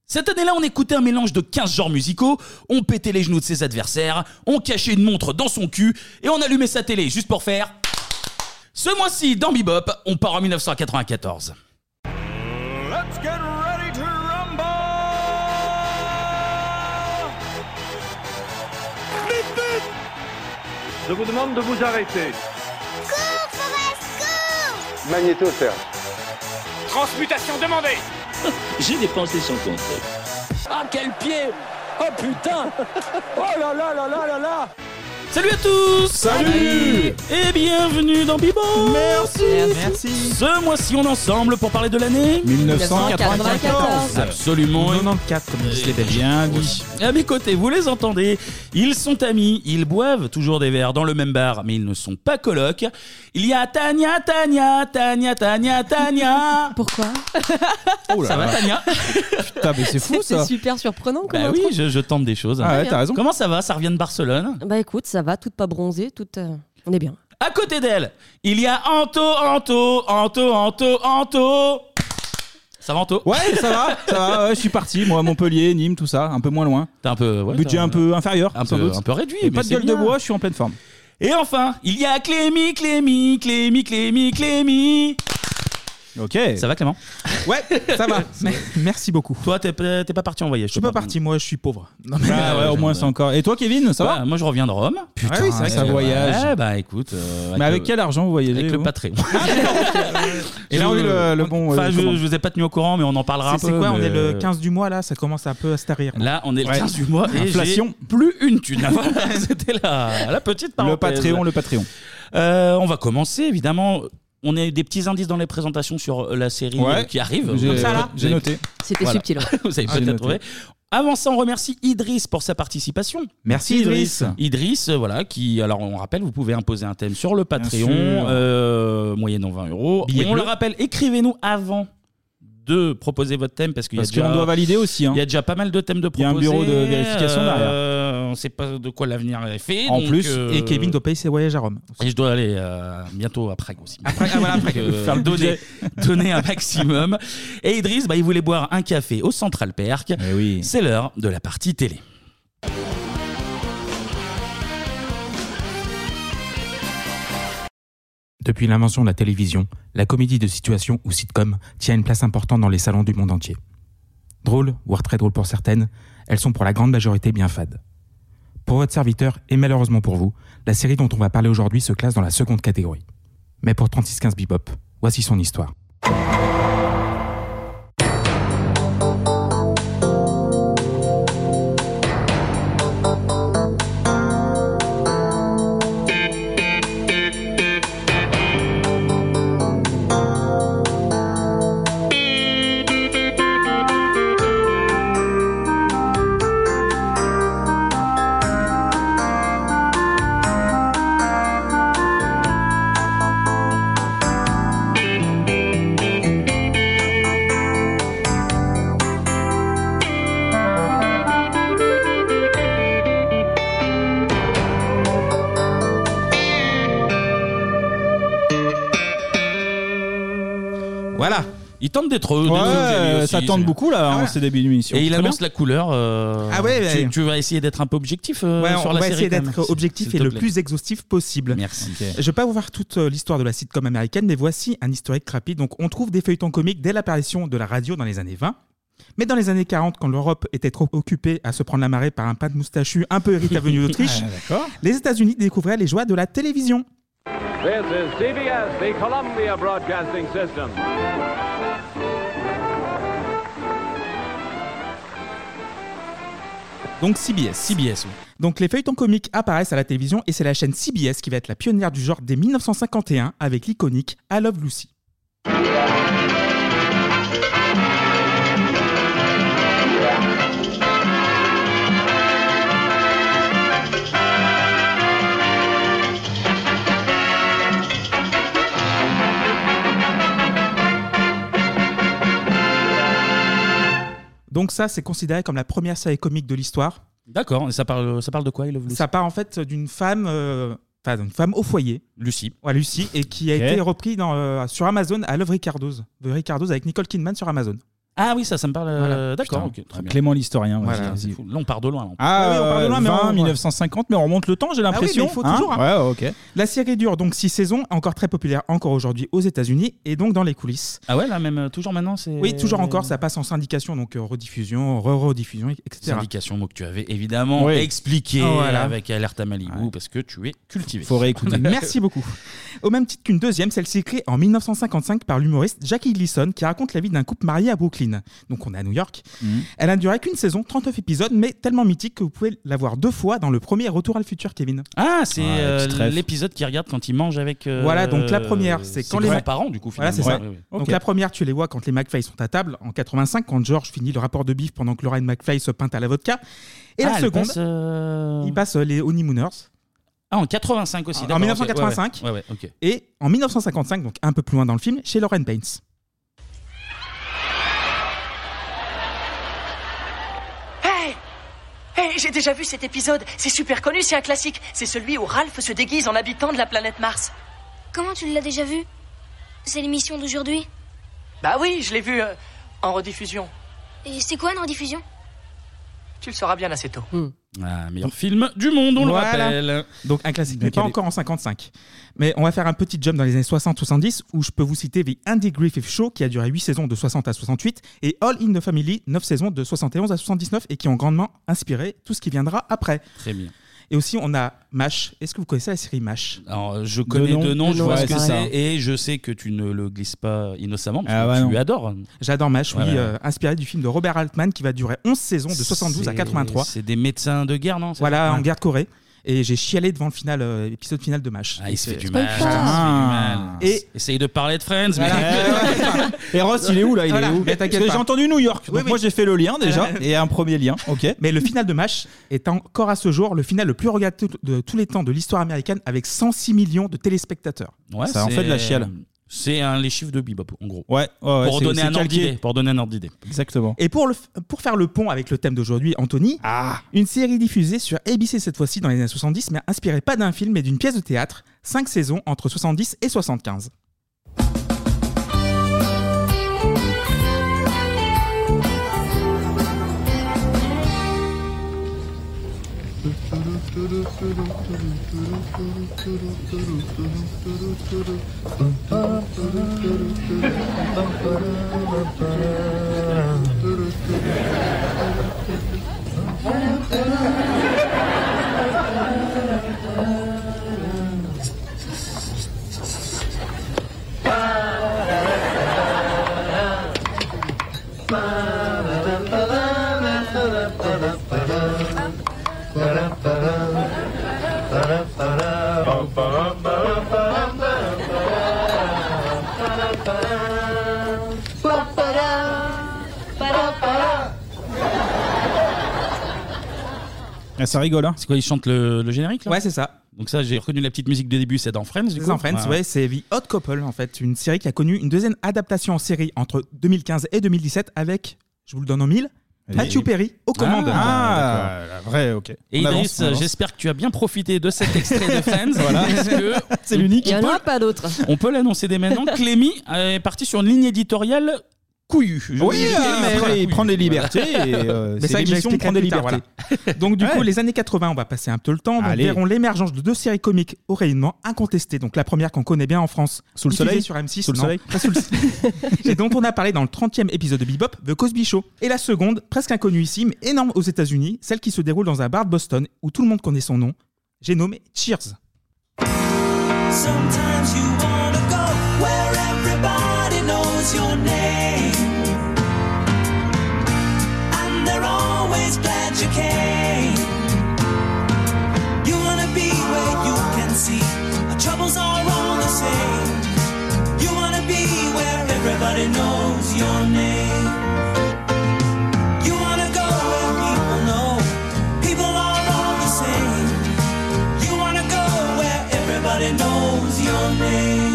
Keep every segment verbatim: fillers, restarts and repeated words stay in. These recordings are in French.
Cette année-là, on écoutait un mélange de quinze genres musicaux, on pétait les genoux de ses adversaires, on cachait une montre dans son cul et on allumait sa télé juste pour faire... Ce mois-ci, dans Bebop, on part en dix-neuf cent quatre-vingt-quatorze. Let's get ready to rumble! Vite, vite! Je vous demande de vous arrêter. Cours, Forrest, cours! Magnéto, Serge. Transmutation demandée! J'ai dépensé son compte. Ah, quel pied! Oh putain! Oh là là là là là là! Salut à tous! Salut! Et bienvenue dans Bebop! Merci! Merci! Ce mois-ci, on est ensemble pour parler de l'année dix-neuf cent quatre-vingt-quatorze. Absolument. quatre-vingt-quatorze, comme disent les Belges. Bien dit. À mes côtés, vous les entendez, ils sont amis, ils boivent toujours des verres dans le même bar, mais ils ne sont pas colocs. Il y a Tania, Tania, Tania, Tania, Tania. Pourquoi? Oh là ça là. Va, Tania? Putain, mais c'est fou ça! C'est super surprenant. Bah oui, je, je tente des choses. Ah ouais, t'as raison. Comment ça va? Ça revient de Barcelone? Bah écoute, ça va, toute pas bronzée, toute. Euh, on est bien. À côté d'elle, il y a Anto, Anto, Anto, Anto, Anto. Ça va, Anto? Ouais, ça va, ça va. Ouais, je suis parti, moi, Montpellier, Nîmes, tout ça, un peu moins loin. T'as un peu. Ouais, budget un peu inférieur, un sans peu, doute. un peu réduit. Et mais pas de c'est gueule bien. de bois, je suis en pleine forme. Et enfin, il y a Clémy, Clémy, Clémy, Clémy, Clémy. Ok. Ça va, Clément? Ouais, ça va. Merci beaucoup. Toi, t'es pas t'es pas parti en voyage? Je suis pas parti, moi, je suis pauvre. Non, mais Ah ouais, ouais, au moins j'aime c'est encore. Et toi, Kevin, ça Ouais, va? moi, je reviens de Rome. Putain, ah oui, c'est vrai que ça voyage. Ouais, bah écoute. euh, Mais avec le- quel argent vous voyagez? Avec le vous Patreon. Et là, on est le, le bon. Enfin, euh, je, comment je vous ai pas tenu au courant, mais on en parlera un C'est peu. c'est quoi? On mais- est le quinze du mois là, ça commence un peu à se tarir. Là, on est le Ouais. quinze du mois et Inflation. j'ai plus une thune. Voilà, c'était la, la petite parenthèse. Le Patreon, le Patreon. Euh, on va commencer, évidemment. On a des petits indices dans les présentations sur la série Ouais. euh, qui arrive. J'ai- Comme ça, là. j'ai noté. C'était Voilà. subtil. Vous avez Ah, j'ai peut-être noté. trouvé. Avant ça, on remercie Idriss pour sa participation. Merci, Idriss. Idriss, euh, voilà, qui, alors on rappelle, vous pouvez imposer un thème sur le Patreon, sûr. euh, moyennant vingt euros. Billet Et on bleu. le rappelle, écrivez-nous avant de proposer votre thème parce qu'il y a Parce déjà, qu'on doit valider aussi. Hein. il y a déjà pas mal de thèmes de Il y a proposés. un bureau de vérification derrière. Euh, on ne sait pas de quoi l'avenir est fait. En donc, plus, euh, Et Kevin doit payer ses voyages à Rome. et je dois aller euh, bientôt à Prague aussi. Après, ah, voilà, après. Donc, euh, Faire le donner, budget. donner un maximum. Et Idriss, bah, il voulait boire un café au Central Perk. Eh oui. C'est l'heure de la partie télé. Depuis l'invention de la télévision, la comédie de situation ou sitcom tient une place importante dans les salons du monde entier. Drôles, voire très drôles pour certaines, elles sont pour la grande majorité bien fades. Pour votre serviteur, et malheureusement pour vous, la série dont on va parler aujourd'hui se classe dans la seconde catégorie. Mais pour trente-six quinze Bebop, voici son histoire. Voilà. Il tente d'être heureux. Ouais, ça tente beaucoup là en ouais. ces débuts d'émission. Et il Très annonce bien. la couleur. euh, Ah ouais, tu, ouais. tu vas essayer d'être un peu objectif euh, Ouais, sur on la va série. essayer quand d'être même. objectif S'il et te le plaît. plus exhaustif possible. Merci. Ok. Je vais pas vous faire toute euh, l'histoire de la sitcom américaine, mais voici un historique rapide. Donc, on trouve des feuilletons comiques dès l'apparition de la radio dans les années vingt. Mais dans les années quarante, quand l'Europe était trop occupée à se prendre la marée par un pâte moustachu un peu hérité venu d'Autriche, Ah, d'accord. les États-Unis découvraient les joies de la télévision. This is C B S, the Columbia Broadcasting System. Donc C B S. C B S, oui. Donc les feuilletons comiques apparaissent à la télévision et c'est la chaîne C B S qui va être la pionnière du genre dès mille neuf cent cinquante et un avec l'iconique I Love Lucy. Donc ça, c'est considéré comme la première série comique de l'histoire. D'accord. Et ça parle, ça parle de quoi, il Lucy? Ça part en fait d'une femme, euh, enfin d'une femme au foyer, Lucie. ouais, Lucie, et qui a Ok. été repris dans, euh, sur Amazon à l'œuvre Ricardo's. The Ricardo's avec Nicole Kidman sur Amazon. Ah oui, ça, ça me parle. euh, Voilà. D'accord, Putain. ok, très bien. Clément l'historien. Voilà, vas-y, c'est vas-y. fou. Là, on part de loin. là. Ah, Ah oui, on parle de loin, mais vingt, on- mille neuf cent cinquante, mais on remonte le temps, j'ai Ah oui, l'impression. mais il faut toujours, hein. Ouais, ok. La série dure donc six saisons, encore très populaire encore aujourd'hui aux États-Unis et donc dans les coulisses. Ah ouais, là, même euh, toujours maintenant, c'est. Oui, toujours encore, ça passe en syndication, donc euh, rediffusion, re-rediffusion, et cetera. Syndication, mot que tu avais évidemment Oui. expliqué Oh, voilà. avec Alerte à Malibu parce que tu es cultivé. Faut réécouter. Merci beaucoup. Au même titre qu'une deuxième, celle-ci est créée en mille neuf cent cinquante-cinq par l'humoriste Jackie Gleason qui raconte la vie d'un couple marié à Brooklyn. Donc on est à New York. Mhm. Elle n'a duré qu'une saison, trente-neuf épisodes, mais tellement mythique que vous pouvez la voir deux fois dans le premier Retour à le futur, Kevin. Ah, c'est Ouais, euh, petite ref. l'épisode qu'il regarde quand il mange avec. euh, Voilà, donc la première, c'est quand les- grands-parents, du coup, Voilà, finalement. c'est ça. Ouais, ouais, ouais. Donc Ok. la première, tu les vois quand les McFly sont à table, en quatre-vingt-cinq, quand George finit le rapport de bif pendant que Lorraine McFly se peinte à la vodka. Et Ah, la elle seconde, passe, euh, il passe euh, les Honeymooners. Ah, en quatre-vingt-cinq aussi. En d'accord, mille neuf cent ok, ouais, quatre-vingt-cinq. Ouais, ouais, ouais, ok. Et en mille neuf cent cinquante-cinq, donc un peu plus loin dans le film, chez Lauren Pains. Hey Hey, j'ai déjà vu cet épisode. C'est super connu, c'est un classique. C'est celui où Ralph se déguise en habitant de la planète Mars. Comment tu l'as déjà vu? C'est l'émission d'aujourd'hui. Bah oui, je l'ai vu euh, en rediffusion. Et c'est quoi une rediffusion? Tu le sauras bien assez tôt. Ah, meilleur film du monde, on Voilà. le rappelle. Donc un classique, mais Donc, pas il y a encore en cinquante-cinq. Mais on va faire un petit jump dans les années soixante soixante-dix où je peux vous citer The Andy Griffith Show qui a duré huit saisons de soixante à soixante-huit et All in the Family, neuf saisons de soixante et onze à soixante-dix-neuf et qui ont grandement inspiré tout ce qui viendra après. Très bien. Et aussi on a MASH. Est-ce que vous connaissez la série MASH? Alors, je connais nom. deux noms, De je nom, vois ouais, ce que c'est ça. c'est, et je sais que tu ne le glisses pas innocemment, parce Ah que ouais, tu non. adores. J'adore MASH, oui, Voilà. euh, inspiré du film de Robert Altman qui va durer onze saisons de soixante-douze à C'est- quatre-vingt-trois. C'est des médecins de guerre, non c'est Voilà, ça en Ouais. guerre de Corée. Et j'ai chialé devant le final, euh, épisode final de MASH. Ah, il se fait du C'est pas mal. le putain, cas. il se fait du mal. Et- Essaye de parler de Friends, mais. Et Ross, il est où là? Il Voilà, est où mais Parce t'inquiète que pas. j'ai entendu New York. Donc Oui, oui. moi j'ai fait le lien déjà et un premier lien. Ok. Mais le final de MASH est encore à ce jour le final le plus regardé de tous les temps de l'histoire américaine avec cent six millions de téléspectateurs. Ouais, Ça en c'est- fait de la chiale. C'est un, les chiffres de Bebop, en gros. Ouais. ouais, ouais, pour, c'est- donner c'est un ordre calqué. d'idée, pour donner un ordre d'idée. Exactement. Et pour, le, f- pour faire le pont avec le thème d'aujourd'hui, Anthony, Ah. une série diffusée sur A B C cette fois-ci dans les années soixante-dix, mais inspirée pas d'un film mais d'une pièce de théâtre, cinq saisons entre soixante-dix et soixante-quinze. Ah, ça rigole, hein. C'est quoi, ils chantent le, le générique là Ouais, c'est ça. Donc, ça, j'ai reconnu la petite musique de début, c'est dans Friends, du C'est coup dans Friends, ouais, c'est The Hot Couple en fait, une série qui a connu une deuxième adaptation en série entre deux mille quinze et deux mille dix-sept avec, je vous le donne en mille, Matthew Perry aux commandes. Ah, la vraie, ok. Et On avance, Idriss, on avance. j'espère que tu as bien profité de cet extrait de Friends. Voilà. Parce que C'est l'unique. Il n'y en peut- aura pas d'autres. on peut l'annoncer dès maintenant. Clémy est parti sur une ligne éditoriale couillue. Je Oui, dis- euh, mais Voilà, il couillue. prend des libertés. Et, euh, Mais c'est ça, je l'émission qui l'expliquerai prend des plus tard, libertés. Donc du coup, Ouais. les années quatre-vingts, on va passer un peu le temps. Donc, Allez. verront l'émergence de deux séries comiques au rayonnement incontesté. Donc la première qu'on connaît bien en France, Sous le diffusée soleil sur M six, Sous le non, soleil pas sous le et dont on a parlé dans le trentième épisode de Bebop, The Cosby Show. Et la seconde, presque inconnue ici, mais énorme aux États-Unis, celle qui se déroule dans un bar de Boston où tout le monde connaît son nom. J'ai nommé Cheers. Sometimes you wanna go where everybody knows your name, and they're always glad you came. You wanna be where you can see our troubles are all the same. You wanna be where everybody knows your name. You wanna go where people know people are all the same. You wanna go where everybody knows your name.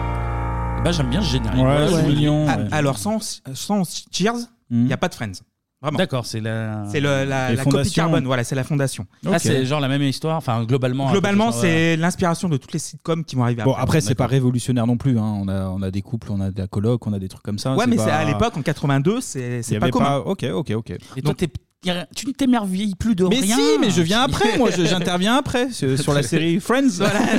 Bah, j'aime bien ce générique. Ouais, Voilà, c'est je me dis- mignon. Ah, ouais. alors sans, sans Cheers, il Hmm. n'y a pas de Friends. Vraiment. D'accord, c'est la. C'est le- la, la copie carbone, voilà, c'est la fondation. Ah, c'est genre la même histoire, enfin globalement. Globalement, un peu, genre, c'est l'inspiration de toutes les sitcoms qui vont arriver Bon, après. après, c'est pas révolutionnaire non plus. Hein. On, a, on a des couples, on a de la coloc, on a des trucs comme ça. Ouais, mais pas... c'est à l'époque, en quatre-vingt-deux, c'est Il c'est y pas avait commun. pas- Ok, ok, ok. Et toi, t'es- tu ne t'émerveilles plus de Mais rien. si, mais je viens après. Moi, je- j'interviens après sur sur la série Friends.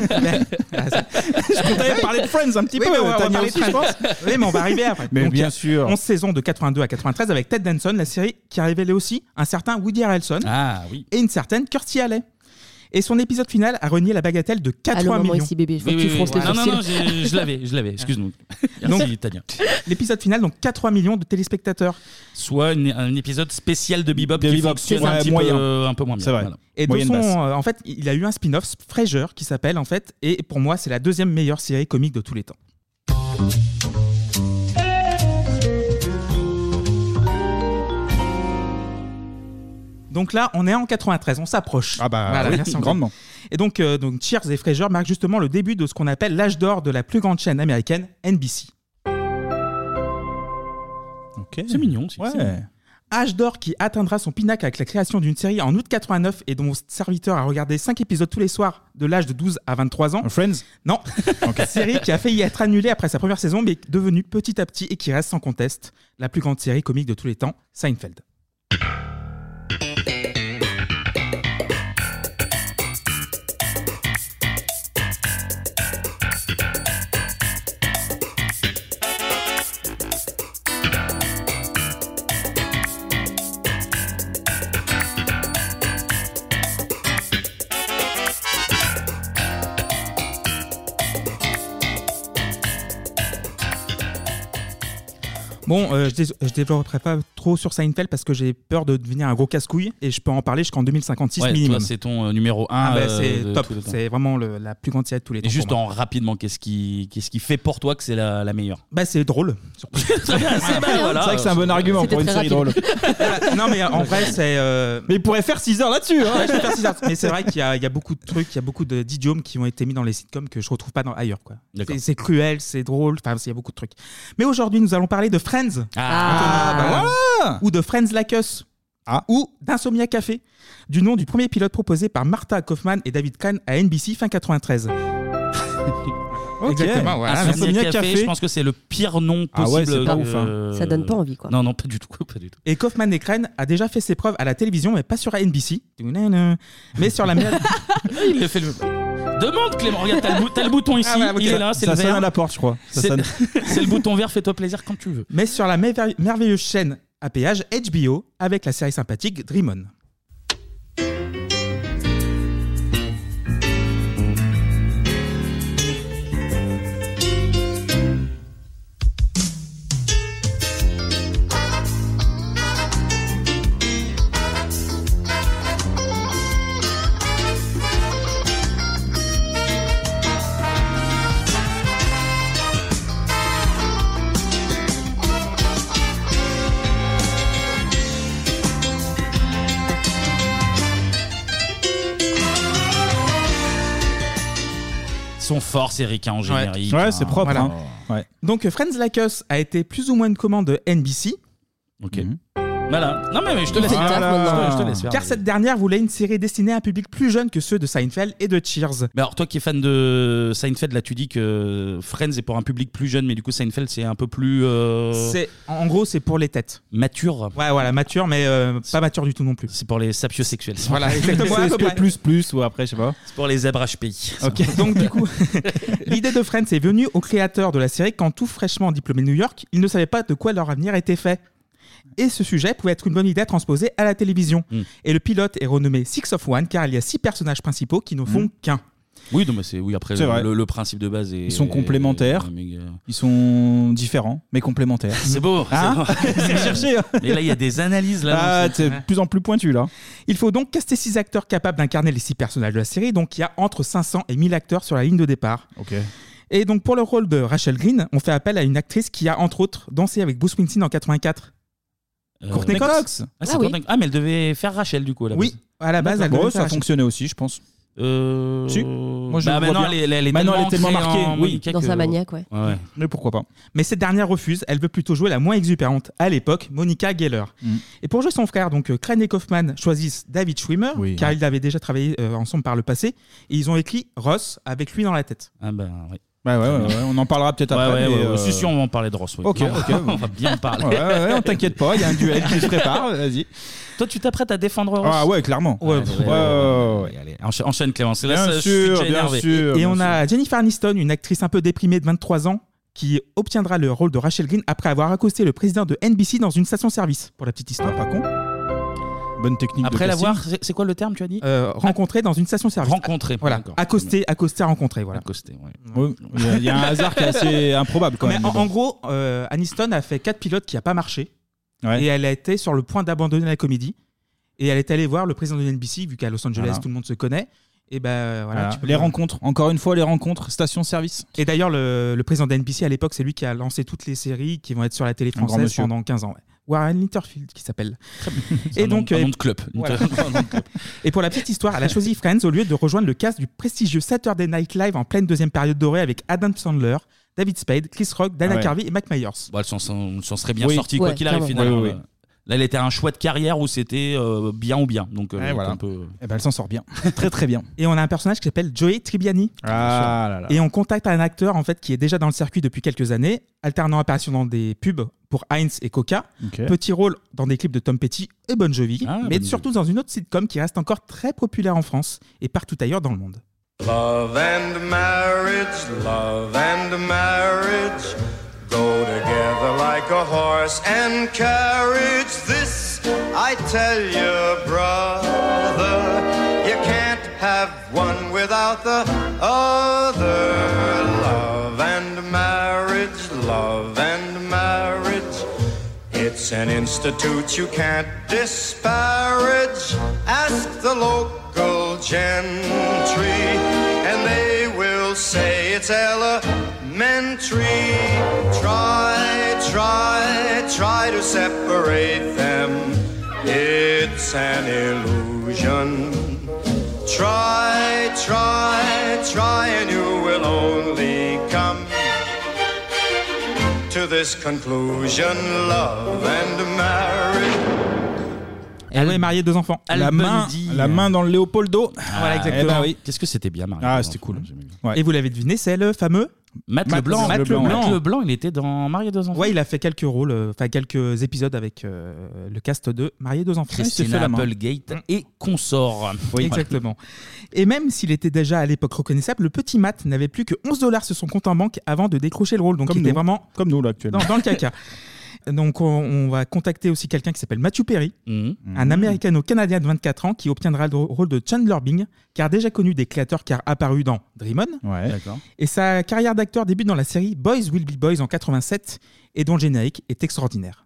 Je comptais parler de Friends un petit Oui, peu. mais on va Tania parler aussi, de je Friends. pense. Oui, mais on va arriver après. Mais Donc, bien il y a sûr. onze saisons de quatre-vingt-deux à quatre-vingt-treize avec Ted Danson, la série qui a révélé aussi un certain Woody Harrelson Ah oui. et une certaine Kirstie Alley. Et son épisode final a renié la bagatelle de quatre-vingts maman, millions. ici, bébé, faut Oui, que oui, tu oui. fronces les Non, non, sourcils. non, je, je l'avais, je l'avais, excuse-nous. Donc, Merci, Tania. L'épisode final, donc quatre-vingts millions de téléspectateurs. Soit une- un épisode spécial de Bebop De qui Bebop, fonctionne ouais, un petit moyen. peu, euh, un peu moins bien. C'est vrai. Voilà. Et de Moyenne son, basse. euh, en fait, il a eu un spin-off, Frasier, qui s'appelle en fait, et pour moi, c'est la deuxième meilleure série comique de tous les temps. Donc là, on est en quatre-vingt-treize, on s'approche. Ah bah oui, merci encore. grandement. Et donc, euh, donc Cheers et Frasier marquent justement le début de ce qu'on appelle l'âge d'or de la plus grande chaîne américaine, N B C. Ok. C'est mignon. c'est- c'est mignon. Ouais. Âge d'or qui atteindra son pinacle avec la création d'une série en août quatre-vingt-neuf et dont mon serviteur a regardé cinq épisodes tous les soirs de l'âge de douze à vingt-trois ans. Friends. Non. Série qui a failli être annulée après sa première saison mais devenue petit à petit et qui reste sans conteste la plus grande série comique de tous les temps, Seinfeld. Bon, euh, je, dé- je développerai pas trop sur Seinfeld parce que j'ai peur de devenir un gros casse-couille et je peux en parler jusqu'en deux mille cinquante-six Ouais, minimum. toi, c'est ton euh, numéro un. Ah bah, euh, c'est de top, tous les temps. c'est vraiment le- la plus grande série de tous les Et temps. juste pour moi. en rapidement, qu'est-ce qui, qu'est-ce qui fait pour toi que c'est la, la meilleure Bah, c'est drôle. surtout. Très bien, c'est bien, voilà. C'est vrai que c'est un bon argument C'était pour une très série drôle. Voilà. Non, mais en vrai, c'est. euh, Mais il pourrait faire six heures là-dessus. Hein. Ouais, je peux faire six heures. Mais c'est vrai qu'il y, a- il y a beaucoup de trucs, il y a beaucoup de- d'idiomes qui ont été mis dans les sitcoms que je retrouve pas dans, ailleurs. Quoi. D'accord. C'est, c'est cruel, c'est drôle, enfin, il y a beaucoup de trucs. Mais aujourd'hui, nous allons parler de Friends. Ah, bah voilà. Ou de Friends Like Us. Ah. Ou d'Insomnia Café. Du nom du premier pilote proposé par Martha Kaufman et David Kahn à N B C fin quatre-vingt-treize. Ok. Exactement, voilà. Insomnia Insomnia Café, Café. je pense que c'est le pire nom Ah possible. ouais, c'est pas que- ouf, hein. Ça donne pas envie, quoi. Non, non, pas du tout. Pas du tout. Et Kaufman et Kahn a déjà fait ses preuves à la télévision, mais pas sur N B C. Mais sur la mer. Il a fait le. Demande Clément, regarde, t'as le, bou- t'as le bouton ici, Ah, voilà, ok. il est là, c'est Ça le sonne à vert. la porte, je crois. Ça C'est sonne. c'est le bouton vert, fais-toi plaisir quand tu veux. mais sur la merve- merveilleuse chaîne à péage H B O avec la série sympathique Dream On. Ils sont forts ces ricains en générique. Ouais, c'est propre. Voilà. hein. Ouais. Donc Friends Like Us a été plus ou moins une commande de N B C, Ok. Mhm. Voilà. Non mais, mais je te Il laisse fait le faire. taf maintenant. Je te- je te laisse faire. car cette dernière voulait une série destinée à un public plus jeune que ceux de Seinfeld et de Cheers. Mais alors toi qui es fan de Seinfeld, là tu dis que Friends est pour un public plus jeune, mais du coup Seinfeld c'est un peu plus euh, C'est, en gros, c'est pour les têtes. mature. Ouais, voilà, mature, mais euh, pas mature du tout non plus. C'est pour les sapiosexuels. Voilà, exactement. à C'est peu près. plus plus ou après, je sais pas. C'est pour les zèbres H P I. Ok, donc du coup, l'idée de Friends est venue au créateur de la série quand tout fraîchement diplômé de New York, ils ne savaient pas de quoi leur avenir était fait. Et ce sujet pouvait être une bonne idée à transposer à la télévision. Mm. Et le pilote est renommé Six of One car il y a six personnages principaux qui ne font Mm. qu'un. Oui, non, mais c'est oui après C'est le, vrai. le- le principe de base est. Ils sont complémentaires. est méga- Ils sont différents, mais complémentaires. C'est beau. Hein c'est beau. C'est cherché. hein. Et là il y a des analyses là. Ah, donc c'est- c'est de plus en plus pointu là. Il faut donc caster six acteurs capables d'incarner les six personnages de la série, donc il y a entre cinq cents et mille acteurs sur la ligne de départ. Ok. Et donc pour le rôle de Rachel Green, on fait appel à une actrice qui a entre autres dansé avec Bruce Springsteen en quatre-vingt-quatre. Euh, Courtney Cox. Ah, c'est Ah oui. Courtney- ah, mais elle devait faire Rachel du coup. À la Oui, base. à la base, elle Bon, devait ça faire a fonctionné aussi, je pense. Euh... Si. Moi, je bah, le vois maintenant, bien. elle est, elle est Maintenant, tellement, elle est tellement ancrée marquée, en oui. Monica Dans que- sa maniaque, ouais. ouais. Mais pourquoi pas. Mais cette dernière refuse, elle veut plutôt jouer la moins exubérante à l'époque, Monica Geller. Mm. Et pour jouer son frère, donc euh, Crane et Kaufman choisissent David Schwimmer, Oui. car ils avaient déjà travaillé euh, ensemble par le passé, et ils ont écrit Ross avec lui dans la tête. Ah ben oui. Ouais, ouais, ouais, ouais, on en parlera peut-être Ouais, après. ouais, mais, ouais, euh, Si, si, on va en parler de Ross. Oui. Ok, Non, ok. on va bien en parler. Ouais, ouais, ouais, on t'inquiète pas, il y a un duel qui se prépare, vas-y. Toi, tu t'apprêtes à défendre Ross? Ah ouais, clairement. Ouais, Ouais, ouais, ouais, ouais, ouais, ouais. Allez, enchaîne, enchaîne, Clément. C'est là, Bien ça, je suis sûr, déjà bien énervé. sûr. Et on a Jennifer Aniston, une actrice un peu déprimée de vingt-trois ans, qui obtiendra le rôle de Rachel Green après avoir accosté le président de N B C dans une station-service, pour la petite histoire. Pas con. Bonne technique Après de l'avoir, casting. c'est c'est quoi le terme, tu as dit? Euh, rencontré dans une station-service. Rencontré. Voilà, D'accord. accosté, accosté, rencontré. Voilà. Accosté, ouais. Ouais, Il y a- il y, a un hasard qui est assez improbable quand Mais même. en, mais bon. en gros, euh, Aniston a fait quatre pilotes qui n'ont pas marché. Ouais. Et elle a été sur le point d'abandonner la comédie. Et elle est allée voir le président de N B C, vu qu'à Los Angeles, Voilà. tout le monde se connaît. Et ben voilà, Voilà. tu peux- Les rencontres, encore une fois, les rencontres, station-service. Et d'ailleurs, le, le président de N B C à l'époque, c'est lui qui a lancé toutes les séries qui vont être sur la télé Un grand française monsieur. pendant quinze ans. Ouais. Warren Linterfield qui s'appelle. C'est un nom- un euh, nom de club. voilà. Un nom de club. Et pour la petite histoire, elle a choisi Friends au lieu de rejoindre le cast du prestigieux Saturday Night Live en pleine deuxième période dorée avec Adam Sandler, David Spade, Chris Rock, Dana Ah ouais. Carvey et Mike Myers. Bon, elle s'en- s'en s'en serait bien Oui. sortie, quoi Ouais, qu'il arrive, clairement. finalement. Oui, oui, oui. Là, elle était à un choix de carrière où c'était euh, bien ou bien. Donc, euh, Ouais, voilà. un peu... Eh ben, elle s'en sort bien. Très très bien. Et on a un personnage qui s'appelle Joey Tribbiani. Ah là là. Et on contacte un acteur en fait qui est déjà dans le circuit depuis quelques années, alternant apparition dans des pubs pour Heinz et Coca, Ok. petit rôle dans des clips de Tom Petty et Bon Jovi, Ah, mais Bon surtout dans une autre sitcom qui reste encore très populaire en France et partout ailleurs dans le monde. Love and marriage, love and marriage go together like a horse and carriage. This I tell you, brother, you can't have one without the other. Love and marriage, love and marriage. It's an institute you can't disparage. Ask the local gentry, and they will say it's elementary. Try, try, try to separate them. It's an illusion. Try, try, try, and you will only come to this conclusion. Love and marriage. Elle est mariée, deux enfants. La main, la main dans le Léopoldo. Voilà, exactement. Eh ben oui. Qu'est-ce que c'était bien, Marie. Ah, c'était cool. Ouais. Et vous l'avez deviné, c'est le fameux Matt, Matt Leblanc. Matt Leblanc. Leblanc. Matt Leblanc, il était dans Marié deux enfants. Ouais, il a fait quelques rôles, euh, enfin quelques épisodes avec euh, le cast de Marié deux enfants. Christina Applegate et consort. Oui, exactement. Et même s'il était déjà à l'époque reconnaissable, le petit Matt n'avait plus que onze dollars sur son compte en banque avant de décrocher le rôle. Donc Comme il était nous. vraiment Comme nous, là, actuellement. dans, dans le caca. Donc on, on va contacter aussi quelqu'un qui s'appelle Matthew Perry, Mmh. un américano-canadien de vingt-quatre ans qui obtiendra le rôle de Chandler Bing, car déjà connu des créateurs car apparu dans Dream On. Ouais. D'accord. Et sa carrière d'acteur débute dans la série Boys Will Be Boys en quatre-vingt-sept et dont le générique est extraordinaire.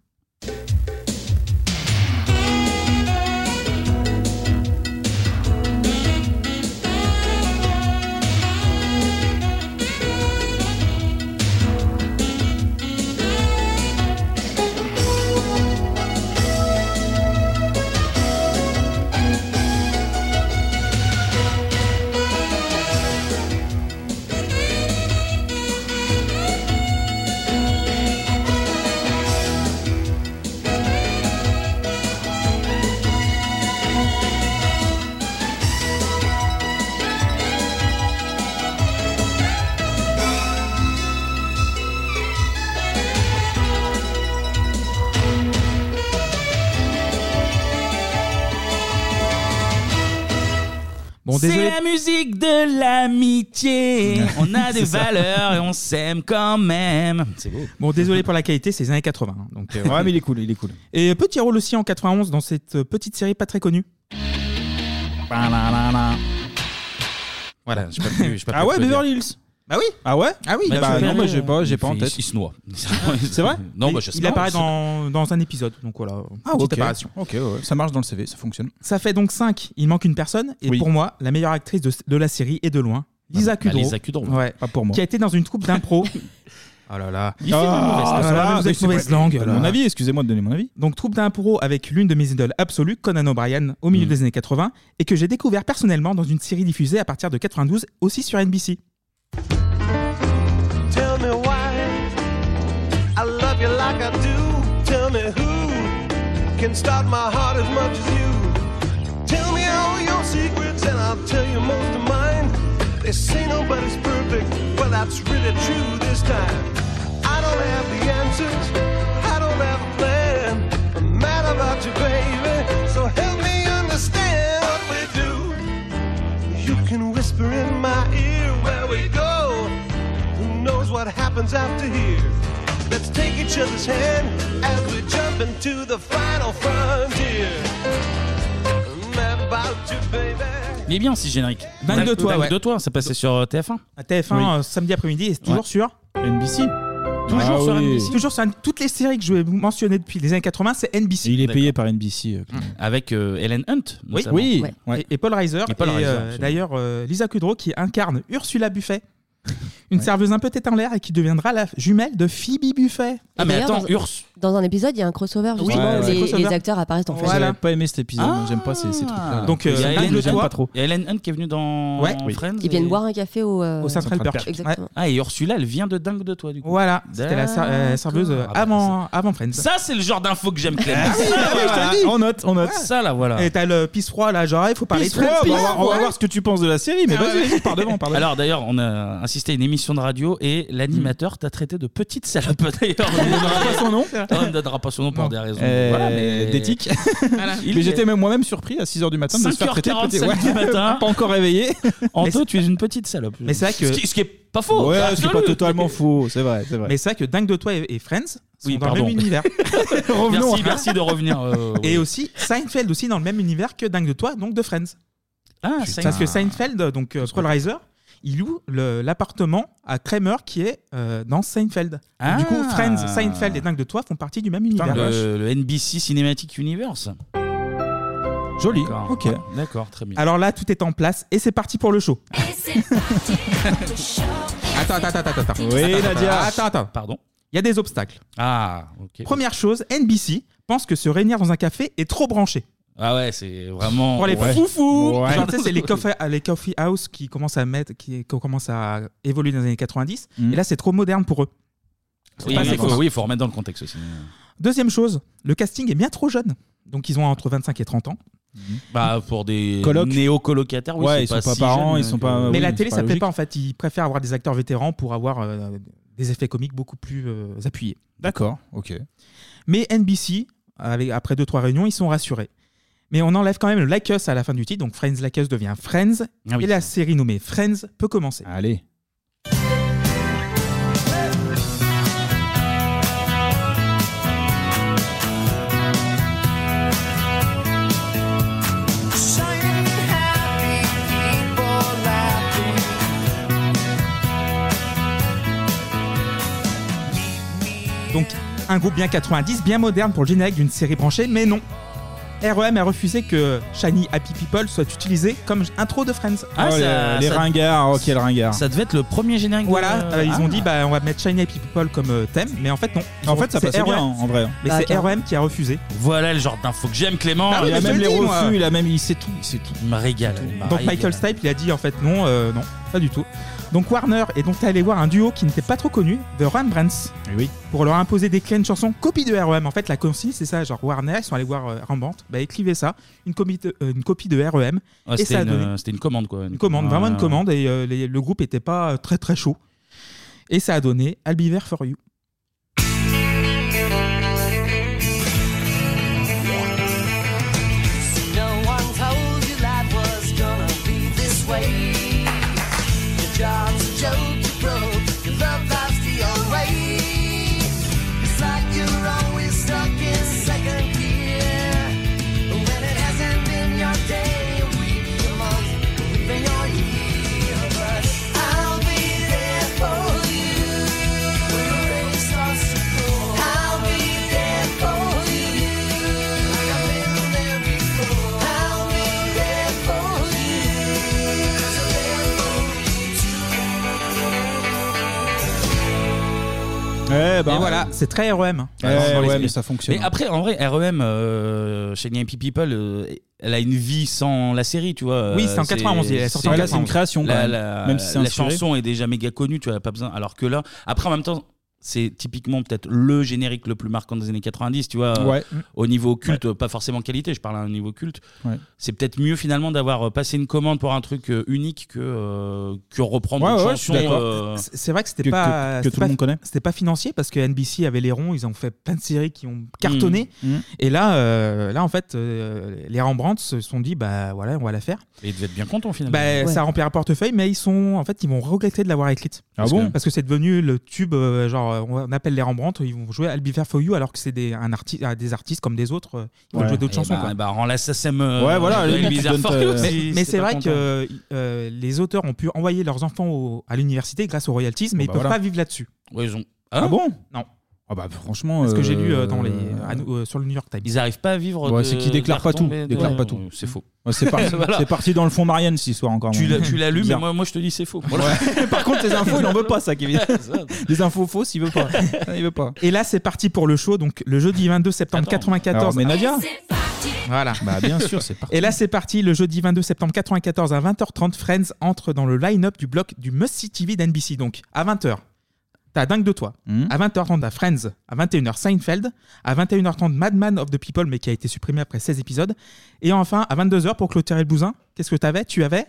Bon, C'est désolé. la musique de l'amitié. On a des C'est ça. valeurs et on s'aime quand même. C'est beau. Bon, désolé pour la qualité, c'est les années quatre-vingts. hein, Donc, euh, Ouais, mais il est cool, il est cool. Et petit rôle aussi en quatre-vingt-onze dans cette petite série pas très connue. Voilà, j'ai pas pu- j'ai pas pu Ah ouais, applaudir. Beverly Hills. Bah oui. Ah ouais Ah oui, Bah, il a bah, fait- non, bah, j'ai pas, j'ai pas en Il- tête. Il se noie. C'est vrai Non, il, bah, je sais il pas, apparaît je sais dans, dans un épisode, donc voilà. Ah, petite ok. apparition. Ok, ouais, ça marche dans le C V, ça fonctionne. Ça fait donc cinq. Il manque une personne. Et Oui. pour moi, la meilleure actrice de, de la série est de loin, Lisa Bah, Kudrow. Lisa Kudrow. Ouais. Pas pour moi. Qui a été dans une troupe d'impro. Oh là là. Il fait de la mauvaise langue. Ah, là, vous mais êtes c'est mauvaise pas- langue. pas là. Mon avis, excusez-moi de donner mon avis. Donc, Troupe d'impro avec l'une de mes idoles absolues, Conan O'Brien, au milieu Mm. des années quatre-vingts, et que j'ai découvert personnellement dans une série diffusée à partir de quatre-vingt-douze, aussi sur N B C. Tell me why I love you like I do. Tell me who can start my heart as much as you. Tell me all your secrets and I'll tell you most of mine. They say nobody's perfect, but that's really true this time. I don't have the answers, I don't have a plan. I'm mad about you, baby, so help me understand what we do. You can whisper in my ear where we go. Who knows what happens after here? Let's take each other's hand as we jump into the final frontier. I'm mad about you, baby. Il est bien aussi générique. Dingue de toi, Dingue ouais. de toi, ça passait sur T F un. À T F un, Oui. euh, samedi après-midi, et c'est toujours Ouais. sur N B C. Toujours Ah sur oui. N B C. Toujours sur N- toutes les séries que je vais vous mentionner depuis les années quatre-vingts, c'est N B C. Et il est D'accord. payé par N B C. euh, Clément. Avec euh, Ellen Hunt. Oui, notamment. Oui. Ouais. Ouais. Et, et Paul Reiser. Et Paul et, Reiser, euh, absolument. d'ailleurs, euh, Lisa Kudrow qui incarne Ursula Buffet. Une serveuse un peu tête en l'air et qui deviendra la jumelle de Phoebe Buffet. Ah, Et mais d'ailleurs, attends, dans- Urs. Dans un épisode, il y a un crossover justement ouais, où ouais. les, Crossover. les acteurs apparaissent en fait. Voilà. J'avais pas aimé cet épisode. Ah. moi, J'aime pas ces, ces trucs-là. Donc, Il y euh, a Dingue Ellen, de j'aime toi. pas trop. Il y a Ellen Hunt qui est venue dans Ouais. Friends. Ils viennent et- boire un café au, euh, Au Central Central Perk. Perk. Exactement. Ah, et Ursula, elle vient de Dingue de toi, du coup. Voilà, c'était la ser- euh, serveuse euh, D'accord. Ah, bah, avant, avant Friends. Ça, c'est le genre d'info que j'aime, Clément. Ah oui, bah oui, je te le dis. On note, on note. Ça, là, voilà. Et t'as le pisse froid là, genre il faut parler de Pisse froid, Friends. on va voir- on va Ouais. voir ce que tu penses de la série, mais Ah, vas-y, ouais. vas-y, pars devant, pars devant. Alors d'ailleurs, on a assisté à une émission de radio et l'animateur t'a traité de petite salope. D'ailleurs, on ne donnera pas son nom. On ne donnera pas son nom pour des raisons Euh, voilà, mais... d'éthique. Il Mais est- j'étais même moi-même surpris à six heures du matin de se faire traiter de petit. cinq heures quarante-cinq du matin. Pas encore réveillé. Anto, tu es une petite salope. Mais c'est vrai que- Ce qui, ce qui est pas faux. Ouais, absolu. c'est pas totalement faux, c'est vrai, c'est vrai. Mais c'est vrai que Dingue de toi et, et Friends sont Oui, dans pardon. le même univers. Revenons. Merci, merci de revenir. euh, oui. Et aussi Seinfeld aussi dans le même univers que Dingue de toi, donc de Friends. Ah, Parce que Seinfeld, donc euh, Paul Reiser, il loue le- l'appartement à Kramer qui est euh, dans Seinfeld. Ah. Donc, du coup, Friends, Seinfeld et Dingue de toi font partie du même univers. le, le N B C Cinematic Universe. Joli. D'accord. Ok. Ouais, D'accord, très bien. Alors là, tout est en place et c'est parti pour le show. Attends, attends, attends, attends, attends. Oui, Attends, Nadia. Attends, attends. Pardon. Il y a des obstacles. Ah, ok. Première chose, N B C pense que se réunir dans un café est trop branché. Ah ouais, c'est vraiment. Pour les ouais. foufous, Ouais. genre tu sais, c'est les coffee, les coffee house qui commencent à mettre, qui, qui commencent à évoluer dans les années quatre-vingt-dix. Mm. Et là, c'est trop moderne pour eux. C'est Oui, pas mais assez il faut, cool. oui, il faut remettre dans le contexte aussi. Deuxième chose, le casting est bien trop jeune. Donc ils ont entre vingt-cinq et trente ans. Bah, pour des Coloc. néo-colocataires, oui, Ouais, c'est ils sont pas, pas si parents, jeunes, ils sont euh, pas- Mais oui, la c'est télé, pas ça ne plaît logique. pas en fait. Ils préfèrent avoir des acteurs vétérans pour avoir euh, des effets comiques beaucoup plus euh, appuyés. D'accord, ok. Mais N B C, avec, après deux trois réunions, ils sont rassurés. Mais on enlève quand même le Like Us à la fin du titre, donc Friends Like Us devient Friends, Ah oui. et la série nommée Friends peut commencer. Allez. Donc un groupe bien quatre-vingt-dix, bien moderne pour le générique d'une série branchée, mais non. R E M a refusé que Shiny Happy People soit utilisé comme intro de Friends. Ah, Oh, ça- les, les ça- ringards, oh quel ringard. Ça devait être le premier générique. Voilà, de... euh, ils Ah. ont dit bah on va mettre Shiny Happy People comme euh, thème, mais en fait non. Ils En ont- fait, ça c'est passait R E M, bien, en vrai. Mais Bah, c'est carrément. R E M qui a refusé. Voilà le genre d'info que j'aime, Clément. Ah oui, il a mais je même te les le dis, moi. refus, il a même, il sait tout, il sait tout. Il me régale. il me Donc régale. Michael Stipe il a dit en fait non, euh, non, pas du tout. Donc Warner est donc allé voir un duo qui n'était pas trop connu, The Rembrandts, Oui. pour leur imposer d'écrire une chanson copie de R E M. En fait, la consigne c'est ça, genre Warner, ils sont allés voir euh, Rembrandt, bah écrivez ça, une, copie de, euh, une copie de R E M. Ouais, et c'était ça a une, donné- c'était une commande, quoi. Une commande, vraiment une Ouais. commande, et euh, les- le groupe était pas euh, très très chaud. Et ça a donné I'll Be There For You. No one told you life was gonna be this way. Your job's a joke, you broke, your love life's the old way. It's like you're always stuck in second gear. When it hasn't been your day, your week, your month, or even your year. But I'll be there for you. Ouais, bah Et voilà, c'est très R E M. Ouais, Dans ouais, l'esprit. mais ça fonctionne. Mais après, en vrai, R E M, euh, chez Happy People, euh, elle a une vie sans la série, tu vois. Oui, c'est en quatre-vingt-onze, elle est sortie en Ouais, là, c'est une quatre-vingt-onze. création, quand La, même. la- Même si c'est la inspiré. chanson est déjà méga connue, tu vois, pas besoin. Alors que là, après, en même temps, c'est typiquement peut-être le générique le plus marquant des années quatre-vingt-dix, tu vois. Ouais. euh, Au niveau culte, pas forcément qualité, je parle à un niveau culte. Ouais. C'est peut-être mieux finalement d'avoir passé une commande pour un truc euh, unique que, euh, que reprendre Ouais, une ouais, je suis chanson. d'accord. euh, C'est c'est vrai que c'était Que- pas que- que c'était tout le pas- monde connaît. C'était pas financier parce que N B C avait les ronds, ils ont fait plein de séries qui ont cartonné. Mmh. Mmh. Et là, euh, là en fait, euh, les Rembrandt se sont dit bah voilà, on va la faire. Et ils devaient être bien contents finalement. Bah, Ouais. Ça remplit un portefeuille, mais ils sont en fait ils vont regretter de l'avoir écrite. Ah Parce bon que- Parce que c'est devenu le tube, euh, genre on appelle les Rembrandt, ils vont jouer I'll Be There For You alors que c'est des, un arti- euh, des artistes comme des autres, euh, ils veulent Ouais. jouer d'autres Eh chansons. bah, quoi. bah, rends la S S M. euh, Ouais, voilà, de les mecs, Bizarre tu donnes for You, ta- Mais, si- mais si c'est t'es pas vrai content. que euh, les auteurs ont pu envoyer leurs enfants au- à l'université grâce aux royalties, mais Bon, ils bah peuvent voilà. pas vivre là-dessus. Ouais, ils ont. Ah bon Non. Ah bah franchement. Parce que j'ai lu euh, euh, dans les, à nous- euh, sur le New York Times. Ils arrivent pas à vivre. Ouais, de- c'est qu'ils déclarent pas tout. retombées de- Déclarent pas Ouais, tout. ouais, C'est faux. Ouais, c'est parti, Voilà. c'est parti dans le fond Marianne cette histoire encore. Tu l'as, tu l'as lu, mais Bizarre. moi, moi je te dis c'est faux. Voilà. Ouais. Par contre, les infos, il en veut pas, ça, Kevin. Les infos fausses, il veut pas. Il veut pas. Et là, c'est parti pour le show. Donc, le jeudi vingt-deux septembre Attends. quatre-vingt-quatorze. Alors, mais Nadia Voilà. Bah, bien sûr, c'est parti. Et là, c'est parti. Le jeudi vingt-deux septembre quatre-vingt-quatorze à vingt heures trente, Friends entre dans le line-up du bloc du Must See T V d'N B C. Donc, à vingt heures, t'as Dingue de toi. Mmh. À vingt heures trente, t'as Friends. À vingt et une heures, Seinfeld. À vingt et une heures trente, Madman of the People, mais qui a été supprimé après seize épisodes. Et enfin, à vingt-deux heures, pour clôturer le bousin, qu'est-ce que t'avais Tu avais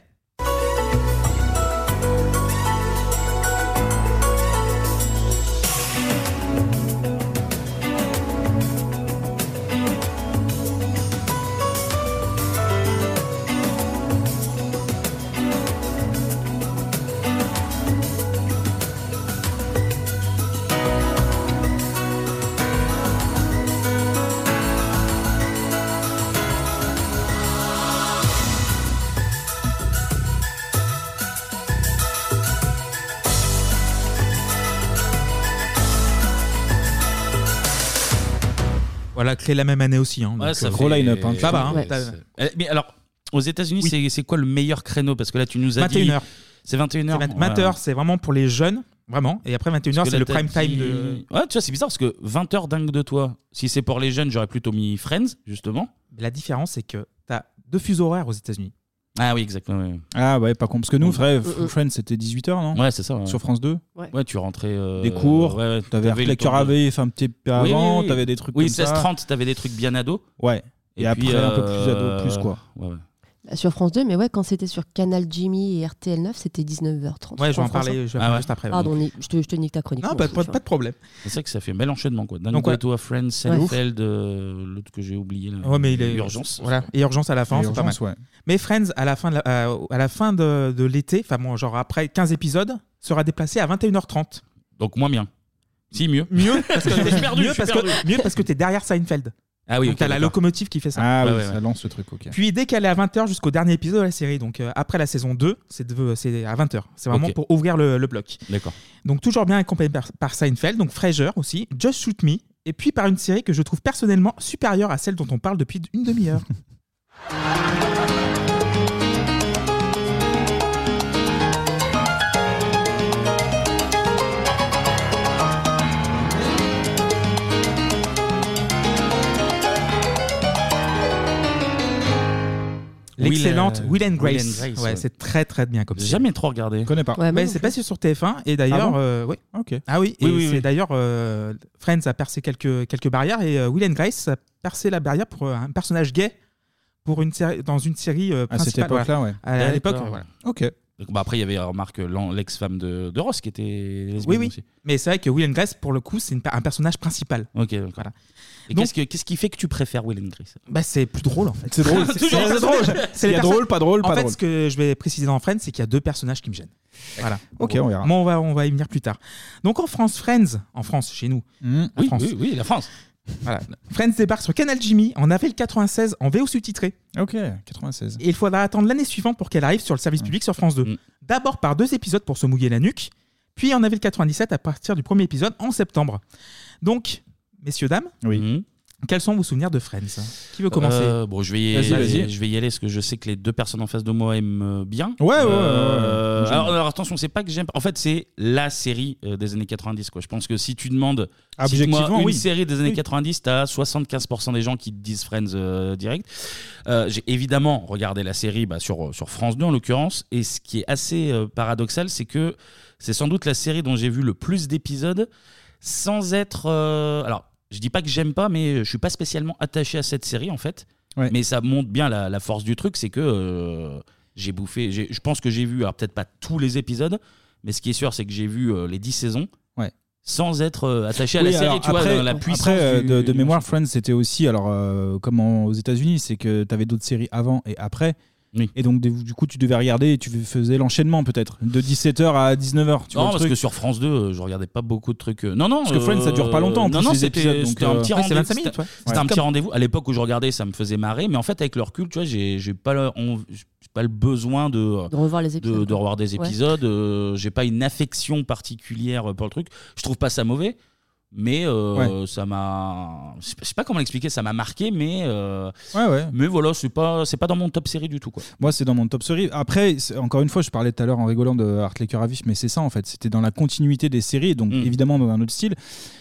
Voilà, créé la même année aussi. Hein, Ouais, donc, ça euh, fait- gros line-up, hein. Ça va. Hein, Ouais. t'as- Euh, Mais alors, aux États-Unis, Oui. c'est, c'est quoi le meilleur créneau? Parce que là, tu nous as vingt et une dit. heures. C'est vingt et une heures. C'est vingt heures, c'est vraiment pour les jeunes, vraiment. Et après vingt et une heures, Parce que c'est là, le t'as prime time dit- de. Ouais, tu vois, c'est bizarre parce que vingt heures dingue de toi. Si c'est pour les jeunes, j'aurais plutôt mis Friends, justement. La différence, c'est que t'as deux fuseaux horaires aux États-Unis. Ah oui, exactement. Ouais, Ah ouais, pas con. Parce que nous, frère, Mm, mm. Friends, c'était dix-huit heures, non ouais c'est ça. Ouais. Sur France deux. Ouais, tu rentrais. euh, Des cours, ouais, ouais, t'avais le lecture temps de- à veille, fait un petit peu Oui, avant, oui, oui. t'avais des trucs Oui, comme ça. seize trente, t'avais des trucs bien ados. Ouais. Et, Et après, puis, un peu plus euh, ado, plus quoi. Ouais, ouais. Bah, sur France deux, mais ouais, quand c'était sur Canal Jimmy et R T L neuf, c'était dix-neuf heures trente. Ouais, je vais en crois, France un. parler, je vais en Ah parler ouais. juste après. Pardon, Nick, je te, je te nique ta chronique. Non, moi pas, aussi, pas- tu pas vois. de problème. C'est ça que ça fait un bel enchaînement, quoi. Dingue Donc, de ouais. toi, Friends, Seinfeld, euh, l'autre que j'ai oublié. Là, Ouais, mais il est Urgence. Voilà, et urgence à la fin, Et c'est pas mal. urgence, ouais. Mais Friends, à la fin de, la- à, à la fin de, de l'été, enfin bon, genre après quinze épisodes, sera déplacé à vingt et une heures trente. Donc moins bien. Si, mieux. Mieux parce que Je t'es suis perdu, mieux je suis parce perdu. que mieux parce que t'es derrière Seinfeld. Ah oui, Donc ok, t'as la d'accord. locomotive qui fait ça. Ah Ouais, oui, ouais, ça ouais. lance le truc, ok. Puis dès qu'elle est à vingt heures jusqu'au dernier épisode de la série, donc euh, après la saison deux, c'est de- c'est à vingt heures. C'est vraiment Ok. pour ouvrir le, le bloc. D'accord. Donc toujours bien accompagné par, par Seinfeld, donc Frasier aussi, Just Shoot Me, et puis par une série que je trouve personnellement supérieure à celle dont on parle depuis une demi-heure. L'excellente Will, euh, and Grace. Will and Grace, ouais, ouais. c'est très très bien comme J'ai série. jamais trop regardé. Je connais pas. Ouais, moi Mais non c'est plus. passé sur T F un et d'ailleurs, Ah bon euh, oui. Ok. Ah oui, et Oui, oui, c'est oui. d'ailleurs euh, Friends a percé quelques quelques barrières et euh, Will and Grace a percé la barrière pour euh, un personnage gay pour une série dans une série euh, À cette principale. époque-là, ouais. voilà. À, à l'époque, D'accord. voilà. Ok. Donc, bah, après, il y avait, remarque, l'an- l'ex-femme de, de Ross qui était lesbienne Oui, oui. aussi. Mais c'est vrai que Will and Grace, pour le coup, c'est une per- un personnage principal. Ok, donc Voilà. Et Donc- qu'est-ce, que, qu'est-ce qui fait que tu préfères Will and Grace? Bah, c'est plus drôle en fait. C'est drôle. C'est- C'est c'est- drôle. c'est Il les y a personnes- drôle, pas drôle, En pas fait, drôle. ce que je vais préciser dans Friends, c'est qu'il y a deux personnages qui me gênent. Voilà. Ok, on verra. Moi, on va, on va y venir plus tard. Donc en France, Friends, en France, chez nous, Mmh. la Oui, France. oui, oui, la France. Voilà. Friends débarque sur Canal Jimmy en avril quatre-vingt-seize en V O sous-titré. Ok, quatre-vingt-seize. Et il faudra attendre l'année suivante pour qu'elle arrive sur le service public sur France deux. Mm. D'abord par deux épisodes pour se mouiller la nuque, puis en avril quatre-vingt-dix-sept à partir du premier épisode en septembre. Donc, messieurs, dames, Oui. Mhm. Quels sont vos souvenirs de Friends? Qui veut commencer? Euh, Bon, je vais, y Vas-y, aller, vas-y. je vais y aller parce que je sais que les deux personnes en face de moi aiment bien. Ouais, ouais, ouais, Euh, ouais. alors, alors, attention, c'est pas que j'aime. En fait, c'est la série euh, des années quatre-vingt-dix. Quoi. Je pense que si tu demandes Objectivement, cite-moi une oui. série des années Oui. quatre-vingt-dix, t'as soixante-quinze pour cent des gens qui te disent Friends euh, direct. Euh, J'ai évidemment regardé la série bah, sur, sur France deux en l'occurrence. Et ce qui est assez euh, paradoxal, c'est que c'est sans doute la série dont j'ai vu le plus d'épisodes sans être. euh, alors, je dis pas que j'aime pas, mais je suis pas spécialement attaché à cette série en fait. Ouais. Mais ça montre bien la, la force du truc, c'est que euh, j'ai bouffé. j'ai- Je pense que j'ai vu, alors peut-être pas tous les épisodes, mais ce qui est sûr, c'est que j'ai vu euh, les dix saisons. Ouais. Sans être euh, attaché à Oui, la série, alors, tu après, vois, dans la puissance. Après, euh, du- de, de du mémoire, Friends, c'était aussi, alors, euh, comme en- aux États-Unis, c'est que tu avais d'autres séries avant et après. Et donc, des- du coup, tu devais regarder et tu faisais l'enchaînement, peut-être, de dix-sept heures à dix-neuf heures. Tu non, vois le parce truc. que sur France deux, euh, je regardais pas beaucoup de trucs. euh, Non, non. Parce que Friends, ça dure pas longtemps, en Non, plus, non, les c'était épisodes, donc, c'était un euh, petit ouais, c'est rendez-vous. vingt-cinq minutes, C'était ouais. c'était Ouais. un petit rendez-vous. À l'époque où je regardais, ça me faisait marrer. Mais en fait, avec le recul, tu vois, j'ai j'ai pas, le- on- j'ai pas le besoin de, De revoir les épisodes, de, de quoi. revoir des Ouais. épisodes. euh, j'ai pas une affection particulière pour le truc. Je trouve pas ça mauvais. Mais euh, ça m'a. Je sais pas- je sais pas comment l'expliquer, ça m'a marqué, mais. euh, Ouais, ouais. Mais voilà, c'est pas, c'est pas dans mon top série du tout. Quoi. Moi, c'est dans mon top série. Après, c'est- encore une fois, je parlais tout à l'heure en rigolant de Art Laker à vif, mais c'est ça en fait. C'était dans la continuité des séries, donc Mm. évidemment dans un autre style.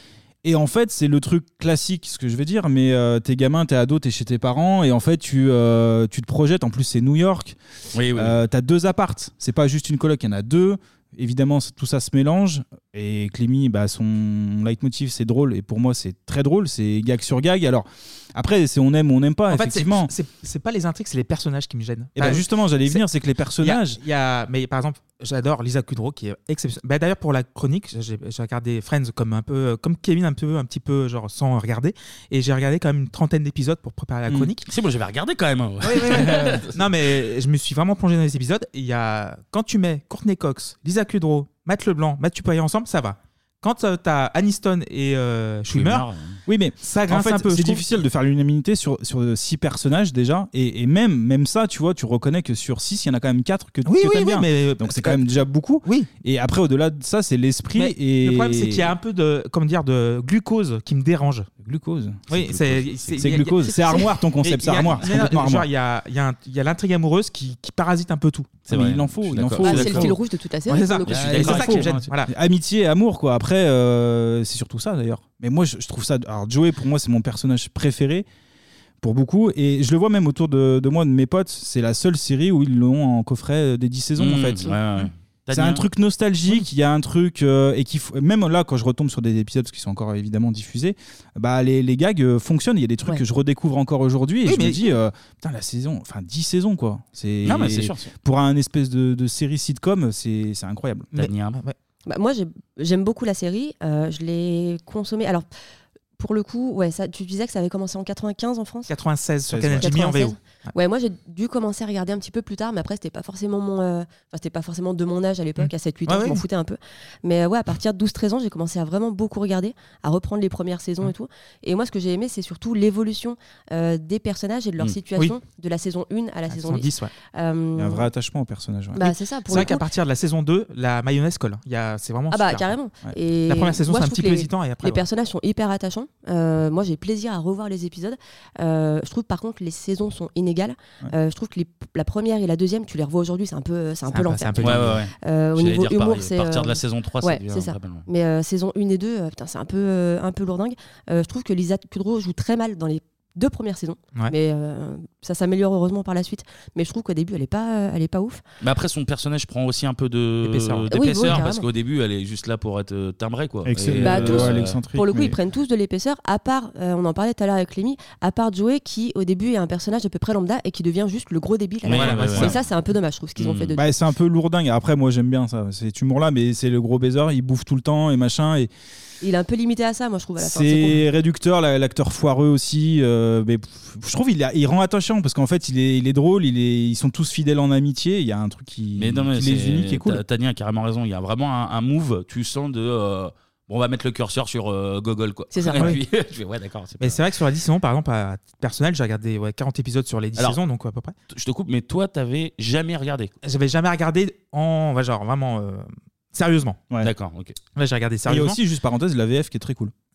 Et en fait, c'est le truc classique, ce que je vais dire, mais euh, t'es gamin, t'es ado, t'es chez tes parents, et en fait, tu, euh, tu te projettes. En plus, c'est New York. Oui, oui. Euh, t'as deux appartes. C'est pas juste une coloc, il y en a deux. Évidemment, c- tout ça se mélange. Et Clémy, bah, son leitmotiv, c'est drôle. Et pour moi, c'est très drôle. C'est gag sur gag. Alors, après, c'est on aime ou on n'aime pas, En fait, c'est- effectivement. c'est c'est pas les intrigues, c'est les personnages qui me gênent. Et bah, justement, j'allais y venir, c'est que les personnages- Il y, a- il y a, mais par exemple, j'adore Lisa Kudrow qui est exceptionnelle. Bah, d'ailleurs, pour la chronique, j'ai j'ai regardé Friends comme un peu, comme Kevin, un peu, un petit peu, genre sans regarder, et j'ai regardé quand même une trentaine d'épisodes pour préparer la Mm. chronique. Si, moi j'avais regardé quand même. hein. Non, mais je me suis vraiment plongé dans les épisodes. Il y a, quand tu mets Courtney Cox, Lisa Kudrow, Matt Leblanc, Mathieu Perrier ensemble, ça va. Quand euh, t'as Aniston et euh, Schumer, Schumer, oui, mais ça grince en fait, un peu. je c'est trouve. difficile de faire l'unanimité sur, sur six personnages déjà. Et, et même, même ça, tu vois, tu reconnais que sur six, il y en a quand même quatre que, Oui, que oui, t'aimes oui, bien. mais- Donc c'est quand même déjà beaucoup. Oui. Et après, au-delà de ça, c'est l'esprit. Mais Et le problème, c'est qu'il y a un peu de, comment dire, de glucose qui me dérange. Glucose. Oui, C'est c'est glucose. c'est- C'est il y a- glucose. il y a- C'est armoire, ton concept, il y a- c'est armoire. non, C'est non, complètement genre, armoire. il y a, il y a un- il y a l'intrigue amoureuse qui, qui parasite un peu tout. C'est vrai, il en faut, je suis il en d'accord. faut. Bah, je suis c'est le d'accord. fil rouge de toute la série. Ouais, c'est ça. pour le coup. Je suis d'accord. C'est ça qui me gêne. Voilà. Amitié et amour, quoi. Après, euh, c'est surtout ça d'ailleurs. Mais moi, je, je trouve ça. Alors, Joey, pour moi, c'est mon personnage préféré pour beaucoup. Et je le vois même autour de, de moi, de mes potes. C'est la seule série où ils l'ont en coffret des dix saisons, en Mmh, fait. ouais, ouais. T'as C'est dit un un- truc nostalgique, il y a un truc. euh, et qui f- même là, quand je retombe sur des épisodes qui sont encore évidemment diffusés, bah, les, les gags euh, fonctionnent. Il y a des trucs Ouais. que je redécouvre encore aujourd'hui. Et Oui, je mais- me dis, euh, putain, la saison, enfin dix saisons, quoi. C'est, Non, mais c'est sûr, c'est- Pour un espèce de, de série sitcom, c'est, c'est incroyable. T'as dit un- Bah, moi, j'ai- j'aime beaucoup la série. Euh, je l'ai consommée. Alors, pour le coup, ouais, ça, tu disais que ça avait commencé en quatre-vingt-quinze en France. quatre-vingt-seize sur Ouais. Canal Jimmy en V O. quatre-vingt-seize. Ouais, moi j'ai dû commencer à regarder un petit peu plus tard, mais après c'était pas forcément mon, euh, enfin c'était pas forcément de mon âge à l'époque, Mmh. à sept huit Ouais, ans, je ouais. m'en foutais un peu. Mais euh, ouais, à partir de douze treize ans, j'ai commencé à vraiment beaucoup regarder, à reprendre les premières saisons Mmh. et tout. Et moi, ce que j'ai aimé, c'est surtout l'évolution euh, des personnages et de leur Mmh. situation, Oui. de la saison un à la saison dix. dix, ouais. Euh, Il y a un vrai attachement au personnage. ouais. Bah, c'est ça, pour C'est le vrai qu'à coup. partir de la saison deux, la mayonnaise colle. Il y a- C'est vraiment Ah bah super. carrément. Ouais. Et La première saison, moi, c'est un je petit trouve peu que les- hésitant et après. Les ouais. personnages sont hyper attachants. Euh, moi, j'ai plaisir à revoir les épisodes. Euh, je trouve par contre les saisons sont inégales. Ouais. Euh, je trouve que les- la première et la deuxième, tu les revois aujourd'hui, c'est un peu, c'est un C'est peu un peu- l'enfer. c'est un peu tu vois. Ouais, ouais, ouais. Euh, au J'allais niveau dire humour, pareil, c'est à partir de euh, la saison trois, ça ouais, devient c'est ça. vraiment loin. Mais euh, saison un et deux, euh, putain, c'est un peu, euh, un peu lourdingue. Euh, je trouve que Lisa Kudrow joue très mal dans les deux premières saisons, Ouais. mais euh, ça s'améliore heureusement par la suite. Mais je trouve qu'au début, elle est pas, euh, elle est pas ouf. Mais après, son personnage prend aussi un peu de D'épaisseur. Oui, oui, d'épaisseur, parce carrément. qu'au début, elle est juste là pour être euh, timbrée, quoi. Excellent. Et, Bah, tous. Ouais, l'excentrique, Pour le coup, mais- ils prennent tous de l'épaisseur, à part, euh, on en parlait tout à l'heure avec Clémy, à part Joey qui au début est un personnage à peu près lambda et qui devient juste le gros débile. à la Ouais, fin. ouais, ouais, Et ouais. ça, c'est un peu dommage, je trouve, ce qu'ils ont Mm. fait de. Bah, c'est un peu lourdingue. Après, moi, j'aime bien ça. Cet humour-là, mais c'est le gros baiser. Il bouffe tout le temps et machin. Et Il est un peu limité à ça, moi, je trouve, à la fin. c'est réducteur. la- L'acteur foireux aussi. euh, mais pff, je trouve il, a- il rend attachant parce qu'en fait, il est, il est drôle. Il est, ils sont tous fidèles en amitié. Il y a un truc qui, Mais non, mais qui les c'est- unit qui est cool. t'as- Tania a carrément raison. Il y a vraiment un, un move, tu sens de. euh, bon, on va mettre le curseur sur euh, Gogol, quoi. C'est ça. Et Ouais. puis, je fais, ouais, d'accord. c'est Mais pas- c'est vrai que sur la dix saisons, par exemple, à titre personnel, j'ai regardé ouais, quarante épisodes sur les dix Alors, saisons, donc à peu près. Je te coupe, mais toi, t'avais jamais regardé. J'avais jamais regardé en. ouais, genre vraiment. euh, Sérieusement. Ouais. D'accord, ok. Là, j'ai regardé Et il y a sérieusement. aussi, juste parenthèse, la V F qui est très cool.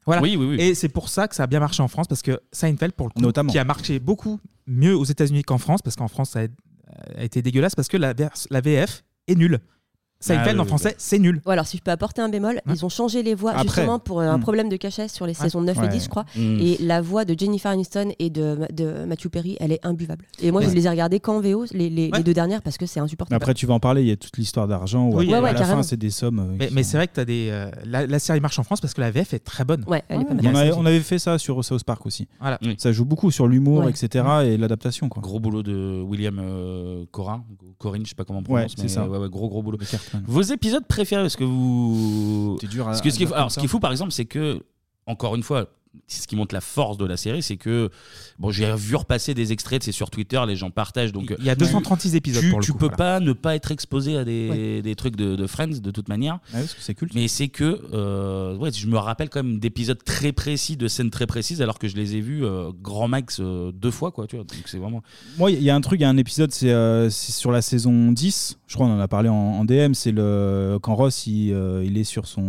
Voilà. Oui, oui, oui. Et c'est pour ça que ça a bien marché en France, parce que Seinfeld, pour le coup, Notamment. qui a marché beaucoup mieux aux États-Unis qu'en France, parce qu'en France, ça a, a été dégueulasse, parce que la, vers- la V F est nulle. Seinfeld Ah, oui, en oui, français, c'est nul. Ouais, alors si je peux apporter un bémol, ils ont changé les voix Après. justement pour euh, un Mm. problème de cachet sur les Ouais. saisons neuf Ouais. et dix, je crois. Mm. Et la voix de Jennifer Aniston et de, de Matthew Perry, elle est imbuvable. Et moi, Ouais. je les ai regardées qu'en V O, les, les, les deux dernières, parce que c'est insupportable. Après, tu vas en parler, il y a toute l'histoire d'argent. Où Oui, à ouais, la carrément. fin, c'est des sommes. euh, Mais, qui mais sont- c'est vrai que t'as des, euh, la, la série marche en France parce que la V F est très bonne. Ouais, elle est pas mal. on, avait, on avait fait ça sur South Park aussi. Voilà. Oui. Ça joue beaucoup sur l'humour, Ouais. et cetera et l'adaptation. Quoi. Gros boulot de William euh, Corin, Corinne, je sais pas comment on Ouais, prononce, c'est mais ça. ouais, ouais, gros gros boulot. Cartman. Vos épisodes préférés, est-ce que vous C'est dur à- Parce que ce qui est, à dire alors, comme ce ça. qui est fou, par exemple, c'est que encore une fois, c'est ce qui montre la force de la série, c'est que bon, j'ai vu repasser des extraits, c'est sur Twitter, les gens partagent. Donc Il y a deux cent trente-six épisodes Tu, pour le tu coup, peux voilà. pas ne pas être exposé à des, Ouais. des trucs de, de Friends de toute manière. Ouais, parce que c'est culte. Mais c'est que euh, ouais, je me rappelle quand même d'épisodes très précis, de scènes très précises, alors que je les ai vus euh, grand max euh, deux fois, quoi. Tu vois, donc c'est vraiment. Moi, il y a un truc, il y a un épisode, c'est euh, c'est sur la saison dix. Je crois qu'on en a parlé en, en D M. C'est le quand Ross il, euh, il est sur son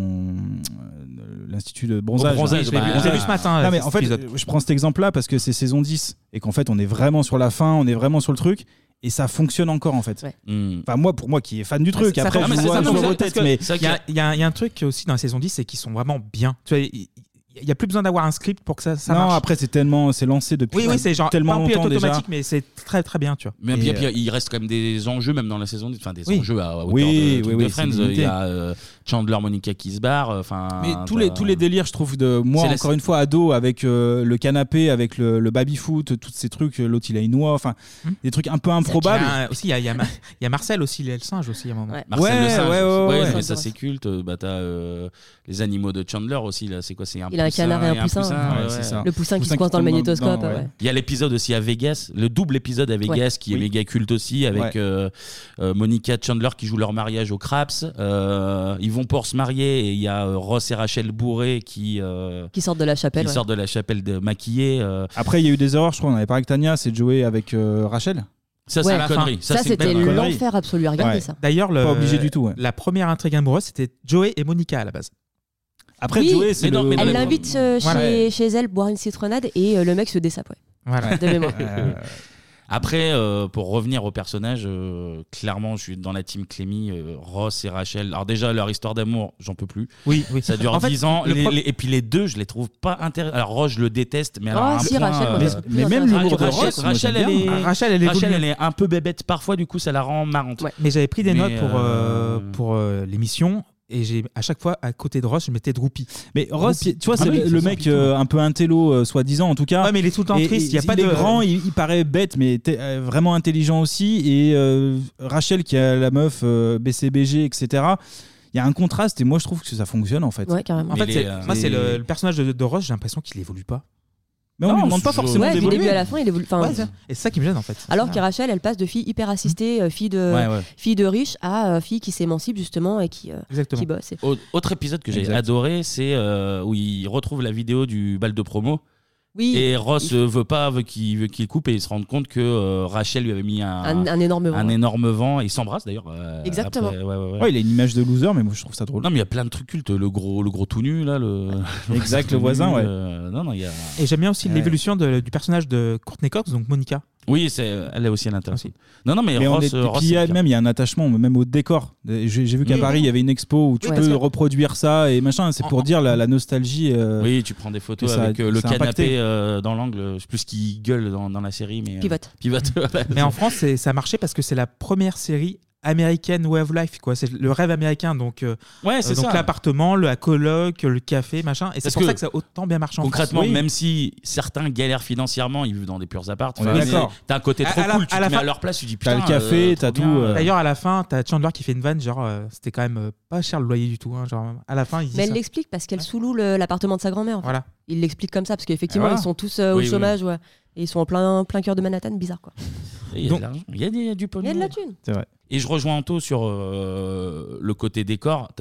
euh, l'institut de bronzage. Au bronzage, Je l'ai bah, vu- on l'a ouais. vu ce matin, Non, mais cet en fait, épisode. je prends cet exemple-là parce que c'est saison dix et qu'en fait, on est vraiment sur la fin, on est vraiment sur le truc. Et ça fonctionne encore en fait. Mm. Enfin moi, pour moi qui est fan du truc, Ça après fait- je mais vois, c'est ça, je non, vois mais vos parce têtes, que mais il y, a- il y a- il y a un truc aussi dans la saison dix, c'est qu'ils sont vraiment bien. Tu vois, il il y a plus besoin d'avoir un script pour que ça, ça non, marche. après c'est tellement, c'est lancé depuis Oui, oui, c'est genre tellement pas en pilote longtemps déjà. automatique, mais c'est très très bien, tu vois. Mais Et, puis, puis, euh, il reste quand même des enjeux, même dans la saison, enfin des Oui. enjeux à, à hauteur Oui, de, oui, trucs oui, de c'est Friends. Il limité. y a euh, Chandler, Monica qui se barre. Enfin. Mais tous les, tous les délires, je trouve, de moi, C'est la- encore une fois, ado, avec euh, le canapé, avec le, le baby-foot, tous ces trucs, l'autre il a une oie, enfin, Hmm. des trucs un peu improbables. Il y a- aussi, il y a, il y a Ma- il y a Marcel aussi, il est le singe aussi à un moment. Marcel Ouais, le singe. ouais, ouais, ouais, mais ouais. ça c'est culte. Bah t'as euh, les animaux de Chandler aussi là. C'est quoi? C'est un Il a un poussin canard et un poussin. Ouais, ouais, c'est ouais. ça. Le poussin qui Poussin se coince qui dans le tombe magnétoscope. dedans, ouais. ouais. Il y a l'épisode aussi à Vegas, le double épisode à Vegas Ouais. qui est Oui. méga culte aussi, avec Ouais. euh, euh, Monica et Chandler qui jouent leur mariage au Craps. Euh, ils vont pour se marier et il y a euh, Ross et Rachel bourrés qui, euh, Qui sortent de la chapelle. qui ouais. sortent de la chapelle de maquillés. euh. Après, il y a eu des erreurs, je crois, on avait parlé avec Tania, c'est de jouer avec euh, Rachel. Ça, Ouais. c'est À une la connerie. Ça, c'est une c'était connerie. l'enfer absolu. Regardez Ouais. ça. D'ailleurs, le- Pas obligé du tout, ouais. la première intrigue amoureuse, c'était Joey et Monica à la base. Après, Oui, Joey, c'est mais non, le- mais non, Elle mais- l'invite euh, Voilà. chez, chez elle boire une citronnade et euh, le mec se dessape. Ouais. Voilà. De mémoire. Euh, Après, euh, pour revenir au personnage, euh, clairement, je suis dans la team Clémy, euh, Ross et Rachel. Alors déjà, leur histoire d'amour, j'en peux plus. Oui, oui. Ça dure En fait, dix ans. le Les- pro- les- et puis les deux, je les trouve pas intéressants. Alors Ross, je le déteste, mais alors Oh, à un si, point, Rachel, moi, euh, je trouve plus mais même intéressant. l'humour de Rachel, Ross, moi, Rachel, j'aime elle bien. est, Ah, Rachel, elle est Rachel, voulue. elle est un peu bébête parfois, du coup, ça la rend marrante. Ouais. Mais j'avais pris des Mais, notes pour, euh, euh, pour euh, l'émission. Et j'ai à chaque fois à côté de Ross, je mettais Droopy. Mais Ross, Droopy. tu vois, Ah c'est oui, le, c'est le ça, mec plutôt. euh, un peu intello, euh, soi-disant en tout cas. Ouais, mais il est tout le temps Et- triste. Il y a et pas il de est grand, il, il paraît bête, mais t'es, euh, vraiment intelligent aussi. Et euh, Rachel, qui a la meuf euh, B C B G, et cetera. Il y a un contraste et moi je trouve que ça fonctionne en fait. Ouais, carrément. En Mais fait, les, c'est- euh, moi, c'est les- le, le personnage de, de Ross, j'ai l'impression qu'il évolue pas. Mais on Non, lui demande pas je- forcément Ouais, du d'évoluer. début à la fin, il évolue. Enfin, Ouais, c'est- et c'est ça qui me gêne en fait. alors C'est que ça. Rachel, elle passe de fille hyper assistée, euh, fille de, Ouais, ouais. fille de riche, à euh, fille qui s'émancipe justement et qui, euh, Exactement. qui bosse. Et- Au- Autre épisode que j'ai Exact. adoré, c'est euh, où il retrouve la vidéo du bal de promo. Oui, Et Ross il- euh, veut pas, veut qu'il veut qu'il coupe et il se rend compte que euh, Rachel lui avait mis un, un, un énorme vent. un ouais. énorme vent. Et ils s'embrassent d'ailleurs. euh, Exactement. après, ouais, ouais, ouais. Ouais, il a une image de loser, mais moi je trouve ça drôle. Non, mais il y a plein de trucs cultes. Le gros, le gros tout nu, là. Le... Exact, tout le voisin, nu, ouais. euh, Non, non, il y a. Et j'aime bien aussi Ouais. l'évolution de- du personnage de Courtney Cox, donc Monica. Oui, c'est, elle est aussi à l'intérieur. Non, non, mais, Mais on Ross, est- et Ross, puis il y a c'est bien. même il y a un attachement même au décor. J'ai j'ai vu qu'à Oui. Paris il y avait une expo où tu Oui, peux parce que- reproduire ça et machin. C'est pour dire la, la nostalgie. euh, Oui, tu prends des photos et ça- avec euh, le ça a impacté. canapé euh, dans l'angle. Je sais plus ce qu'il gueule dans, dans la série, mais. euh, Pivote. Pivote. voilà. Mais en France, c'est- ça a marché parce que c'est la première série américaine way of life, quoi. C'est le rêve américain, donc. euh, Ouais, c'est euh, donc ça. l'appartement, le la coloc, le café, machin. Et c'est Parce pour que ça que ça a autant bien marché en Concrètement, France. Oui. même si certains galèrent financièrement, ils vivent dans des purs apparts. On est Enfin, d'accord. T'as un côté trop À- à la- cool, tu à te la mets fin- à leur place, tu dis T'as putain. le café, euh, t'as trop tout, bien. euh, D'ailleurs, à la fin, t'as Chandler qui fait une vanne, genre, euh, c'était quand même euh, pas cher le loyer du tout. Hein, genre, à la fin, il dit Mais elle ça. l'explique parce qu'elle sous-loue le- l'appartement de sa grand-mère. en fait. Voilà. Il l'explique comme ça parce qu'effectivement, Ah, voilà. ils sont tous euh, Oui, au oui. chômage. Ouais. Et ils sont en plein, plein cœur de Manhattan, bizarre quoi. Et Il y a Donc- de l'argent. Il y a, des- il y a du Il pognon. y a de la thune. C'est vrai. Et je rejoins Anto sur euh, le côté décor. T'as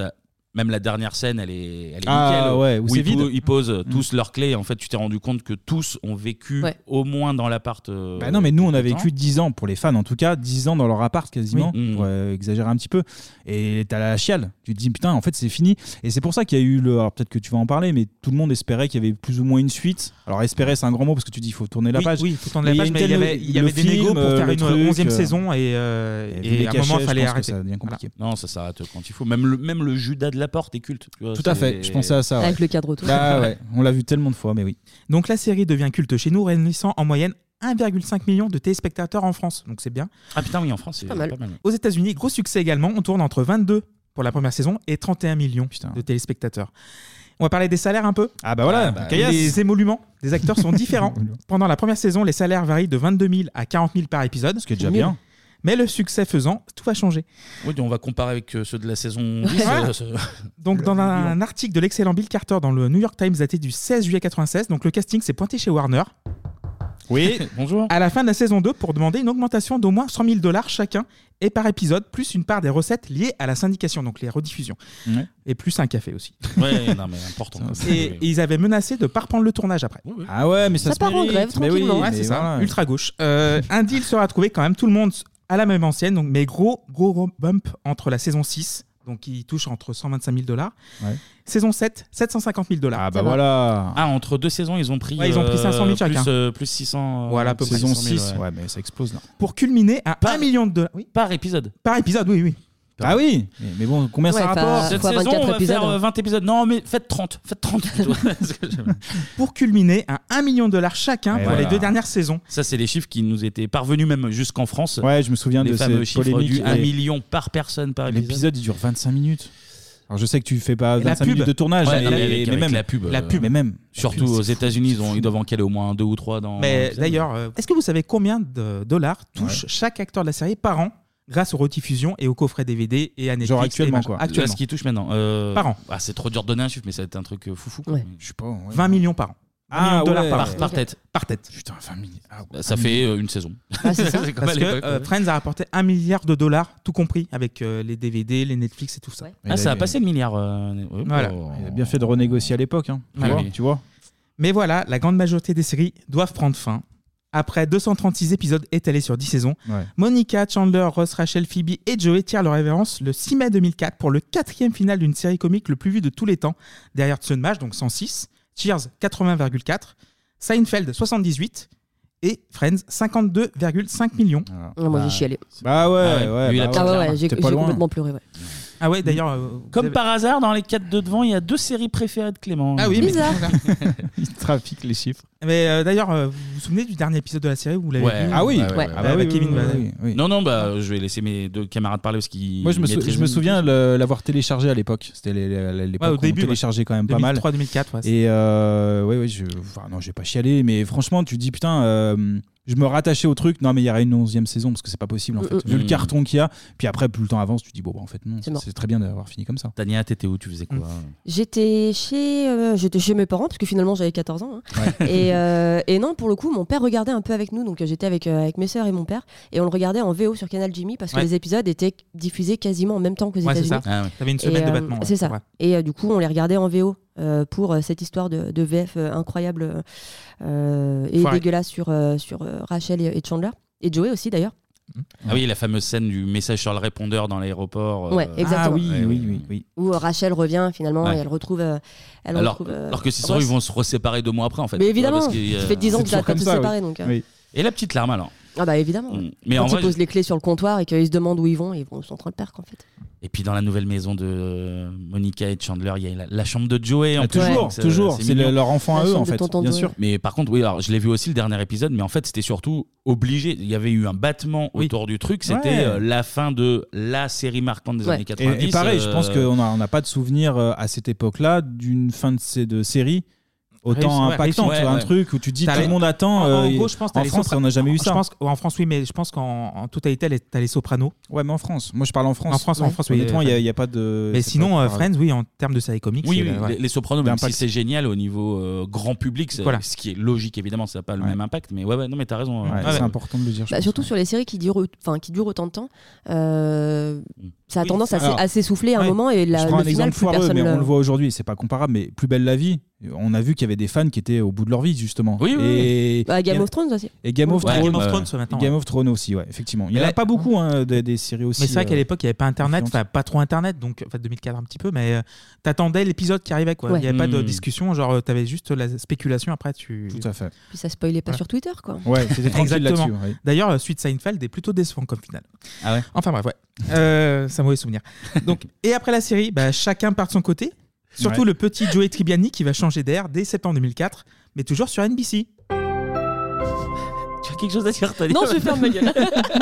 Même la dernière scène, elle est, elle est Ah, nickel. ouais, où c'est ils, po- vide. ils posent Mm. tous leurs clés. En fait, tu t'es rendu compte que tous ont vécu Ouais. au moins dans l'appart. euh, Bah non, mais nous, on a tout le vécu temps. dix ans, pour les fans en tout cas, dix ans dans leur appart quasiment, Oui. pour euh, exagérer un petit peu. Et t'as la chiale. Tu te dis, putain, en fait, c'est fini. Et c'est pour ça qu'il y a eu le. Alors peut-être que tu vas en parler, mais tout le monde espérait qu'il y avait plus ou moins une suite. Alors, espérer, c'est un grand mot parce que tu dis, il faut tourner la Oui, page. oui, il faut tourner la page, une mais il y telle- avait, il y le avait des film, négos pour euh, faire le une truc, onzième euh, saison et, euh, et et les à un cachets, moment, il je fallait pense que arrêter. ça devient compliqué. Non, ça s'arrête quand il faut. Même le, même le Judas de la Porte est culte. tu vois, Tout à c'est- fait, je pensais à ça. ouais. Avec le cadre autour. Bah ouais, on l'a vu tellement de fois, mais oui. Donc la série devient culte chez nous, réunissant en moyenne un virgule cinq million de téléspectateurs en France. Donc c'est bien. Ah putain, oui, en France, c'est Pas mal. pas mal. Aux États-Unis, gros succès également. On tourne entre vingt-deux pour la première saison et trente et un millions de téléspectateurs. On va parler des salaires un peu. Ah bah voilà, Ah bah, caillasse. les émoluments des acteurs sont différents. Pendant la première saison, les salaires varient de vingt-deux mille à quarante mille par épisode. Ce qui est déjà bien. Mais le succès faisant, tout va changer. Oui, on va comparer avec euh, ceux de la saison dix. Voilà. euh, ce- Donc, dans un, un article de l'excellent Bill Carter dans le New York Times daté du seize juillet quatre-vingt-seize, donc le casting s'est pointé chez Warner. Oui, bonjour. À la fin de la saison deux pour demander une augmentation d'au moins cent mille dollars chacun et par épisode, plus une part des recettes liées à la syndication, donc les rediffusions. Ouais. Et plus un café aussi. Ouais, non, mais important. Et, et ils avaient menacé de ne pas reprendre le tournage après. Ah ouais, mais ça, Ça se part en mérite. grève, Mais oui, tranquillement. Ouais, mais c'est ça, voilà. ultra gauche. Euh, un deal sera trouvé quand même, tout le monde à la même ancienne, donc, mais gros, gros, gros bump entre la saison six, donc qui touche entre cent vingt-cinq mille dollars, Ouais. saison sept, sept cent cinquante mille dollars. Ah bah voilà. Ah, entre deux saisons, ils ont pris. Ouais, ils ont pris euh, cinq cent mille plus, chacun. euh, plus six cents. euh, Voilà, à peu près. Saison six cent mille, six, ouais. ouais, mais ça explose là. Pour culminer à un million de dollars. Oui. Par épisode. Par épisode, oui, oui. Ah oui, mais, mais bon, combien Ouais, ça pas- rapporte Cette faut saison, vingt-quatre on va épisodes, faire euh, hein. vingt épisodes. Non, mais faites trente. Faites trente plutôt. Pour culminer à un million de dollars chacun Et pour voilà. les deux dernières saisons. Ça, c'est les chiffres qui nous étaient parvenus même jusqu'en France. Ouais, je me souviens les de fameux ces chiffres polémiques. du un Ouais. million par personne par épisode. L'épisode, il dure vingt-cinq minutes. Alors je sais que tu fais pas Et la vingt-cinq pub. minutes de tournage, Ouais, mais, non, mais avec- mais avec même la pub, la euh, pub, mais même. Surtout aux États-Unis, ils, ont- ils doivent en caler au moins deux ou trois dans. Mais dans l'épisode. d'ailleurs, euh, est-ce que vous savez combien de dollars touche chaque acteur de la série par an grâce aux rediffusions et aux coffrets D V D et à Netflix Genre et actuellement, machin. quoi. Là, Actuellement. ce qui touche maintenant. euh, Par an. Ah, c'est trop dur de donner un chiffre, mais ça va être un truc euh, foufou. quoi. Ouais. Je sais pas. ouais. vingt millions par an. vingt Ah, millions de dollars ouais. par, Par, an. par tête. Par tête. Putain, vingt mille. Ah, Bah, ça fait euh, une saison. Ah, c'est ça. comme Parce à que l'époque, euh, ouais. Friends a rapporté un milliard de dollars, tout compris, avec euh, les D V D, les Netflix et tout ça. Ouais. Ah, ça a passé le milliard. euh, ouais, Voilà. bon. Il a bien fait de renégocier à l'époque, hein. Tu Ouais, vois, oui. tu vois. Mais voilà, la grande majorité des séries doivent prendre fin. Après deux cent trente-six épisodes étalés sur dix saisons, Ouais. Monica, Chandler, Ross, Rachel, Phoebe et Joey tirent leur révérence le six mai deux mille quatre pour le quatrième final d'une série comique le plus vue de tous les temps, derrière Tsunmash, donc cent six, Cheers quatre-vingts virgule quatre, Seinfeld soixante-dix-huit et Friends cinquante-deux virgule cinq millions. Voilà. Ah, moi, Bah, j'ai chialé. Bah ouais, Ah ouais. ouais. Lui, il a bah pas Ah ouais. ouais, clairement. ouais, j'ai T'es j'ai pas loin. complètement pleuré. Ouais. Ah ouais, d'ailleurs. euh, vous Comme avez- par hasard, dans les quatre de devant, il y a deux séries préférées de Clément. Ah oui, mais. Bizarre. Il trafique les chiffres. Mais euh, d'ailleurs, euh, vous vous souvenez du dernier épisode de la série où vous l'avez Ouais. vu Ah oui. Ouais, ouais, ouais. Ah bah Avec oui, Kevin oui, Bacon. oui, oui. Non, non, bah, je vais laisser mes deux camarades parler parce qu'ils. Moi, je me, sou- maîtrisent je me mieux. souviens le- l'avoir téléchargé à l'époque. C'était les- les- l'époque Ouais, au où on début, téléchargeait quand même pas deux mille mal. trois deux mille quatre, ouais. Et euh, ouais, ouais, je, enfin, non, j'ai pas chialé, mais franchement, tu te dis putain, euh, je me rattachais au truc. Non, mais il y aurait une onzième saison parce que c'est pas possible en fait. Mm, Vu le mm. carton qu'il y a, puis après, plus le temps avance, tu te dis bon, bah, en fait, non, C'est c'est mort. c'est très bien d'avoir fini comme ça. Tania, t'étais où? Tu faisais quoi? J'étais chez, euh, j'étais chez mes parents parce que finalement j'avais quatorze ans. hein. Et, euh, et non, pour le coup, mon père regardait un peu avec nous. Donc euh, j'étais avec, euh, avec mes sœurs et mon père. Et on le regardait en V O sur Canal Jimmy parce que Ouais. les épisodes étaient diffusés quasiment en même temps qu'aux Ouais, c'est États-Unis. ça. Ah, ouais. T'avais une Et, semaine de euh, battement. ouais, c'est ça. vrai. Et euh, du coup, on les regardait en V O euh, pour euh, cette histoire de, de V F euh, incroyable euh, et Foiré. dégueulasse sur, euh, sur euh, Rachel et, et Chandler. Et Joey aussi d'ailleurs. Ah oui, la fameuse scène du message sur le répondeur dans l'aéroport. euh, Ouais, exactement. Ah oui, Ouais, oui, ouais, oui, oui. Où euh, Rachel revient finalement Ouais. et elle retrouve. euh, elle Alors, retrouve euh, alors que c'est sûr, Ross. ils vont se reséparer deux mois après en fait. Mais évidemment, Parce qu'il y a- ça fait dix ans c'est que j'arrête pas de toujours se comme ça, séparer. Donc, euh, Oui. Et la petite larme alors. Ah bah évidemment. Mm. Mais Quand en ils vrai, posent les clés sur le comptoir et qu'ils se demandent où ils vont, ils vont sont en train de perdre en fait. et puis dans la nouvelle maison de euh, Monica et Chandler, il y a la, la chambre de Joey. En Ah, plus, toujours, donc ça- toujours. C'est mignon. le- leur enfant La à eux chambre en de fait, tonton bien Joey. sûr. Mais par contre, oui, alors je l'ai vu aussi le dernier épisode, mais en fait c'était surtout obligé. Il y avait eu un battement Oui. autour du truc. C'était Ouais. euh, la fin de la série marquante des Ouais. années Et, quatre-vingt-dix. et pareil, je euh, pense qu'on n'a on n'a pas de souvenir euh, à cette époque-là d'une fin de, sé- de série autant Ouais, impactant, ouais, tu vois, ouais. un truc où tu te dis T'as tout le les- monde attend. En, euh, en et- gros, je pense que t'as en les France, Sopra- on n'a jamais eu je ça. pense, en France, oui, mais je pense qu'en en totalité, les- t'as les Sopranos. Ouais, mais en France. Moi, je parle en France. En France, en France, oui. Honnêtement, il n'y a, il y a pas de. Mais c'est sinon, pas euh, comparable. Friends, oui, en termes de série comique, Oui, c'est oui, le- ouais. les, les Sopranos, même si D'impact. c'est génial au niveau euh, grand public, c'est- Voilà. ce qui est logique évidemment, ça n'a pas le Ouais. même impact. Mais ouais, ouais, non, mais t'as raison. Ouais, euh, c'est important de le dire. je Bah, pense. surtout sur les séries qui durent, enfin, qui durent autant de temps, euh, ça a Oui, tendance à, s'e- alors, à s'essouffler à un ouais. moment et la, je prends le un final, exemple plus foireux, personne mais le- on le voit aujourd'hui, c'est pas comparable, mais Plus belle la vie, on a vu qu'il y avait des fans qui étaient au bout de leur vie, justement. Oui, oui, et, Bah, Game et- of Thrones aussi. Et Game of Ouais, Thrones. Game of euh, Thrones, maintenant, Game ouais. of Thrones aussi, ouais, effectivement. Il n'y Mais en a là- pas beaucoup, hein, des, des séries aussi. Mais c'est vrai qu'à euh, l'époque, il n'y avait pas Internet, influentes. enfin pas trop Internet, donc en fait deux mille quatre un petit peu, mais euh, t'attendais l'épisode qui arrivait, quoi. Il Ouais. n'y avait pas de Mm. discussion, genre euh, t'avais juste la spéculation, après tu. Tout à fait. Puis ça spoilait pas Voilà. sur Twitter, quoi. Ouais, c'était tranquille Exactement. là-dessus. ouais. D'ailleurs, euh, suite Seinfeld est plutôt décevant comme finale. Ah ouais. Enfin bref, ouais. Euh, c'est un mauvais souvenir. Donc, et après la série, bah, chacun part de son côté. Surtout Ouais. le petit Joey Tribbiani qui va changer d'air dès septembre deux mille quatre, mais toujours sur N B C. Tu as quelque chose à dire, t'as dit Non, je ferme ma gueule.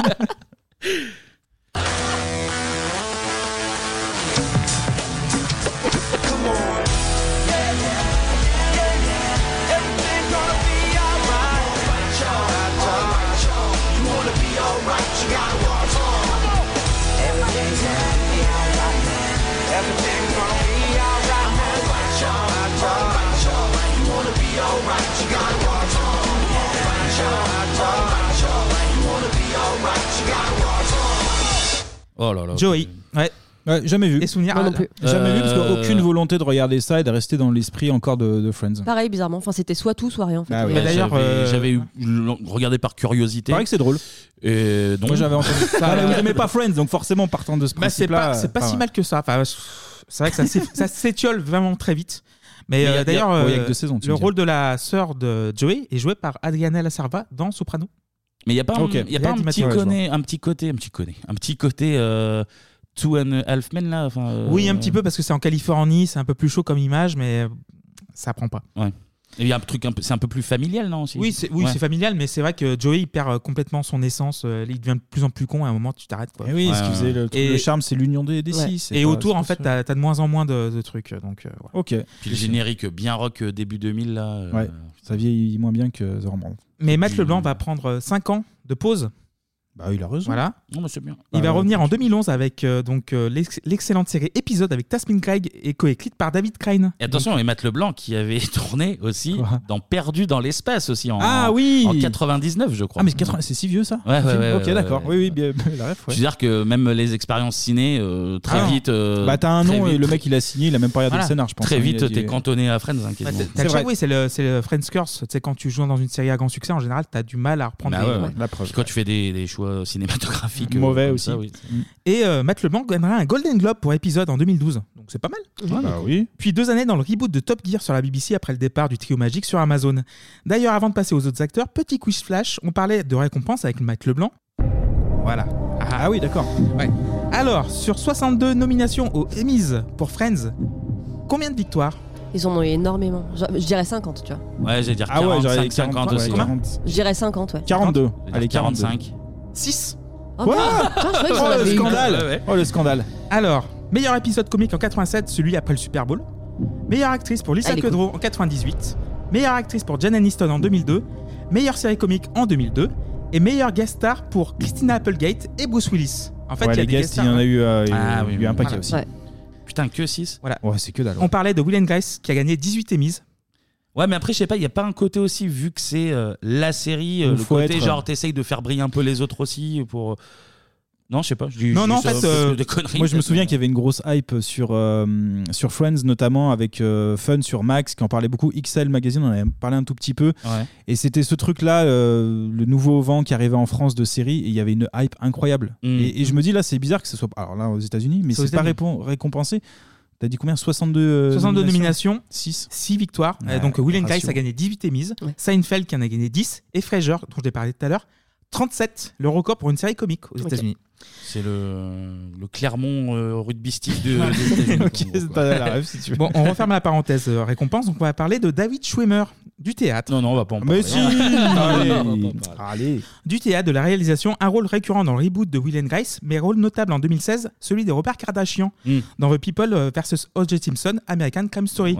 Oh là là. Joey, ouais. Ouais, jamais vu. Et souvenirs. Moi non plus. Jamais vu parce Euh, qu'aucune volonté de regarder ça et de rester dans l'esprit encore de, de Friends. Pareil, bizarrement. Enfin, c'était soit tout, soit rien. En fait. Ah oui. Et, Ouais, euh, d'ailleurs, j'avais, euh, j'avais eu- regardé par curiosité. Il paraît que c'est drôle. Et donc, Moi, j'avais entendu ça. Ah, mais vous n'aimez pas Friends, donc forcément, partant de ce Bah, c'est principe-là. pas, c'est pas euh, si ouais. mal que ça. Enfin, c'est vrai que ça, s'é- ça s'étiole vraiment très vite. Mais, Mais euh, y a- d'ailleurs, y a- ouais, y a euh, que deux saisons, tu le me dis. rôle de la sœur de Joey est joué par Adriana La Serva dans Soprano. mais il y a pas, un- Ok. y a pas un, Réa petit Di Matteo, côté, un petit côté, un petit côté, un petit côté euh, Two and a Half Men là. enfin, euh, Oui, un petit peu parce que c'est en Californie, c'est un peu plus chaud comme image, mais euh, ça prend pas. Ouais. Et il y a un truc un peu, c'est un peu plus familial, non aussi. Oui, c'est oui, Ouais. c'est familial, mais c'est vrai que Joey il perd euh, complètement son essence. euh, il devient de plus en plus con. À un moment, tu t'arrêtes. quoi. Eh oui, Ouais, ce qui ouais. faisait le, tout Et- le charme, c'est l'union des, des Ouais. six. c'est Et pas- autour, c'est en pas fait, sûr. t'as as de moins en moins de, de trucs. Donc, euh, voilà. Ok. Puis le générique bien rock euh, début deux mille là. euh, Ouais. Ça vieillit moins bien que The Rembrandt. Mais Matt puis- Leblanc va prendre cinq ans de pause. Bah, il a raison. Voilà. Non, mais c'est bien. Il Bah, va revenir en franchement. deux mille onze avec euh, donc euh, l'ex- l'excellente série Épisode avec Tasmin Craig et coécrite par David Crane. Et attention, et Matt Leblanc qui avait tourné aussi Quoi dans Perdu dans l'espace aussi en, Ah oui en quatre-vingt-dix-neuf, je crois. Ah, mais quatre-vingts c'est si vieux ça Ouais, ouais, le film ouais, Ok, ouais, d'accord. ouais. Oui, oui, bien, la ref, ouais. Je veux dire que même les expériences ciné, euh, très Ah non. vite. euh, Bah, t'as un très nom et vite- le mec il a signé, il a même pas regardé Voilà. le scénar, je pense. Très hein, vite, il a dit- t'es cantonné à Friends. hein, Bah, quasiment. t'as- C'est t'as le vrai. oui, c'est le, c'est le Friends Curse. Tu sais, quand tu joues dans une série à grand succès, en général, t'as du mal à reprendre Bah les- ouais, ouais. ouais. La preuve. Puis quand tu fais des, des choix cinématographiques euh, Mauvais comme aussi. ça, oui. Et euh, Matt Leblanc gagnera un Golden Globe pour Épisode en deux mille douze. Donc c'est pas mal. Ah, bah oui. Puis deux années dans le reboot de Top Gear sur la B B C après le départ du trio magique sur Amazon. D'ailleurs, avant de passer aux autres acteurs, petit quiz flash, on parlait de récompense avec Matt Leblanc. Voilà. Ah oui, d'accord. Ouais. Alors, sur soixante-deux nominations aux Emmys pour Friends, combien de victoires? Ils en ont eu énormément. Je, je dirais cinquante, tu vois. Ouais, j'allais dire Ah ouais, j'aurais quarante-cinq, dit cinquante quarante, aussi. ouais, quarante. Je dirais cinquante, ouais. quarante-deux. J'allais Allez, dire quarante-deux. quarante-cinq. six. Oh, Quoi merde. Putain, je croyais que j'en Oh le avais une. scandale Ouais, ouais. Oh le scandale Alors, meilleur épisode comique en quatre-vingt-sept, celui après le Super Bowl. Meilleure actrice pour Lisa Ah, il est Kudrow en quatre-vingt-dix-huit. Meilleure actrice pour Jen Aniston en deux mille deux. Meilleure série comique en deux mille deux. Et meilleur guest star pour Christina Applegate et Bruce Willis. En fait, Ouais, il y a les des guests, guest il y en a stars, eu, euh, il y a Ah eu oui, un oui. paquet Voilà. aussi. Ouais. Putain, que six. Voilà. Ouais, c'est que dalle. On parlait de Will and Grace qui a gagné dix-huit Emmys. Ouais, mais après, je sais pas, il y a pas un côté aussi, vu que c'est euh, la série, euh, Il le faut côté être- genre, t'essayes de faire briller un peu les autres aussi pour. Non, je sais pas. Je dis, Non, je dis non, en ça, fait, peut-être euh, des conneries, Moi, je me peut-être, souviens mais- qu'il y avait une grosse hype sur, euh, sur Friends, notamment avec euh, Fun sur Max, qui en parlait beaucoup. X L Magazine, on en avait parlé un tout petit peu. Ouais. Et c'était ce truc-là, euh, le nouveau vent qui arrivait en France de séries, et il y avait une hype incroyable. Mm. Et, et je me dis, là, c'est bizarre que ce soit. Alors là, aux États-Unis, mais C'est aux c'est pas États-Unis. répon- récompensé. T'as dit combien soixante-deux, euh, soixante-deux nominations, six. six victoires. Ouais, Euh, donc Will and Grace ratio. a gagné dix-huit Emmys. Ouais. Seinfeld qui en a gagné dix. Et Frasier, dont je t'ai parlé tout à l'heure, trente-sept. Le record pour une série comique aux Ok. États-Unis. C'est le, le Clermont euh, rugbyistique de, des États-Unis. Ok, en gros, quoi. t'as la ref, si tu veux. Bon, on referme la parenthèse euh, récompense. Donc on va parler de David Schwimmer, du théâtre. Non, non, on va pas en parler. Mais si Allez. Allez, Allez. Du théâtre, de la réalisation, un rôle récurrent dans le reboot de Will and Grace, mais rôle notable en deux mille seize, celui de Robert Kardashian Mm. dans The People versus O J Simpson, American Crime Story. Ouais, ouais.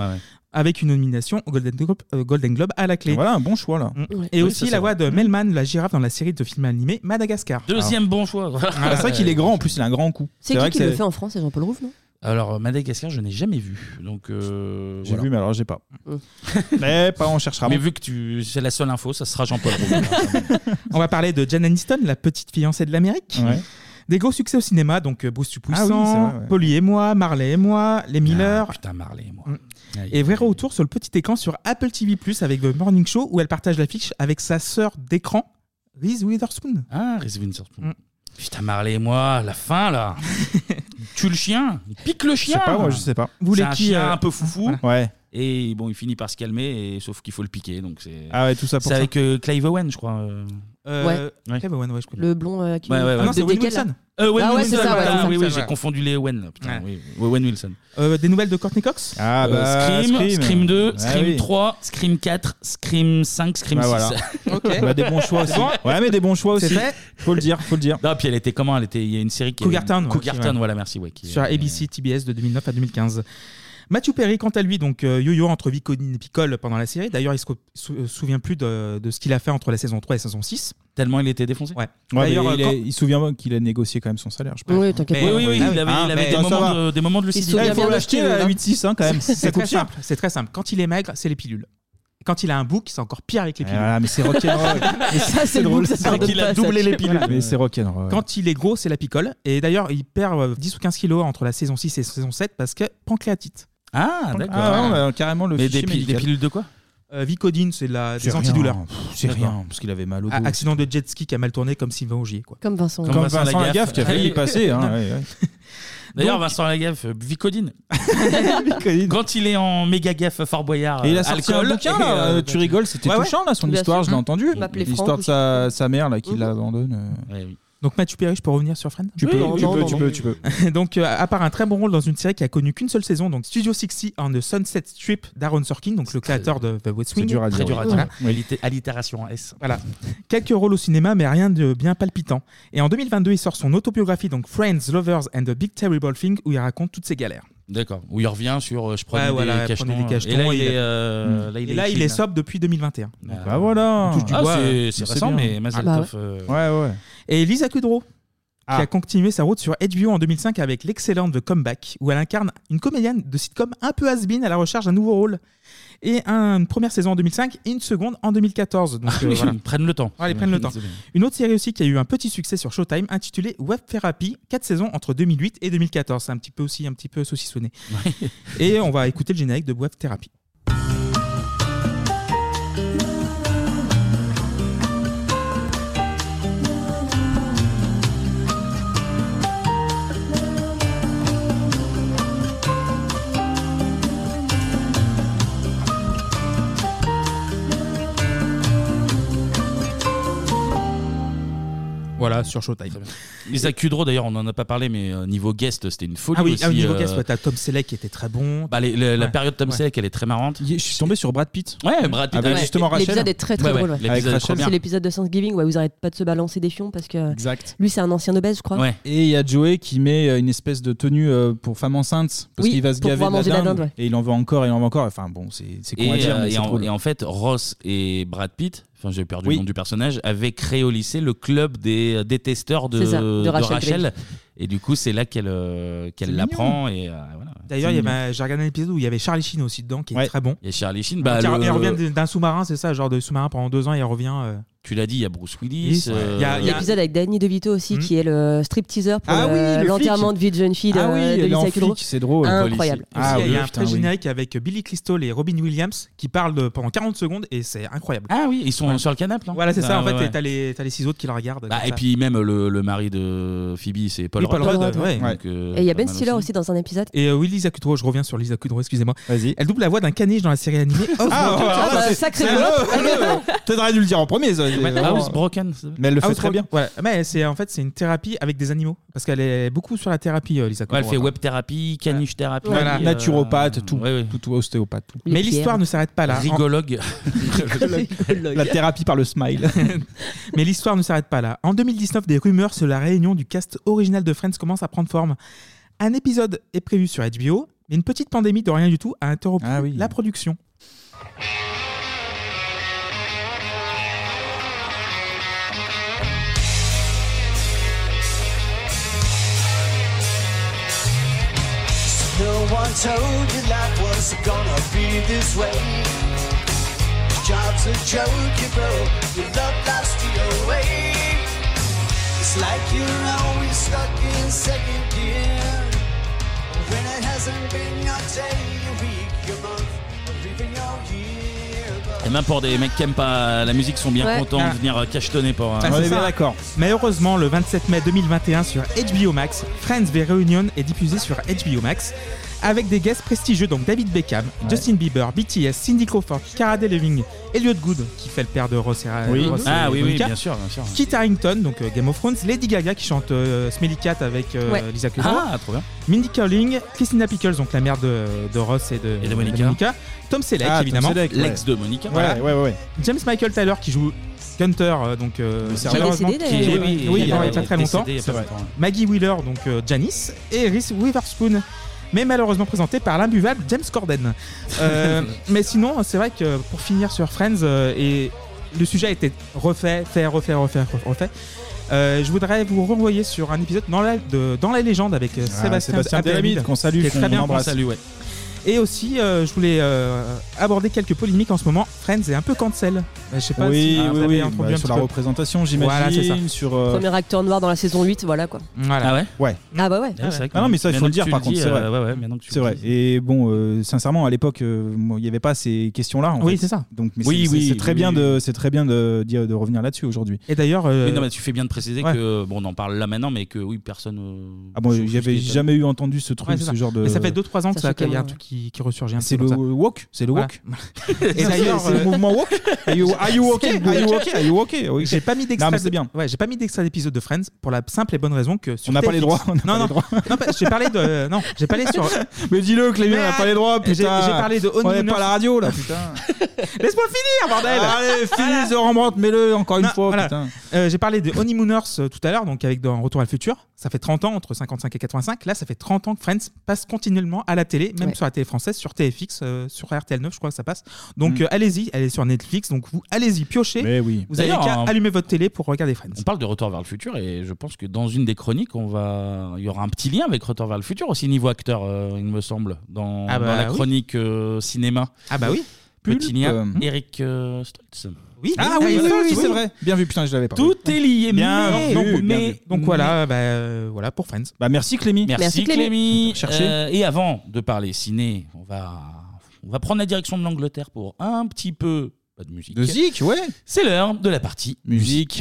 avec une nomination au Golden Globe, euh, Golden Globe à la clé. Voilà un bon choix là. Mm. Ouais. Et Oui, aussi ça, c'est la voix vrai. de Melman, la girafe dans la série de films animés Madagascar. Deuxième bon choix. Ah, c'est vrai qu'il est grand en plus, il a un grand cou. C'est qui vrai qui que le c'est- fait en France? C'est Jean-Paul Rouve, non? Alors Madagascar, je n'ai jamais vu, donc euh, J'ai voilà. vu, mais alors j'ai pas. Mm. Mais pas, on cherchera. Mais vu que tu, c'est la seule info, ça sera Jean-Paul Rouve. On va parler de Jen Aniston, la petite fiancée de l'Amérique. Ouais. Des gros succès au cinéma, donc euh, Bruce Tout-Puissant, Ah oui, c'est vrai, ouais. Polly et moi, Marley et moi, Les Miller. Ah, putain, Marley et moi. Mm. Aïe. Et vrai retour sur le petit écran sur Apple T V plus, avec The Morning Show où elle partage l'affiche avec sa sœur d'écran, Reese Witherspoon. Ah, Reese Witherspoon. Mm. Putain, Marley et moi, la fin là. Il tue le chien, il pique le Je sais chien. pas, moi je sais pas. Vous C'est voulez un qui, chien euh, un peu foufou. Ouais. Et bon, il finit par se calmer, et, sauf qu'il faut le piquer. Donc c'est. Ah ouais, tout ça pour C'est ça. avec euh, Clive Owen, je crois. euh. Euh, Ouais. Clive Owen, ouais, je connais. Le blond euh, qui. Ouais, ouais, ouais. Ah non, de c'est Owen Deckel, là. Wilson. Euh, Owen Ah ouais, Wilson, c'est ça, ouais, voilà. c'est ça. Oui, oui, Ouais. j'ai confondu les Owen. là, Putain, Ouais. oui. Owen Wilson. Euh, des nouvelles de Courtney Cox. Ah Euh, bah Scream, Scream deux, Ah Scream oui. trois, Scream quatre, Scream cinq, Scream Bah six. voilà. Ok. Bah, des bons choix aussi. Ouais, mais des bons choix C'est aussi. fait. Faut le dire, faut le dire. Non, puis elle était comment Elle était. Il y a une série qui. Cougar Town, ouais, Cougar qui- Town, ouais. voilà, merci. Ouais, qui- Sur A B C, T B S de deux mille neuf à deux mille quinze. Matthew Perry, quant à lui, donc euh, yo-yo entre Vicodine et Picole pendant la série. D'ailleurs, il se sou- euh, souvient plus de, de ce qu'il a fait entre la saison trois et la saison six. Tellement il était défoncé. Ouais. Ouais, D'ailleurs, mais il, quand- est- il se souvient qu'il a négocié quand même son salaire, je pense. Oui, t'inquiète Mais- pas. Oui, oui, oui, Ah il oui. avait, Ah, il avait mais des, ça moments va. de, des moments de Il se lucidité. souvient Il faut bien l'acheter d'acheter, à hein. huit six hein, quand même. C'est Ça très coûte cher. simple. C'est très simple. Quand il est maigre, c'est les pilules. Quand il a un bouc, c'est encore pire avec les Et pilules. Voilà, mais c'est rock'n'roll. Et ça, c'est le drôle, bout, ça c'est se vrai pardonne qu'il a pas, doublé ça. les pilules. Mais c'est rock'n'roll. Quand il est gros, c'est la picole. Et d'ailleurs, il perd euh, dix ou quinze kilos entre la saison six et la saison sept parce que pancréatite. Ah, d'accord. Ah ouais, bah, carrément le Mais fichier des, pi- des médical. pilules de quoi Euh, Vicodine, c'est de la, C'est des antidouleurs. rien, pff, C'est D'accord. rien, parce qu'il avait mal au dos. Ah, accident de jet ski qui a mal tourné comme Sylvain Augier. Quoi. Comme Vincent. Comme Comme Vincent Vincent Lagaffe. Lagaffe qui a failli y passer. Hein, ouais, ouais. D'ailleurs, Donc- Vincent Lagaffe, euh, Vicodine. Quand il est en méga gaffe Fort Boyard, Et il a euh, sorti alcool, un bouquin, et, là, euh, tu rigoles, c'était Ouais, ouais. touchant là, son Bien histoire, sûr. je l'ai entendu. Il m'appelait L'histoire de Franck sa, sa mère là, qui Mhm. l'abandonne. euh. ouais, oui. Donc Matthew Perry, je peux revenir sur Friends Tu Oui, peux, non, tu non, peux, non, tu non. peux, tu peux. Donc, euh, à part un très bon rôle dans une série qui a connu qu'une seule saison, donc Studio soixante on the Sunset Strip d'Aaron Sorkin, donc le créateur de The West C'est Wing. dur à dire. Très dur à oui. dire. Voilà. Allité- Allitération en S. Voilà. Quelques rôles au cinéma, mais rien de bien palpitant. Et en deux mille vingt-deux, il sort son autobiographie, donc Friends, Lovers and the Big Terrible Thing, où il raconte toutes ses galères. D'accord. Où il revient sur euh, je prenais Ouais, voilà, des prenez cachetons. des cachetons, Et là, et il il est. a- euh, là, il Et est là, il clean. est sobre depuis deux mille vingt et un. Ah, Bah voilà. On touche du Ah, bois, c'est euh, c'est c'est récent, bien. mais Mazel Ah bah Tov, euh, Ouais, ouais. Et Lisa Kudrow, Ah. qui a continué sa route sur H B O en deux mille cinq avec l'excellente The Comeback, où elle incarne une comédienne de sitcom un peu has-been à la recherche d'un nouveau rôle. Et un- une première saison en deux mille cinq et une seconde en deux mille quatorze. Donc, Ah euh, oui, voilà. ils prennent le temps. Ouais, ils prennent le temps. C'est bien. Une autre série aussi qui a eu un petit succès sur Showtime, intitulée Web Therapy, quatre saisons entre deux mille huit et deux mille quatorze. C'est un petit peu aussi un petit peu saucissonné. Et on va écouter le générique de Web Therapy. Voilà, sur Showtime. Lisa Kudrow, d'ailleurs, on n'en a pas parlé, mais euh, niveau guest, c'était une folie Ah oui, aussi. ah, au niveau euh, guest, ouais, t'as Tom Selleck qui était très bon. bah, les- les- la Ouais. période Tom Ouais. Selleck, elle est très marrante. Je suis tombé sur Brad Pitt. Ouais, Brad Pitt. Avec ouais. justement Rachel. L'épisode est très très Ouais, ouais, drôle. ouais. l'épisode Avec est trop Rachel. bien. C'est l'épisode de Thanksgiving où ils arrêtent pas de se balancer des fions parce que Exact. lui c'est un ancien obèse, je crois. Ouais. Et il y a Joey qui met euh, une espèce de tenue euh, pour femme enceinte parce Oui, qu'il va se pour gaver pouvoir de la manger la dinde, dinde, ouais. et il en veut encore et il en veut encore. Enfin bon, c'est c'est con Et, à dire, euh, mais et c'est en, drôle. et en fait, Ross et Brad Pitt, enfin j'ai perdu Oui. le nom du personnage, avaient créé au lycée le club des détesteurs de, C'est ça, de de Rachel Rachel. Grey. Et du coup, c'est là qu'elle euh, qu'elle C'est l'apprend. Et, euh, voilà. D'ailleurs, il y C'est avait- j'ai regardé un épisode où il y avait Charlie Sheen aussi dedans, qui est Ouais. très bon. Il y a Charlie Sheen. Bah, il, le- il revient d'un sous-marin, c'est ça, genre de sous-marin pendant deux ans, et il revient. euh, Tu l'as dit, il y a Bruce Willis. Oui, euh, il y a- il y a- L'épisode avec Danny DeVito aussi, Hmm. qui est le strip teaser pour Ah le- oui, le l'enterrement flic. de vie de jeune fille de, Ah oui, de elle est en Lisa Kudrow. flic, c'est drôle. Incroyable. Ah Aussi, il y a oui, un putain, pré oui. générique avec Billy Crystal et Robin Williams qui parlent de- pendant quarante secondes et c'est incroyable. Ah oui, ils sont Ouais. sur le canapé. non Voilà, c'est ça. Ah, En fait, ouais, et t'as les, t'as les six autres qui le regardent. Bah, comme et ça. puis même le, le mari de Phoebe, c'est Paul Oui, Paul Rudd. Rudd, ouais. Donc, euh, Et il y a pas Ben mal Stiller aussi dans un épisode. Et euh, oui, Lisa Kudrow, je reviens sur Lisa Kudrow, excusez-moi. Vas-y. Elle double la voix d'un caniche dans la série animée House Ah, Broken. voilà, bah, c'est- sacré c'est boulot. le- T'aurais dû le dire en premier. ça. House Broken. c'est- Mais elle le fait House très bien. Broken. Ouais, mais c'est en fait c'est une thérapie avec des animaux parce qu'elle est beaucoup sur la thérapie, euh, Lisa Ouais, elle Kudrow. fait web thérapie, caniche thérapie. Voilà. euh, Naturopathe, tout, ouais, ouais. tout, tout ostéopathe, tout. Les Mais pierres. l'histoire ne s'arrête pas là. En- Rigologue. La thérapie par le smile. Mais l'histoire ne s'arrête pas là. En deux mille dix-neuf, des rumeurs sur la réunion du cast original de Friends commencent à prendre forme. Un épisode est prévu sur H B O, Mais une petite pandémie de rien du tout a interrompu Ah oui. la production. No one told you life was gonna be this way. Job's a joke, you broke, your love lost your way. It's like you're always stuck in second gear. When it hasn't been your day, your week, your month, or even your year. Et même pour des mecs qui aiment pas la musique, sont bien Ouais. contents Ah. de venir euh, cachetonner pour. euh, Ah, c'est ça. Mais heureusement, le vingt-sept mai deux mille vingt et un sur H B O Max, Friends The Reunion est diffusé sur H B O Max avec des guests prestigieux, donc David Beckham, Ouais. Justin Bieber, B T S, Cindy Crawford, Cara Delevingne, Elliot Gould qui fait le père de Ross et Oui. Ross Ah et oui, oui, Monica, bien sûr, bien sûr. Kit Harington, donc euh, Game of Thrones, Lady Gaga qui chante euh, Smelly Cat avec euh, Ouais. Lisa Kudrow, Ah, trop bien. Mindy Kaling, Christina Pickles, donc la mère de, de Ross et de, Et de Monica. Tom Selleck Ah, Tom évidemment, Selleck, ouais. L'ex de Monica. Voilà. Ouais, ouais, ouais. James Michael Tyler qui joue Gunter, euh, donc euh, serveur. Qui est malheureusement, décédé, d'ailleurs. qui est- Oui, oui, oui, il il y a est pas très décédé longtemps. il y a pas C'est vrai. longtemps, ouais. Maggie Wheeler, donc euh, Janice, et Reese Witherspoon, mais malheureusement présenté par l'imbuvable James Corden. Euh, mais sinon, c'est vrai que pour finir sur Friends, euh, et le sujet a été refait, fait, refait, refait, refait. Euh, je voudrais vous renvoyer sur un épisode dans la, de, dans la légende avec euh, Ah, Sébastien, Sébastien Abdelhamid, qu'on salue, qui est qu'on très bien, embrasse. qu'on salue, ouais. Et aussi, euh, je voulais euh, aborder quelques polémiques en ce moment. Friends est un peu cancel. Je sais pas Oui, si oui, vous avez oui, introduit bah, un sur petit la peu. représentation, j'imagine, Voilà, c'est ça. sur, euh, Premier acteur noir dans la saison huit, voilà quoi. Voilà. Ah ouais Ouais. Ah bah ouais. Ah, c'est vrai que Ah non, mais ça, il faut maintenant le dire que tu par le contre, dis, c'est vrai. euh, ouais, ouais, maintenant que tu C'est le vrai. dis. Et bon, euh, sincèrement, à l'époque, euh, moi, il n'y avait pas ces questions-là. en Oui, fait. c'est ça. Donc, mais Oui, c'est- oui, c'est très oui, bien oui. de, c'est très bien de, dire- de revenir là-dessus aujourd'hui. Et d'ailleurs, euh, Oui, non, mais tu fais bien de préciser ouais. que bon, on en parle là maintenant, mais que oui, personne. euh, Ah bon, sauf j'avais ce qui est- jamais eu entendu ce truc, Ouais, c'est ce ça. genre de. Mais ça fait deux trois ans que Ça ça- qu'il y a un choquait, truc qui, qui ressurgit un C'est peu le comme ça. woke, c'est le Voilà. woke. Et d'ailleurs, c'est le euh, mouvement woke. Are you, are you okay? Are you okay? Are you okay? Oui. J'ai pas mis Non, d'extrait. mais de- c'est bien. Ouais, j'ai pas mis d'extrait d'épisode de Friends pour la simple et bonne raison que sur On n'a pas les T F X droits, on n'a non, pas non, les droits. non, bah, j'ai parlé de. Non, j'ai parlé sur. Mais dis-le, Clément, on n'a Mais, pas les droits, j'ai- putain. J'ai parlé de On n'est Honeymooners. pas à la radio là, putain. Laisse-moi finir, bordel. Allez, finis de Rembrandt, mets-le encore une Non, fois, voilà. putain. Euh, j'ai parlé de Honeymooners euh, tout à l'heure, donc avec dans Retour à le futur. Ça fait trente ans, entre cinquante-cinq et quatre-vingt-cinq. Là, ça fait trente ans que Friends passe continuellement à la télé, même Ouais. sur la télé française, sur T F X, euh, sur R T L neuf, je crois que ça passe. Donc Mm. euh, allez-y, elle est sur Netflix, donc vous allez-y, piochez. Mais oui. Vous avez D'ailleurs, qu'à hein, allumer votre télé pour regarder Friends. On parle de Retour vers le futur et je pense que dans une des chroniques, on va, il y aura un petit lien avec Retour vers le futur aussi niveau acteur, euh, il me semble, dans, Ah bah dans la oui. chronique euh, cinéma. Ah bah oui. Petit Pulp, lien. euh, Eric euh, Stoltz. Oui, Ah oui, oui, oui, oui, c'est vrai. Bien vu, putain, je l'avais pas. Tout est lié. Bien mais, vu, donc, bien mais- vu. Donc voilà, bah, euh, voilà pour Friends. Bah merci Clémy. Merci, Merci, Clémy. Clémy. Cherchez. Euh, et avant de parler ciné, on va, on va prendre la direction de l'Angleterre pour un petit peu pas de musique. De Zik, ouais. C'est l'heure de la partie Musique.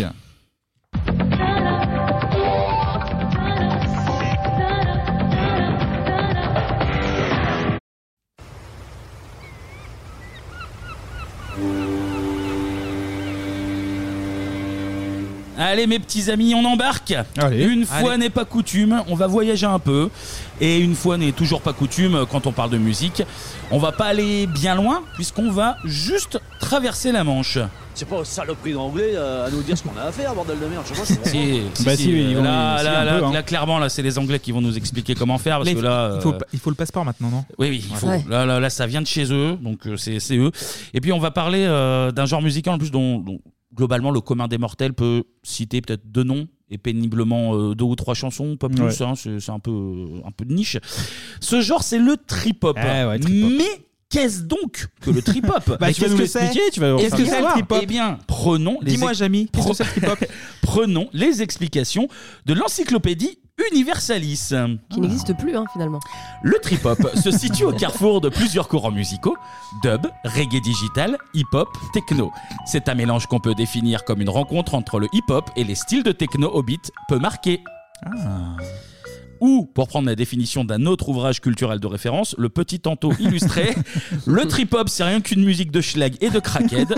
Allez mes petits amis, on embarque. Allez. Une fois Allez. n'est pas coutume, on va voyager un peu. Et une fois n'est toujours pas coutume quand on parle de musique. On va pas aller bien loin puisqu'on va juste traverser la Manche. C'est pas aux saloperies d'anglais euh, à nous dire ce qu'on a à faire, bordel de merde. Je sais pas, c'est Si, si, Bah si, si, euh, ils vont là, essayer là, un là, peu, hein. là, clairement, là, c'est les Anglais qui vont nous expliquer comment faire parce Là, il que faut- là, il, faut, euh, il faut le passeport maintenant, non oui, oui, il faut. Ouais. Là, là, là, ça vient de chez eux, donc euh, c'est c'est eux. Et puis on va parler euh, d'un genre musical en plus dont, dont globalement le commun des mortels peut citer peut-être deux noms et péniblement euh, deux ou trois chansons, pas plus. Ouais. Hein, c'est c'est un peu un peu de niche. Ce genre, c'est le trip-hop. Eh ouais, trip-hop. Mais qu'est-ce donc que le trip-hop Bah, Mais tu vas qu'est-ce nous que c'est l'expliquer, tu vas Qu'est-ce que c'est le trip-hop Eh bien, prenons les Dis-moi, ex- Jamy, qu'est-ce Pro- que c'est le trip-hop prenons les explications de l'encyclopédie Universalis. Qui n'existe plus hein, finalement. Le trip-hop se situe au carrefour de plusieurs courants musicaux, dub, reggae digital, hip-hop, techno. C'est un mélange qu'on peut définir comme une rencontre entre le hip-hop et les styles de techno au beat peu marqués. Ou, pour prendre la définition d'un autre ouvrage culturel de référence, le petit Tanto illustré, le trip-hop c'est rien qu'une musique de schlag et de crackhead.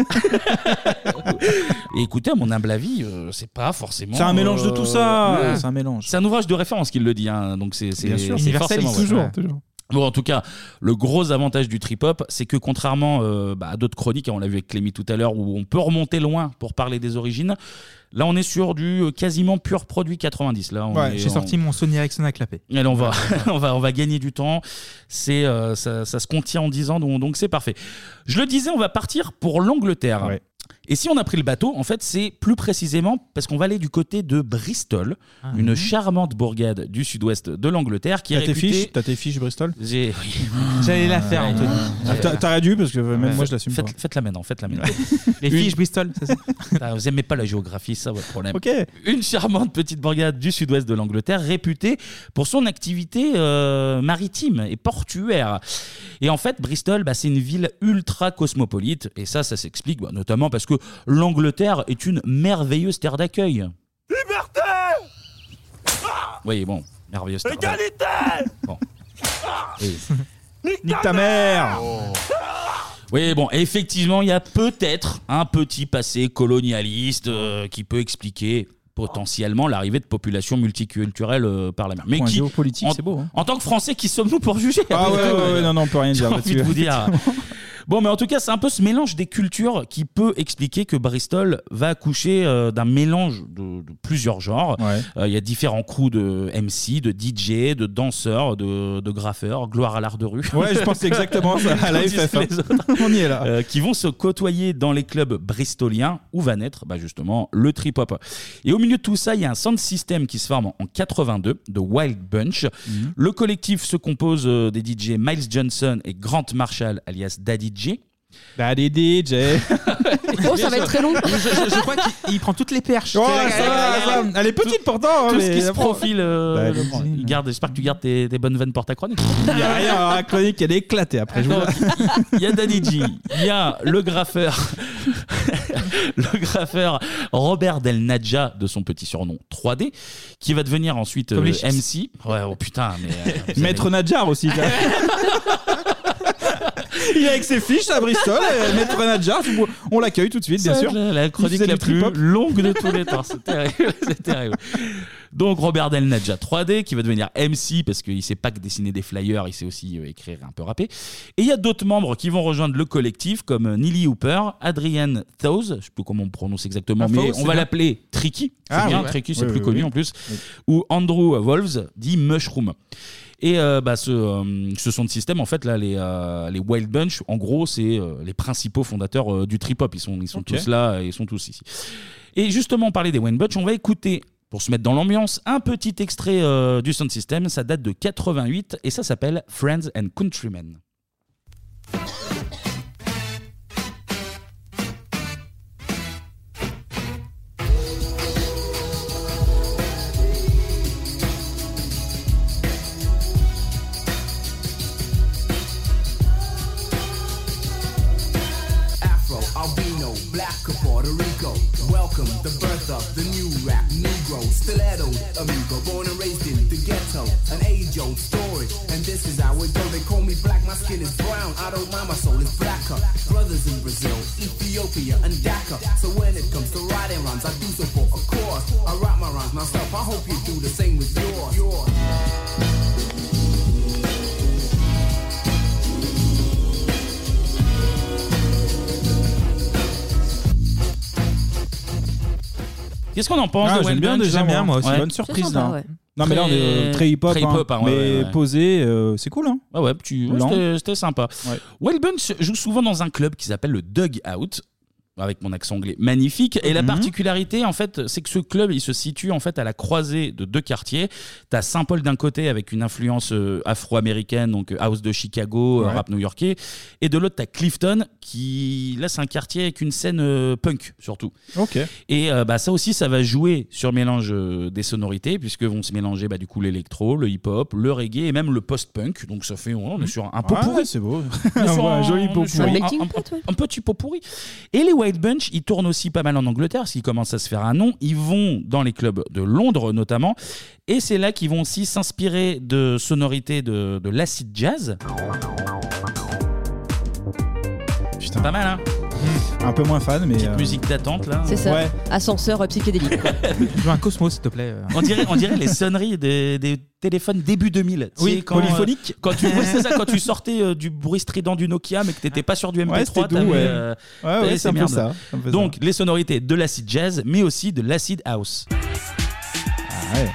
Et écoutez, à mon humble avis, euh, c'est pas forcément... C'est un mélange de tout ça. ouais. C'est un mélange. C'est un ouvrage de référence qui le dit, hein, donc c'est c'est- Bien sûr. c'est Universalis, forcément, ouais. Toujours, Ouais. toujours. Bon, en tout cas, le gros avantage du trip-hop, c'est que contrairement euh, bah, à d'autres chroniques, hein, on l'a vu avec Clémy tout à l'heure, où on peut remonter loin pour parler des origines, là on est sur du euh, quasiment pur produit quatre-vingt-dix. Là, on Ouais, est- j'ai on- sorti mon Sony Ericsson à clapper. Allez, on va, on va, on va gagner du temps. C'est, euh, ça, ça se contient en dix ans, donc donc c'est parfait. Je le disais, on va partir pour l'Angleterre. Et si on a pris le bateau, en fait, c'est plus précisément parce qu'on va aller du côté de Bristol, Ah. une Mhm. charmante bourgade du sud-ouest de l'Angleterre qui est T'as tes réputée... fiches T'as tes fiches Bristol J'ai... J'allais la faire, Ouais. Anthony. Ah, t'as- T'aurais dû, parce que même moi je l'assume pas. Faites, faites la maintenant, faites la maintenant. Les fiches Bristol, c'est ça Ah, vous aimez pas la géographie, ça votre problème. Ok. Une charmante petite bourgade du sud-ouest de l'Angleterre, réputée pour son activité euh, maritime et portuaire. Et en fait, Bristol, bah, c'est une ville ultra cosmopolite, et ça, ça s'explique bah, notamment parce que l'Angleterre est une merveilleuse terre d'accueil. Liberté! Oui, bon, merveilleuse terre d'accueil. Égalité! Bon. Oui. Nique ta mère. Oui, bon, effectivement, il y a peut-être un petit passé colonialiste euh, qui peut expliquer potentiellement l'arrivée de populations multiculturelles euh, par la mer. Mais Point qui, géopolitique, en, c'est beau, hein. en tant que Français, qui sommes-nous pour juger Ah après ouais, tout, ouais, euh, ouais, non, non, on peut rien j'ai dire envie là-dessus, de vous dire. effectivement. Bon, mais en tout cas, c'est un peu ce mélange des cultures qui peut expliquer que Bristol va accoucher euh, d'un mélange de, de plusieurs genres. Euh, Il y a différents crews de M C, de D J, de danseurs, de, de graffeurs, gloire à l'art de rue. Ouais, je pense que c'est exactement ça, à la Comme disent F F, hein. les autres. On y est là. Euh, qui vont se côtoyer dans les clubs bristoliens où va naître bah, justement le trip-hop. Et au milieu de tout ça, il y a un sound system qui se forme en quatre-vingt-deux de Wild Bunch. Mhm. Le collectif se compose euh, des D J Miles Johnson et Grant Marshall alias Daddy J. Daddy D J. Oh, ça va être très long. Je, je- je crois qu'il il prend toutes les perches. Ouais, ça va, ça va. Elle est petite pourtant. hein, Tout ce mais qui se après- profile. euh, Bah, le- vas-y. il garde, j'espère que tu gardes tes, tes bonnes vannes pour ta chronique. Il y a rien, alors la chronique elle est éclatée après. Je vous Donc, il y a Daddy J, il y a le graffeur, le graffeur Robert Del Nadja, de son petit surnom trois D, qui va devenir ensuite Comme euh, les chips. M C. Ouais, oh putain, mais. euh, vous Maître allez- Nadjar aussi. ça. Il est avec ses fiches à Bristol, et Maître Nadjar, on l'accueille tout de suite, bien Ça, sûr. La, la Il chronique faisait la du plus trip-hop. longue de tous les temps. C'est terrible. C'est terrible. Donc Robert Del Nadja trois D qui va devenir M C parce qu'il sait pas que dessiner des flyers, il sait aussi euh, écrire et un peu rapper. Et il y a d'autres membres qui vont rejoindre le collectif comme euh, Neely Hooper, Adrian Thos, je sais plus comment on prononce exactement, Ah, mais Thos, c'est on va bien. l'appeler Tricky. C'est Ah, bien, ouais. Tricky, c'est Oui, plus oui, connu oui. en plus. Ou Andrew Wolves, dit Mushroom. Et euh, bah, ce, euh, ce son de système, en fait, là, les, euh, les Wild Bunch, en gros, c'est euh, les principaux fondateurs euh, du trip-hop. Ils sont, ils sont Ok. tous là et ils sont tous ici. Et justement, on parlait des Wild Bunch, on va écouter, pour se mettre dans l'ambiance, un petit extrait euh, du sound system. Ça date de quatre-vingt-huit et ça s'appelle Friends and Countrymen. Afro, albino, black or Puerto Rico. Welcome, the birth of the new rap, Negro, stiletto, amigo, born and raised in the ghetto, an age-old story, and this is how it go. They call me black, my skin is brown, I don't mind, my soul is blacker. Brothers in Brazil, Ethiopia, and Dhaka. So when it comes to writing rhymes, I do so for a cause. I write my rhymes myself, I hope you do the same with yours. yours. Qu'est-ce qu'on en pense Ah, de j'aime Wild bien Bunch, déjà, moi. moi aussi. Ouais. Bonne surprise C'est sympa, là. ouais. Non mais là on est euh, très hip hop, Très hip-hop, hein, ouais, mais ouais, ouais. posé, euh, c'est cool hein. Ah ouais, tu, ouais, Lent. c'était, c'était sympa. Wild Bunch joue souvent dans un club qui s'appelle le Dugout, avec mon accent anglais magnifique. Et la Mhm. particularité, en fait, c'est que ce club, il se situe en fait à la croisée de deux quartiers. T'as Saint-Paul d'un côté avec une influence euh, afro-américaine, donc euh, house de Chicago, euh, Ouais. rap new-yorkais, et de l'autre t'as Clifton, qui là c'est un quartier avec une scène euh, punk surtout. Ok. Et euh, bah, ça aussi, ça va jouer sur le mélange euh, des sonorités, puisque vont se mélanger bah, du coup l'électro, le hip-hop, le reggae et même le post-punk. Donc ça fait, on est sur un pot Ouais, pourri. c'est beau. On est sur Un joli pot sur pourri. un- un- un- un petit pot pourri. Et les Wild Bunch, ils tournent aussi pas mal en Angleterre, parce qu'ils commencent à se faire un nom. Ils vont dans les clubs de Londres notamment. Et c'est là qu'ils vont aussi s'inspirer de sonorités de, de l'acid jazz. Putain, pas mal, hein. Un peu moins fan, mais. Petite euh, musique d'attente là. C'est ça. Ouais. Ascenseur euh, psychédélique. quoi. Je veux un Cosmos, s'il te plaît. euh. On dirait, on dirait les sonneries des, des téléphones début deux mille. Tu Oui, sais, quand, polyphonique. euh, quand tu, ouais, c'est ça, quand tu sortais euh, du bruit strident du Nokia, mais que t'étais pas sur du M P trois. Ouais, c'était doux, t'avais, ouais. euh, Ouais, ouais, t'avais c'est ces un peu merdes. ça, un peu Donc les sonorités de l'acid jazz, mais aussi de l'acid house. Ah ouais.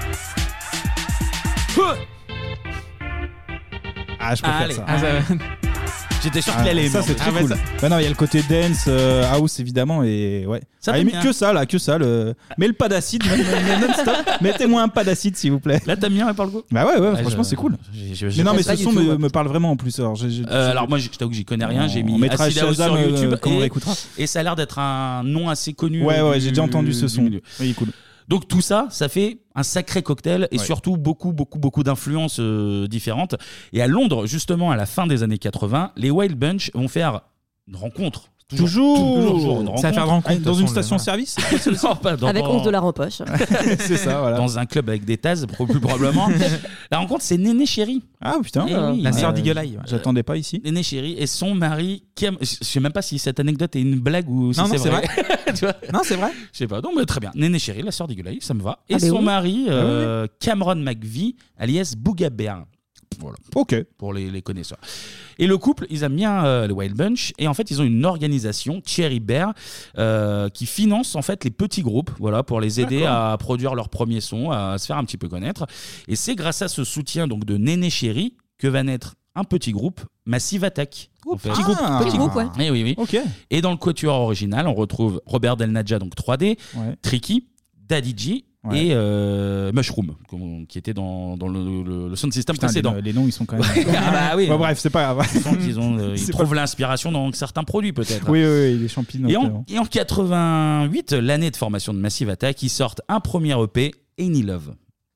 Ah, je préfère Allez. ça. Ah, ça- J'étais sûr Ah, qu'il allait. ça, aimer, c'est en très fait. cool. Bah non, il y a le côté dance, euh, house évidemment, et ouais. Ça, Ah, t'aimes mais bien. que ça là, que ça. Le... Mais le pas d'acide, même- même non-stop. Mettez-moi un pas d'acide s'il vous plaît. Là, t'aimes bien, par le coup. Bah ouais, ouais, Ouais, franchement, je- c'est cool. j'ai- j'ai- Mais j'ai non, pas mais ça ce du son tout, me, ouais. me parle vraiment en plus. Alors, j'ai- j'ai- Euh, alors moi, je t'avoue que j'y connais rien. J'ai mis On mettra Acid House Shazam, sur YouTube euh, quand on et, réécoutera. et ça a l'air d'être un nom assez connu. Ouais, euh, ouais, du- j'ai déjà entendu ce du son. milieu. Oui, cool. Donc tout ça, ça fait un sacré cocktail et Ouais. surtout beaucoup, beaucoup, beaucoup d'influences euh, différentes. Et à Londres, justement, à la fin des années quatre-vingts, les Wild Bunch vont faire une rencontre. Toujours, toujours une Ça va faire de rencontre, Ah, dans de une toute façon, station-service. Non, pas dans- Avec dans- onze dollars en poche. C'est ça, voilà. Dans un club avec des tasses, pro- plus probablement. La rencontre, c'est Néné Chéri. Ah putain, Eh oui. La sœur Euh, d'Eagle Eye. ouais. J'attendais pas ici. Néné Chéri et son mari. Cam... Je sais même pas si cette anecdote est une blague ou si Non, non, c'est c'est vrai. Tu vois Non, c'est vrai. Je sais pas. Donc, bah, très bien. Néné Chéri, la sœur d'Eagle Eye, ça me va. Et Ah, ben son oui. mari, euh, Cameron McVie, alias Booga Bear. Voilà. Ok. Pour les, les connaisseurs. Et le couple, ils aiment bien euh, le Wild Bunch. Et en fait, ils ont une organisation, Cherry Bear, euh, qui finance en fait les petits groupes, voilà, pour les aider D'accord. à produire leurs premiers sons, à se faire un petit peu connaître. Et c'est grâce à ce soutien donc de Néné Chéri que va naître un petit groupe, Massive Attack. en fait. petit groupe, Ah. petit groupe, ouais. Eh oui, oui. Ok. Et dans le quatuor original, on retrouve Robert Del Nadja, donc trois D, Ouais. Tricky, Daddy G. Ouais. Et euh, Mushroom, qu'on- qui était dans, dans le, le, le sound system Putain, précédent. les, les noms, ils sont quand même. Ah bah oui. Bon, bref, c'est pas grave. Je sens qu'ils ont, euh, ils C'est trouvent pas- l'inspiration dans certains produits peut-être. Oui, oui, oui, les champignons. Et en, notamment. et en quatre-vingt-huit, l'année de formation de Massive Attack, ils sortent un premier E P, Any Love.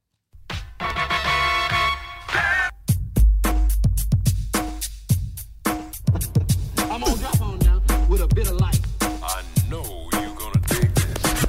I'm on drop on now with a bit of life. I know you're gonna dig this.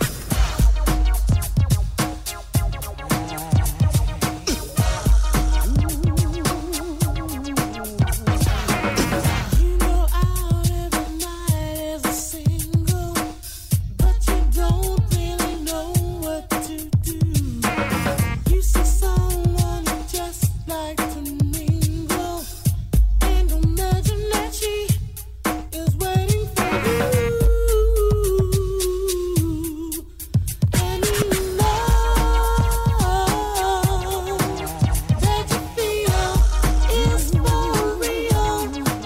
You go out every night as a single, but you don't really know what to do. You see someone you just like to mingle, and imagine that she is waiting for you. And you know that you feel is for real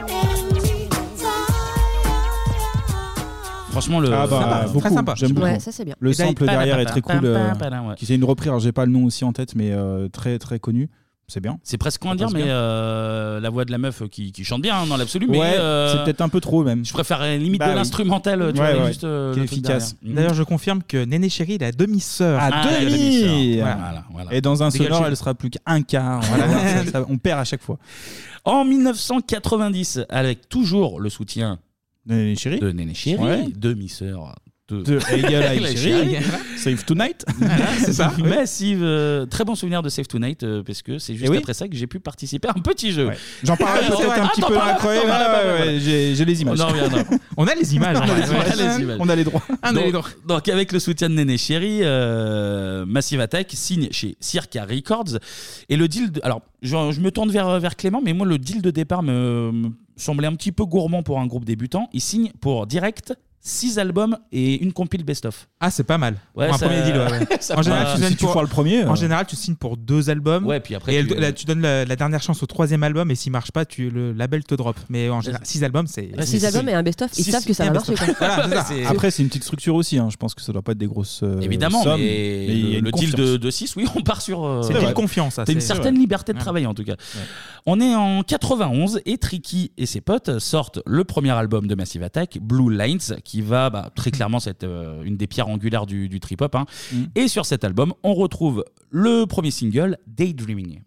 Franchement, le. Ah bah, Sympa, beaucoup, très sympa. j'aime beaucoup. Ouais, ça, c'est bien. Le Et sample d'ailleurs, derrière est très cool. euh, ouais. Qui c'est une reprise, alors j'ai pas le nom aussi en tête, mais euh, très très connu. C'est bien. C'est presque Ça à dire, passe mais bien. euh, la voix de la meuf qui, qui chante bien hein, dans l'absolu. Mais Ouais, euh, c'est peut-être un peu trop même. Je préfère limite Bah de oui. l'instrumental, tu Ouais, vois, ouais. juste euh, Qui est le truc efficace. derrière. D'ailleurs, je confirme que Néné Chéri est la demi-sœur. À Ah, demi la demi-sœur. Voilà. Voilà, voilà. Et dans un Dégage sonore, chez- elle sera plus qu'un quart. Voilà, ça- ça- on perd à chaque fois. En mille neuf cent quatre-vingt-dix, avec toujours le soutien Néné Chéri. de Néné Chéri, Ouais. demi-sœur de, De Eagle Eye La Chéri. Chéri. Save Tonight. C'est ça. Massive. euh, très bon souvenir de Save Tonight euh, parce que c'est juste Eh oui. après ça que j'ai pu participer à un petit jeu. Ouais. J'en parlerai Ah, peut-être ouais. un Ah, petit t'en peu dans la parles- croix. t'en parles pas, ouais, ouais. J'ai j'ai les images. On en reviendra. On a les images. On a hein, les ouais. images. On a les images. On a les droits. Ah, on a les Donc, droits. donc avec le soutien de Néné Chéri, euh, Massive Attack signe chez Circa Records et le deal. De, alors je, je me tourne vers vers Clément, mais moi le deal de départ me, me semblait un petit peu gourmand pour un groupe débutant. Il signe pour direct six albums et une compile best-of. Ah, c'est pas mal. Ouais, Pour un ça- premier deal, ouais, ouais. ça En général, va. tu signes Si tu pour- vois le premier. En euh, général, tu signes pour deux albums. Ouais, puis après et tu- elle- là, tu donnes la, la dernière chance au troisième album, et s'il marche pas, tu, le label te drop. Mais en général, six albums, c'est. Ouais, Six c'est- albums et un best-of, ils Si, savent si, que ça et va un marcher. best-of. Quoi. Voilà, c'est ça. C'est- Après, c'est une petite structure aussi. hein. Je pense que ça doit pas être des grosses. euh, Évidemment, sommes, mais, il y a le, une le deal confiance. de, de six, oui, on part sur. euh, C'est vrai. une confiance. ça, T'as une c'est- certaine liberté de Ouais. travail en tout cas. On est en quatre-vingt-onze et Tricky et ses potes sortent le premier album de Massive Attack, Blue Lines, qui va bah, très clairement c'est euh, une des pierres angulaires du, du trip-hop. hein. Mm. Et sur cet album, on retrouve le premier single, Daydreaming.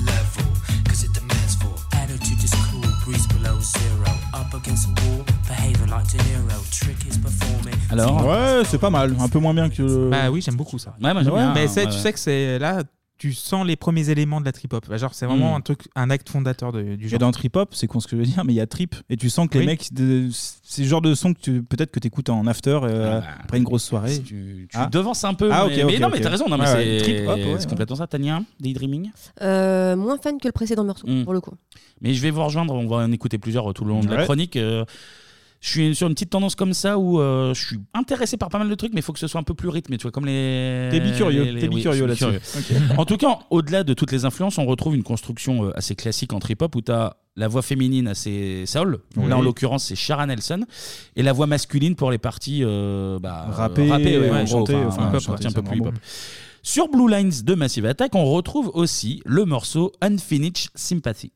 level, cause it demands for attitude is cool, breeze below zero, up against the wall, behaving like De Niro, trick is performing. Alors Ouais, c'est pas mal. Un peu moins bien que. Bah oui, j'aime beaucoup ça. Ouais, moi, j'aime bien. Mais c'est- Ouais, tu ouais. sais que c'est là, tu sens les premiers éléments de la trip-hop. Bah, genre, c'est vraiment Mm. un truc, un acte fondateur de- du Et genre. dans trip hop, c'est con ce que je veux dire, mais il y a trip et tu sens que les Oui. mecs, de- c'est le genre de son que tu peut-être que t'écoutes en after euh, après une grosse soirée. Tu, tu Ah. devances un peu. Ah, mais, ok, mais ok, non, ok. mais t'as raison. Non, mais Ouais, c'est ouais. Trip hop, ouais, c'est ouais. complètement ça. Tania, Daydreaming. Euh, moins fan que le précédent morceau, Mm. pour le coup. Mais je vais vous rejoindre. On va en écouter plusieurs euh, tout le long de la Ouais. chronique. Euh, je suis sur une petite tendance comme ça où euh, je suis intéressé par pas mal de trucs, mais il faut que ce soit un peu plus rythmé, tu vois, comme les. T'es bicurieux, les- les- t'es oui, bicurieux je suis là-dessus. curieux. Ok. En tout cas, au-delà de toutes les influences, on retrouve une construction euh, assez classique en trip-hop où tu as la voix féminine assez soul. Oui. Là, en l'occurrence, c'est Shara Nelson. Et la voix masculine pour les parties euh, bah, Rappées, euh, rappées, ouais, en gros, chantées, enfin, enfin, un peu chantées, partie un peu c'est plus vraiment hip-hop. Sur Blue Lines de Massive Attack, on retrouve aussi le morceau Unfinished Sympathy.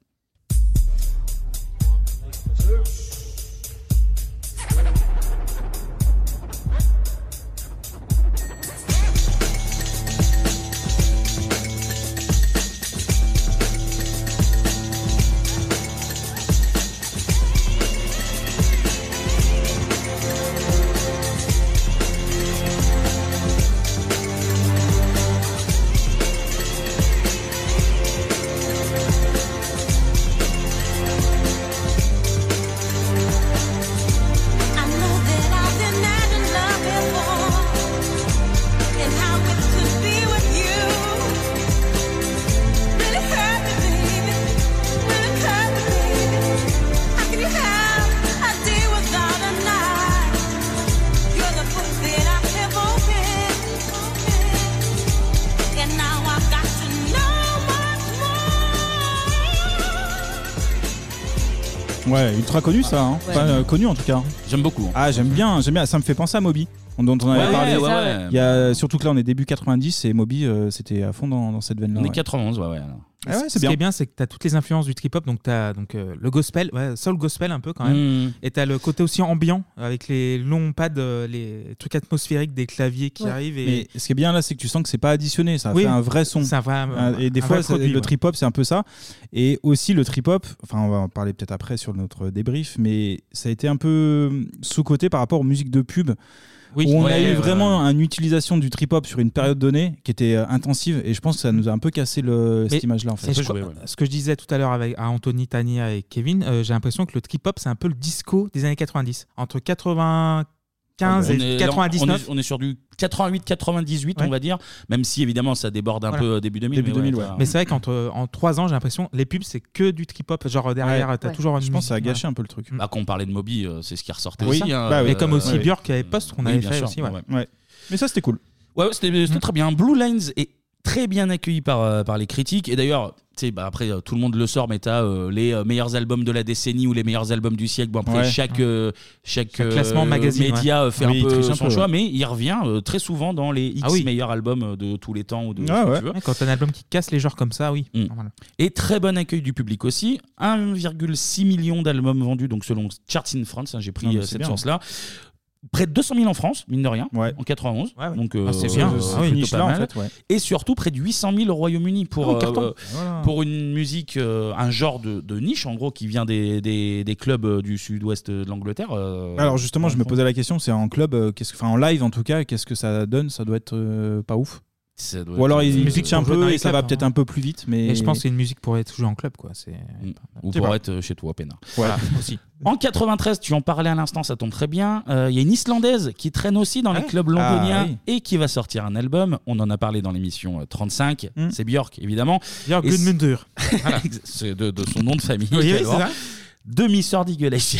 Ouais, ultra connu ça, hein. Ouais. Enfin, euh, connu en tout cas. J'aime beaucoup. Ah, j'aime bien, j'aime bien. Ça me fait penser à Moby, dont on avait Ouais, parlé. ouais, ouais, ouais. Il y a, surtout que là, on est début quatre-vingt-dix et Moby, euh, c'était à fond dans, dans cette veine-là. On est ouais. quatre-vingt-onze, ouais, ouais. Ah ouais, c'est Ce bien. qui est bien, c'est que tu as toutes les influences du trip-hop. Donc, tu as donc, euh, le gospel, ouais, soul gospel un peu quand même. Mm. Et tu as le côté aussi ambiant avec les longs pads, euh, les trucs atmosphériques des claviers qui Ouais. arrivent. Et... Mais ce qui est bien là, c'est que tu sens que c'est pas additionné, ça Oui, fait un vrai son. c'est un vrai- Euh, et des un fois, vrai ça- produit, le ouais. trip-hop, c'est un peu ça. Et aussi le trip-hop, enfin, on va en parler peut-être après sur notre débrief, mais ça a été un peu sous-coté par rapport aux musiques de pub. Oui. Où on a Ouais, eu ouais, vraiment une utilisation du trip-hop sur une période donnée qui était euh, intensive, et je pense que ça nous a un peu cassé le, cette Mais- image-là en fait. et je crois- Ce que je disais tout à l'heure avec à Anthony, Tania et Kevin, euh, j'ai l'impression que le trip-hop, c'est un peu le disco des années quatre-vingt-dix. Entre quatre-vingt-quinze On et est- là, quatre-vingt-dix-neuf. On est, on est sur du quatre-vingt-huit quatre-vingt-dix-huit, Ouais. on va dire, même si évidemment ça déborde un Voilà. peu euh, début deux mille. mais ouais, enfin, Mais c'est vrai qu'entre en trois ans, j'ai l'impression les pubs, c'est que du trip-hop. Genre derrière, Ouais. t'as Ouais. toujours une Je pense que ça a musique, gâché voilà. un peu le truc. Bah, quand on parlait de Moby, euh, c'est ce qui ressortait Oui. aussi. hein, Bah oui. euh, Et comme aussi ouais. Björk qui avait Post, qu'on Oui, avait bien fait sûr, aussi, ouais. Ouais. Mais ça, c'était cool. Ouais, ouais, c'était c'était très bien. Blue Lines est très bien accueilli par, euh, par les critiques. Et d'ailleurs, tu sais, bah, après, euh, tout le monde le sort, mais t'as euh, les euh, meilleurs albums de la décennie ou les meilleurs albums du siècle. Bon, après, Ouais. chaque, euh, chaque, Chaque classement euh, magazine, média ouais. euh, fait Oui, il un peu triche un son peu, choix, ouais. mais il revient euh, très souvent dans les X Ah oui. meilleurs albums euh, de tous les temps ou de Ouais, ce que ouais. tu veux. Ouais, quand t'as un album qui casse les genres comme ça, oui. Mm. Voilà. Et très bon accueil du public aussi. un virgule six million d'albums vendus, donc selon Charts in France, hein, j'ai pris Non, mais euh, c'est cette bien. source-là. Près de deux cent mille en France, mine de rien, Ouais. en quatre-vingt-onze. Ouais, ouais. Donc, euh, Ah, c'est bien. euh, Ah plutôt oui, niche pas là, en mal. fait, ouais. Et surtout près de huit cent mille au Royaume-Uni pour, Ah oui, carton. euh, Voilà. pour une musique, euh, un genre de, de niche, en gros, qui vient des, des, des clubs euh, du sud-ouest de l'Angleterre. euh, Alors justement, je me en posais la question, c'est en club, euh, qu'est-ce que, enfin en live en tout cas, qu'est-ce que ça donne? Ça doit être euh, pas ouf. Ça doit Ou alors être il une musique un pour jouer peu dans et les ça clubs, va peut-être hein. un peu plus vite, mais. Et je pense que c'est une musique pour être jouée en club, quoi. C'est Mm. Ou C'est pour vrai. être chez toi, peinard. voilà, aussi. En quatre-vingt-treize, tu en parlais à l'instant, ça tombe très bien. euh, Il y a une Islandaise qui traîne aussi dans les Ouais. clubs londoniens Ah, oui. et qui va sortir un album. On en a parlé dans l'émission euh, trente-cinq. Mm. C'est Björk, évidemment. Björk Et c'est- Gudmundur. C'est de, de son nom de famille. Oui, oui, quelle c'est horreur. ça. Demi-sœur d'Igueulash.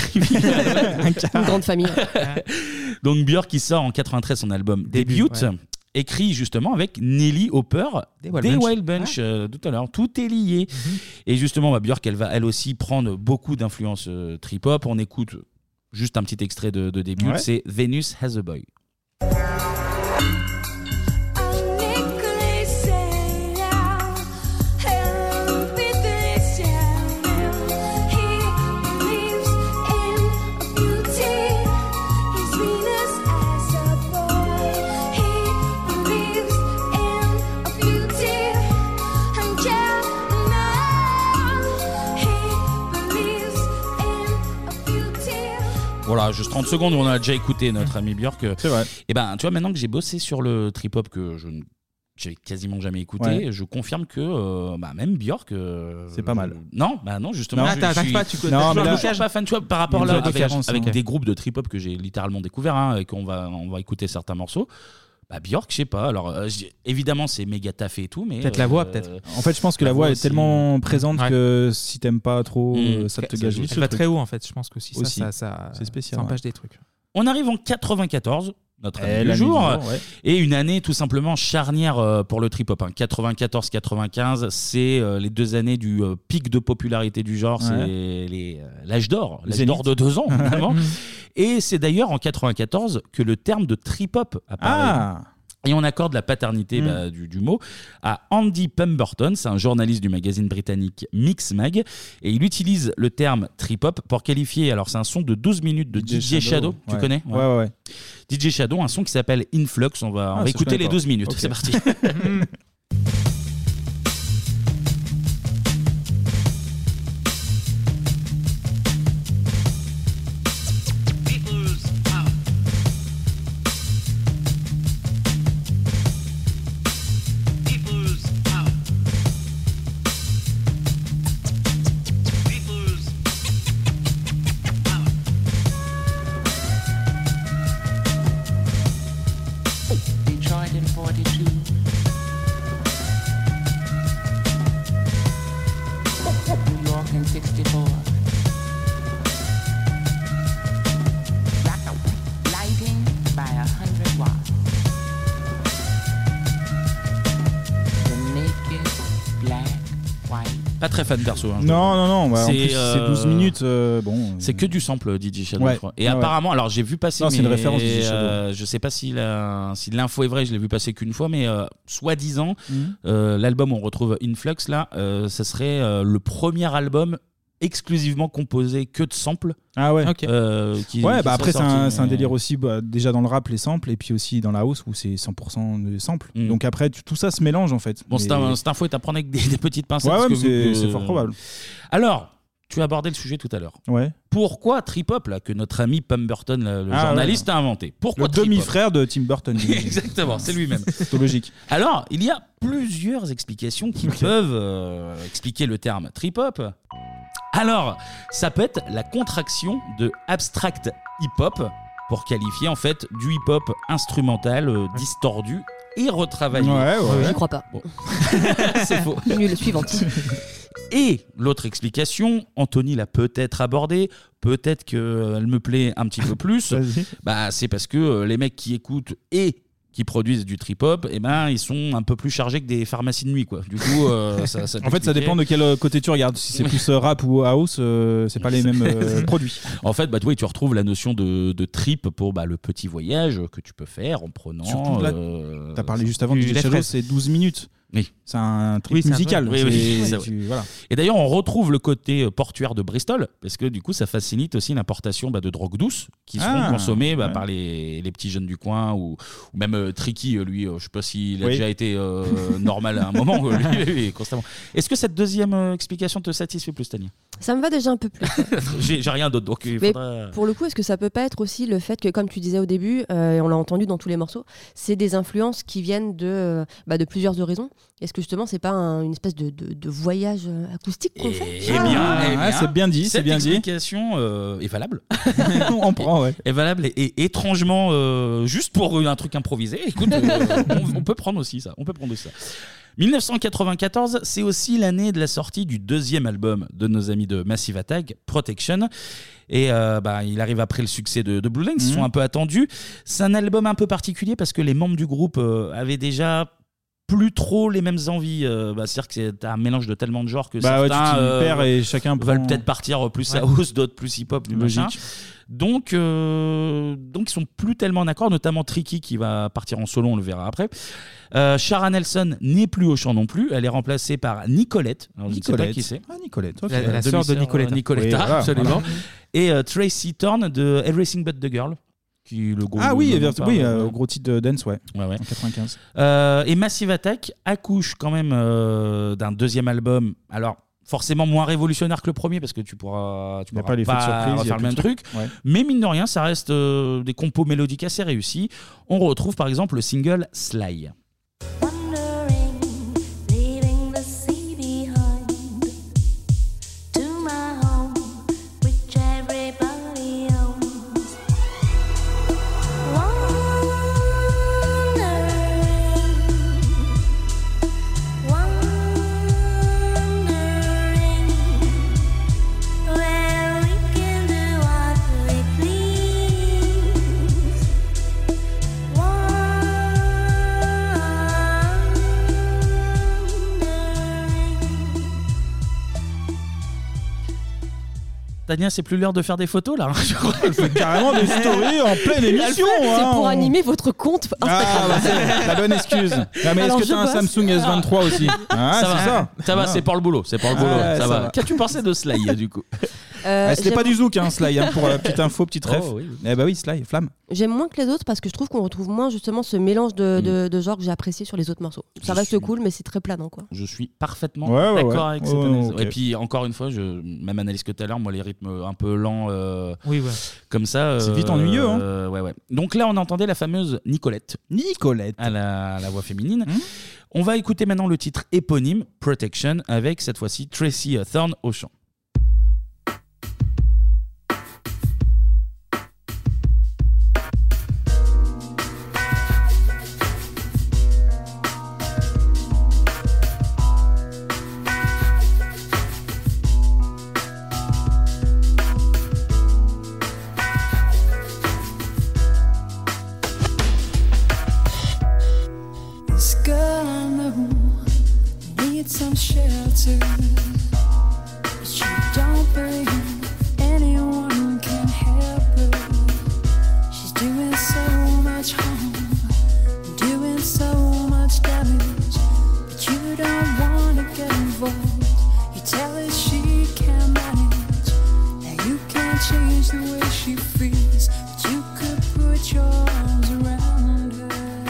Une grande famille. Donc Björk qui sort en quatre-vingt-treize son album Début, Debut, ouais. écrit justement avec Nelly Hopper Des des Wild Bunch. Wild Bunch euh, tout à l'heure. Tout est lié. Et justement, bah, Björk, elle va elle aussi prendre beaucoup d'influence euh, trip-hop. On écoute juste un petit extrait de, de Debut. Ouais. C'est Venus Has a Boy. He believes in a beauty and cannot Voilà, juste trente secondes, on a déjà écouté notre ami Björk. C'est vrai. Et ben, tu vois, maintenant que j'ai bossé sur le trip-hop que je ne j'ai quasiment jamais écouté, Ouais. je confirme que euh, bah, même Björk euh, C'est pas mal. Non, bah non, justement. Non, je, t'as- je t'arrives suis- pas, tu connais- non, tu mais vois, là, le je suis blocage. pas fan, tu vois, par Il y a rapport une là, vraie avec, différence, avec ok. des groupes de trip-hop que j'ai littéralement découvert hein, et qu'on va, on va écouter certains morceaux. Bah Björk, je sais pas. Alors euh, j'ai- évidemment, c'est méga taffé et tout, mais Peut-être la voix, euh, peut-être. En fait, je pense que la voix est aussi- tellement présente Ouais. que si t'aimes pas trop, Mmh. euh, ça te Ça gage joue. vite Elle le va truc. très haut en fait. Je pense que si ça, Aussi. ça, ça, C'est spécial, ça empêche ouais. des trucs. On arrive en quatre-vingt-quatorze, notre Eh, année du l'année jour, du jour, ouais. et une année tout simplement charnière euh, pour le trip-hop. hein. quatre-vingt-quatorze quatre-vingt-quinze, c'est euh, les deux années du euh, pic de popularité du genre, Ouais. c'est les, euh, l'âge d'or, l'âge Zénith. d'or de deux ans, finalement. Et c'est d'ailleurs en quatre-vingt-quatorze que le terme de trip-hop apparaît. Ah. Et on accorde la paternité Mm. bah, du, du mot à Andy Pemberton, c'est un journaliste du magazine britannique Mix Mag, et il utilise le terme trip-hop pour qualifier, alors c'est un son de douze minutes de D J, Shadow, tu ouais. connais Ouais, ouais, ouais. D J Shadow, un son qui s'appelle Influx, on va, on Ah, va ça, écouter je connais les pas. douze minutes, Ok. c'est parti. Detroit in forty-two. New York in sixty-four. Lighting by a hundred watts. The naked black white. Pas très fan perso. hein, je Non, dois- non, non, bah, en C'est, plus, c'est euh, douze minutes, euh, bon. C'est que du sample D J Shadow, Ouais. je crois. Et Ah ouais. apparemment, alors j'ai vu passer. Non, c'est une mais, référence D J Shadow. euh, je sais pas si, la- si l'info est vraie, je l'ai vu passer qu'une fois, mais euh, soi-disant, Mhm. euh, l'album où on retrouve Influx, là, euh, ça serait euh, le premier album exclusivement composé que de samples. Ah ouais. euh, qui- ouais, qui bah serait après, c'est sorti, un, c'est un mais- délire aussi, bah, déjà dans le rap, les samples, et puis aussi dans la house où c'est cent pour cent de samples. Mm. Donc après, tu- tout ça se mélange en fait. Bon, Mais- cette, in- cette info est à prendre avec des, des petites pincettes. Ouais, parce ouais, que mais vu c'est que- c'est fort probable. Alors, tu as abordé le sujet tout à l'heure. Ouais. Pourquoi trip-hop, là, que notre ami Pemberton, le, le Ah, journaliste, ouais. a inventé? Pourquoi Le trip-hop demi-frère de Tim Burton. Exactement, c'est lui-même. C'est logique. Alors, il y a plusieurs explications qui peuvent euh, expliquer le terme trip-hop. Alors, ça peut être la contraction de abstract hip-hop pour qualifier en fait du hip-hop instrumental, euh, distordu et retravaillé. Ouais, ouais, ouais. J'y crois pas. Bon. C'est faux. Nul, suivante. Et l'autre explication, Anthony l'a peut-être abordée, peut-être qu'elle me plaît un petit peu plus, bah, c'est parce que euh, les mecs qui écoutent et qui produisent du trip-hop, eh ben, ils sont un peu plus chargés que des pharmacies de nuit. Quoi. Du coup, euh, ça, ça peut En fait, ça expliquer. dépend de quel euh, côté tu regardes. Si c'est plus euh, rap ou house, euh, c'est pas les mêmes euh, produits. En fait, bah, oui, tu retrouves la notion de, de trip pour bah, le petit voyage que tu peux faire en prenant. Surtout là, euh, t'as parlé juste avant de du D J lait Shadow, frais. c'est douze minutes. Oui. C'est un truc Oui, c'est un musical. truc. Oui, oui, C'est- c'est vrai. tu- voilà. Et d'ailleurs, on retrouve le côté euh, portuaire de Bristol, parce que du coup, ça facilite aussi l'importation bah, de drogues douces qui seront Ah, consommées bah, ouais. par les, les petits jeunes du coin, ou, ou même euh, Tricky, euh, lui, euh, je sais pas s'il a Oui. déjà été euh, normal à un moment, euh, lui, lui, constamment. Est-ce que cette deuxième euh, explication te satisfait plus, Tania? Ça me va déjà un peu plus. J'ai j'ai rien d'autre, donc il Mais faudra... pour le coup, est-ce que ça peut pas être aussi le fait que, comme tu disais au début, euh, et on l'a entendu dans tous les morceaux, c'est des influences qui viennent de, euh, bah, de plusieurs horizons. Est-ce que justement, c'est pas un- une espèce de, de, de voyage euh, acoustique qu'on fait Eh bien, eh ouais, c'est bien dit, c'est cette bien dit. explication euh, est valable. On prend, ouais. Est valable et, et étrangement euh, juste pour un truc improvisé. Écoute, euh, on, on peut prendre aussi ça. On peut prendre aussi ça. mille neuf cent quatre-vingt-quatorze, c'est aussi l'année de la sortie du deuxième album de nos amis de Massive Attack, Protection. Et euh, bah, il arrive après le succès de, de Blue Lens, ils Mhm. sont un peu attendus. C'est un album un peu particulier parce que les membres du groupe euh, avaient déjà plus trop les mêmes envies. Euh, bah, c'est-à-dire que c'est un mélange de tellement de genres que Bah ouais, tu certains t'y perds et chacun veulent prend- peut-être partir plus Ouais. house, d'autres plus hip-hop, plus Logique. machin. Donc, euh, donc ils sont plus tellement en accord, notamment Tricky qui va partir en solo, on le verra après. Euh, Shara Nelson n'est plus au chant non plus, elle est remplacée par Nicolette. Alors, je ne sais pas Nicolette. qui c'est. Ah, Nicolette, ok. La- la Euh, sœur de demi-sœur, Nicoletta. euh, Nicoletta, Oui, voilà, absolument. voilà. Et euh, Tracy Thorn de Everything But the Girl. Qui, le gros, Ah oui, le- Ever- le- oui, le- euh, gros titre de dance, ouais. Ouais, ouais. En quatre-vingt-quinze. Euh, et Massive Attack accouche quand même euh, d'un deuxième album. Alors, forcément moins révolutionnaire que le premier parce que tu pourras, tu Y a pourras pas l'effet de surprise, y a refaire plus le même de truc. trucs. Ouais. Mais mine de rien, ça reste euh, des compos mélodiques assez réussis. On retrouve par exemple le single Sly. Leaving the sea behind to my home, which everybody owns. Wondering, wondering where we can do what we please. Tania, c'est plus l'heure de faire des photos là. Elle fait carrément des stories en pleine émission. C'est hein. pour animer votre compte Instagram. Ah, bah, c'est la bonne excuse. Ah, mais Alors, est-ce que je t'as un bosse. Samsung S vingt-trois aussi Ah, ça c'est va, ça. ça va, Ah. c'est pour le boulot, c'est pour le boulot, Ouais, ça, ça va. va. Qu'as-tu pensé de Sly du coup Euh, Ah, C'était j'aime- pas du zouk, hein, Sly, hein, pour la petite info, petite ref. Oh, oui, oui. Eh bah oui, Sly, flamme. J'aime moins que les autres parce que je trouve qu'on retrouve moins justement ce mélange de, de, de genres que j'ai apprécié sur les autres morceaux. Ça Je reste suis- cool, mais c'est très planant quoi. Je suis parfaitement Ouais, ouais, d'accord ouais. avec Ouais, cette ouais, analyse. ok. Et puis encore une fois, je, même analyse que tout à l'heure, moi les rythmes un peu lents, euh, Oui, ouais. comme ça. C'est vite ennuyeux, hein. euh, ouais, ouais. Donc là, on entendait la fameuse Nicolette. Nicolette. À la, à la voix féminine. Mmh. On va écouter maintenant le titre éponyme, Protection, avec cette fois-ci Tracy Thorn au chant. This girl I know needs some shelter, but she don't believe anyone can help her. She's doing so much harm, doing so much damage, but you don't wanna get involved. You tell her she can't manage, that you can't change the way she feels, but you could put your arms around her.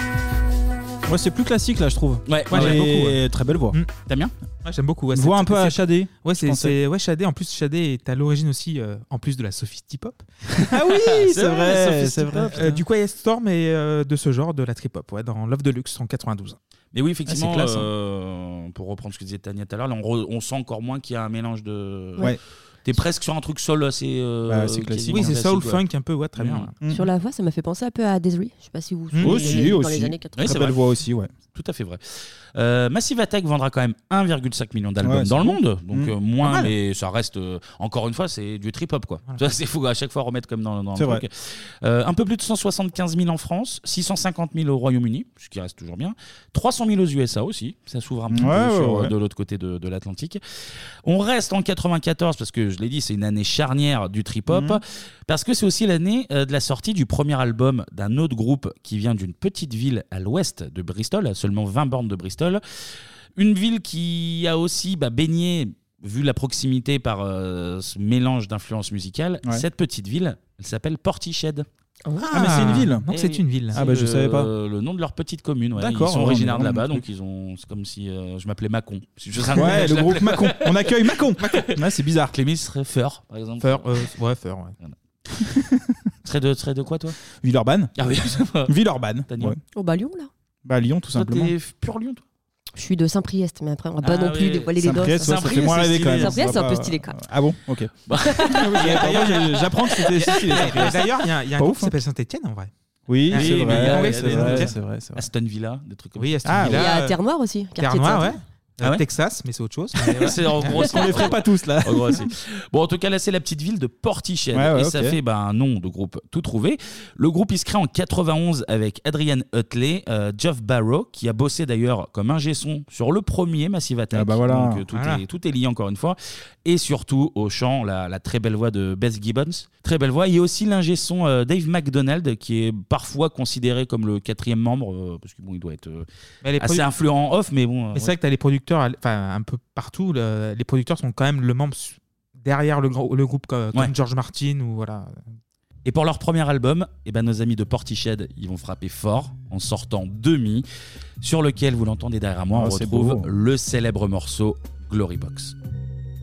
Ouais, c'est plus classique là, je trouve. Ouais, moi, j'aime Et beaucoup, ouais. Très belle voix. Mm. T'aimes bien Ouais, j'aime beaucoup. Ouais, Une c'est- voix un peu c'est- à Shadé. Ouais, je c'est pensais. c'est- ouais, Shadé. En plus, Shadé est à l'origine aussi, euh, en plus de la Sophie Pop. Ah oui, c'est vrai, Sophie c'est vrai. Euh, du Quiet Storm et euh, de ce genre, de la trip hop, ouais, dans Love Deluxe en quatre-vingt-douze. Mais oui, effectivement, Ah, c'est classe, hein. euh, pour reprendre ce que disait Tania tout à l'heure, là, on, re- on sent encore moins qu'il y a un mélange de. Ouais. T'es presque sur un truc soul assez. euh, Bah, c'est classique. Oui, c'est quasiment soul, classique, funk, un peu, ouais, très bien. Mm. ouais. Sur la voix, ça m'a fait penser un peu à Desiree. Je sais pas si vous vous souvenez. Aussi, dans aussi. les années quatre-vingts. Oui, Très c'est belle vrai. voix aussi, ouais. Tout à fait vrai. Euh, Massive Attack vendra quand même un virgule cinq million d'albums Ouais, dans c'est le bon. monde, donc Mmh. euh, Pas moins, mal. mais ça reste euh, encore une fois c'est du trip hop quoi. Tu vois, c'est fou à chaque fois remettre comme dans, dans C'est le vrai. truc. Euh, un peu plus de cent soixante-quinze mille en France, six cent cinquante mille au Royaume-Uni, ce qui reste toujours bien, trois cent mille aux U S A aussi, ça s'ouvre un petit Ouais, peu ouais, sur, ouais. de l'autre côté de, de l'Atlantique. On reste en quatre-vingt-quatorze parce que je l'ai dit, c'est une année charnière du trip hop, Mmh. parce que c'est aussi l'année euh, de la sortie du premier album d'un autre groupe qui vient d'une petite ville à l'ouest de Bristol, à seulement vingt bornes de Bristol. Une ville qui a aussi bah, baigné, vu la proximité par euh, ce mélange d'influences musicales, Ouais. cette petite ville, elle s'appelle Portishead. Ah, mais c'est une ville. Donc Eh c'est oui. une ville. Ah, bah, je le- savais pas. Le nom de leur petite commune. Ouais. D'accord, Ils sont ouais, originaires on est de là-bas, vraiment donc ils ont. C'est comme si euh, je m'appelais Macon. Je- je- Ouais, je le groupe l'appelais- Macon. On accueille Macon. Ouais, c'est bizarre. Clémy serait Feur, par exemple. Feur, euh, ouais, Feur, ouais. Serait de, serait de quoi, toi Villeurbanne. Ah oui, Villeurbanne. Tania. Ouais. Oh bah Lyon là. Bah Lyon, tout Toi, simplement. t'es pur Lyon, toi Je suis de Saint-Priest, mais après on va pas Ah non plus oui. dévoiler les doses. Saint-Priest, ouais, ça Saint-Priest, fait moins c'est rêver quand stylé. même. Saint-Priest, c'est un On va peu pas- stylé, quand même. Ah bon, ok. D'ailleurs, j'apprends que c'était si stylé. Saint-Priest. D'ailleurs, il y a, il y a un Pas groupe ouf, qui hein. s'appelle Saint-Etienne en vrai. Oui, Ah, c'est oui, mais il y a- vrai, il y a c'est des- vrai, des- c'est vrai, c'est vrai. Aston Villa, des trucs comme Oui, Aston Ah, Il y Villa. a euh, Terre Noire aussi. Terre quartier de Noire, Saint- ouais. Ah ouais Texas, mais c'est autre chose. Mais ouais. C'est en gros, On les ferait pas tous là. En gros, c'est- Bon, en tout cas, là, c'est la petite ville de Portiched. Ouais, ouais, et ça ok. fait bah, un nom de groupe tout trouvé. Le groupe, il se crée en quatre-vingt-onze avec Adrian Utley, euh, Geoff Barrow, qui a bossé d'ailleurs comme ingé son sur le premier Massive Attack. Ah bah voilà. Donc, euh, tout, Voilà. est, tout est lié encore une fois. Et surtout, au chant, la, la très belle voix de Beth Gibbons. Très belle voix. Il y a aussi l'ingé son euh, Dave McDonald, qui est parfois considéré comme le quatrième membre, euh, parce qu'il bon, il doit être euh, Mais les assez produ- influent en off, mais bon. euh, Mais c'est vrai que tu as les producteurs, à l- enfin un peu partout, le- les producteurs sont quand même le membre su- derrière le, gro- le groupe comme, comme Ouais. George Martin ou voilà. Et pour leur premier album, eh ben, nos amis de Portiched, ils vont frapper fort en sortant Demi, sur lequel, vous l'entendez derrière moi, Ah, on c'est retrouve beau. le célèbre morceau Glory Box.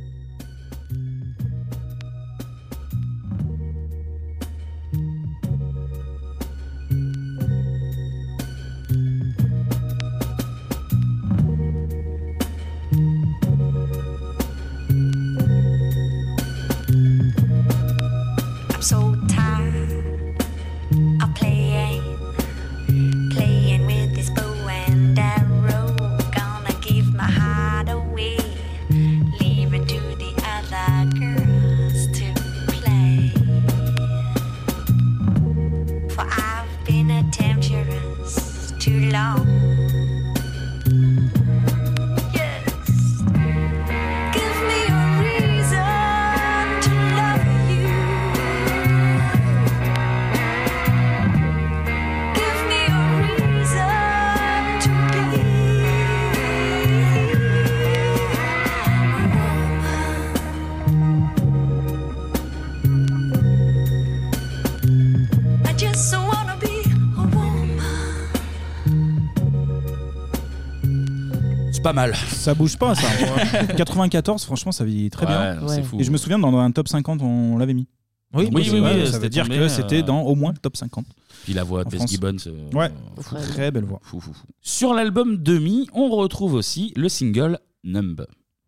pas mal. Ça bouge pas, ça. quatre-vingt-quatorze, franchement, ça vit très Ouais, bien. non, c'est Ouais. fou. Et je me souviens, dans un top cinquante, on l'avait mis. Oui, Donc, oui, ça- oui, ouais, oui, ça c'était veut dire tombé, que c'était euh, dans au moins le top cinquante. Puis la voix de En Bess France. Gibbons. euh, Ouais, fou. très belle voix. Fou, fou, fou. Sur l'album Demi, on retrouve aussi le single Numb.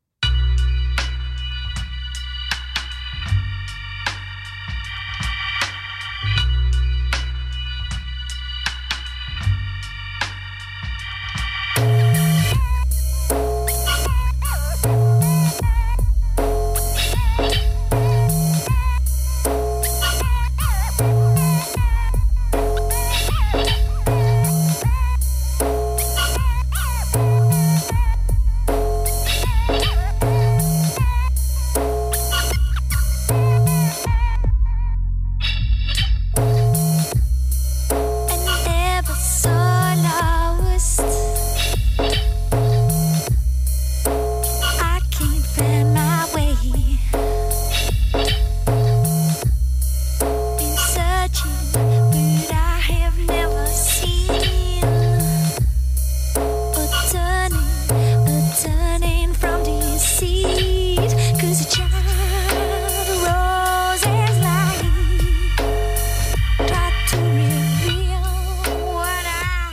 Never so lost. I can't find my way. Been searching, but I have never seen a turning, a turning from deceit. 'Cause a child roses light try to reveal what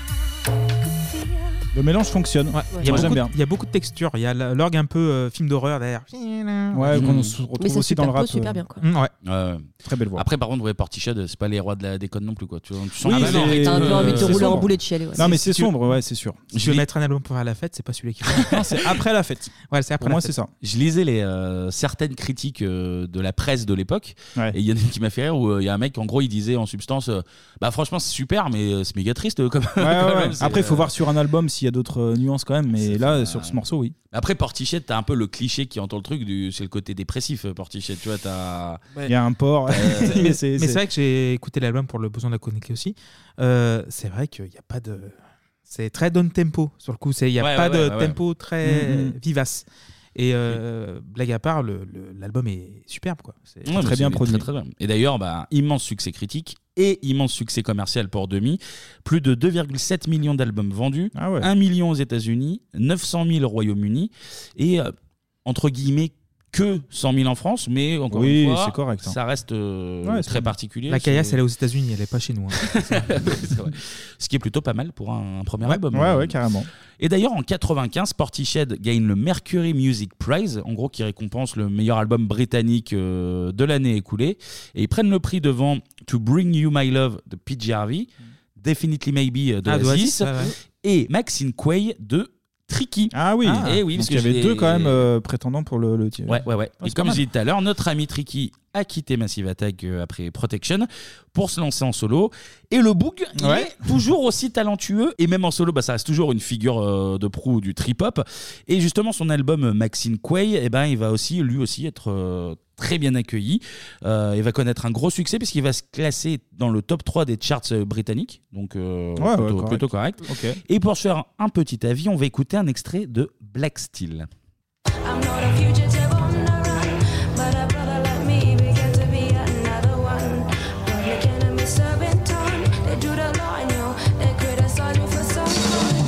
I could feel. Le mélange fonctionne. Il y, a Moi, j'aime beaucoup bien. de- il y a beaucoup de textures. Il y a la- l'orgue un peu euh, film d'horreur derrière. Ouais, qu'on se retrouve Mais ça aussi dans le rap. superpose super euh, bien, quoi. Mm, ouais. Ouais. Très belle voix. Après, par contre, ouais, Portiched, c'est pas les rois de la déconne non plus, quoi. Tu, vois, tu sens Oui, que c'est- c'est- T'as un peu envie de te c'est rouler en sombre. boule et de chialer. ouais. Non, mais Si c'est tu- sombre, ouais, c'est sûr. Je vais mettre un album pour faire la fête, c'est pas celui qui fait. Non, c'est après la fête. Ouais, c'est après Pour la moi, fête. c'est ça. Je lisais les, euh, certaines critiques euh, de la presse de l'époque, Ouais. et il y en a une qui m'a fait rire où euh, il y a un mec, en gros, il disait en substance euh, bah franchement, c'est super, mais euh, c'est méga triste euh, comme. Ouais, ouais, quand ouais. même, c'est, Après, il faut euh, voir sur un album s'il y a d'autres euh, nuances quand même, mais là, sur ce morceau, oui. Après, Portiched, t'as un peu le cliché qui entoure le truc, du, c'est le côté dépressif, euh, Portiched, tu vois, t'as. Il y a un port. Euh, mais Mais c'est c'est- vrai que j'ai écouté l'album pour le besoin de la chroniquer aussi. Euh, c'est vrai qu'il n'y a pas de. C'est très down tempo sur le coup. C'est- Il n'y a Ouais, pas ouais, de ouais, ouais. tempo très Mhm. vivace. Et euh, blague à part, le- le- l'album est superbe, quoi. C'est Ouais, mais très bien c'est produit. très, très bien. Et d'ailleurs, bah, immense succès critique et immense succès commercial pour Demi. Plus de deux virgule sept millions d'albums vendus, Ah ouais. un million aux États-Unis, neuf cent mille au Royaume-Uni et euh, entre guillemets que cent mille en France, mais encore Oui, une fois, c'est correct, hein. ça reste euh, Ouais, c'est très bon. particulier. La caillasse, C'est- elle est aux États-Unis, elle est pas chez nous. hein. C'est vrai. Ce qui est plutôt pas mal pour un, un premier Ouais, album. ouais, ouais, carrément. Et d'ailleurs, en quatre-vingt-quinze, Portiched gagne le Mercury Music Prize, en gros qui récompense le meilleur album britannique euh, de l'année écoulée. Et ils prennent le prix devant To Bring You My Love de Pete Jarvie, Definitely Maybe de Ah, Oasis, d'Oasis, ouais, ouais. et Maxine Quay de Tricky. Ah oui, et oui donc parce il y que avait j'ai- deux quand même euh, prétendants pour le, le tir. Ouais, ouais, ouais. Ah, et c'est comme pas je mal. disais tout à l'heure, notre ami Tricky a quitté Massive Attack euh, après Protection pour se lancer en solo. Et le Boog, il Ouais. est toujours aussi talentueux. Et même en solo, bah, ça reste toujours une figure euh, de proue du trip-hop. Et justement, son album euh, Maxine Quay, eh ben, il va aussi, lui aussi, être euh, très bien accueilli. Euh, il va connaître un gros succès puisqu'il va se classer dans le top trois des charts euh, britanniques. Donc, euh, Ouais, ouais, plutôt, correct. plutôt correct. Ok. Et pour se faire un petit avis, on va écouter un extrait de Black Steel. I'm not a fugitive on the run, but a brother like me began to be another one. Public enemy serving time, they drew the line, yo, they criticize me for some crime.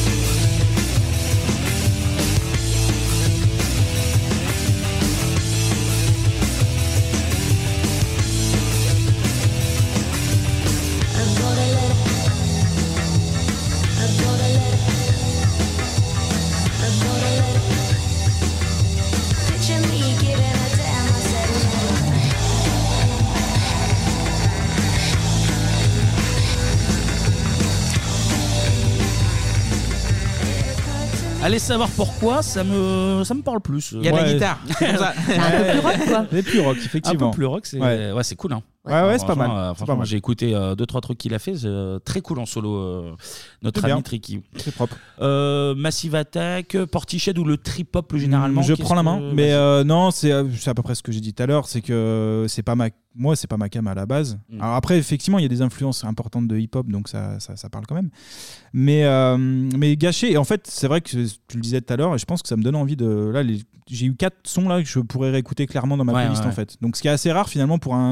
I'm gonna let it, I'm gonna let it, I'm gonna let it. Picture me giving a damn, I said Allez savoir pourquoi, ça me, ça me parle plus. Il y a la guitare, c'est pour ça. C'est un peu plus rock, quoi. C'est plus rock, Un effectivement. peu plus rock, c'est Ouais. ouais. c'est cool. Hein. Ouais, ouais, c'est pas Franchement, mal. euh, C'est franchement, pas mal. j'ai écouté euh, deux trois trucs qu'il a fait, c'est euh, très cool en solo. euh, notre C'est ami bien. Tricky. C'est propre. Euh, Massive Attack, Portiched ou le trip hop plus généralement. Je qu'est-ce prends la main, que- mais euh, non, c'est euh, c'est à peu près ce que j'ai dit tout à l'heure, c'est que c'est pas ma, moi c'est pas ma cam à la base. Mm. Alors après, effectivement, il y a des influences importantes de hip-hop, donc ça, ça, ça parle quand même. Mais euh, mais gâché. Et en fait, c'est vrai que tu le disais tout à l'heure, et je pense que ça me donne envie de. Là, les- j'ai eu quatre sons là que je pourrais réécouter clairement dans ma Ouais, playlist ouais, en fait. Donc ce qui est assez rare finalement pour un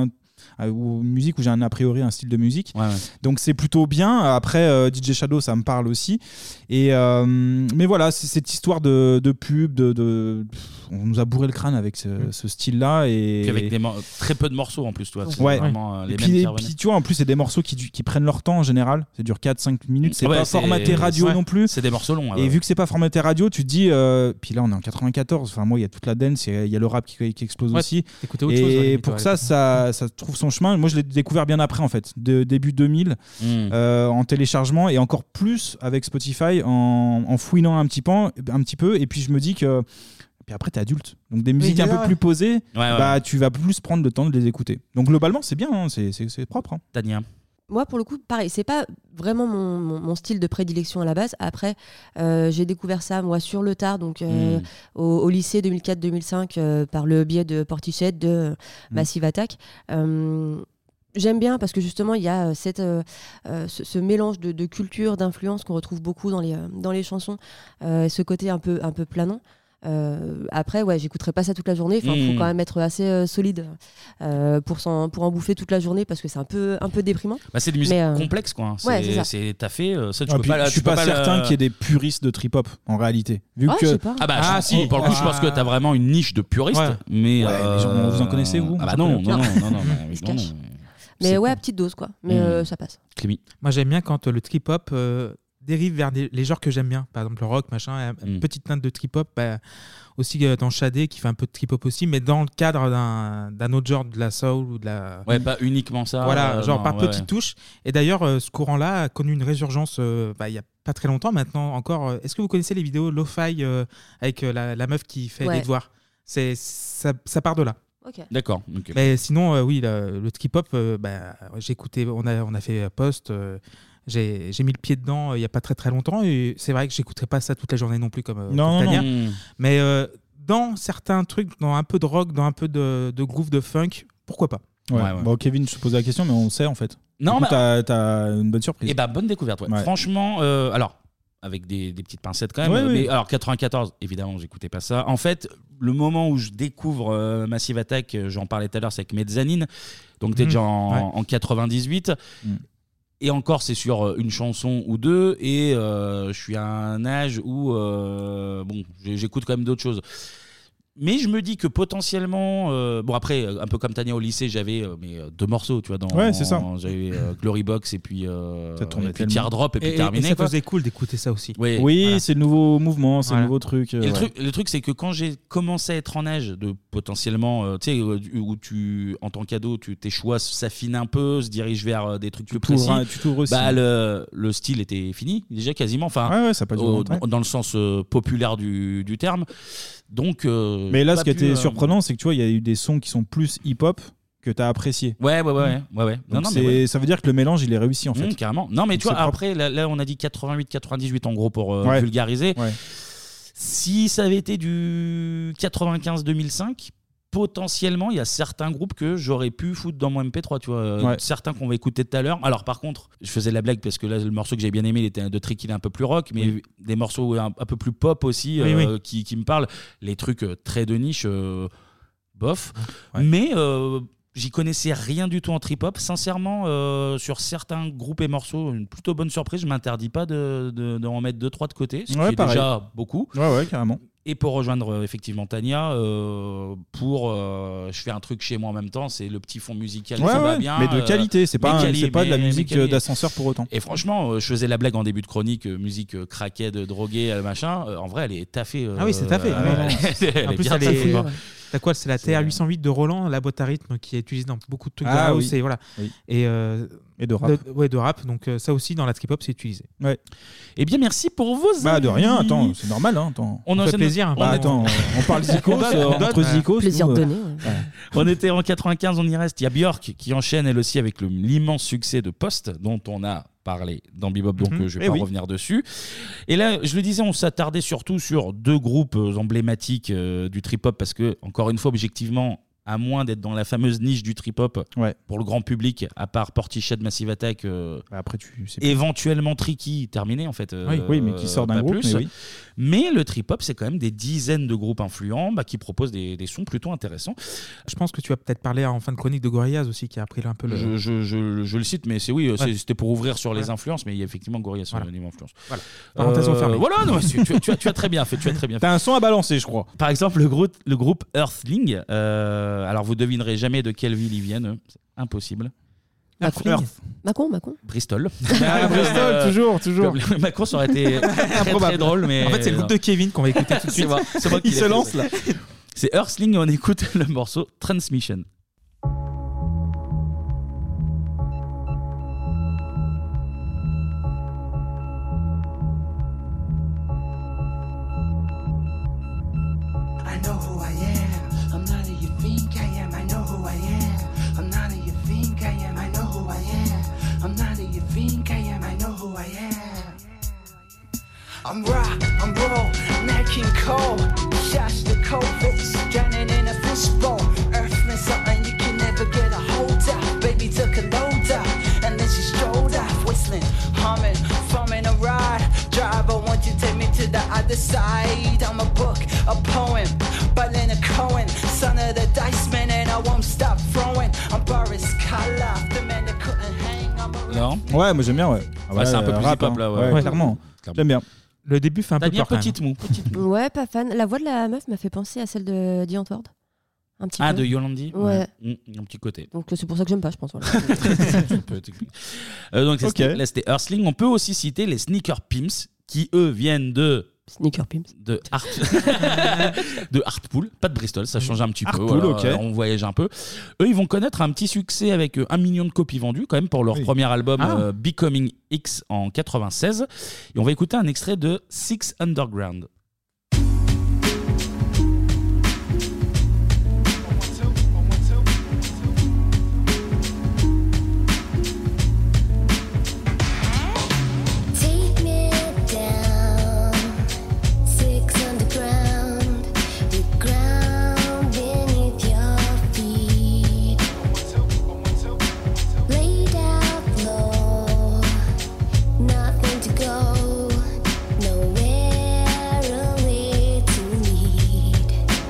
euh, ou une musique où j'ai un a priori un style de musique. Ouais, ouais. Donc c'est plutôt bien. Après euh, D J Shadow, ça me parle aussi. Et euh, mais voilà, c'est cette histoire de, de pub, de, de on nous a bourré le crâne avec ce, ce style-là et Puis avec des mor- très peu de morceaux en plus, toi. C'est Ouais. vraiment, euh, les et mêmes puis, qui et revenaient. puis, tu vois, en plus, c'est des morceaux qui, du- qui prennent leur temps en général. Ça dure quatre cinq minutes. C'est Ouais, pas c'est- formaté radio ouais. non plus. C'est des morceaux longs. Et ouais. vu que c'est pas formaté radio, tu te dis. euh, puis là, on est en quatre-vingt-quatorze. Enfin, moi, il y a toute la dance, il y a- il y, a le rap qui, qui explose Ouais, aussi. t'écoutais autre et chose, ouais, limite, pour ouais, ça, ouais. ça, ça trouve son chemin. Moi, je l'ai découvert bien après, en fait, de début deux mille, Mm. euh, en téléchargement et encore plus avec Spotify en, en fouinant un petit, peu, un petit peu. Et puis, je me dis que. Puis après, t'es adulte. Donc, des musiques un c'est peu vrai. plus posées, Ouais, ouais. bah, tu vas plus prendre le temps de les écouter. Donc, globalement, c'est bien, hein, c'est c'est- c'est propre. hein. Tania. Moi, pour le coup, pareil, c'est pas vraiment mon, mon- mon style de prédilection à la base. Après, euh, j'ai découvert ça, moi, sur le tard, donc euh, Mm. au, au lycée deux mille quatre deux mille cinq, euh, par le biais de Portishead, de Massive Attack. Euh, J'aime bien parce que justement, il y a euh, cette, euh, euh, ce, ce mélange de, de culture, d'influence qu'on retrouve beaucoup dans les, euh, dans les chansons, euh, ce côté un peu, un peu planant. Euh, après, ouais, j'écouterai pas ça toute la journée. Enfin, faut Mm. quand même être assez euh, solide euh, pour, s'en- pour en bouffer toute la journée parce que c'est un peu, un peu déprimant. Bah, c'est des musiques Mais, euh, complexes, quoi. C'est, ouais, c'est ça. c'est t'as fait. euh, Ça, tu Ah, peux puis, pas. la- je tu suis peux pas, la- certain qu'il y ait des puristes de trip-hop en réalité. Vu Ah, que... je sais pas. Ah bah Ah, si, si. pour le coup, je Ah. pense que t'as vraiment une niche de puristes, Ouais. mais, Ouais, euh, mais genre, vous en connaissez, vous Ah bah Ça non, peut non, non, être non, non, non, Il se non, cache. non. Mais C'est ouais, cool. à petite dose, quoi. Mais Mm. euh, ça passe. Clémy. Moi, j'aime bien quand euh, le trip-hop euh, dérive vers des- les genres que j'aime bien. Par exemple, le rock, machin, euh, une Mm. petite teinte de trip-hop. Bah, aussi euh, dans Shadé, qui fait un peu de trip-hop aussi, mais dans le cadre d'un d'un autre genre, de la soul ou de la. Ouais, pas uniquement ça. Voilà, euh, genre non, par ouais, petites ouais. touches. Et d'ailleurs, euh, ce courant-là a connu une résurgence euh, bah, il y a pas très longtemps maintenant encore. Euh, Est-ce que vous connaissez les vidéos lo-fi euh, avec euh, la, la meuf qui fait Ouais. les devoirs? C'est ça, ça part de là. Ok. D'accord. ok. Mais sinon, euh, oui, le, le trip-hop, euh, bah, j'ai écouté, on a, on a fait euh, Post. euh, j'ai j'ai mis le pied dedans euh, il y a pas très très longtemps et c'est vrai que j'écouterai pas ça toute la journée non plus comme, euh, Non, comme non, Tania. Mm. Mais euh, dans certains trucs, dans un peu de rock, dans un peu de, de groove, de funk, pourquoi pas? Ouais. Ouais, ouais. Bon, Kevin, je te pose la question, mais on sait en fait. Non, Du coup, mais- t'as, t'as une bonne surprise. Et bah, bonne découverte, ouais. Ouais. Franchement, euh, alors, avec des, des petites pincettes quand même. Ouais, euh, oui. mais alors, quatre-vingt-quatorze, évidemment, j'écoutais pas ça. En fait, le moment où je découvre euh, Massive Attack, euh, j'en parlais tout à l'heure, c'est avec Mezzanine. Donc, t'es Mhm. déjà en, Ouais. en quatre-vingt-dix-huit. Mm. Et encore, c'est sur euh, une chanson ou deux. Et euh, je suis à un âge où, euh, bon, j'ai- j'écoute quand même d'autres choses. Mais je me dis que potentiellement, euh, bon après, un peu comme Tania au lycée, j'avais euh, mais, euh, deux morceaux, tu vois, dans, Ouais, c'est ça. J'avais euh, Glory Box et puis, euh, Ça tournait et puis tellement. Teardrop et puis Et, et- et terminé. ça quoi. faisait cool d'écouter ça aussi. Oui, Oui, Voilà. c'est le nouveau mouvement, c'est Voilà. le nouveau truc. euh, Et le, ouais. truc, le truc, c'est que quand j'ai commencé à être en âge de potentiellement, euh, tu sais, euh, où tu, en tant qu'ado, tu, tes choix s'affinent un peu, se dirigent vers euh, des trucs plus précis. t'ouvres un- tu t'ouvres aussi. Bah, le, le style était fini, déjà quasiment. Enfin, Ouais, ouais, ça a pas duré au- longtemps. dans, dans le sens euh, populaire du, du terme. Donc. euh, Mais là, pas ce qui a pu, été euh, surprenant, c'est que tu vois, il y a eu des sons qui sont plus hip-hop que tu as apprécié. Ouais, ouais, ouais, ouais, ouais, ouais. Non, Donc non, c'est- mais ouais. ça veut dire que le mélange, il est réussi en fait. Mmh, carrément. Non, mais Donc tu vois, c'est propre. après, là, là, on a dit quatre-vingt-huit quatre-vingt-dix-huit en gros pour euh, Ouais. vulgariser. Ouais. Si ça avait été du quatre-vingt-quinze deux mille cinq, potentiellement, il y a certains groupes que j'aurais pu foutre dans mon M P trois, tu vois. Euh, Ouais. Certains qu'on va écouter tout à l'heure. Alors, par contre, je faisais la blague parce que là, le morceau que j'ai bien aimé, il était de Trick, il est un peu plus rock, mais Oui. des morceaux un, un peu plus pop aussi Oui, euh, Qui, qui me parlent. Les trucs euh, très de niche, euh, bof. Ouais. Mais. euh, J'y connaissais rien du tout en trip-hop. Sincèrement, euh, sur certains groupes et morceaux, une plutôt bonne surprise. Je m'interdis pas de, de, d'en mettre deux, trois de côté, ce Ouais, qui est pareil. déjà beaucoup. Ouais, ouais, carrément. Et pour rejoindre euh, effectivement Tania, euh, pour euh, je fais un truc chez moi en même temps, c'est le petit fond musical Ouais, qui va ouais, bien. mais de euh, qualité, c'est pas, mais un- quali- c'est pas de la mais- musique mais quali- d'ascenseur pour autant. Et franchement, euh, je faisais la blague en début de chronique, euh, musique euh, craquette, droguée, euh, machin. Euh, en vrai, elle est taffée. euh, Ah oui, c'est taffé. euh, Ah ouais, elle- ouais. elle En est plus, bien elle est- taffée. T'as quoi? C'est la T R huit cent huit de Roland, la boîte à rythme qui est utilisée dans beaucoup de trucs de Ah house oui. et voilà. Oui. Et, euh, Et de rap. de- ouais, de rap. Donc euh, ça aussi dans la trip hop c'est utilisé. Ouais. Eh bien, merci pour vos Bah de avis. rien, attends, c'est normal. Hein, attends. On Ça enchaîne- fait plaisir. on- Bah attends, on parle zikos, On donne, euh, on donne. entre zikos. Plaisir nous, euh, donné. ouais. On était en quatre-vingt-quinze, on y reste. Il y a Björk qui enchaîne elle aussi avec le- l'immense succès de Post, dont on a parlé dans Bebop, donc Mhm. euh, je vais Eh pas oui. revenir dessus. Et là, je le disais, on s'attardait surtout sur deux groupes euh, emblématiques euh, du trip-hop, parce que, encore une fois, objectivement, à moins d'être dans la fameuse niche du trip-hop Ouais. pour le grand public, à part Portishead, Massive Attack, euh, Après, tu sais plus. éventuellement Tricky, terminé en fait. euh, Oui, oui, mais qui sort d'un pas groupe, plus. mais oui. Mais le trip-hop, c'est quand même des dizaines de groupes influents bah, qui proposent des, des sons plutôt intéressants. Je pense que tu vas peut-être parler en fin de chronique de Gorillaz aussi, qui a pris un peu le. Je, je, je, je le cite, mais c'est oui, c'est- Ouais. c'était pour ouvrir sur les Ouais. influences, mais il y a effectivement Gorillaz sur Voilà. le niveau influence. Voilà. Parenthèse refermée. Voilà, non, tu, tu- tu as, tu as très bien fait. Tu as très bien fait. T'as un son à balancer, je crois. Par exemple, le groupe, le groupe Earthling. euh, alors, vous devinerez jamais de quelle ville ils viennent. eux. C'est impossible. Macron. Earth. Macron, Macron. Bristol. Ah, Bristol, toujours, toujours. Comme- Macron, ça aurait été très, très Improbable. drôle. Mais En fait, c'est le groupe de Kevin qu'on va écouter tout de C'est suite. moi, c'est moi qui Il l'ai se fait. lance, là. C'est Earthling et on écoute le morceau Transmission. I know who I am. I'm not who you think I am. I know who I am. I'm not who you think I am. I know who I am. I'm not who you think I am. I know who I am. I'm rock, I'm roll, Nat King Cole, Shasta Kovic, drowning in a fishbowl. Earth meant something you can never get a hold of. Baby took a load up, and then she strolled off, whistling, humming, foaming a ride. Driver, won't you take me to the other side? I'm a book, a poem, by Leonard Cohen, son of the dice man, and I won't stop throwing. I'm Boris Karloff, the man that couldn't hang. I'm a Non Ouais, moi j'aime bien, ouais. Ah Ouais, c'est un peu euh, plus rap, hip-hop, hein. là, ouais. Ouais, clairement. Clairement. J'aime bien. Le début fait un peu T'as dit peur. quand petite même. mou, petite mou. Ouais, pas fan. La voix de la meuf m'a fait penser à celle de Diane Ward. Un petit Ah, peu. de Yolandi. Ouais. Mmh, un petit côté. Donc c'est pour ça que j'aime pas, je pense. Voilà. Euh, donc, c'est- Ok. là, c'était Earthling. On peut aussi citer les Sneaker Pimps, qui eux viennent de. Sneaker Pimps. De Hart... de Hartpool, pas de Bristol, ça change un petit peu. Hartpool, voilà, ok. euh, On voyage un peu. Eux, ils vont connaître un petit succès avec euh, un million de copies vendues, quand même, pour leur Oui. premier album Ah. euh, Becoming X en quatre-vingt-seize. Et on va écouter un extrait de Six Underground. Take me down, six underground, the ground beneath your feet. Laid out low, nothing to go, nowhere away to lead.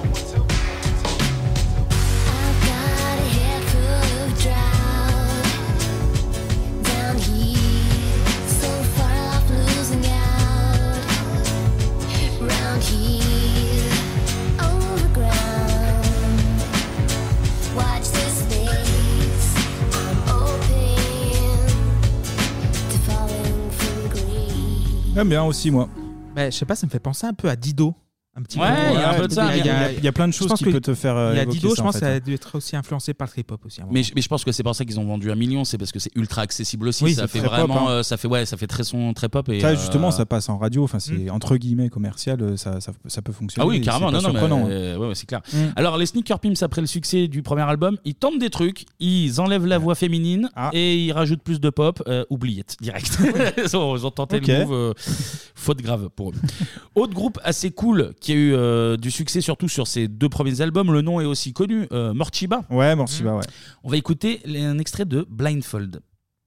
I've got a head full of drought down here, so far off losing out. Round here, overground. Watch this space, I'm open to falling from grace. J'aime bien aussi, moi. Bah, je sais pas, ça me fait penser un peu à Dido. Un petit Ouais, peu. il y a un peu de ça. Il y a- il y a- il y a plein de je choses pense qui que peuvent te faire, euh, Il y a évoquer Dido, ça, je en pense que fait, ça hein. a dû être aussi influencé par le trip-hop aussi. à un Mais moment. je, mais je pense que c'est pour ça qu'ils ont vendu un million, c'est parce que c'est ultra accessible aussi. Oui, ça c'est fait très pop, vraiment, hein. euh, ça fait ouais, ça fait très son, très pop. Et, Ça, euh, justement, ça passe en radio. Enfin, c'est Mm. entre guillemets commercial. euh, Ça, ça, ça peut fonctionner. Ah oui, et carrément, c'est non, pas non, mais, surprenant, hein. euh, ouais, ouais, c'est clair. Mm. Alors, les Sneaker Pimps, après le succès du premier album, ils tentent des trucs, ils enlèvent la voix féminine Ah. et ils rajoutent plus de pop. Euh, oubliette, direct. ils, ont, ils ont tenté Ok. le move, euh, faute grave pour eux. Autre groupe assez cool qui a eu euh, du succès, surtout sur ses deux premiers albums, le nom est aussi connu, euh, Morchiba. Ouais, Morchiba, ouais. On va écouter un extrait de Blindfold.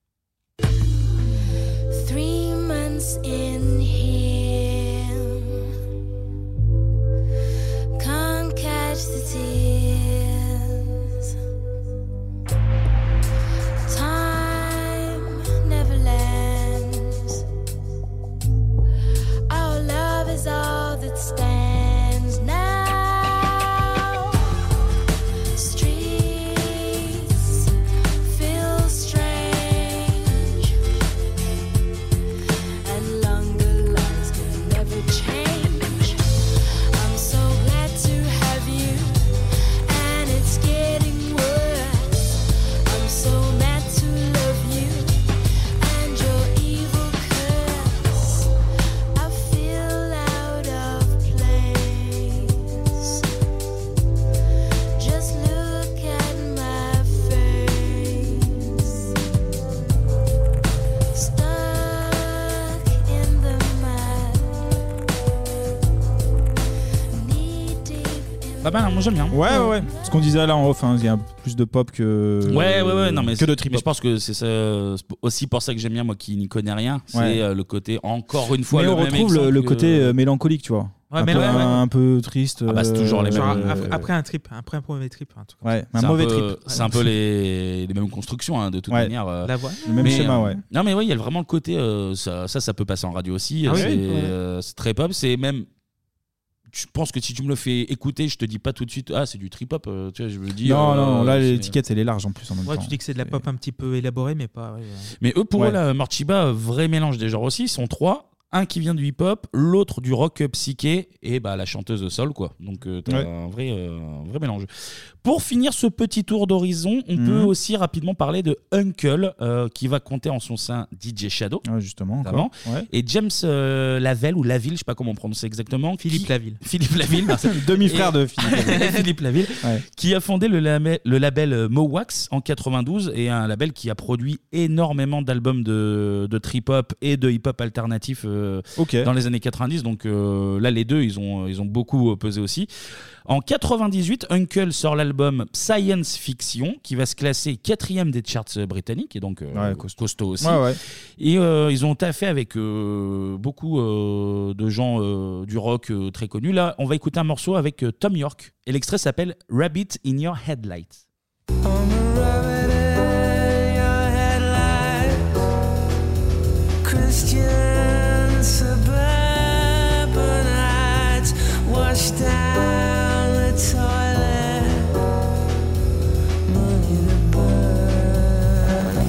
Three months in here, can't catch the tears. Time never lands. Our love is all that stands now. Streets feel strange, and long pas mal, hein, moi j'aime bien. Ouais, ouais, ouais. Ce qu'on disait là en off, hein, il y a plus de pop que. Ouais, ouais, ouais, non, mais que c'est- de trip mais je pense que c'est ça, c'est aussi pour ça que j'aime bien, moi qui n'y connais rien. C'est Ouais. euh, le côté, encore une fois, Mais le on même retrouve le, exemple le que- côté euh, mélancolique, tu vois. Ouais, un, mais peu, ouais, ouais. un, un peu triste. Ah bah, c'est toujours les euh, Genre, mêmes, après, euh, après un trip, après un mauvais trip. Un truc comme Ouais, ça. un C'est mauvais peu- trip. C'est un peu les, les mêmes constructions, hein, de toute Ouais. manière. euh. La voix. Le même Mais, schéma, euh, ouais. Non, mais ouais, il y a vraiment le côté. euh, ça, ça, ça peut passer en radio aussi. Ah oui, c'est oui. euh, c'est très pop. C'est même. Je pense que si tu me le fais écouter, je te dis pas tout de suite, ah, c'est du trip hop. euh, Tu vois, je me dis. Non, euh, non, là, c'est- l'étiquette, elle est large en plus en même Ouais, temps. tu dis que c'est de la pop un petit peu élaborée, mais pas. ouais, ouais. Mais eux, pour Ouais. eux, là, Marchiba, vrai mélange des genres aussi. Ils sont trois. Un qui vient du hip-hop, l'autre du rock psyché et bah, la chanteuse de soul, quoi. Donc, euh, t'as Ouais. un, vrai, euh, un vrai mélange. Pour finir ce petit tour d'horizon, on Mhm. peut aussi rapidement parler de Uncle, euh, qui va compter en son sein D J Shadow. Ouais, justement, notamment, encore. Ouais. et James euh, Lavelle, ou Laville, je sais pas comment on prononce exactement. Philippe qui- Laville. Philippe Laville. merci. Demi-frère Et- de Philippe Laville. Philippe Laville, Ouais. qui a fondé le, lame- le label euh, Mowax en quatre-vingt-douze, et un label qui a produit énormément d'albums de, de trip-hop et de hip-hop alternatif euh, Ok. dans les années quatre-vingt-dix. Donc euh, là, les deux, ils ont, ils ont beaucoup euh, pesé aussi. En quatre-vingt-dix-huit, Uncle sort l'album Science Fiction, qui va se classer quatrième des charts euh, britanniques, et donc euh, Ouais, costaud. costaud aussi. Ouais, ouais. Et euh, ils ont taffé avec euh, beaucoup euh, de gens euh, du rock euh, très connus. Là, on va écouter un morceau avec euh, Tom York, et l'extrait s'appelle Rabbit in Your Headlights. Christian suburbanites wash down the toilet, money to burn,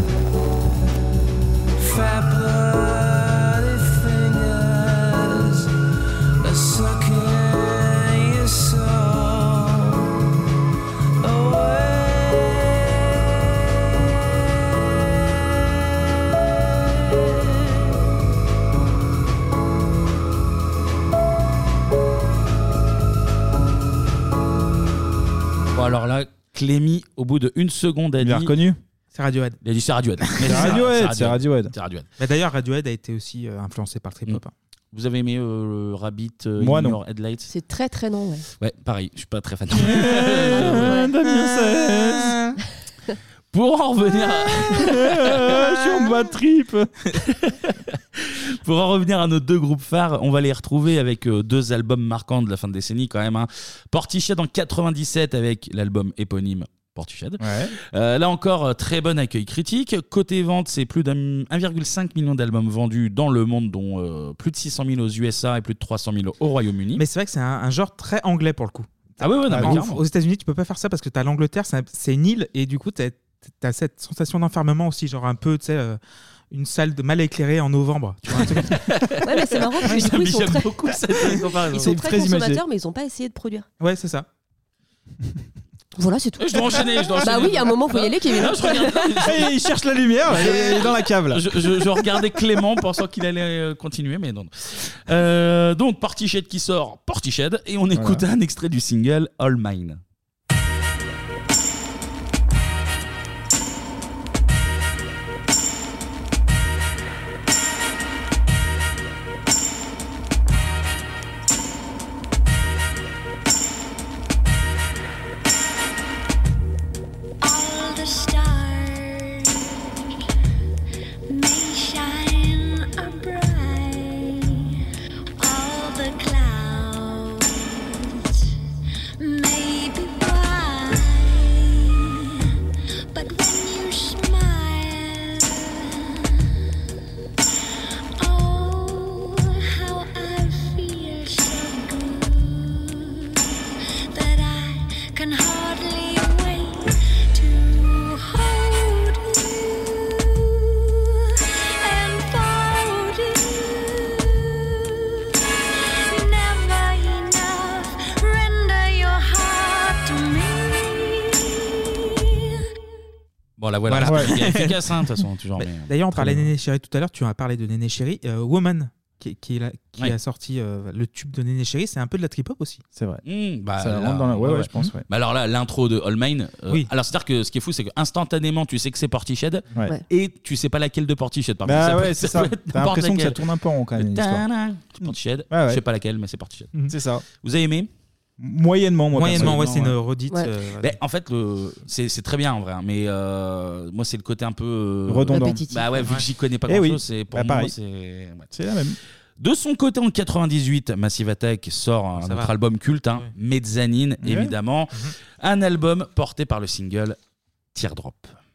fat bloody fingers are sucking your soul away. Bon, alors là, Clémy, au bout de une seconde, a dit. Il a reconnu. C'est Radiohead. Il a dit c'est Radiohead. C'est Radiohead, c'est Radiohead. C'est Radiohead. Mais d'ailleurs, Radiohead a été aussi euh, influencé par le trip-hop. hein. Vous avez aimé euh, le Rabbit euh, Moi, in non. Your Headlights? C'est très très non, ouais. Ouais, pareil, je suis pas très fan. Pour en revenir à... Je suis en bas trip. Pour en revenir à nos deux groupes phares, on va les retrouver avec euh, deux albums marquants de la fin de décennie quand même. Hein. Portiched en quatre-vingt-dix-sept avec l'album éponyme Portiched. Ouais. Euh, là encore, euh, très bon accueil critique. Côté vente, c'est plus d'un un virgule cinq million d'albums vendus dans le monde, dont euh, plus de six cent mille aux U S A et plus de trois cent mille au Royaume-Uni. Mais c'est vrai que c'est un, un genre très anglais pour le coup. Ah ouais, ouais, non, mais En- clairement. aux États-Unis, tu peux pas faire ça parce que tu as l'Angleterre, c'est un- c'est une île et du coup, tu as cette sensation d'enfermement aussi, genre un peu, tu sais, euh, une salle de mal éclairée en novembre. Tu vois, un truc comme ça. Ouais, mais c'est marrant parce que du coup, ils sont J'aime très, beaucoup cette comparaison. ils sont C'est très très imagé. consommateurs, mais ils n'ont pas essayé de produire. Ouais, c'est ça. Voilà, c'est tout. Je dois enchaîner, je dois Bah enchaîner. oui, il y a un moment, faut y aller, Kevin. Non, je regarde- Et il cherche la lumière, il est dans la cave là. Je, je- je regardais Clément pensant qu'il allait euh, continuer, mais non. non. Euh, donc, Portiched qui sort, Portiched, et on écoute un extrait du single All Mine. All the stars may shine a bright. All the clouds may be white. But when you smile, oh, how I feel so good that I can hardly wait to hold you and fold you. Never enough, render your heart to me. Bon, la voilà, Voilà. c'est bien efficace, hein, de toute façon, toujours. Mais mais- D'ailleurs, on très parlait de bien. Néné Chéri tout à l'heure, tu as parlé de Néné Chéri. Euh, Woman, qui, qui, est là- qui Ouais. a sorti euh, le tube de Néné Chéri, c'est un peu de la trip-hop aussi. C'est vrai. Mmh, bah, Ça là, rentre dans la- ouais, ouais, je pense, ouais. Bah alors là, l'intro de All Mine. euh, Oui. Alors, c'est-à-dire que ce qui est fou, c'est qu'instantanément, tu sais que c'est Portiched, Ouais. Ouais. et tu sais pas laquelle de Portiched. Par Bah contre, ouais, peut- c'est ça. peut être T'as n'importe l'impression que ça laquelle. tourne un peu en rond quand même. l'histoire. Tadam, Portiched. Ouais, ouais. Je sais pas laquelle, mais c'est Portiched. C'est ça. Vous avez aimé? Moyennement, moi. Moyennement, ouais, c'est une personnellement, redite. Ouais. euh, Ben, en fait, le... c'est c'est très bien en vrai, hein, mais euh, moi c'est le côté un peu euh, Redondant. Répétitif. Bah ouais, vu que j'y connais pas Eh grand oui. chose, c'est pour Bah, moi pareil. c'est. ouais. C'est la même. De son côté, en quatre-vingt-dix-huit, Massive Attack sort un Ça autre va. album culte, hein, Mezzanine, Ouais. évidemment. Un album porté par le single Teardrop.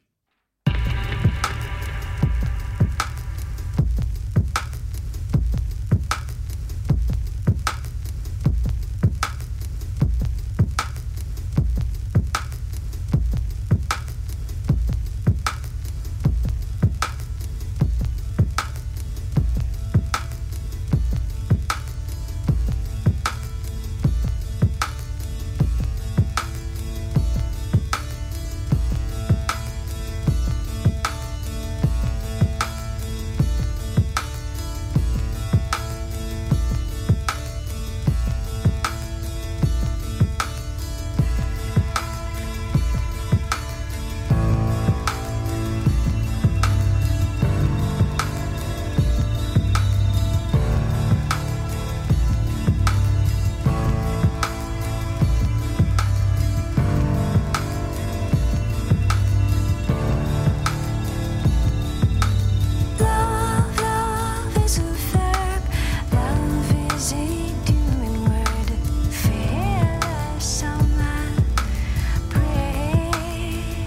Love, love is a verb. Love is a doing word. Fearless on my prey.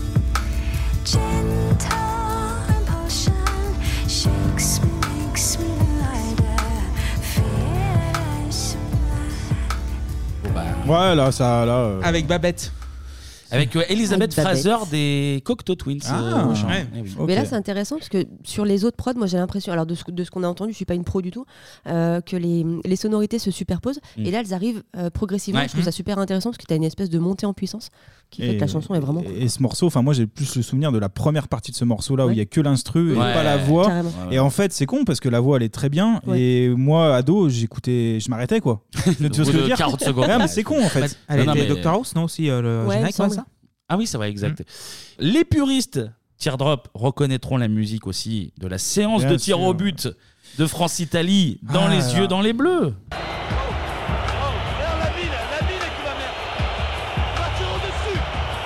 Gentle impulsion shakes me, makes me lighter. Fearless on my Ouais, là, ça. Là, euh, Avec Babette. Avec euh, Elisabeth Avec Babette. Fraser des Cocteau Twins. Ah, euh, au chant. ouais. Eh oui. ok. Mais là, c'est intéressant parce que sur les autres prods, moi j'ai l'impression, alors de ce, de ce qu'on a entendu, je suis pas une pro du tout, euh, que les, les sonorités se superposent Mm. et là elles arrivent euh, progressivement. Ouais. Je trouve ça super intéressant parce que tu as une espèce de montée en puissance qui fait Et- que la chanson est vraiment cool. Et, et ce morceau, enfin moi j'ai plus le souvenir de la première partie de ce morceau là où Ouais. il y a que l'instru et Ouais. pas la voix. Carrément. Ouais, ouais. Et en fait c'est con parce que la voix elle est très bien Ouais. et moi ado j'écoutais, je m'arrêtais quoi. Tu vois Au ce que bout je veux de dire quarante secondes. Ouais, mais c'est con en fait. Elle Non, était mais- Doctor House, non aussi, euh, le Ouais, générique, il me ouais, semble. ça Ah oui, c'est vrai, exact. Les puristes Teardrop reconnaîtront la musique aussi de la séance Bien de tir sûr. au but de France-Italie dans Ah les là yeux, là. dans les bleus. Regarde la ville, la ville qui va mettre. Voiture au-dessus.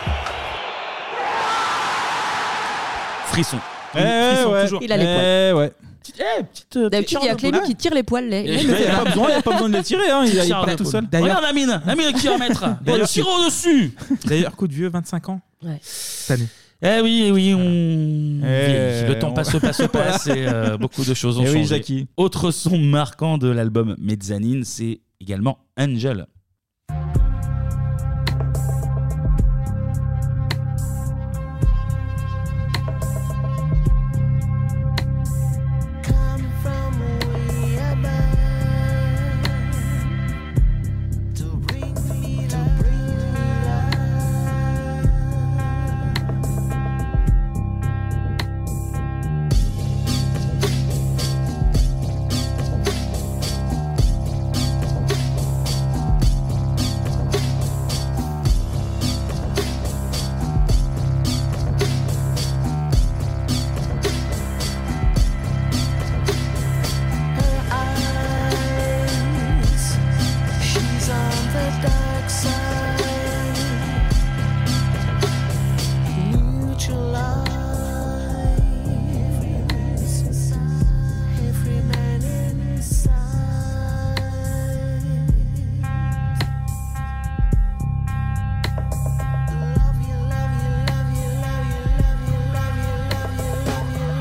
Frisson. Eh ouais, toujours. Il a les poils. Eh ouais. Petite, eh, petite, euh, petite D'habitude, il y a charge Clémy de qui tire les poils. Les, Et- les- Il n'y a pas besoin, il y a pas besoin de les tirer, hein. il, il charge part de- tout seul. D'ailleurs- Regarde Amine, Amine qui va mettre. D'ailleurs, Tire au-dessus. D'ailleurs, coup de vieux, vingt-cinq ans. Ouais. Cette année. Eh oui, eh oui, on... Eh, vieillit. Le temps on- passe, passe, passe et euh, beaucoup de choses ont Eh oui, changé. Jackie. Autre son marquant de l'album Mezzanine, c'est également Angel. come from way above to bring me love, bring me her eyes. She's on the dark side. Neutralize every man inside. Love you, love you, love you, love you, love you, love you, love you, love you,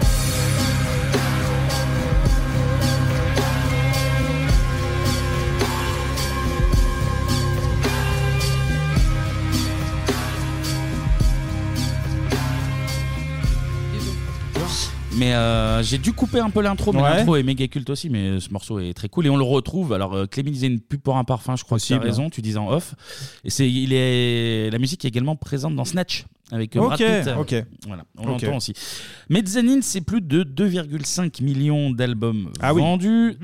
Mais euh, j'ai dû couper un peu l'intro, mais Ouais. l'intro est méga culte aussi, mais ce morceau est très cool et on le retrouve. Alors euh, Clémy disait une pub pour un parfum, je crois que tu as Possible. raison, tu disais en off. Et c'est, il est, la musique est également présente dans Snatch avec euh, Brad Ok, Pitt. ok. Voilà, on Ok. l'entend aussi. Mezzanine, c'est plus de deux virgule cinq millions d'albums Ah oui. vendus.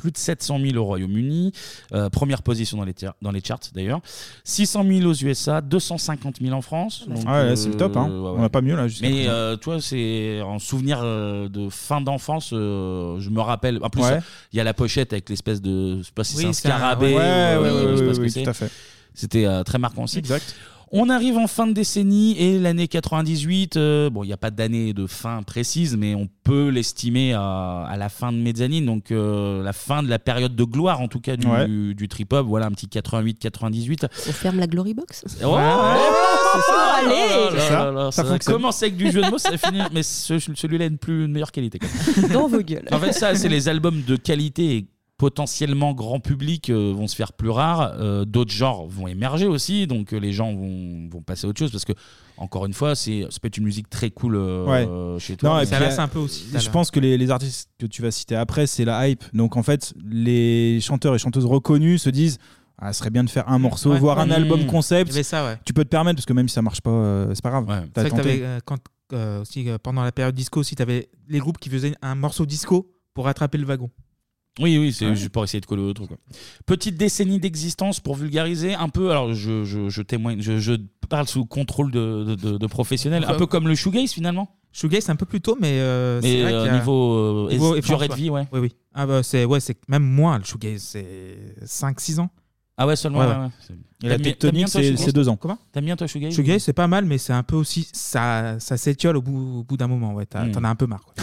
plus de sept cent mille au Royaume-Uni, euh, première position dans les, tir- dans les charts d'ailleurs, six cent mille aux U S A, deux cent cinquante mille en France. Donc, Ah ouais, c'est le top, hein. On n'a pas mieux, là, jusqu'à Mais présent. euh, toi, c'est en souvenir euh, de fin d'enfance, euh, je me rappelle. En plus, il Ouais. y a la pochette avec l'espèce de. Je sais pas si Oui, c'est un c'est un- scarabée. ouais, ou, ouais, euh, ouais, je ouais, sais pas ouais, ce que oui, c'est. tout à fait. C'était euh, très marquant aussi. Exact. On arrive en fin de décennie et l'année quatre-vingt-dix-huit, euh, bon, il n'y a pas d'année de fin précise, mais on peut l'estimer à, à la fin de mezzanine, donc euh, la fin de la période de gloire en tout cas du, Ouais. du trip-hop. Voilà, un petit quatre-vingt-huit quatre-vingt-dix-huit. On ferme la Glory Box. Oh, ouais, c'est ça. Allez. Oh là là Ça, là là, ça ça fonctionne. commence avec du jeu de mots, ça finit. Mais ce- celui-là a une plus une meilleure qualité. Quand même. Dans vos gueules. En fait, ça, c'est les albums de qualité et potentiellement grand public euh, vont se faire plus rares. Euh, D'autres genres vont émerger aussi, donc euh, les gens vont, vont passer à autre chose parce que, encore une fois, c'est ça peut être une musique très cool euh, Ouais. euh, chez toi. Non, mais- et puis, euh, Je pense que les, les artistes que tu vas citer après, c'est la hype. Donc en fait, les chanteurs et chanteuses reconnus se disent ah, ce serait bien de faire un morceau, Ouais. voire un Mmh. album concept. Il y avait ça, ouais. Tu peux te permettre parce que même si ça marche pas, euh, c'est pas grave. T'as C'est vrai que tenté. t'avais, euh, quand, euh, aussi, euh, pendant la période disco, aussi, tu avais les groupes qui faisaient un morceau disco pour rattraper le wagon. Oui, oui, c'est Ouais. juste pour essayer de coller au truc. quoi. Petite décennie d'existence pour vulgariser un peu. Alors, je, je, je témoigne, je, je parle sous contrôle de, de, de- de professionnels, un Ouais. peu comme le shoegaze finalement. Shoegaze, c'est un peu plus tôt, mais. Euh, Mais, c'est vrai euh, qu'il y a- niveau, euh, Niveau es- durée de effort, vie, ouais. Oui, oui. Ah, bah, c'est, ouais, c'est même moins le shoegaze, c'est cinq six ans. Ah ouais, seulement. Ouais, ouais, ouais. ouais. C'est- Et la T'aimes bien- tectonique, t'aimes bien, toi, c'est Shoegaze c'est deux ans. Comment T'aimes bien toi Shoegaze Shoegaze, c'est pas mal, mais c'est un peu aussi. Ça, ça s'étiole au bout, au bout d'un moment, ouais. T'as- Mm. T'en as un peu marre, quoi.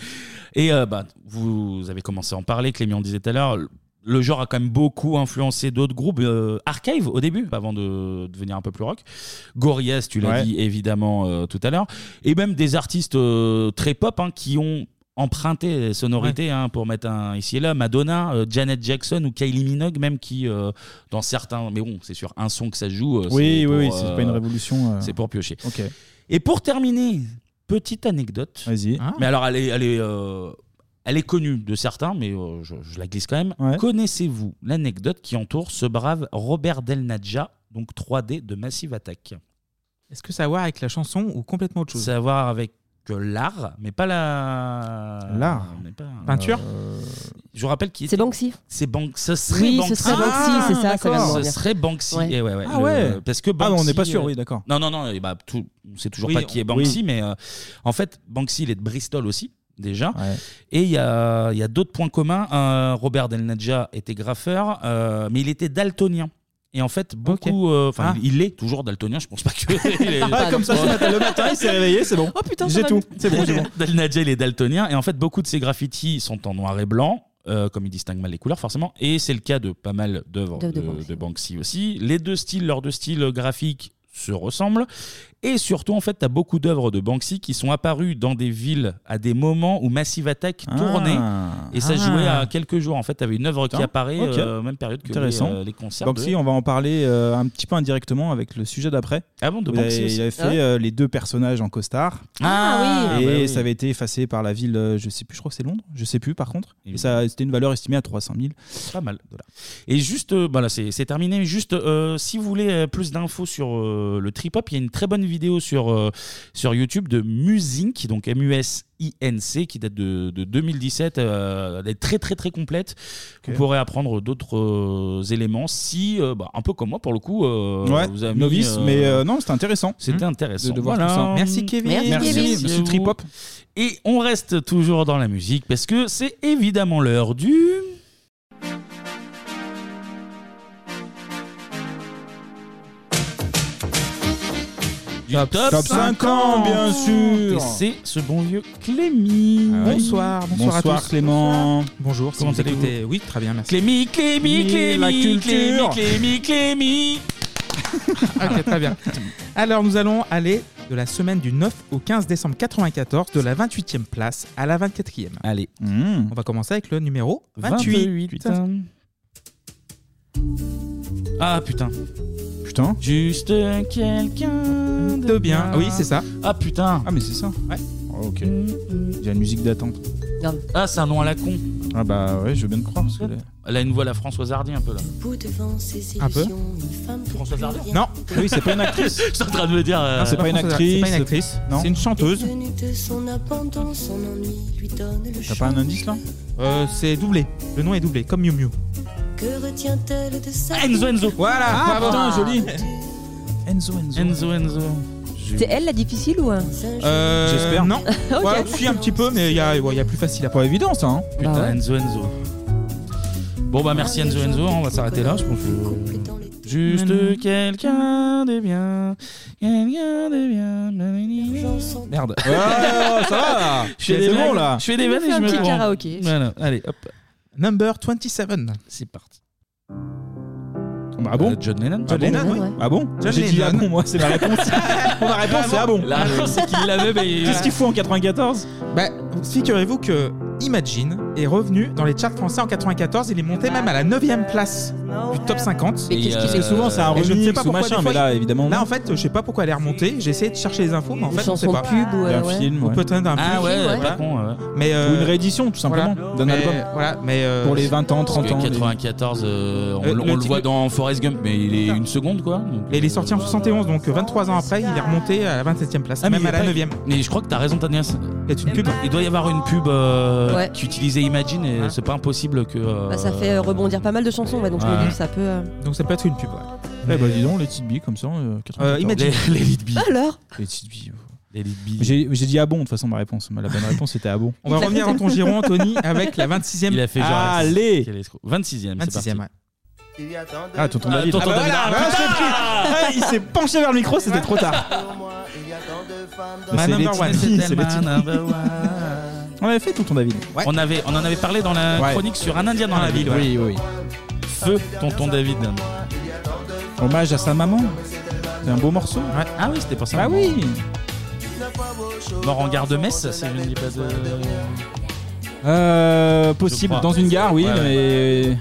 Et euh, bah, vous avez commencé à en parler, Clémy en disait tout à l'heure. Le genre a quand même beaucoup influencé d'autres groupes. Euh, Archive au début, avant de devenir un peu plus rock. Gorillaz, tu l'as Ouais. dit évidemment euh, tout à l'heure. Et même des artistes euh, très pop hein, qui ont emprunté les sonorités hein, pour mettre un ici et là. Madonna, euh, Janet Jackson ou Kylie Minogue même qui euh, dans certains, mais bon c'est sûr un son que ça joue. euh, Oui, c'est oui, oui, pour, c'est euh, pas une révolution. euh. C'est pour piocher. Ok. Et pour terminer, petite anecdote. Vas-y. Mais alors, elle est, elle est, euh, elle est connue de certains, mais euh, je, je la glisse quand même. Ouais. Connaissez-vous l'anecdote qui entoure ce brave Robert Del Nadja, donc trois D de Massive Attack? Est-ce que ça a à voir avec la chanson ou complètement autre chose? Ça a à voir avec euh, l'art, mais pas la. L'art mais pas- Peinture Euh, Je vous rappelle qui C'est Banksy. C'est Banksy. Ce serait Oui, Banksy. ce serait Banksy, c'est ça, ça vient de me Ce revenir. serait Banksy. Ouais. Et ouais, ouais, Ah le- ouais. Parce que Ah, mais Banksy, on n'est pas sûr, euh, oui, d'accord. Non, non, non. Et bah, tout, on sait toujours Oui, pas qui est on- Banksy, oui. mais euh, en fait, Banksy, il est de Bristol aussi. Déjà. Et il y a, il y a d'autres points communs. Euh, Robert Del Nadja était graffeur, euh, mais il était daltonien. Et en fait, beaucoup. euh, Enfin, Ah. il, il est toujours daltonien, je pense pas que. il est- Ah, comme ça, ce matin, le matin, il s'est réveillé, c'est bon. Oh putain, J'ai tout. C'est bon, c'est bon. Del Nadja, il est daltonien. Et en fait, beaucoup de ses graffitis sont en noir et blanc. euh, comme il distingue mal les couleurs forcément, et c'est le cas de pas mal d'œuvres de, D'œuvres de Banksy. de Banksy aussi. Les deux styles, leurs deux styles graphiques se ressemblent, et surtout en fait, tu as beaucoup d'œuvres de Banksy qui sont apparues dans des villes à des moments où Massive Attack Ah. tournait, et ça Ah. jouait à quelques jours. En fait, tu avais une œuvre qui Putain, apparaît ok. euh, même période que les, Intéressant. euh, les concerts. Banksy, de- on va en parler euh, un petit peu indirectement avec le sujet d'après. Ah bon, de Vous Banksy avez- aussi. Il avait fait Ah ouais euh, les deux personnages en costard. Ah oui. Et Ah bah oui. ça avait été effacé par la ville, euh, je sais plus, je crois que c'est Londres, je sais plus par contre. Et ça, c'était une valeur estimée à trois cent mille. Pas mal. Et juste, euh, voilà, c'est c'est terminé. Juste, euh, si vous voulez euh, plus d'infos sur euh, le trip-hop, il y a une très bonne vidéo sur, euh, sur YouTube de Musinc, donc M U S I N C, qui date de, de deux mille dix-sept. Euh, elle est très, très, très complète. Ok. Vous pourrez apprendre d'autres euh, éléments si, euh, bah, un peu comme moi, pour le coup, euh, Ouais, vous avez mis, novice, euh, mais euh, non, c'était intéressant. C'était Mmh. intéressant. De, de voir Voilà. tout ça. Merci, Kevin. Merci, Merci, Kevin. monsieur Trip-Hop. Et on reste toujours dans la musique parce que c'est évidemment l'heure du. Du Top top, cinquante, bien sûr. Et c'est ce bon vieux Clémy. Ah oui. Bonsoir, bonsoir, à Bonsoir tous. Clément. Bonjour, si Comment vous allez-vous écoutez- Oui, très bien, merci. Clémy, Clémy, Clémy, La Clémy, culture. Clémy, Clémy. Ok, très bien. Alors, nous allons aller de la semaine du neuf au quinze décembre quatre-vingt-quatorze, de la vingt-huitième place à la vingt-quatrième. Allez. Mmh. On va commencer avec le numéro vingt-huit. vingt-huit, putain. Ah putain. Putain. Juste quelqu'un de De bien. Oui, c'est ça. Ah putain. Ah, mais c'est ça. Ouais. Oh, ok. J'ai la musique d'attente. Ah, c'est un nom à la con. Ah bah ouais, je veux bien te croire. Parce que les- Elle a une voix à la Françoise Hardy un peu là. Un peu Françoise Hardy Non. Oui, c'est pas une actrice. Je suis en train de me dire. euh, Non, c'est pas une actrice. C'est pas une actrice. Non. C'est une chanteuse. T'as pas un indice là Euh, c'est doublé. Le nom est doublé, comme Miu Miu. Que retient-elle de sa Enzo Enzo. Voilà. Ah bravo. putain, joli. Enzo Enzo. Enzo Enzo. C'est elle la difficile ou un Euh, J'espère. Non. Ok. Ouais, je suis un petit peu, mais il y a, ouais, il y a plus facile à Pas évident ça. Hein. Putain, Bah ouais. Enzo Enzo. Bon bah merci Enzo Enzo, on va s'arrêter là, je pense que... Juste quelqu'un de bien, quelqu'un de bien. Merde. Ouais, ça va. Je fais C'est des bon vannes, là. Je fais des On vannes et fait je un me petit trompe. karaoké. Voilà, allez hop, Number vingt-sept. c'est parti. Bah ah bon Euh, John Lennon. John Lennon, ouais. ouais. Ah bon John J'ai dit ah Lennon. bon, moi c'est ma réponse. Ma réponse c'est ah bon. La réponse c'est qu'il l'avait, mais... Qu'est-ce qu'il faut en quatre-vingt-quatorze? Bah, figurez-vous que Imagine est revenu dans les charts français en quatre-vingt-quatorze. Il est monté même à la neuvième place du top cinquante. Mais qu'est-ce qu'il Et souvent c'est un Et je ne sais remix pas ou pourquoi, machin, des fois, mais là évidemment. Là, en fait, je sais pas pourquoi elle est remontée. J'ai essayé de chercher les infos, mais en Une fait, on sait chanson pas. de pub ou un euh, ouais. film, Ou ouais. peut-être un Ah film. ouais, ouais. pas con, ouais. Mais euh, Ou une réédition tout simplement d'un mais, album. Voilà, mais euh, Pour les vingt ans, Parce trente que ans. les- quatre-vingt-quatorze, euh, on, Euh, on le le titre- voit dans Forrest Gump, mais il est une seconde quoi. Donc, Et il est sorti en soixante et onze, donc vingt-trois ans après, il est remonté à la vingt-septième place, Ah, mais même il y à a la pas- neuvième. Mais je crois que t'as raison, Tania. Il y a une pub. Il doit y avoir une pub euh, Ouais. qui utilisait Imagine et c'est pas impossible que. euh, Bah, ça fait euh, rebondir pas mal de chansons, ouais, donc je me Ouais. dis que ça peut. euh, Donc ça peut être une pub. Ouais. Eh bah dis donc, les petites billes comme ça. euh, quatre-vingt-quatorze. Euh, Imagine. Les, les lead beats. Alors Les petites billes. Les lead beats. J'ai j'ai dit ah bon de toute façon ma réponse. La bonne réponse c'était ah bon. On va revenir dans ton giron, Anthony, avec la vingt-sixième. Il a fait genre. Allez. Quel escroc. vingt-sixième. c'est vingt-sixième, parti. ouais. Ah tonton Ah, David. tonton Ah, bah David. voilà, Ah, bah, putain. je l'ai pris. Ah, il s'est penché vers le micro, c'était trop tard. My C'est les number one. Tini, c'est C'était les ma Tini. number one. On avait fait tonton David. Ouais. On, avait, on en avait parlé dans la Ouais. chronique sur Un Indien dans la ville. ouais. Oui oui. Feu, tonton David. Hommage à sa maman. C'est un beau morceau. Ah oui, c'était pour ça. Bah oui. Mort en gare de Metz, si je ne dis pas de. Euh, possible Je crois. dans une gare, oui, Ouais, mais.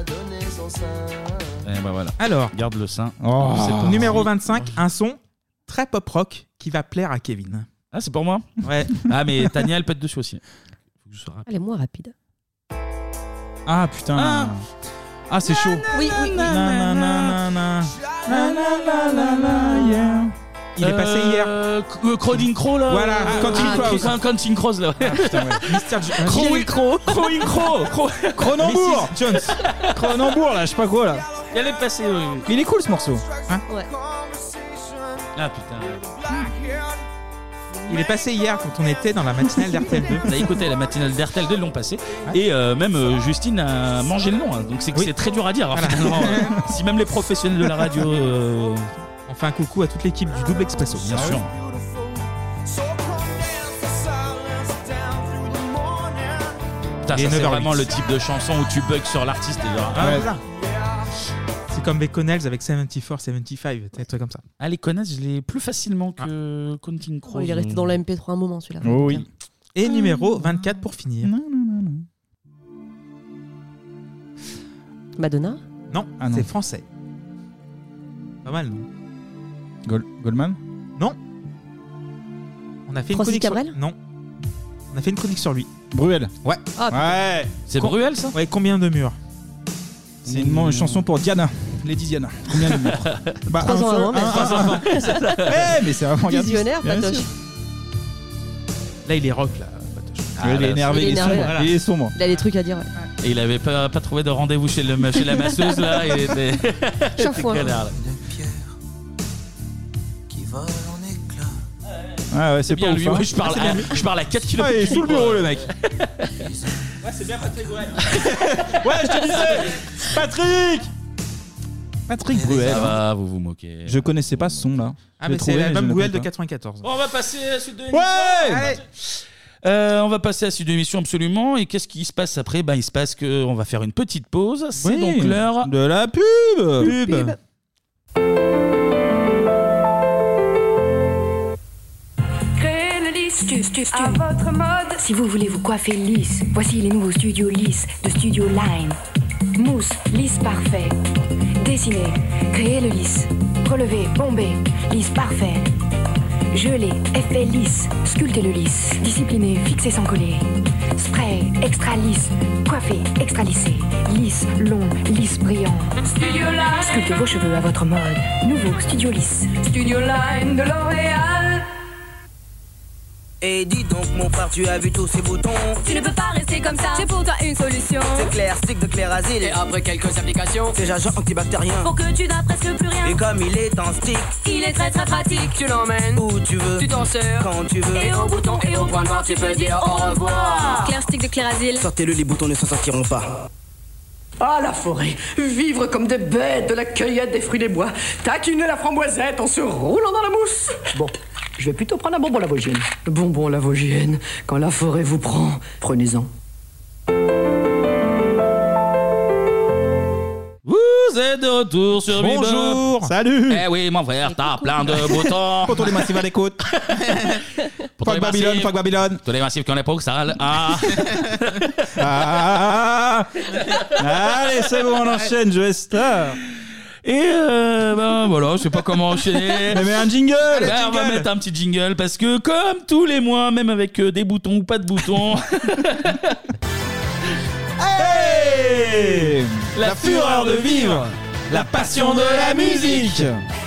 Eh ben voilà. Alors, Garde le sein. Oh. C'est pour- numéro vingt-cinq, un son très pop rock qui va plaire à Kevin. Ah, c'est pour moi. Ouais. Ah, mais Tania, elle peut être dessus aussi. Faut que je sois rapide. Elle est moins rapide. Ah putain. Ah. Ah, c'est chaud. Oui, oui, oui. Na, na, na, na, na. Na, na, na, na, na, yeah. Il est passé hier. Euh, K- Crawling Crow là. Voilà, Ah, Counting ah, Crows. Coun- Counting Crows là. Ouais. Putain, ouais. Mister Jo- euh, Crowing Crow. Crowing Crow. Crow- Cronenbourg. missus Jones. Cronenbourg, là, je sais pas quoi, là. Elle est passée. oui. Mais il est cool ce morceau. Ouais. Ah putain. Il est passé hier quand on était dans la matinale d'R T L deux. On a écouté la matinale d'R T L deux, ils l'ont passé. Et euh, même euh, Justine a mangé le nom. hein. Donc c'est que Oui. c'est très dur à dire. hein, Voilà. finalement. si même les professionnels de la radio. euh, On fait un coucou à toute l'équipe du Double Expresso. Bien sûr. Putain, Et ça, c'est neuf heures vraiment huit. le type de chanson où tu bugs sur l'artiste et genre. Ah, ah, voilà. C'est comme les Connells avec soixante-quatre, soixante-quinze, des trucs comme ça. Ah, les connaissent, je l'ai plus facilement que Counting Crows. Oh, il est resté dans la M P trois un moment celui-là. Oh oui. Et numéro vingt-quatre pour finir. Madonna. Non, Ah non. c'est français. Pas mal, non Gol- Goldman. Non. On a fait une Francis chronique sur... Cabrel Non. On a fait une chronique sur lui. Bruel. Ouais. Ah, Ouais. C'est Com- Bruel ça Ouais, combien de murs C'est une, une chanson pour Diana. Lady Diana. Combien de mètres Bah, Trois un ans seul- avant, un- mais- un- Trois un- Ouais, mais c'est vraiment Visionnaire, bien Patoche. sûr. Là, il est rock, là. Ah, il là, est énervé, il est il est énervé, sombre. voilà. Il est sombre. Il a des trucs à dire. Ouais. Et il avait pas, pas trouvé de rendez-vous chez, le, chez la masseuse là. Il était. Chafouin. il était galère, là. Ah ouais, C'est c'est bien pas lui, ouf, hein. ouais, je, parle à, je parle à quatre kilomètres. Ah, il est sous le bureau, le mec. Ouais, c'est bien Patrick Bruel. Ouais, je te disais. Patrick. Patrick Bruel. Ça va, vous vous moquez. Je connaissais pas ce son là. Ah, Je l'ai mais c'est trouvé, l'album je ne Bruel connais de pas. quatre-vingt-quatorze. Bon, on va passer à la suite de l'émission. Ouais. Allez. Euh, on va passer à la suite de l'émission absolument. Et qu'est-ce qui se passe après? Ben, il se passe qu'on va faire une petite pause. C'est Oui. donc l'heure. De la pub. Pub. Créez le lisse à votre mode. Si vous voulez vous coiffer lisse, voici les nouveaux studios lisses de Studio Line. Mousse, lisse parfait. Dessinez, créez le lisse. Relevez, bombez, lisse parfait. Gelé, effet lisse, sculptez le lisse. Discipliné, fixé sans coller. Spray, extra lisse. Coiffé, extra lissé. Lisse, long, lisse, brillant. Studio Line. Sculptez vos cheveux à votre mode. Nouveau Studio Lisse. Studio Line de L'Oréal. Et dis donc mon frère, tu as vu tous ces boutons? Tu ne peux pas rester comme ça, j'ai pour toi une solution. C'est clair, stick de Clérazil. Et après quelques applications, c'est agent antibactérien. Pour que tu n'as presque plus rien. Et comme il est en stick, il est très très pratique. Tu l'emmènes où tu veux, tu t'en sers quand tu veux. Et au bouton et au point noir, tu peux dire au revoir. Clair stick de Clérazil. Sortez-le, les boutons ne s'en sortiront pas. Ah, la forêt, vivre comme des bêtes de la cueillette des fruits des bois, taquiner la framboisette en se roulant dans la mousse. Bon, je vais plutôt prendre un bonbon Lavoisienne. Bonbon Lavoisienne, quand la forêt vous prend, prenez-en. Vous êtes de retour sur Bebop. Bonjour. Salut. Eh oui, mon frère, t'as plein de boutons. Pour tous les massifs à l'écoute. Pour tous les Fuck Babylone, massifs. fuck Babylone. Tous les massifs qui ont les peaux sales. Ah. Ah. Allez, c'est bon, on enchaîne, Joe Star. Et euh, ben voilà, je sais pas comment enchaîner. Mais mets un jingle. Ben, Allez, on va jingle. mettre un petit jingle parce que comme tous les mois, même avec euh, des boutons ou pas de boutons. Hey, la, la fureur de vivre, la passion de la musique.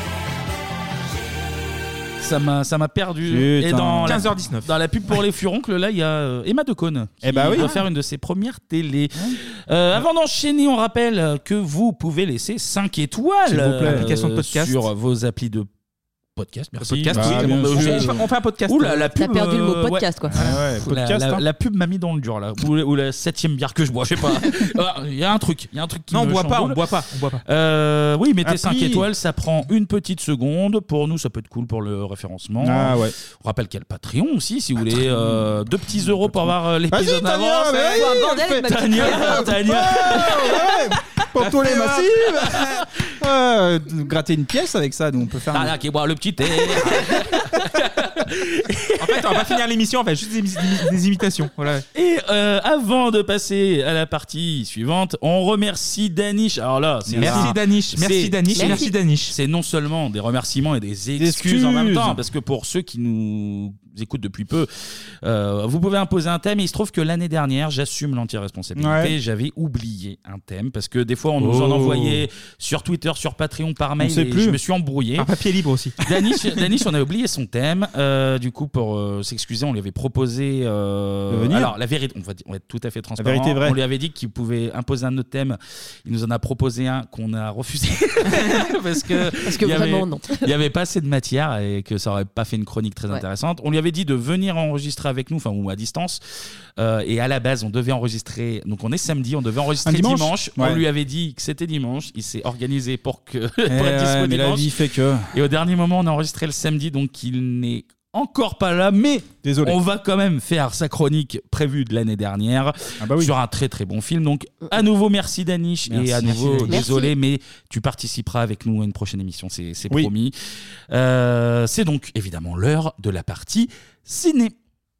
Ça m'a, ça m'a perdu. Putain. Et dans quinze heures la, dix-neuf. dans la pub pour les furoncles, là, il y a euh, Emma Decaune qui Eh bah oui. va faire une de ses premières télés. Euh, avant d'enchaîner, on rappelle que vous pouvez laisser cinq étoiles S'il vous plaît. euh, Application de podcast. sur vos applis de podcast. Merci. Podcast, Bah, oui. bien On sûr. fait- on fait un podcast. Ouh là, la T'as pub, perdu le mot euh, podcast, quoi. Ouais, ouais, podcast, la, la- hein. la pub m'a mis dans le dur là, ou, ou la septième bière que je bois, je sais pas. Ah, Il y a un truc, il y a un truc qui Non, on me boit pas, chamboule. on boit pas, on boit pas. Euh, oui, mettez Appli. cinq étoiles, ça prend une petite seconde. Pour nous, ça peut être cool pour le référencement. Ah ouais. On rappelle qu'il y a le Patreon aussi, si vous voulez. Euh, deux petits euros pour avoir euh, l'épisode Vas-y, Tania, d'avance. mais Ouais. vas-y, un on bordel, le fait. ma petite Tania, Tania. Tania. Ouais, ouais. Pour tous les massifs. Ouais, gratter une pièce avec ça, nous on peut faire. un- Tania qui boit le petit thé. En fait, on va pas finir l'émission, on va juste des, des- des imitations. Voilà. Et euh, avant de passer à la partie suivante, on remercie Danish. Alors là, c'est Merci un- Danish, merci c'est- Danish, c'est- merci Danish. C'est non seulement des remerciements et des excuses, excuses. en même temps, parce que pour ceux qui nous écoutent depuis peu, euh, vous pouvez imposer un thème. Et il se trouve que l'année dernière, j'assume l'entière responsabilité, Ouais. j'avais oublié un thème parce que des fois on nous en Oh. envoyait sur Twitter, sur Patreon, par mail, sait et plus. je me suis embrouillé. Par papier libre aussi. Danish, Danish, on a oublié son thème. Euh, du coup, pour euh, s'excuser, on lui avait proposé. euh, De venir. alors, la vérité, on va, dire- on va être tout à fait transparent. vérité est vraie. On lui avait dit qu'il pouvait imposer un autre thème. Il nous en a proposé un qu'on a refusé parce que Parce que il y avait- vraiment, non. il n'y avait pas assez de matière et que ça aurait pas fait une chronique très Ouais. intéressante. On lui avait dit de venir enregistrer avec nous, enfin ou à distance. Euh, et à la base, on devait enregistrer. Donc on est samedi, on devait enregistrer Un dimanche. dimanche. Ouais. On lui avait dit que c'était dimanche. Il s'est organisé pour que pour Eh être dispo ouais, mais la dimanche. vie fait que. Et au dernier moment, on a enregistré le samedi, donc il n'est encore pas là, mais Désolé. on va quand même faire sa chronique prévue de l'année dernière Ah bah oui. sur un très très bon film. Donc à nouveau, merci Danish, Merci. et à nouveau, Merci, Danish. désolé, mais tu participeras avec nous à une prochaine émission, c'est c'est Oui. promis. Euh, c'est donc évidemment l'heure de la partie ciné.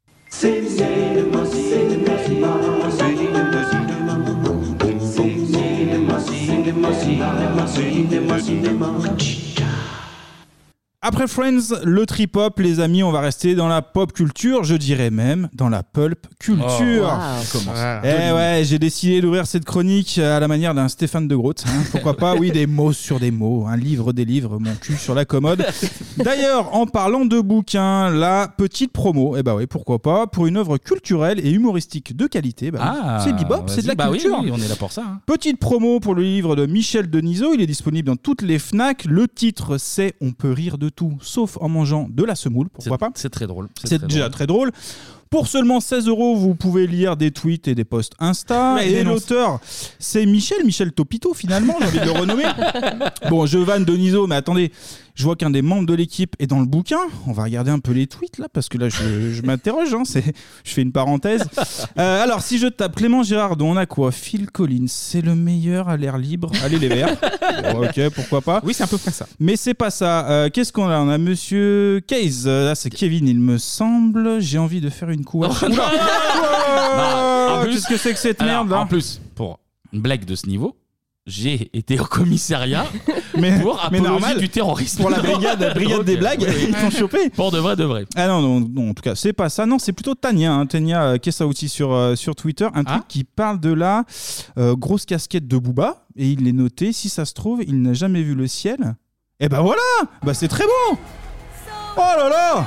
Après Friends, le trip-hop, les amis, on va rester dans la pop culture, je dirais même dans la pulp culture. Oh, Wow. Comment ça Eh ouais, j'ai décidé d'ouvrir cette chronique à la manière d'un Stéphane de Groot. hein. Pourquoi pas, oui, des mots sur des mots, un livre des livres, mon cul sur la commode. D'ailleurs, en parlant de bouquins, la petite promo, eh bah oui, pourquoi pas, pour une œuvre culturelle et humoristique de qualité. Bah, oui, Ah, c'est Bebop, c'est de la vas-y. Bah oui, culture. oui, on est là pour ça. hein. Petite promo pour le livre de Michel Denisot, il est disponible dans toutes les Fnac. Le titre c'est On peut rire de tout, sauf en mangeant de la semoule, pourquoi C'est- pas. C'est très drôle. C'est très déjà drôle. très drôle. Pour seulement seize euros, vous pouvez lire des tweets et des posts Insta. Ouais, il et dénonce. l'auteur, c'est Michel, Michel Topito finalement, j'ai envie de le renommer. Bon, je vanne Denisot, mais attendez, je vois qu'un des membres de l'équipe est dans le bouquin. On va regarder un peu les tweets là, parce que là, je, je m'interroge, hein, c'est, je fais une parenthèse. Euh, alors, si je tape Clément Girardot, on a quoi? Phil Collins, c'est le meilleur à l'air libre. Allez les verts. Bon, ok, pourquoi pas. Oui, c'est un peu près ça. Mais c'est pas ça. Euh, qu'est-ce qu'on a? On a Monsieur Case. Euh, Là, c'est Kevin, il me semble. J'ai envie de faire une couette. Oula. Non, en plus- Qu'est-ce que c'est que cette Alors, merde là? En plus, pour une blague de ce niveau, j'ai été au commissariat Mais- pour mais apologie normal. du terrorisme. Pour la brigade- brigade des blagues, ils t'ont chopé. Pour de vrai, de vrai. Ah non, non, non, en tout cas, c'est pas ça. Non, c'est plutôt Tania, hein, Tania euh, Kessaouti sur, euh, sur Twitter. Un truc qui parle de la euh, grosse casquette de Booba. Et il est noté, si ça se trouve, il n'a jamais vu le ciel. Et ben voilà. Bah c'est très bon. Oh là là.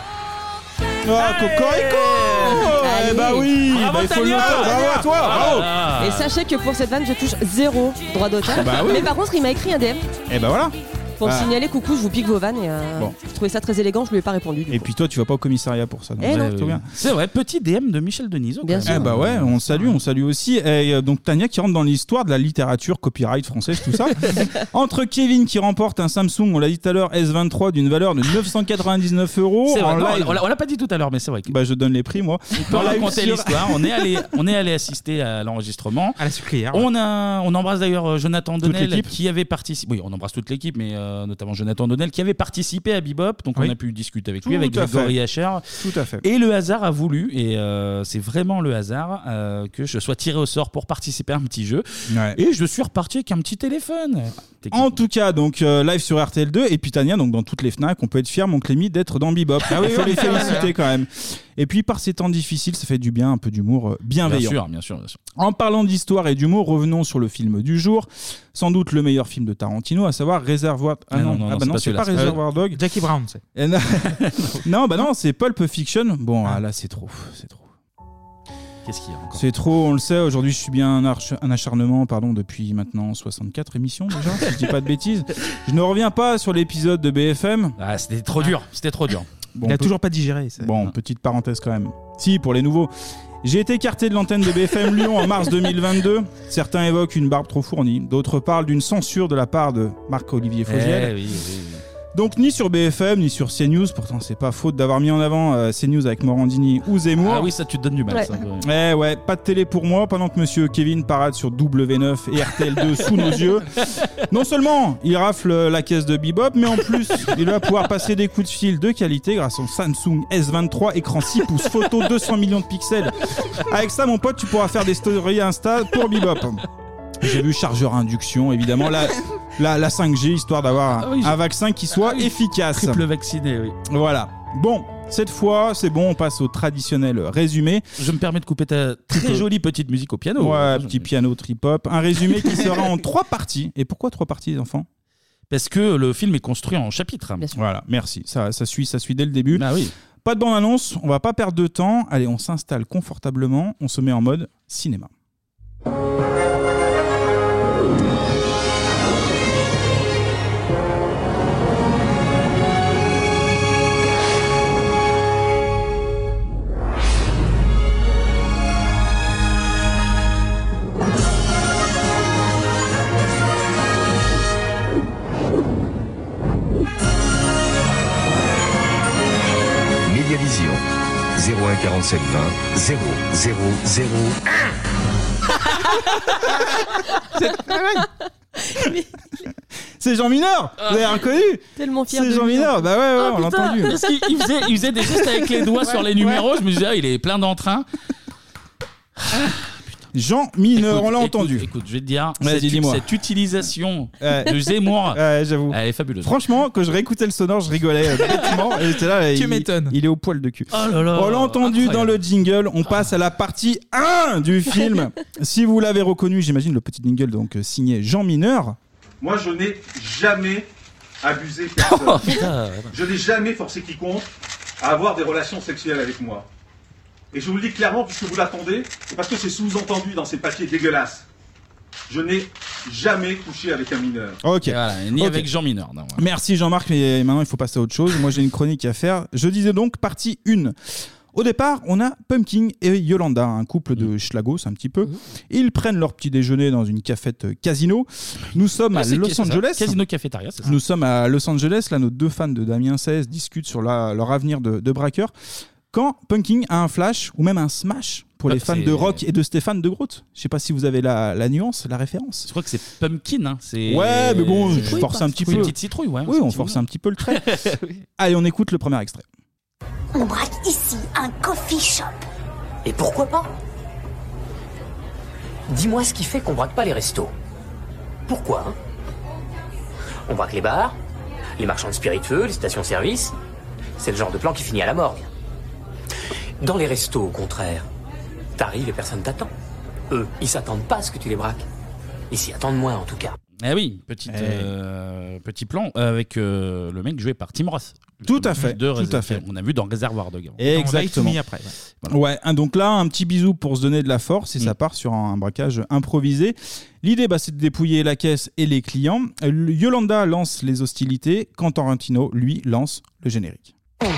Ah, Cocorico. Eh bah oui. Bravo, Bah, il faut le Tania. noter. Bravo à toi. Bravo. Et sachez que pour cette vanne, je touche zéro droit d'auteur. Bah oui. Mais par contre, il m'a écrit un D M Et ben voilà. pour me Bah. signaler coucou, je vous pique vos vannes. Et euh, Bon. je trouvais ça très élégant, je lui ai pas répondu. du Et coup. puis toi, tu vas pas au commissariat pour ça. donc Eh c'est non. plutôt bien. C'est vrai, petit D M de Michel Denisot. Bien Eh bah ouais, on salue, on salue aussi. Et euh, donc Tania qui rentre dans l'histoire de la littérature copyright française, tout ça. Entre Kevin qui remporte un Samsung, on l'a dit tout à l'heure, S vingt-trois d'une valeur de neuf cent quatre-vingt-dix-neuf euros. C'est vrai, en non, live. on l'a- on l'a pas dit tout à l'heure, mais c'est vrai. Bah je donne les prix moi. On peut En live raconter sur- l'histoire. On est allé, on est allé assister à l'enregistrement. À la sucrière. On a, on embrasse d'ailleurs euh, Jonathan Toute Donnel l'équipe. qui avait participé. Oui, on embrasse toute l'équipe, mais euh, notamment Jonathan Donnel qui avait participé à Bebop. Donc Oui. on a pu discuter avec lui, Tout avec à Grégory fait. Hacher. Tout à fait. Et le hasard a voulu, et euh, c'est vraiment le hasard, euh, que je sois tiré au sort pour participer à un petit jeu. Ouais. Et je suis reparti avec un petit téléphone. En tout cas, donc euh, live sur R T L deux et puis Tania, donc dans toutes les Fnac, on peut être fier, mon Clémy, d'être dans Bebop. Ah oui, Il faut oui, les c'est vrai. féliciter quand même. Et puis par ces temps difficiles, ça fait du bien, un peu d'humour euh, bienveillant. Bien sûr, bien sûr, bien sûr. En parlant d'histoire et d'humour, revenons sur le film du jour. Sans doute le meilleur film de Tarantino, à savoir Réservoir. Ah, Ah non, non, non, ah non, bah c'est non, pas c'est celui-là, pas c'est- Réservoir Dog. Jackie Brown, c'est. Et non, non, bah non, c'est Pulp Fiction. Bon, ah, là, c'est trop, c'est trop. Qu'est-ce qu'il y a encore C'est trop, on le sait. Aujourd'hui, je suis bien un, arch- un acharnement, pardon, depuis maintenant soixante-quatre émissions déjà, si je dis pas de bêtises. Je ne reviens pas sur l'épisode de B F M. Ah, c'était trop dur, c'était trop dur. Bon, Il a pe- toujours pas digéré. c'est- Bon, petite parenthèse quand même. Si, pour les nouveaux. J'ai été écarté de l'antenne de B F M Lyon en mars deux mille vingt-deux. Certains évoquent une barbe trop fournie, d'autres parlent d'une censure de la part de Marc-Olivier Fogiel. Eh oui, oui, oui. Donc ni sur B F M, ni sur CNews, pourtant c'est pas faute d'avoir mis en avant euh, CNews avec Morandini ou Zemmour. Ah oui, ça tu te donnes du mal. Ouais. Ça, ouais. Eh ouais, pas de télé pour moi pendant que monsieur Kevin parade sur W neuf et R T L deux sous nos yeux. Non seulement il rafle la caisse de Bebop, mais en plus il va pouvoir passer des coups de fil de qualité grâce au Samsung S vingt-trois, écran six pouces, photo deux cents millions de pixels. Avec ça mon pote, tu pourras faire des stories Insta pour Bebop. J'ai vu chargeur induction, évidemment, la, la, la cinq G, histoire d'avoir Ah oui, un, j'ai- un vaccin qui soit Ah oui, efficace. Triple vacciné, oui. Voilà. Bon, cette fois, c'est bon, on passe au traditionnel résumé. Je me permets de couper ta très jolie petite musique au piano. Ouais, petit piano trip-hop. Un résumé qui sera en trois parties. Et pourquoi trois parties, les enfants? Parce que le film est construit en chapitres. Bien sûr. Voilà, merci. Ça, ça suit, ça suit dès le début. Ah oui. Pas de bande-annonce, on va pas perdre de temps. Allez, on s'installe confortablement, on se met en mode cinéma. Médiavision zéro un quarante-sept vingt zéro zéro zéro C'est Jean Mineur. Vous avez reconnu? Tellement fier C'est de Jean lui. Mineur. Bah ouais, ouais, Oh, on l'a putain, entendu. parce qu'il- il faisait, il faisait des gestes avec les doigts sur les numéros. Je me disais, ah, il est plein d'entrain. Jean Mineur, Écoute, on l'a écoute, entendu. Écoute, je vais te dire, Vas-y, cette, dis-moi. cette utilisation Ouais. de Zemmour, Ouais, j'avoue. elle est fabuleuse. Franchement, quand je réécoutais le sonore, je rigolais euh, bêtement. Et j'étais là, Tu il, m'étonnes. il est au poil de cul. Oh là là, On l'a entendu incroyable. dans le jingle. On passe à la partie un du film. Si vous l'avez reconnu, j'imagine le petit jingle donc euh, signé Jean Mineur. Moi, je n'ai jamais abusé personne. Oh, putain. Je n'ai jamais forcé quiconque à avoir des relations sexuelles avec moi. Et je vous le dis clairement, puisque vous l'attendez, et parce que c'est sous-entendu dans ces papiers dégueulasses. Je n'ai jamais couché avec un mineur. Ok. Voilà, ni Ok. avec Jean Mineur. Non, ouais. Merci Jean-Marc, mais maintenant il faut passer à autre chose. Moi j'ai une chronique à faire. Je disais donc partie un. Au départ, on a Pumpkin et Yolanda, un couple de schlagos un petit peu. Ils prennent leur petit déjeuner dans une cafette casino. Nous sommes Ah, à c'est- Los c'est ça. Angeles. Casino Cafétéria, c'est ça. Nous sommes à Los Angeles. Là, nos deux fans de Damien seize discutent sur la- leur avenir de, de braqueur. Quand Pumpkin a un flash ou même un smash pour Bah, les fans c'est- de rock et de Stéphane de Groot. Je sais pas si vous avez la, la nuance, la référence. Je crois que c'est Pumpkin. Hein. C'est... Ouais, mais bon, je Citrouille, force quoi. un petit Une peu. petite citrouille, ouais. Oui, on force un petit peu le trait. Allez, on écoute le premier extrait. On braque ici un coffee shop. Et pourquoi pas? Dis-moi ce qui fait qu'on braque pas les restos. Pourquoi hein? On braque les bars, les marchands de spiritueux, les stations-service. C'est le genre de plan qui finit à la morgue. Dans les restos, au contraire, t'arrives et personne t'attend. Eux, ils s'attendent pas à ce que tu les braques. Ils s'y attendent moins, en tout cas. Eh oui, petit, Eh. euh, petit plan avec euh, le mec joué par Tim Roth. Tout à fait, De tout Réservoir- à fait. On a vu dans Réservoir Dogs. Exactement. après, Ouais, un- donc là, un petit bisou pour se donner de la force et Mm. ça part sur un, un braquage improvisé. L'idée, bah, c'est de dépouiller la caisse et les clients. Euh, Yolanda lance les hostilités, quand Tarantino, lui, lance le générique.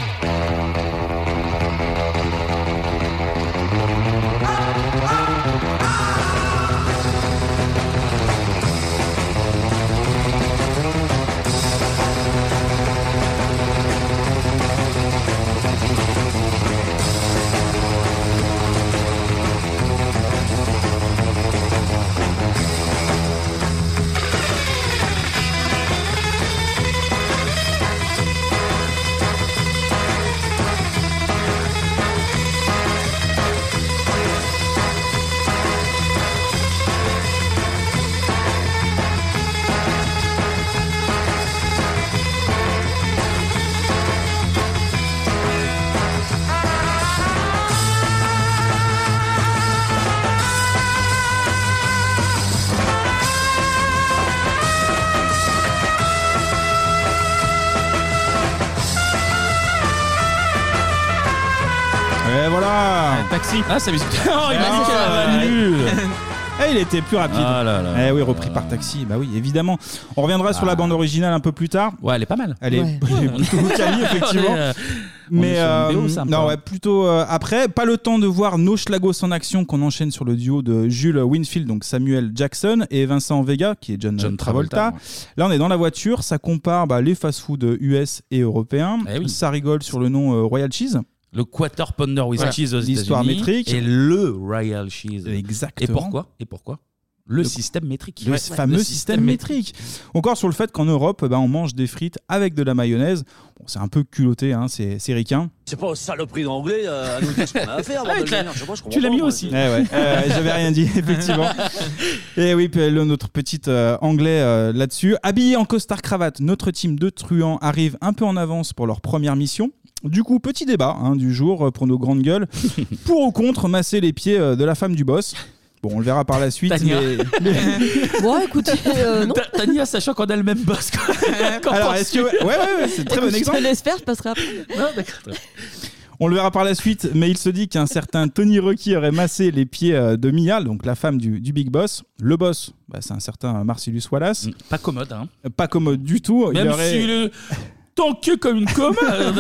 Et voilà. Taxi. Ah, ça musique. Oh, il Ah, a dit qu'elle avait nul. Eh, il était plus rapide. Ah là là eh oui, là repris là. par Taxi. Bah oui, évidemment. On reviendra sur Ah. la bande originale un peu plus tard. Ouais, elle est pas mal. Elle est, Ouais. elle est plutôt quali, effectivement. On est, euh, on Mais est sur une B O euh, sympa. non, ouais, plutôt euh, après. Pas le temps de voir nos schlagos en action qu'on enchaîne sur le duo de Jules Winfield, donc Samuel Jackson, et Vincent Vega, qui est John, John Travolta. Travolta, Là, on est dans la voiture. Ça compare bah, les fast-food U S et européens. Eh oui. Ça rigole sur le nom euh, Royal Cheese. Le Quarter Pounder with Voilà. Cheese aux L'histoire États-Unis métrique. et le Royal Cheese. Exactement. Et pourquoi Et pourquoi Le, Le- système métrique. Le Ouais. fameux Le système métrique. Encore sur le fait qu'en Europe, bah, on mange des frites avec de la mayonnaise. Bon, c'est un peu culotté, hein, c'est c'est ricain. C'est pas aux saloperies d'anglais euh, à nous dire ce qu'on a à faire. Ah, bordel tu de l'as- merde, je sais pas, je comprends tu l'as pas, mis moi, aussi. Eh ouais, euh, j'avais rien dit, effectivement. Et oui, puis le- notre petit euh, anglais euh, là-dessus. Habillé en costard-cravate, notre team de truands arrive un peu en avance pour leur première mission. Du coup, petit débat hein, du jour euh, pour nos grandes gueules. Pour ou contre masser les pieds euh, de la femme du boss. Bon, on le verra par la suite. Tania. mais- mais- Bon, écoutez, euh, non. Ta- Tania, sachant qu'on a le même boss. quoi. Qu'en Alors, est-ce que. penses-tu Ouais, ouais, ouais, c'est très bon Écoute, exemple. je l'espère, je passerai après. Non, d'accord. On le verra par la suite, mais il se dit qu'un certain Tony Rocky aurait massé les pieds euh, de Mia, donc la femme du, du Big Boss. Le boss, bah, c'est un certain Marcellus Wallace. Pas commode, hein. Pas commode du tout. Il Même aurait- s'il est tanké comme une commode.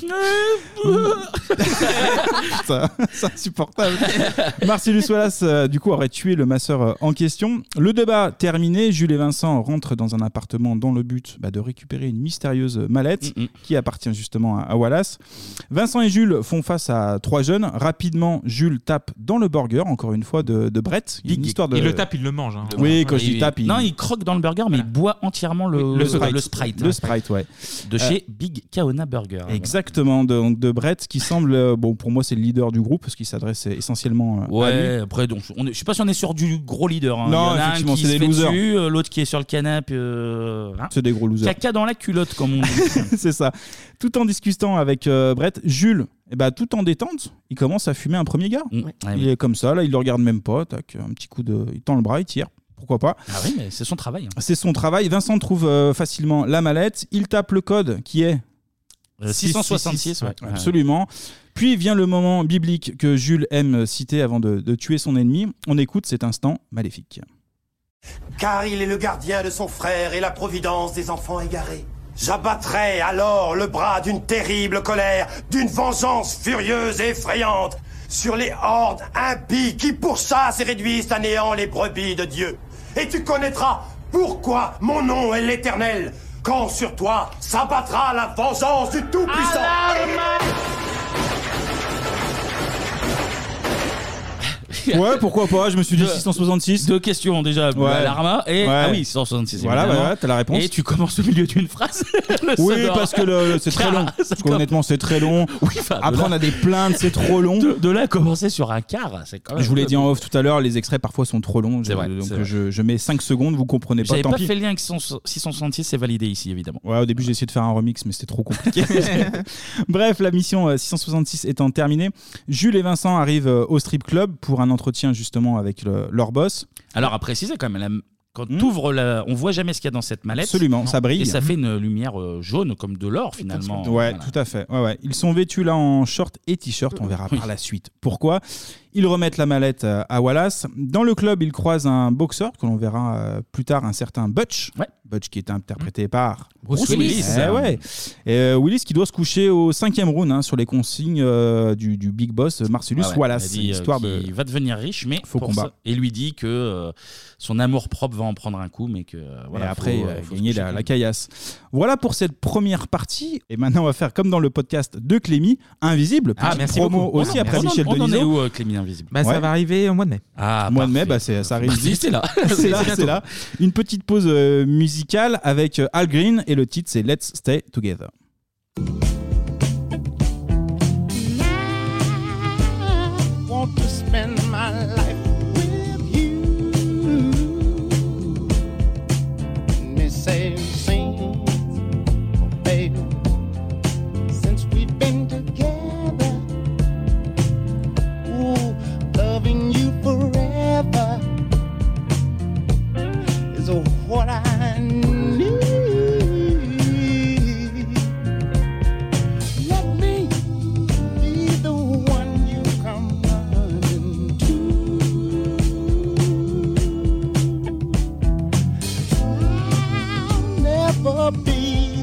Ça, c'est insupportable. Marcellus Wallace, euh, du coup, aurait tué le masseur euh, en question. Le débat terminé, Jules et Vincent rentrent dans un appartement dans le but bah, de récupérer une mystérieuse mallette Mm, mm. qui appartient justement à, à Wallace. Vincent et Jules font face à trois jeunes. Rapidement, Jules tape dans le burger, encore une fois, de, de Brett. Il y a une histoire de... Il le tape, il le mange. hein. Oui, quand je Il- dis tape, il... Non, il croque dans le burger, mais il boit entièrement le, le Sprite. le Sprite. Le Sprite, ouais. De chez Big Kahuna Burger. Exactement, de, donc de Brett qui semble, euh, bon pour moi c'est le leader du groupe parce qu'il s'adresse essentiellement euh, à lui. Ouais, après, donc, on est, je sais pas si on est sur du gros leader. Hein. Non, Il y en a un effectivement, qui c'est se des fait losers. dessus, euh, l'autre qui est sur le canapé. euh, hein. C'est des gros losers. Caca dans la culotte, comme on dit. C'est ça. Tout en discutant avec euh, Brett, Jules, eh ben, tout en détente, il commence à fumer un premier gars. Mm. Ouais, il oui. est comme ça, là, il le regarde même pas, tac, un petit coup de, il tend le bras, il tire. Pourquoi pas. Ah oui, mais c'est son travail. hein. C'est son travail. Vincent trouve euh, facilement la mallette. Il tape le code qui est Euh, six cent soixante-six, ouais. Absolument. Puis vient le moment biblique que Jules aime citer avant de, de tuer son ennemi. On écoute cet instant maléfique. Car il est le gardien de son frère et la providence des enfants égarés. J'abattrai alors le bras d'une terrible colère, d'une vengeance furieuse et effrayante, sur les hordes impies qui pourchassent et réduisent à néant les brebis de Dieu. Et tu connaîtras pourquoi mon nom est l'Éternel, quand sur toi s'abattra la vengeance du Tout-Puissant. Ouais, pourquoi pas, je me suis dit Deux- six cent soixante-six. Deux questions déjà, Ouais. Larma, et Ouais. ah oui, six cent soixante-six. Voilà, évidemment. voilà, t'as la réponse. Et tu commences au milieu d'une phrase. Le Oui, sonore. parce que le- c'est très long. Parce qu'honnêtement, c'est très long. enfin, de Après, là- on a des plaintes, c'est trop long. De, de là à commencer sur un quart, c'est quand même. Je vous l'ai dit en off tout à l'heure, les extraits parfois sont trop longs. C'est je- vrai, donc c'est vrai. je, je mets cinq secondes, vous comprenez pas, J'avais tant pas pis. fait le lien avec six cent soixante-six, c'est validé ici, évidemment. Ouais, au début, j'ai essayé de faire un remix, mais c'était trop compliqué. Bref, la mission euh, six cent soixante-six étant terminée, Jules et Vincent arrivent euh, au strip club pour un entretien justement avec le- leur boss. Alors à préciser quand même, la- quand t'ouvres la, on voit jamais ce qu'il y a dans cette mallette. Absolument, ça brille. Et ça fait une lumière euh, jaune comme de l'or finalement. Ouais, Voilà. tout à fait. Ouais, ouais. Ils sont vêtus là en short et t-shirt. On verra par la suite pourquoi. Ils remettent la mallette euh, à Wallace. Dans le club, ils croisent un boxeur que l'on verra euh, plus tard, un certain Butch. Butch qui est interprété par Bruce Willis. Eh ouais. Et euh, Willis qui doit se coucher au cinquième round hein, sur les consignes euh, du, du big boss Marcellus Ouais, ouais. Wallace. Il a dit, euh, histoire de. qu'il va devenir riche, mais Faux pour combat. ça- et lui dit que euh, son amour propre va en prendre un coup, mais que euh, voilà. et après, faut, il euh, a faut gagné se la, coucher. la caillasse. Voilà pour cette première partie. Et maintenant, on va faire comme dans le podcast de Clémy, Invisible. Ah, Petite merci promo beaucoup. aussi On en- après on en- Michel on en Denisot. est où, euh, Clémy Invisible Bah, ça Ouais. va arriver au mois de mai. Ah, mois de mai, parfait. bah, c'est- ça arrive Bah, vite. c'est là. c'est là, C'est c'est là. Une petite pause euh, musicale avec euh, Al Green et le titre c'est Let's Stay Together. Want to spend my life with you. Me say sing, baby. Since we've been together, ooh, loving you forever is what I need. Let me be the one you come running to. I'll never be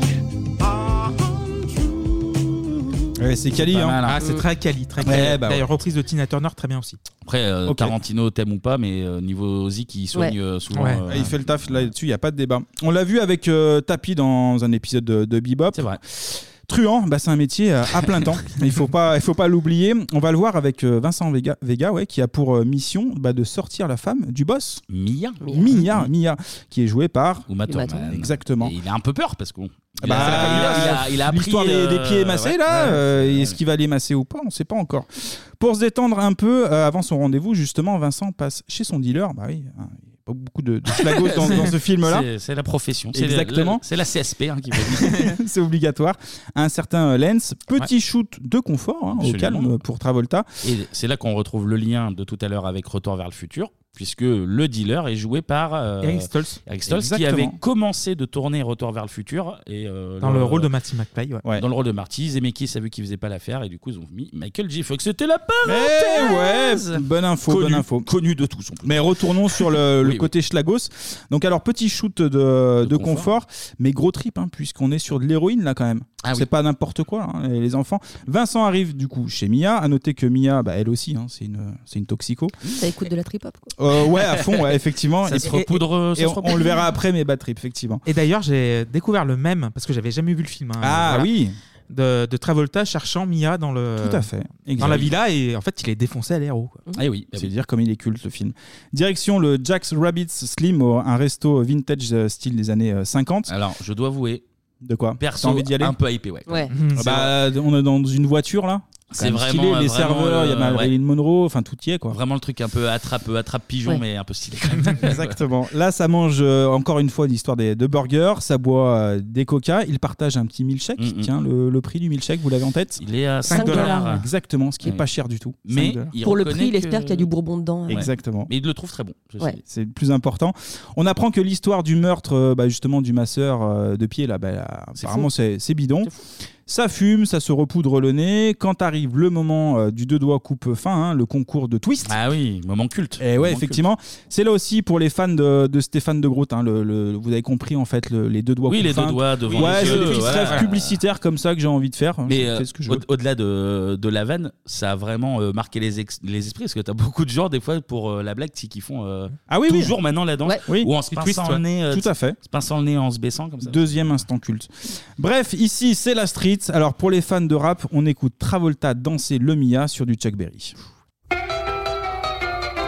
untrue. Ouais, c'est Cali. Pas Hein. mal, hein. Ah, c'est très quali, très Ouais, quali. bah D'ailleurs, ouais. reprise de Tina Turner, très bien aussi. Après, euh, Ok. Tarantino t'aime ou pas, mais euh, niveau Zik, il soigne Ouais. euh, souvent. Ouais. euh, Ah, il fait le taf là-dessus, il n'y a pas de débat. On l'a vu avec euh, Tapi dans un épisode de, de Bebop. C'est vrai. Truand, bah, c'est un métier euh, à plein temps. Il ne faut pas, il faut pas l'oublier. On va le voir avec euh, Vincent Vega, Vega ouais, qui a pour euh, mission bah, de sortir la femme du boss. Mia. Mia, Mia, qui est jouée par Uma Thurman. Exactement. Et il a un peu peur parce qu'on. Il, Bah, a, il, a, il, a, il a appris l'histoire des, des pieds euh, massés ouais, là, ouais, euh, est-ce qu'il va les masser ou pas On ne sait pas encore. Pour se détendre un peu euh, avant son rendez-vous, justement, Vincent passe chez son dealer. Bah oui, hein, il n'y a pas beaucoup de, de schlagos dans, dans ce film-là. C'est- C'est la profession. C'est Exactement. la- C'est la C S P hein, qui veut C'est obligatoire. Un certain euh, Lens, petit shoot de confort hein, au Absolument. calme pour Travolta. Et c'est là qu'on retrouve le lien de tout à l'heure avec Retour vers le futur, puisque le dealer est joué par euh, Eric Stoltz. Eric Stoltz, qui Exactement. avait commencé de tourner Retour vers le futur. Et, euh, Dans le rôle de Marty McFly, ouais. Ouais. Dans le rôle de Marty, Zemeckis a vu qu'il faisait pas l'affaire et du coup ils ont mis Michael J. Fox. C'était la Eh parenthèse. ouais, bonne info, Connu- bonne info. Connu de tous. en plus. Mais retournons sur le, le Oui, côté schlagos. Donc alors petit shoot de, de confort. mais gros trip hein, puisqu'on est sur de l'héroïne là quand même. Ah c'est oui. pas n'importe quoi hein, les, les enfants. Vincent arrive du coup chez Mia. À noter que Mia, bah, elle aussi, hein, c'est une, c'est une toxico. Ça écoute de la trip-hop. quoi. Euh, ouais, à fond, ouais, effectivement. Ça Et- se et- repoudre, ça et se on, repoudre. on le verra après, mais bad trip, effectivement. Et d'ailleurs, j'ai découvert le même, parce que j'avais jamais vu le film. hein, Ah voilà, oui. De, de Travolta cherchant Mia dans, le, Tout à fait. dans Exact. la villa, et en fait, il est défoncé à l'aéro. quoi. Eh oui. C'est dire comme il est culte le film. Direction le Jack's Rabbit Slim, au- un resto vintage euh, style des années euh, cinquante. Alors je dois avouer, De quoi perso, T'as envie d'y aller un peu hypé, ouais. Ouais. Ah bah, on est dans une voiture là. C'est Quand même vraiment, stylé, les vraiment, serveurs, il y a euh, Marilyn Monroe, enfin tout y est quoi. Vraiment le truc un peu attrape, attrape pigeon, Ouais. mais un peu stylé quand même. Exactement. Là, ça mange euh, encore une fois l'histoire des de burgers, ça boit euh, des coca, il partage un petit milkshake. Mm, mm. Tiens, le, le prix du milkshake, vous l'avez en tête Il est à Cinq cinq dollars. dollars. Exactement, ce qui est Ouais. pas cher du tout. Mais cinq dollars. il Pour le reconnaît prix, il que- espère qu'il y a du bourbon dedans. Ouais. Exactement. Mais il le trouve très bon. ceci Ouais. dit. C'est le plus important. On apprend que l'histoire du meurtre, euh, bah, justement, du masseur euh, de pied, là, bah, C'est apparemment, faux. c'est c'est bidon. Ça fume, ça se repoudre le nez. Quand arrive le moment euh, du deux doigts coupe fin, hein, le concours de twist. Ah oui, moment culte. Et ouais, Moment effectivement, c'est là aussi pour les fans de, de Stéphane de Groot. Hein, le, le- vous avez compris en fait le- les deux doigts. Oui, coupe les fin. deux doigts devant Ouais, les c'est yeux, des petits ouais, rêves ouais. publicitaires comme ça que j'ai envie de faire. Mais Je euh, fais ce que je veux. au- au-delà de, de la vanne, ça a vraiment euh, marqué les, ex- les esprits parce que t'as beaucoup de gens des fois pour euh, la blague tu sais, qui font euh, Ah oui, oui. toujours maintenant la danse Ouais. Oui, ou en se petit pinçant twist, le ouais. nez, euh, Tout à fait. se pinçant le nez en se baissant comme ça. Deuxième instant culte. Bref, ici c'est la street. Alors pour les fans de rap, on écoute Travolta danser le Mia sur du Chuck Berry.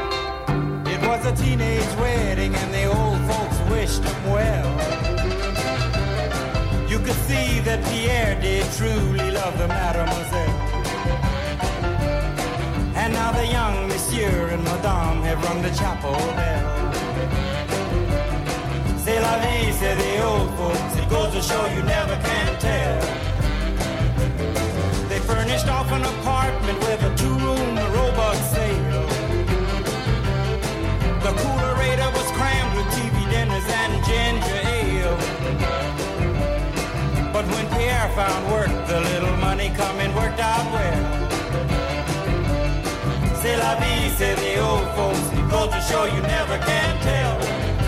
teenage wedding and the old folks wished him well. You could see that Pierre did truly love the mademoiselle. And now the young monsieur and madame have rung the chapel bell. C'est la vie, say the old folks, it goes to show you never can tell. They furnished off an apartment with a two-room robot sale. The coolerator was crammed with T V dinners and ginger ale. But when Pierre found work, the little money coming worked out well. C'est la vie, say the old folks, it goes to show you never can tell.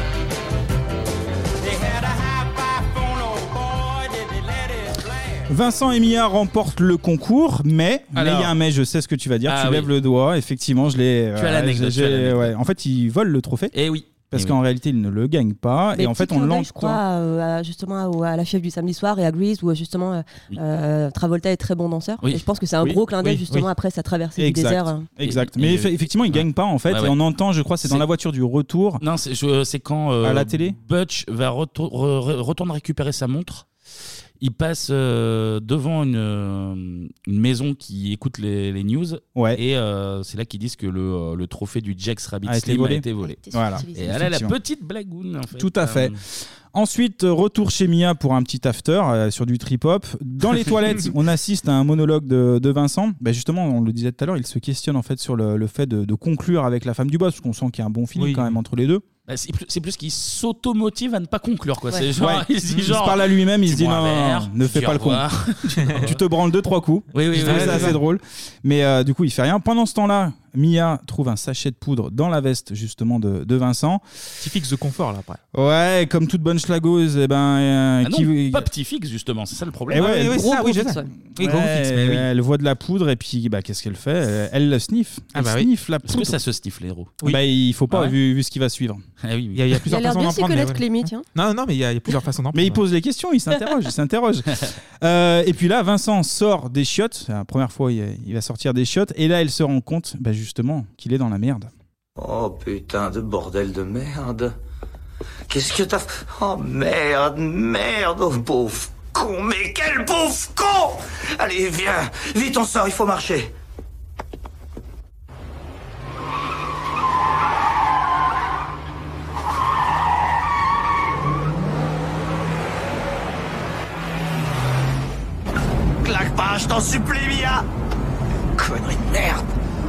They had a high-fi phone, oh boy, did they let it blare. Vincent et Mia remportent le concours, mais mais il Alors. y a un mais, je sais ce que tu vas dire, Ah tu oui. lèves le doigt, effectivement, je l'ai. Tu as l'anecdote, j'ai- tu as l'anecdote. ouais. En fait, ils volent le trophée. Et oui. Parce Eh qu'en oui. réalité, ils ne le gagnent pas. Mais et en petit fait, on clin d'œil, l'entend. je crois, euh, à- justement à, à la chef du samedi soir et à Grease, où justement euh, euh, Travolta est très bon danseur. Oui. Et je pense que c'est un Oui. gros clin d'œil Oui. justement Oui. après sa traversée du Exact. désert. euh. Exact. Mais effe- effectivement, ils ne gagnent pas en fait. Ouais, ouais. Et on entend, je crois, c'est dans C'est- la voiture du retour. Non, c'est je- c'est quand euh, À la télé Butch va retour- re- retourne récupérer sa montre. Il passe euh, devant une, euh, une maison qui écoute les, les news. Et euh, c'est là qu'ils disent que le, euh, le trophée du Jack's Rabbit A été Slim volé. a été volé. Voilà. Et elle a la Effectivement. petite blagoune. En fait. Tout à fait. Ensuite, euh, retour chez Mia pour un petit after euh, sur du trip-hop. Dans les toilettes, on assiste à un monologue de, de Vincent. Bah, justement, on le disait tout à l'heure, il se questionne en fait sur le, le fait de, de conclure avec la femme du boss, parce qu'on sent qu'il y a un bon feeling Oui. quand même entre les deux. Bah, c'est plus, c'est plus qu'il s'automotive à ne pas conclure. Quoi. Ouais. C'est genre, Ouais. il se dit Il se genre, parle à lui-même, il se dit dis-moi non, un non, verre, non, ne tu fais dis pas au le con. revoir. Tu te branles deux, trois coups. Oui, oui, Je oui, trouve oui, ça oui. assez drôle. Mais euh, du coup, il fait rien. Pendant ce temps-là, Mia trouve un sachet de poudre dans la veste justement de, de Vincent. Petit fixe de confort là après. Ouais, comme toute bonne schlagose, eh ben, euh, Ah non, qui- pas petit fixe justement, c'est ça le Eh problème. ouais, Ah gros, ça, gros je fixe, sais. ouais. Oui, gros Ouais, fixe, mais oui. Elle voit de la poudre et puis bah, qu'est-ce qu'elle fait Euh, Elle le sniffe. Ah Elle bah oui. sniffe la Est-ce poudre. que ça se sniffe, les héros Bah, il faut pas, Ah ouais vu, vu ce qui va suivre. Ah oui, oui. Il y a, il y a plusieurs Il a l'air façons bien d'en s'y prendre. connaître, mais Clémy, tiens. Non, non, mais il y, a il y a plusieurs façons d'en prendre. Mais il pose les questions, il s'interroge, il s'interroge. Euh, et puis là, Vincent sort des chiottes. C'est la première fois il, il va sortir des chiottes. Et là, elle se rend compte, bah, justement, qu'il est dans la merde. Oh putain de bordel de merde. Qu'est-ce que t'as fait? Oh merde, merde, oh pauvre con, mais quel pauvre con! Allez, viens, vite on sort, il faut marcher. Claque pas, je t'en supplie, Mia! Connerie de merde!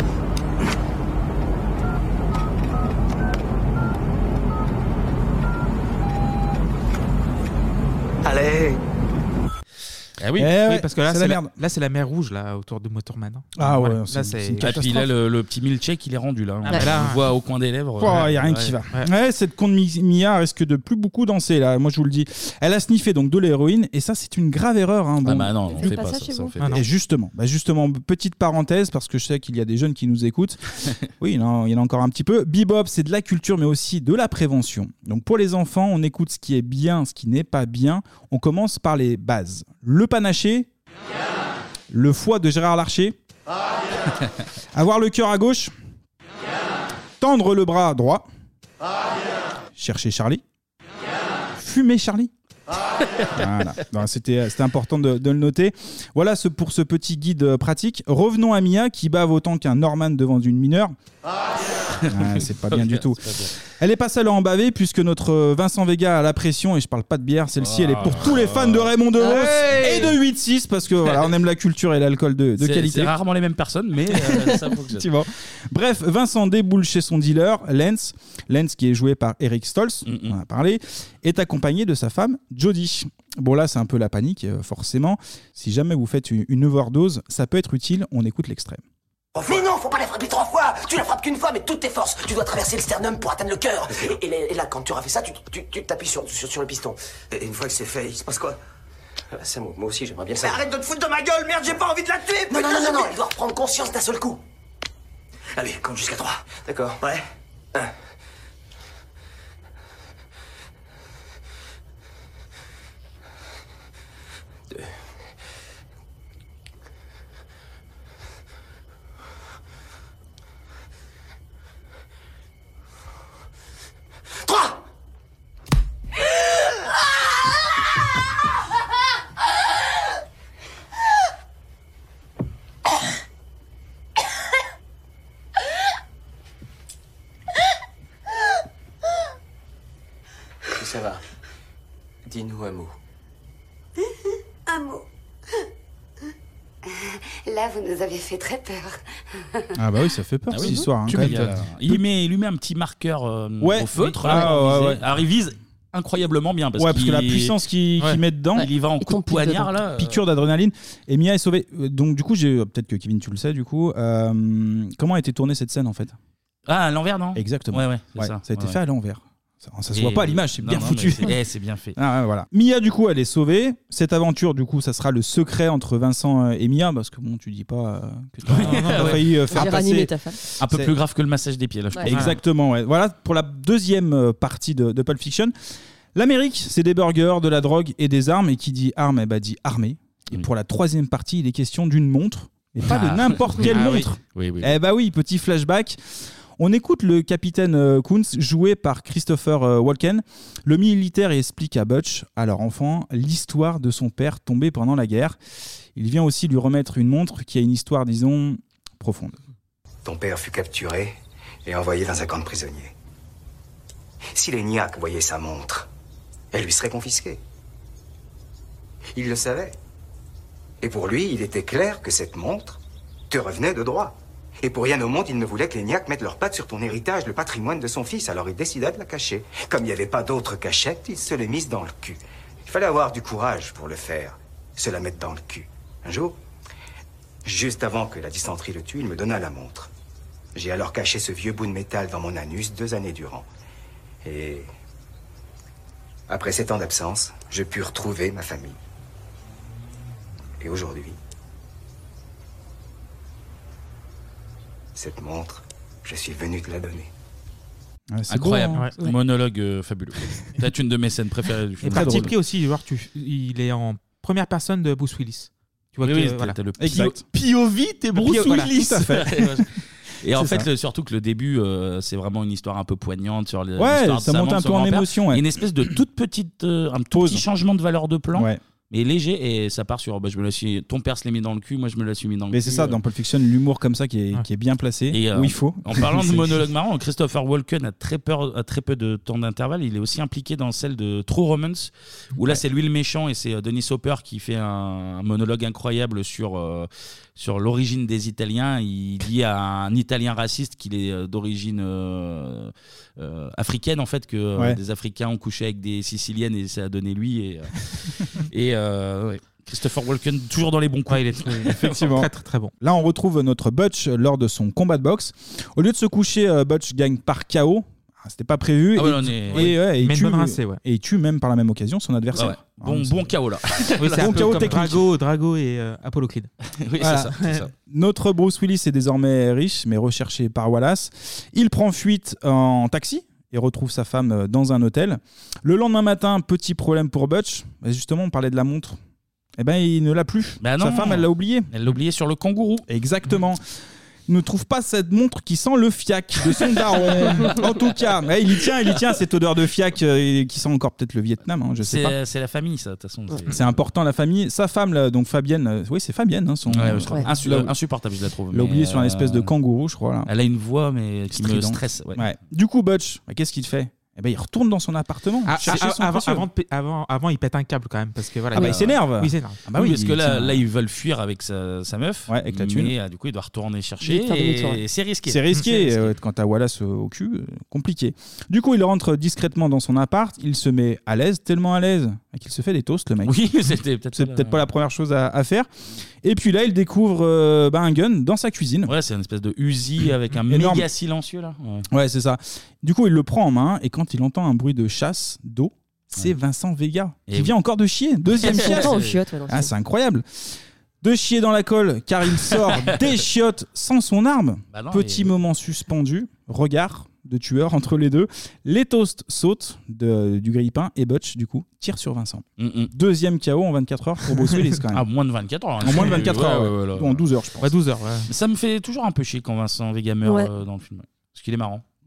Allez! Ah oui, Eh oui, ouais, parce que là, c'est c'est la la, merde. là, c'est la mer rouge là autour de Motorman. hein. Ah ouais, Voilà. c'est- là, c'est c'est une Et puis là, le, le petit milkshake, il est rendu là. Ah On bah là, le voit au coin des lèvres. Oh, il n'y a rien Ouais. qui va. Ouais. Ouais, cette con de Mi- Mia risque de plus beaucoup danser là. Moi je vous le dis. Elle a sniffé donc de l'héroïne et ça c'est une grave erreur. Hein. Bon. Ah bah non, on fait pas ça. ça, on fait pas. Et justement, bah justement, petite parenthèse parce que je sais qu'il y a des jeunes qui nous écoutent. Oui, il y en a- il y en a encore un petit peu. Bebop, c'est de la culture mais aussi de la prévention. Donc pour les enfants, on écoute ce qui est bien, ce qui n'est pas bien. On commence par les bases. Le panaché, le foie de Gérard Larcher, avoir le cœur à gauche, tendre le bras droit, chercher Charlie, fumer Charlie. Voilà. Non, C'était c'était important de, de le noter. Voilà ce, pour ce petit guide euh, pratique. Revenons à Mia qui bave autant qu'un Norman devant une mineure. Ouais, c'est pas bien du tout. Elle est pas seule à en baver puisque notre euh, Vincent Vega a la pression et je parle pas de bière. Celle-ci, elle est pour tous les fans de Raymond DeVos Hey et de huit six parce que voilà, on aime la culture et l'alcool de, de C'est- qualité. C'est rarement les mêmes personnes, mais euh, ça fonctionne. Effectivement. Bref, Vincent déboule chez son dealer, Lance. Lance, qui est joué par Eric Stoltz, on en a parlé, est accompagné de sa femme, Jodie. Bon, là, c'est un peu la panique, euh, forcément. Si jamais vous faites une, une overdose, ça peut être utile. On écoute l'extrême. Mais non, faut pas la frapper trois fois. Tu la frappes qu'une fois, mais toutes tes forces. Tu dois traverser le sternum pour atteindre le cœur. Et, et- et là, quand tu auras fait ça, tu tu- tu t'appuies sur, sur, sur le piston. Et une fois que c'est fait, il se passe quoi? Ah, ça, moi, moi aussi, j'aimerais bien Mais ça. arrête de te foutre de ma gueule, merde, j'ai pas envie de la tuer! Non, non, putain, non, non, j'ai- non, elle doit reprendre conscience d'un seul coup. Allez, compte jusqu'à trois. D'accord. Ouais. Un. Deux. ça va. Dis-nous un mot. Un mot. Là, vous nous avez fait très peur. Ah bah oui, ça fait peur Ah cette oui. histoire. hein, Tu quand m'étonnes. même. il, lui met, il lui met un petit marqueur euh, Ouais, au feutre. oui. là, Ah, pour ouais, viser. ouais. Alors, il vise incroyablement bien. Parce, Ouais, parce que qu'il- la puissance qu'il Ouais. qu'il met dedans, il y va en coup de poignard là. euh, piqûre d'adrénaline. Et Mia est sauvée. Euh, Donc du coup, j'ai peut-être que Kevin, tu le sais, du coup, euh, comment a été tournée cette scène en fait? Ah, à l'envers, non? Exactement. Ouais, ouais, c'est Ouais, ça. Ça a été Ouais, fait ouais. à l'envers. Ça, ça se Et- voit pas à l'image, c'est non, bien non, foutu. mais c'est- eh, c'est bien fait. Ah, ouais, voilà. Mia, du coup, elle est sauvée. Cette aventure, du coup, ça sera le secret entre Vincent et Mia, parce que bon, tu dis pas euh, que tu as Ouais. failli euh, faire J'ai passer. ranimer ta femme. Un peu C'est- plus grave que le massage des pieds là, je pense. Exactement, ouais. Voilà pour la deuxième euh, partie de, de Pulp Fiction. L'Amérique, c'est des burgers, de la drogue et des armes. Et qui dit arme, eh ben, dit armée. Et pour la troisième partie, il est question d'une montre. Et pas Ah. de n'importe quelle Ah oui. montre. Oui, oui, oui. Eh bah oui, petit flashback. On écoute le capitaine euh, Kunz, joué par Christopher euh, Walken. Le militaire explique à Butch, à leur enfant, l'histoire de son père tombé pendant la guerre. Il vient aussi lui remettre une montre qui a une histoire, disons, profonde. Ton père fut capturé et envoyé dans un camp de prisonniers. Si les Niaques voyaient sa montre, elle lui serait confisquée. Il le savait. Et pour lui, il était clair que cette montre te revenait de droit. Et pour rien au monde, il ne voulait que les Niaques mettent leurs pattes sur ton héritage, le patrimoine de son fils. Alors il décida de la cacher. Comme il n'y avait pas d'autre cachette, il se l'est mise dans le cul. Il fallait avoir du courage pour le faire, se la mettre dans le cul. Un jour, juste avant que la dysenterie le tue, il me donna la montre. J'ai alors caché ce vieux bout de métal dans mon anus deux années durant. Et après sept ans d'absence, je pus retrouver ma famille. Et aujourd'hui, cette montre, je suis venu te la donner. Incroyable. beau, hein. Ouais. Monologue euh, fabuleux. Peut-être une de mes scènes préférées du Et film. parti pris aussi, voir, tu, il est en première personne de Bruce Willis. Tu vois Oui, que, oui, euh, voilà. t'as le Exact. P O V, t'es Bruce P O voilà, Willis. tout à fait. Et en C'est fait, ça. le- surtout que le début, euh, c'est vraiment une histoire un peu poignante sur les. Ouais, l'histoire de ça sa monte montre, un son peu en grand-père. émotion, ouais. Et une espèce de toute petite, euh, un tout petit changement de valeur de plan, Ouais. mais léger, et ça part sur. Bah, je me la suis. Ton père se l'est mis dans le cul, moi je me la suis mis dans le Mais cul. c'est ça, dans Pulp Fiction, l'humour comme ça qui est, qui est bien placé, Et, euh, où il faut. En parlant de C'est- monologue marrant, Christopher Walken a très, peur, a très peu de temps d'intervalle. Il est aussi impliqué dans celle de True Romance, où là c'est lui le méchant et c'est euh, Dennis Hopper qui fait un, un monologue incroyable sur, euh, sur l'origine des Italiens. Il dit à un Italien raciste qu'il est euh, d'origine euh, euh, africaine, en fait, que euh, Ouais. des Africains ont couché avec des Siciliennes et ça a donné lui. Et, euh, et euh, ouais. Christopher Walken, toujours dans les bons coups. il est très- Effectivement. Très, très, très bon. Là, on retrouve notre Butch lors de son combat de boxe. Au lieu de se coucher, euh, Butch gagne par K O. Ah, c'était pas prévu. Ah ouais, et, on est- et, ouais. ouais, et Mais une tue, bonne rincée, ouais. et il tue même par la même occasion son adversaire. Ouais, ouais. Bon- Ah, bon K O, là. Oui, c'est un Bon peu K O comme technique. Drago, Drago et euh, Apollo Creed. Oui, Voilà. c'est ça, c'est ça. Notre Bruce Willis est désormais riche, mais recherché par Wallace. Il prend fuite en taxi et retrouve sa femme dans un hôtel. Le lendemain matin, petit problème pour Butch. Bah, justement, on parlait de la montre. Eh ben, il ne l'a plus. Bah non. Sa femme, elle l'a oublié. Elle l'a oublié sur le kangourou. Exactement. Il ne trouve pas cette montre qui sent le fiac de son daron. En tout cas, ouais, il y tient, il y tient cette odeur de fiac euh, qui sent encore peut-être le Vietnam, hein, je sais C'est pas. c'est la famille, ça, de toute façon. c'est- C'est important la famille. Sa femme, là, donc Fabienne, euh, oui c'est Fabienne, hein, son. Ouais, je trouve Ouais. insu- L'a- insupportable, je la trouve. L'a mais, oublié sur un euh, espèce de kangourou, je crois. Là. Elle a une voix, mais qui me Strident. stresse. Ouais. Ouais. Du coup, Butch, bah, qu'est-ce qu'il fait Eh ben, il retourne dans son appartement. Ah, chercher ah, son avant, précieux. avant, de pa- avant, avant, il pète un câble quand même parce que voilà. Ah bah, il s'énerve. Oui, il s'énerve. Ah bah oui, oui, parce il que là, tient- là, ils veulent fuir avec sa, sa meuf. Ouais, avec la thune. Mais euh, du coup, il doit retourner chercher. Vite faire demi-tour, Et ouais. c'est risqué. C'est risqué, euh, quand t'as Wallace euh, au cul, euh, compliqué. Du coup, il rentre discrètement dans son appart, il se met à l'aise, tellement à l'aise qu'il se fait des toasts, le mec. Oui, c'était peut-être C'est pas la- peut-être pas la première chose à, à faire. Et puis là, il découvre euh, bah, un gun dans sa cuisine. Ouais, c'est une espèce de Uzi avec un Énorme. méga silencieux là. Ouais. Ouais, c'est ça. Du coup, il le prend en main et quand il entend un bruit de chasse, d'eau, c'est Vincent Vega Et qui oui. vient encore de chier. Deuxième Tout le chiasse. temps aux chiottes, ouais, dans le Ah, film. c'est incroyable. De chier dans la colle car il sort des chiottes sans son arme. Bah non, Petit mais- moment suspendu, regard de tueur entre les deux. Les toasts sautent de- du grille-pain et Butch, du coup, tire sur Vincent. Mm-mm. Deuxième K O en vingt-quatre heures pour Bruce Willis, quand même. Ah, moins de vingt-quatre heures. hein. En moins de vingt-quatre Ouais, heures, ouais, ouais. ouais, là. Ou en douze heures, je pense. Ouais, douze heures, ouais. Mais ça me fait toujours un peu chier quand Vincent Vega meurt Ouais. euh, dans le film. Parce qu'il est marrant.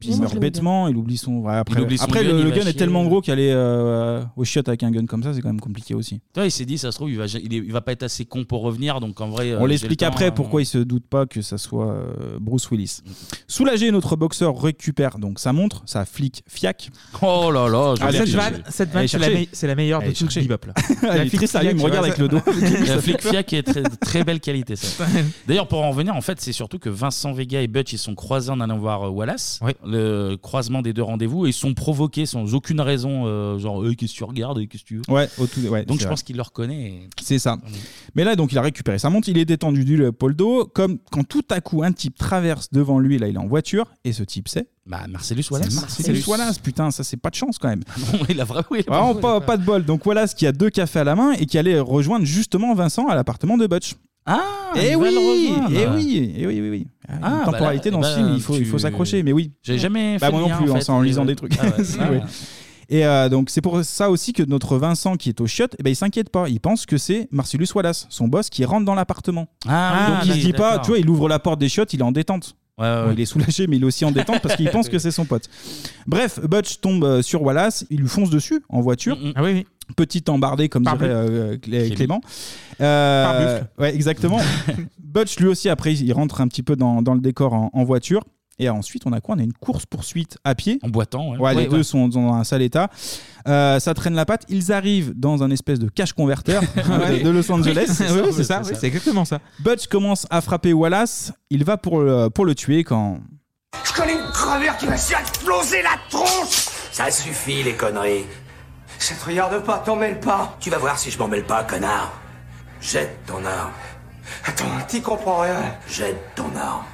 Puis il meurt bêtement, il oublie son. Ouais, après, Il oublie son après gun, le, il le va gun est chier. tellement gros qu'aller euh, au chiottes avec un gun comme ça, c'est quand même compliqué aussi. Tu vois, il s'est dit, ça se trouve, il va, il, est- il va pas être assez con pour revenir, donc en vrai. euh, On j'ai l'explique le temps, après euh, pourquoi il se doute pas que ça soit euh, Bruce Willis. Soulagé, notre boxeur récupère donc sa montre, sa flic Fiac. Oh là là, je Ah, l'ai cette cherché. vanne, cette vanne, Allez c'est la, chercher. me- c'est la meilleure de Allez tout chercher. Bebop là. Elle est très sérieux, il me regarde avec le dos. La flic Fiac est très, très belle qualité, ça. D'ailleurs, pour en revenir, en fait, c'est surtout que Vincent Vega et Butch, ils sont croisés en allant voir euh, Wallace. Le croisement des deux rendez-vous, et ils sont provoqués sans aucune raison, euh, genre, Euh, qu'est-ce que tu regardes, et qu'est-ce que tu veux. Ouais, au tout, ouais, Donc c'est je vrai. pense qu'il le reconnaît. et- C'est ça. Mais là, donc, il a récupéré sa montre, il est détendu du Leopoldo, comme quand tout à coup un type traverse devant lui, là, il est en voiture, et ce type, c'est Bah, Marcellus Wallace. C'est Marcellus Wallace, putain, ça, c'est pas de chance quand même. Non, il a vraiment, il a Vraiment vraiment- pas, pas de bol. Donc Wallace qui a deux cafés à la main et qui allait rejoindre justement Vincent à l'appartement de Butch. Ah, et il va oui, le rejoindre. et oui, et oui, oui, oui. Ah, Ah, une bah temporalité là, dans eh ce ben, film, il faut, il faut tu- s'accrocher, mais oui. J'ai jamais Bah, fait moi le non lien, plus, en en, fait, en mais lisant ouais. des trucs. Ah ouais, C'est- ah. ouais. Et euh, donc c'est pour ça aussi que notre Vincent qui est au chiottes, eh ben, il s'inquiète pas. Il pense que c'est Marcellus Wallace, son boss, qui rentre dans l'appartement. Ah, donc oui, il se dit pas, d'accord. tu vois, il ouvre la porte des chiottes, il est en détente. Ouais, ouais, Bon, ouais. il est soulagé, mais il est aussi en détente parce qu'il pense que c'est son pote. Bref, Butch tombe euh, sur Wallace, il lui fonce dessus en voiture. Ah oui, oui. Petite embardée, comme Par dirait bleu. euh, Clé- Clément. Clément. Euh, Par buffle. ouais, exactement. Butch, lui aussi, après, il rentre un petit peu dans, dans le décor en, en voiture. Et ensuite, on a quoi? On a une course-poursuite à pied. En boitant, ouais. Ouais, les Ouais, deux ouais. sont dans un sale état. Euh, ça traîne la patte. Ils arrivent dans un espèce de cache converteur de, de Los Angeles. Oui, oui, c'est ça, oui, c'est exactement ça. Butch commence à frapper Wallace. Il va pour le, pour le tuer quand. Je connais une crevure qui va s'y exploser la tronche. Ça suffit, les conneries. Ça te regarde pas, t'en mêles pas. Tu vas voir si je m'en mêle pas, connard. Jette ton arme. Attends, t'y comprends rien. Jette ton arme.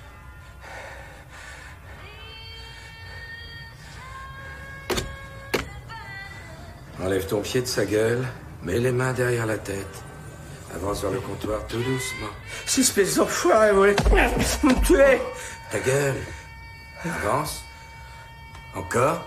Enlève ton pied de sa gueule, mets les mains derrière la tête. Avance vers le comptoir tout doucement. Ces espèces d'enfoirés voulaient me tuer. Ta gueule. Avance. Encore.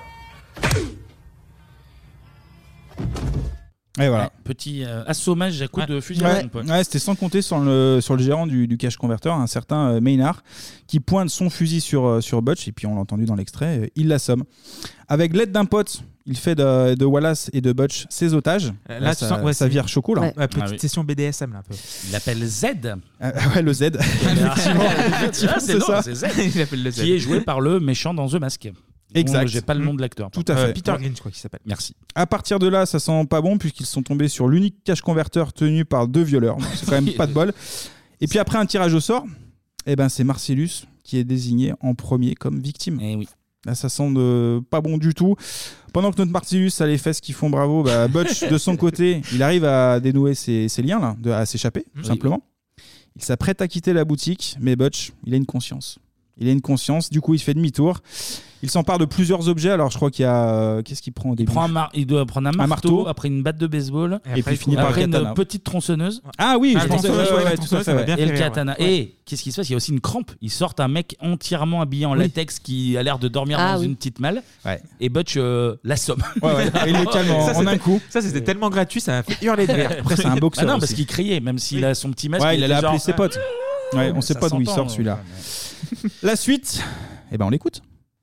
Et voilà. Petit euh, assommage à coup de fusil à Ouais, pompe. ouais, c'était sans compter sur le, sur le gérant du, du cache converteur, un certain euh, Maynard, qui pointe son fusil sur, euh, sur Butch, et puis on l'a entendu dans l'extrait, euh, il l'assomme. Avec l'aide d'un pote, il fait de, de Wallace et de Butch ses otages. Là, Là, tu ça, sens- ouais, ça c'est- vire choco, là. Ouais, petite Ah oui. session B D S M là un peu. Il l'appelle Z. Euh, ouais, le Z. Effectivement, effectivement, Ah, c'est non, ça. c'est Z. Il appelle le Z. Qui est joué par le méchant dans The Mask. Exact. Bon, j'ai pas le nom de l'acteur. Tout à Euh, fait. Peter Green, je crois qu'il s'appelle. Merci. À partir de là, ça sent pas bon puisqu'ils sont tombés sur l'unique cache converteur tenu par deux violeurs. Donc, c'est quand même pas de bol. Et puis après un tirage au sort, eh ben c'est Marcellus qui est désigné en premier comme victime. Et oui. Là, ça sent de pas bon du tout. Pendant que notre Marcellus a les fesses qui font bravo, bah, Butch de son côté, il arrive à dénouer ses, ses liens là, de, à s'échapper tout Oui, simplement. Il s'apprête à quitter la boutique, mais Butch, il a une conscience. Il a une conscience, du coup il fait demi-tour. Il s'empare de plusieurs objets. Alors je crois qu'il y a. euh, Qu'est-ce qu'il prend au Il, début prend un mar- il doit prendre un marteau, marteau. après une batte de baseball, Et puis il finit par après le katana. une petite tronçonneuse. Ah oui, Ah, je le pensais. tronçonneuse, ouais, ouais, ouais, la tout à tronçonneuse, fait, ça va ouais. bien. Et le Ouais. katana. Et qu'est-ce qui se passe? Il y a aussi une crampe. Ils sortent un mec entièrement habillé en Oui. latex qui a l'air de dormir Ah dans oui. une petite malle. Ouais. Et Butch euh, l'assomme. Ouais, ouais. Et il le calme en, Ça, en un c'était- coup. Ça, c'était tellement gratuit, ça a fait hurler de rire. Après, c'est un boxeur. Ah non, aussi. parce qu'il criait, même s'il a son petit masque. Ouais, il était allait appeler genre, ses potes. Ouais, on sait Ça pas d'où il s'entend, sort celui-là. ouais, La suite, eh ben on l'écoute.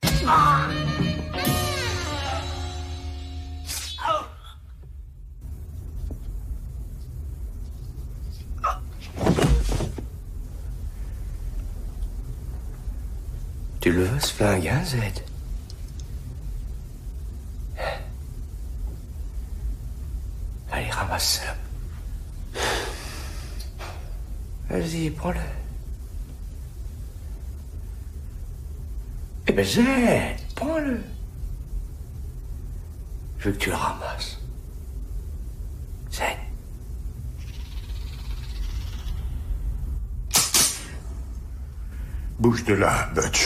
Tu le veux, ce flingue, hein, Z? Allez, ramasse-le. Vas-y, prends-le. Eh ben, jette, prends-le. Je veux que tu le ramasses. Jette. Bouge de là, Butch.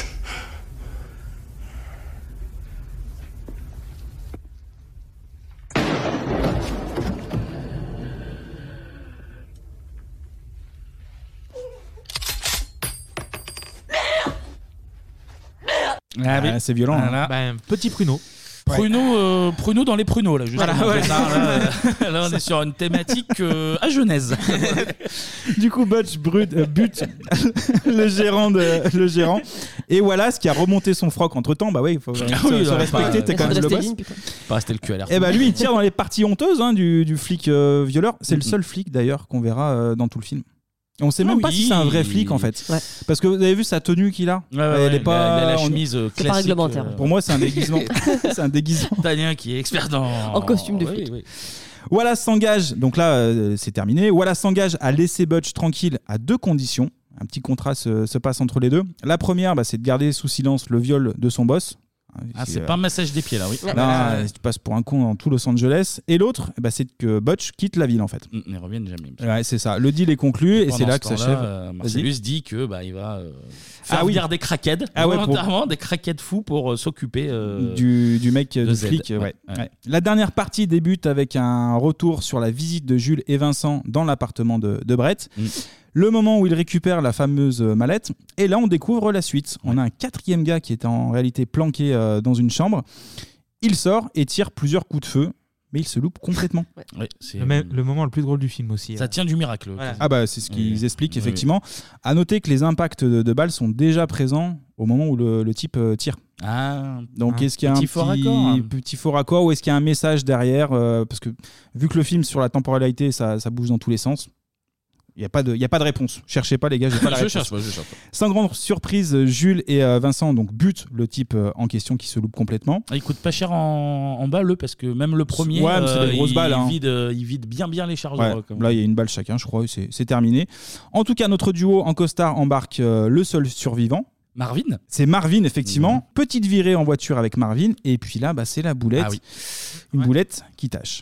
Ah oui. c'est violent. hein. Voilà. Bah, petit pruneau. Pruneau, euh, Pruneau dans les pruneaux là. Justement. Voilà, ouais. Ça, là, là, on est sur une thématique euh, à Genèse. Du coup, Butch brut, euh, bute le gérant de, le gérant. Et Wallace qui a remonté son froc entre temps. Bah oui, il faut se, Ah oui, se non, respecter. pas- T'es quand même le boss. Pas rester le cul à l'air. Et bah lui, il tire dans les parties honteuses hein, du, du flic euh, violeur. C'est le seul flic d'ailleurs qu'on verra euh, dans tout le film. Et on sait Ah même pas oui. si c'est un vrai flic en fait. Parce que vous avez vu sa tenue qu'il a. Ouais, ouais, Elle est ouais, pas. il a la on- chemise, euh, C'est pas classique, réglementaire. euh. Pour moi, c'est un déguisement. c'est un déguisement. Tania qui est expert dans. En costume de Oui, flic. oui. Wallace s'engage, donc là euh, c'est terminé. Wallace s'engage à laisser Butch tranquille à deux conditions. Un petit contrat se, se passe entre les deux. La première, bah, c'est de garder sous silence le viol de son boss. Ah, c'est euh, pas un massage des pieds là, oui. Non, euh, tu passes pour un con dans tout Los Angeles. Et l'autre, eh ben, c'est que Butch quitte la ville en fait. Mm, Ils reviennent jamais. Ouais, c'est ça. Le deal est conclu et Pendant c'est là ce que temps-là, s'achève. euh, Vas-y. Marcellus dit que bah, il va euh, faire Ah oui. venir des crackheads, Ah ouais, pour- volontairement des crackheads fous pour euh, s'occuper euh, du, du mec de du Z. flic. Ouais. Ouais, ouais. Ouais. La dernière partie débute avec un retour sur la visite de Jules et Vincent dans l'appartement de, de Brett. Mm. Le moment où il récupère la fameuse mallette. Et là, on découvre la suite. On a un quatrième gars qui est en réalité planqué euh, dans une chambre. Il sort et tire plusieurs coups de feu, mais il se loupe complètement. Ouais, c'est- Le, même- le moment le plus drôle du film aussi. Ça hein. tient du miracle. Voilà. Ah bah c'est ce qu'ils Oui. expliquent Oui, effectivement. À noter que les impacts de, de balles sont déjà présents au moment où le, le type euh, tire. Ah, Donc un est-ce qu'il y a un petit petit faux raccord, hein. petit faux raccord ou est-ce qu'il y a un message derrière euh, parce que vu que le film sur la temporalité ça, ça bouge dans tous les sens. Il n'y a, pas de- il y a pas de réponse. Cherchez pas les gars, j'ai pas la Je réponse. cherche pas, je cherche pas. Sans grande surprise, Jules et euh, Vincent donc butent le type euh, en question qui se loupe complètement. Ah, il coûte pas cher en, en balles parce que même le premier, Ouais, mais c'est des euh, grosses il, balles, hein. vide, euh, il vide bien bien les chargeurs. Ouais, comme- là, il y a une balle chacun, je crois, et c'est c'est terminé. En tout cas, notre duo en costard embarque euh, le seul survivant. Marvin. C'est Marvin, effectivement. Petite virée en voiture avec Marvin. Et puis là, bah, c'est la boulette. Ah oui. Une boulette qui tâche.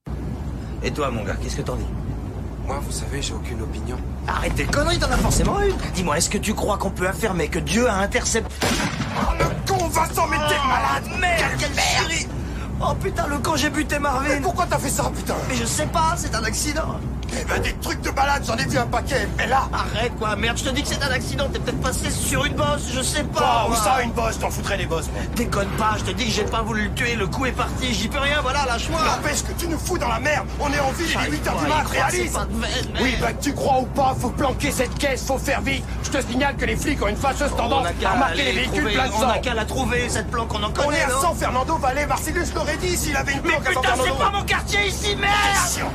Et toi, mon gars, qu'est-ce que t'en dis? Moi, vous savez, j'ai aucune opinion. Arrête tes conneries, t'en as forcément une. Dis-moi, est-ce que tu crois qu'on peut affirmer que Dieu a intercepté... Oh, le con, Vincent, mais t'es malade, merde, quelle merde. Oh putain, le con, j'ai buté Marvin. Mais pourquoi t'as fait ça, putain? Mais je sais pas, c'est un accident. Eh ben, des trucs de balade, j'en ai vu un paquet. Mais là... Arrête, quoi, merde, je te dis que c'est un accident. T'es peut-être passé sur une bosse, je sais pas. Oh, où moi. ça, une bosse? T'en foutrais les bosses, moi. Déconne pas, je te dis que j'ai pas voulu le tuer, le coup est parti, j'y peux rien, voilà, lâche-moi. N'empêche que tu nous fous dans la merde. On est en ville, il est huit heures du Ouais, mat, il croit que réalise. c'est pas de veine, Oui, merde. bah que tu crois ou pas, faut planquer cette caisse, faut faire vite. Je te signale que les flics ont une fâcheuse On tendance a qu'à à remarquer aller les véhicules trouver- plein de On sang. a qu'à la trouver, cette planque, on en connaît, On est à non San Fernando Valley, Marcellus l'aurait dit s'il avait une Mais planque à San putain, Fernando. c'est pas mon quartier ici, merde. Question.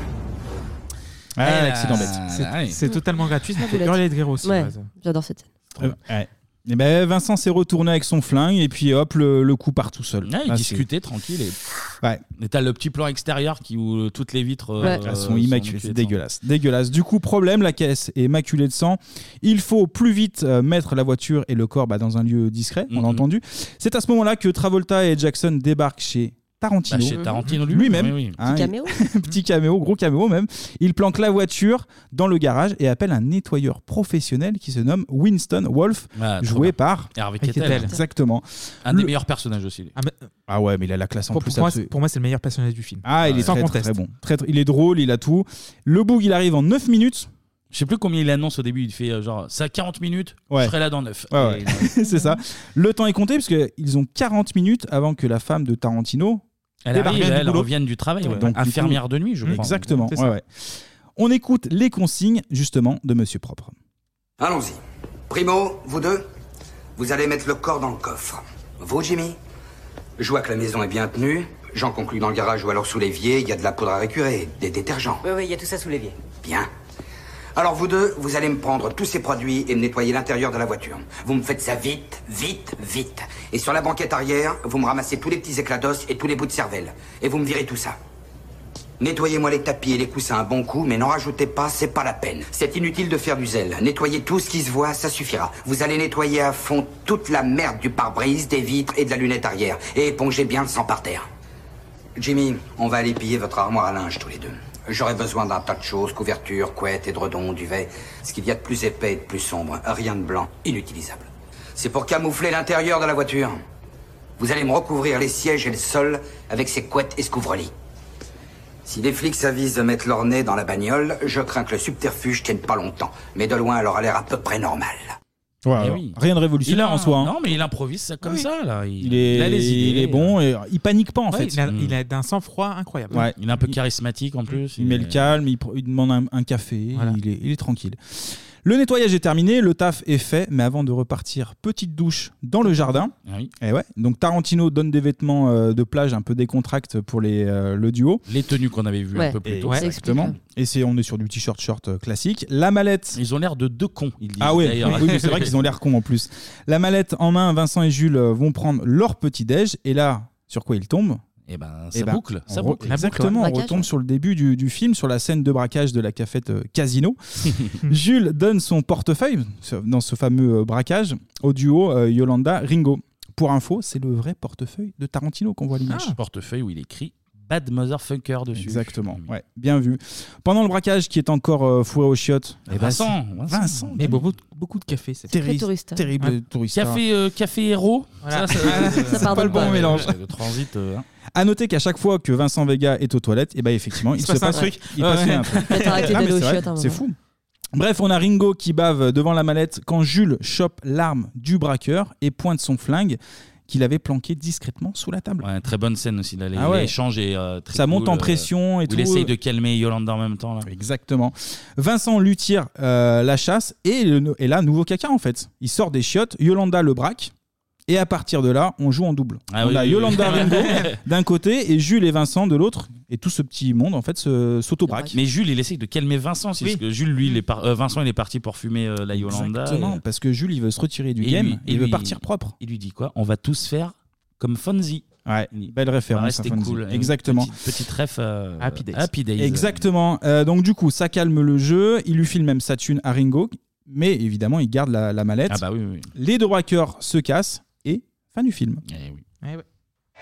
Ah, Eh accident là, bête. C'est là, oui. c'est totalement gratuit. Ça La fait boulette. hurler de rire aussi. Ouais, ouais. j'adore cette scène. Euh, ouais. Et ben, Vincent s'est retourné avec son flingue et puis hop, le, le coup part tout seul. Ouais, ils Ah, discutaient tranquille. Et... c'est- Ouais. et t'as le petit plan extérieur qui, où euh, toutes les vitres euh, Ouais. Elles sont immaculées, c'est de sang. dégueulasse. Dégueulasse. Du coup, problème, la caisse est maculée de sang. Il faut plus vite euh, mettre la voiture et le corps bah, dans un lieu discret, on Mhm. l'a entendu. C'est à ce moment-là que Travolta et Jackson débarquent chez Tarantino. Bah, chez Tarantino lui- lui-même. oui, oui. Hein, Petit il- caméo. Petit caméo, gros caméo même. Il planque la voiture dans le garage et appelle un nettoyeur professionnel qui se nomme Winston Wolfe, Ah, trop joué bien. par Harvey Harvey Keitel. Keitel. Exactement. Un des Le- meilleurs personnages aussi. lui. Ah, mais- Ah ouais, mais il a la classe en pour, plus. pour moi, absolue. c'est- pour moi, c'est le meilleur personnage du film. Ah, il est Sans très, très, conteste. très bon. Très, très- il est drôle, il a tout. Le boug, il arrive en neuf minutes. Je sais plus combien il annonce au début. Il fait euh, genre, ça quarante minutes, Ouais. je serai là dans neuf. Ouais, ouais. C'est ça. Le temps est compté parce qu'ils ont quarante minutes avant que la femme de Tarantino Elle débarque arrive, du elle boulot. revient du travail. Ouais. Donc, du Infirmière coup- de nuit, je crois. Exactement. C'est ouais, ça. ouais. On écoute les consignes justement de Monsieur Propre. Allons-y. Primo, vous deux, vous allez mettre le corps dans le coffre. Vous, Jimmy, je vois que la maison est bien tenue. J'en conclus dans le garage ou alors sous l'évier, il y a de la poudre à récurer, des détergents. Oui, oui, il y a tout ça sous l'évier. Bien. Alors vous deux, vous allez me prendre tous ces produits et me nettoyer l'intérieur de la voiture. Vous me faites ça vite, vite, vite. Et sur la banquette arrière, vous me ramassez tous les petits éclats d'os et tous les bouts de cervelle. Et vous me virez tout ça. Nettoyez-moi les tapis et les coussins un bon coup, mais n'en rajoutez pas, c'est pas la peine. C'est inutile de faire du zèle. Nettoyez tout ce qui se voit, ça suffira. Vous allez nettoyer à fond toute la merde du pare-brise, des vitres et de la lunette arrière. Et épongez bien le sang par terre. Jimmy, on va aller piller votre armoire à linge tous les deux. J'aurai besoin d'un tas de choses, couverture, couette, édredon, duvet. Ce qu'il y a de plus épais et de plus sombre. Rien de blanc, inutilisable. C'est pour camoufler l'intérieur de la voiture. Vous allez me recouvrir les sièges et le sol avec ces couettes et ce couvre-lit. Si les flics s'avisent de mettre leur nez dans la bagnole, je crains que le subterfuge tienne pas longtemps. Mais de loin, elle aura l'air à peu près normale. Ouais, Eh alors, oui. rien de révolutionnaire Il a- en soi, hein. Non, mais il improvise ça comme Oui. ça. Là. Il, Il est, il a les idées. il est bon et il panique pas en Ouais, fait. il a- il a d'un sang-froid incroyable. Ouais. Il est un peu charismatique en plus. Il met le calme, il, pr- il demande un, un café, Voilà. il, est, il est tranquille. Le nettoyage est terminé, le taf est fait, mais avant de repartir, petite douche dans le jardin. Ah oui. Et ouais. Donc Tarantino donne des vêtements euh, de plage un peu décontracts pour les, euh, le duo. Les tenues qu'on avait vues un peu plus Et- tôt. Exactement. Et c'est, on est sur du t-shirt short euh, classique. La mallette. Ils ont l'air de deux cons. Ils disent, Ah ouais, d'ailleurs. oui, mais c'est vrai qu'ils ont l'air cons en plus. La mallette en main, Vincent et Jules euh, vont prendre leur petit déj. Et là, sur quoi ils tombent? Et ben, Eh ça ben, boucle. Ça on re- boucle. Exactement, on Braquage, retombe ouais. sur le début du, du film, sur la scène de braquage de la cafette euh, Casino. Jules donne son portefeuille ce- dans ce fameux euh, braquage au duo euh, Yolanda Ringo. Pour info, c'est le vrai portefeuille de Tarantino qu'on voit à l'image. Un portefeuille où il écrit Bad Motherfucker dessus. Exactement, ouais, bien vu. Pendant le braquage qui est encore euh, fourré aux chiottes, Eh eh ben, Vincent, c'est- Vincent. Vincent, Mais beaucoup, beaucoup de café. C'est Terri- touriste. terrible Ouais. touriste. Café, euh, café héros. Voilà. Ça, Ça C'est pas le bon mélange. Le transit. euh, hein. À noter qu'à chaque fois que Vincent Vega est aux toilettes, et ben effectivement, il, Il se se passe passe un truc. Il Ouais. passe un truc. Peut-être arrêter Ah, mais d'aller aux c'est vrai, chiottes un c'est moment. fou. Bref, on a Ringo qui bave devant la mallette quand Jules chope l'arme du braqueur et pointe son flingue qu'il avait planqué discrètement sous la table. Ouais, très bonne scène aussi. Là, les, Ah ouais. l'échange est euh, très Ça monte cool, en pression et où tout. Il essaye de calmer Yolanda en même temps. Là. Exactement. Vincent lui tire euh, la chasse et, le- et là, nouveau caca en fait. Il sort des chiottes, Yolanda le braque. Et à partir de là, on joue en double. Ah on oui, a oui, Yolanda oui. Ringo d'un côté et Jules et Vincent de l'autre. Et tout ce petit monde en fait se- s'auto-braque. Mais Jules, il essaye de calmer Vincent. aussi, Oui. Parce que Jules, lui, il est par- euh, Vincent, il est parti pour fumer euh, la Yolanda. Exactement, et- parce que Jules il veut se retirer du et game, lui- il et veut lui- partir propre. Il lui dit quoi? On va tous faire comme Fonzie. Ouais, belle référence. Ouais, c'était à Fonzie. cool. Exactement. Petite, petite ref. euh, Happy Days. Happy Days. Exactement. Euh, donc du coup, ça calme le jeu. Il lui file même sa thune à Ringo, mais évidemment, il garde la, la mallette. Ah bah oui, oui, oui. Les deux braqueurs se cassent et fin du film. Eh oui. Eh ouais.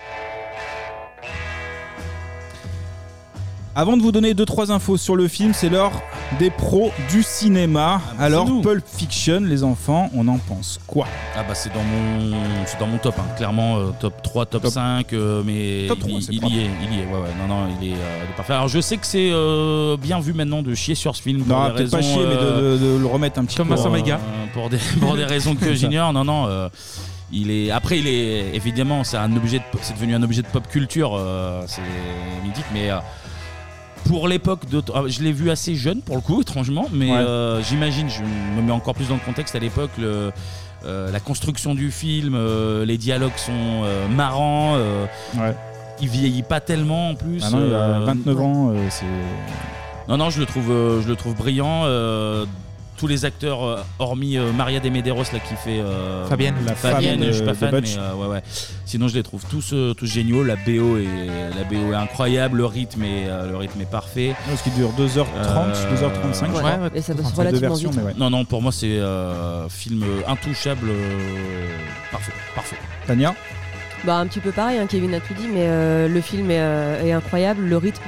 Avant de vous donner deux trois infos sur le film, c'est l'heure des pros du cinéma. bah, Alors, c'est nous. Pulp Fiction, les enfants, on en pense quoi? Ah bah c'est dans mon c'est dans mon top hein. Clairement euh, top trois, top, Top. cinq euh, mais Top il, trois, c'est il propre. y est, il y est. Ouais ouais. Non non, il est, euh, il est parfait. Alors je sais que c'est euh, bien vu maintenant de chier sur ce film pour Non, des peut-être pas raisons, chier, mais euh, de, de- de le remettre un petit Comme peu. Vincent euh, Vega. pour des pour des raisons que j'ignore. Non non, euh, il est après il est évidemment c'est un objet de, c'est devenu un objet de pop culture, euh, c'est mythique mais euh, pour l'époque, de, ah, je l'ai vu assez jeune pour le coup, étrangement, mais Ouais. euh, j'imagine, je me mets encore plus dans le contexte à l'époque, le, euh, la construction du film, euh, les dialogues sont euh, marrants, euh, Ouais. il vieillit pas tellement en plus. Ah non, il a euh, vingt-neuf ans, euh, c'est. Non, non, je le trouve, euh, je le trouve brillant. euh, tous les acteurs, euh, hormis euh, Maria de Medeiros là qui fait euh, Fabienne. La Fabienne, femme je suis pas de- fan, de mais Butch. euh, ouais, ouais. Sinon, je les trouve tous, euh, tous géniaux. La B O est, la B O est incroyable, le rythme est, euh, le rythme est parfait. Parce qu'il dure deux heures trente, Euh, deux heures trente-cinq, je Ouais, crois. et ça passe Entre les deux relativement versions, vite. mais ouais. Non, non, pour moi, c'est euh, film intouchable, euh, parfait, parfait. Tania? Bah, un petit peu pareil, hein, Kevin a tout dit, mais euh, le film est, euh, est incroyable, le rythme,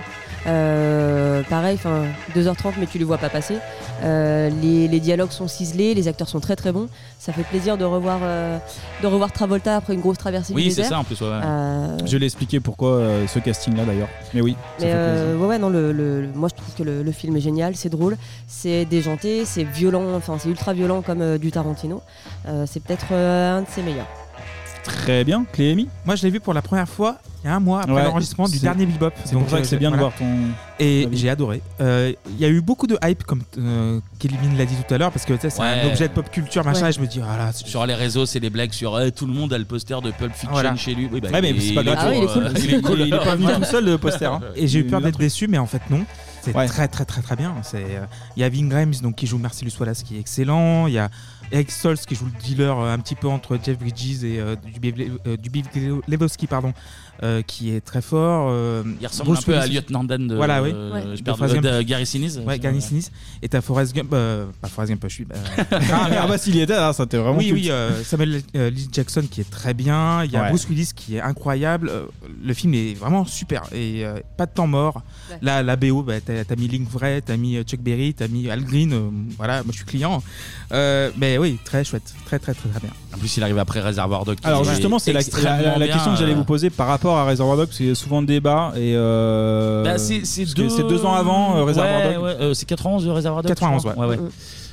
euh, pareil, enfin deux heures trente, mais tu les vois pas passer. Euh, les, les dialogues sont ciselés, les acteurs sont très très bons. Ça fait plaisir de revoir, euh, de revoir Travolta après une grosse traversée Oui, du c'est désert. ça en plus. Ouais, ouais. Euh, Je l'ai expliqué pourquoi euh, ce casting-là d'ailleurs. Mais oui, ça Mais fait euh, plaisir. ouais, ouais, non, le, le- le- moi je trouve que le, le film est génial, c'est drôle, c'est déjanté, c'est violent, enfin c'est ultra violent comme euh, du Tarantino. Euh, c'est peut-être euh, un de ses meilleurs. Très bien, Clémy. Moi, je l'ai vu pour la première fois il y a un mois après Ouais, l'enregistrement du c'est- dernier Bebop. c'est pour ça que c'est bien de voir ton Et avis. j'ai adoré. Euh, Il y a eu beaucoup de hype, comme euh, Kevin l'a dit tout à l'heure, parce que tu sais, c'est Ouais. un objet de pop culture, machin. Ouais. Et je me dis, ah là, c'est- Sur les réseaux, c'est des blagues sur eh, tout le monde a le poster de Pulp Fiction Voilà. chez lui. Oui, bah, Ouais, mais il- c'est pas il est gratuit. Ah oui, il est cool. euh, Il est cool. Il est pas venu tout seul, le poster. hein. Et j'ai eu peur Il y a un d'être truc. déçu, mais en fait non. C'est Ouais. très très très très bien. C'est euh, il y a Ving Rhames donc qui joue Marcellus Wallace qui est excellent. Il y a Eric Stoltz qui joue le dealer euh, un petit peu entre Jeff Bridges et euh, du Big euh, du Big Lebowski pardon euh, qui est très fort. Euh, Il ressemble Bruce un peu à Willis- Lieutenant Dan de, Voilà, oui. euh, Ouais. je De perds- Forrest de- Gump. de Gary Sinise. Ouais, Gary Sinise. Et t'as Forrest Gump, euh, pas Forrest Gump, je suis. euh, Ah, mais ah bah s'il y était, là, ça t'est vraiment oui, culte. oui, euh, Samuel euh, L. Jackson qui est très bien. Il y a Ouais. Bruce Willis qui est incroyable. Euh, le film est vraiment super et euh, pas de temps mort. Ouais. Là, la B O, bah, t'as t'as mis Link Vray, t'as mis euh, Chuck Berry, t'as mis Al Green. euh, voilà, moi je suis client. Euh, mais oui, très chouette, très très très très bien. En plus, il arrive après Reservoir Dogs. qui Alors est justement, c'est la, extrêmement la- la- la bien, question que j'allais euh, vous poser par rapport à Reservoir Dogs, c'est souvent débat et euh, Bah, c'est c'est parce que deux... c'est deux ans avant euh, Reservoir ouais, Dogs. ouais, euh, c'est quatre-vingt-onze de Reservoir Dogs. quatre-vingt-onze, je crois. ouais. ouais. Mm.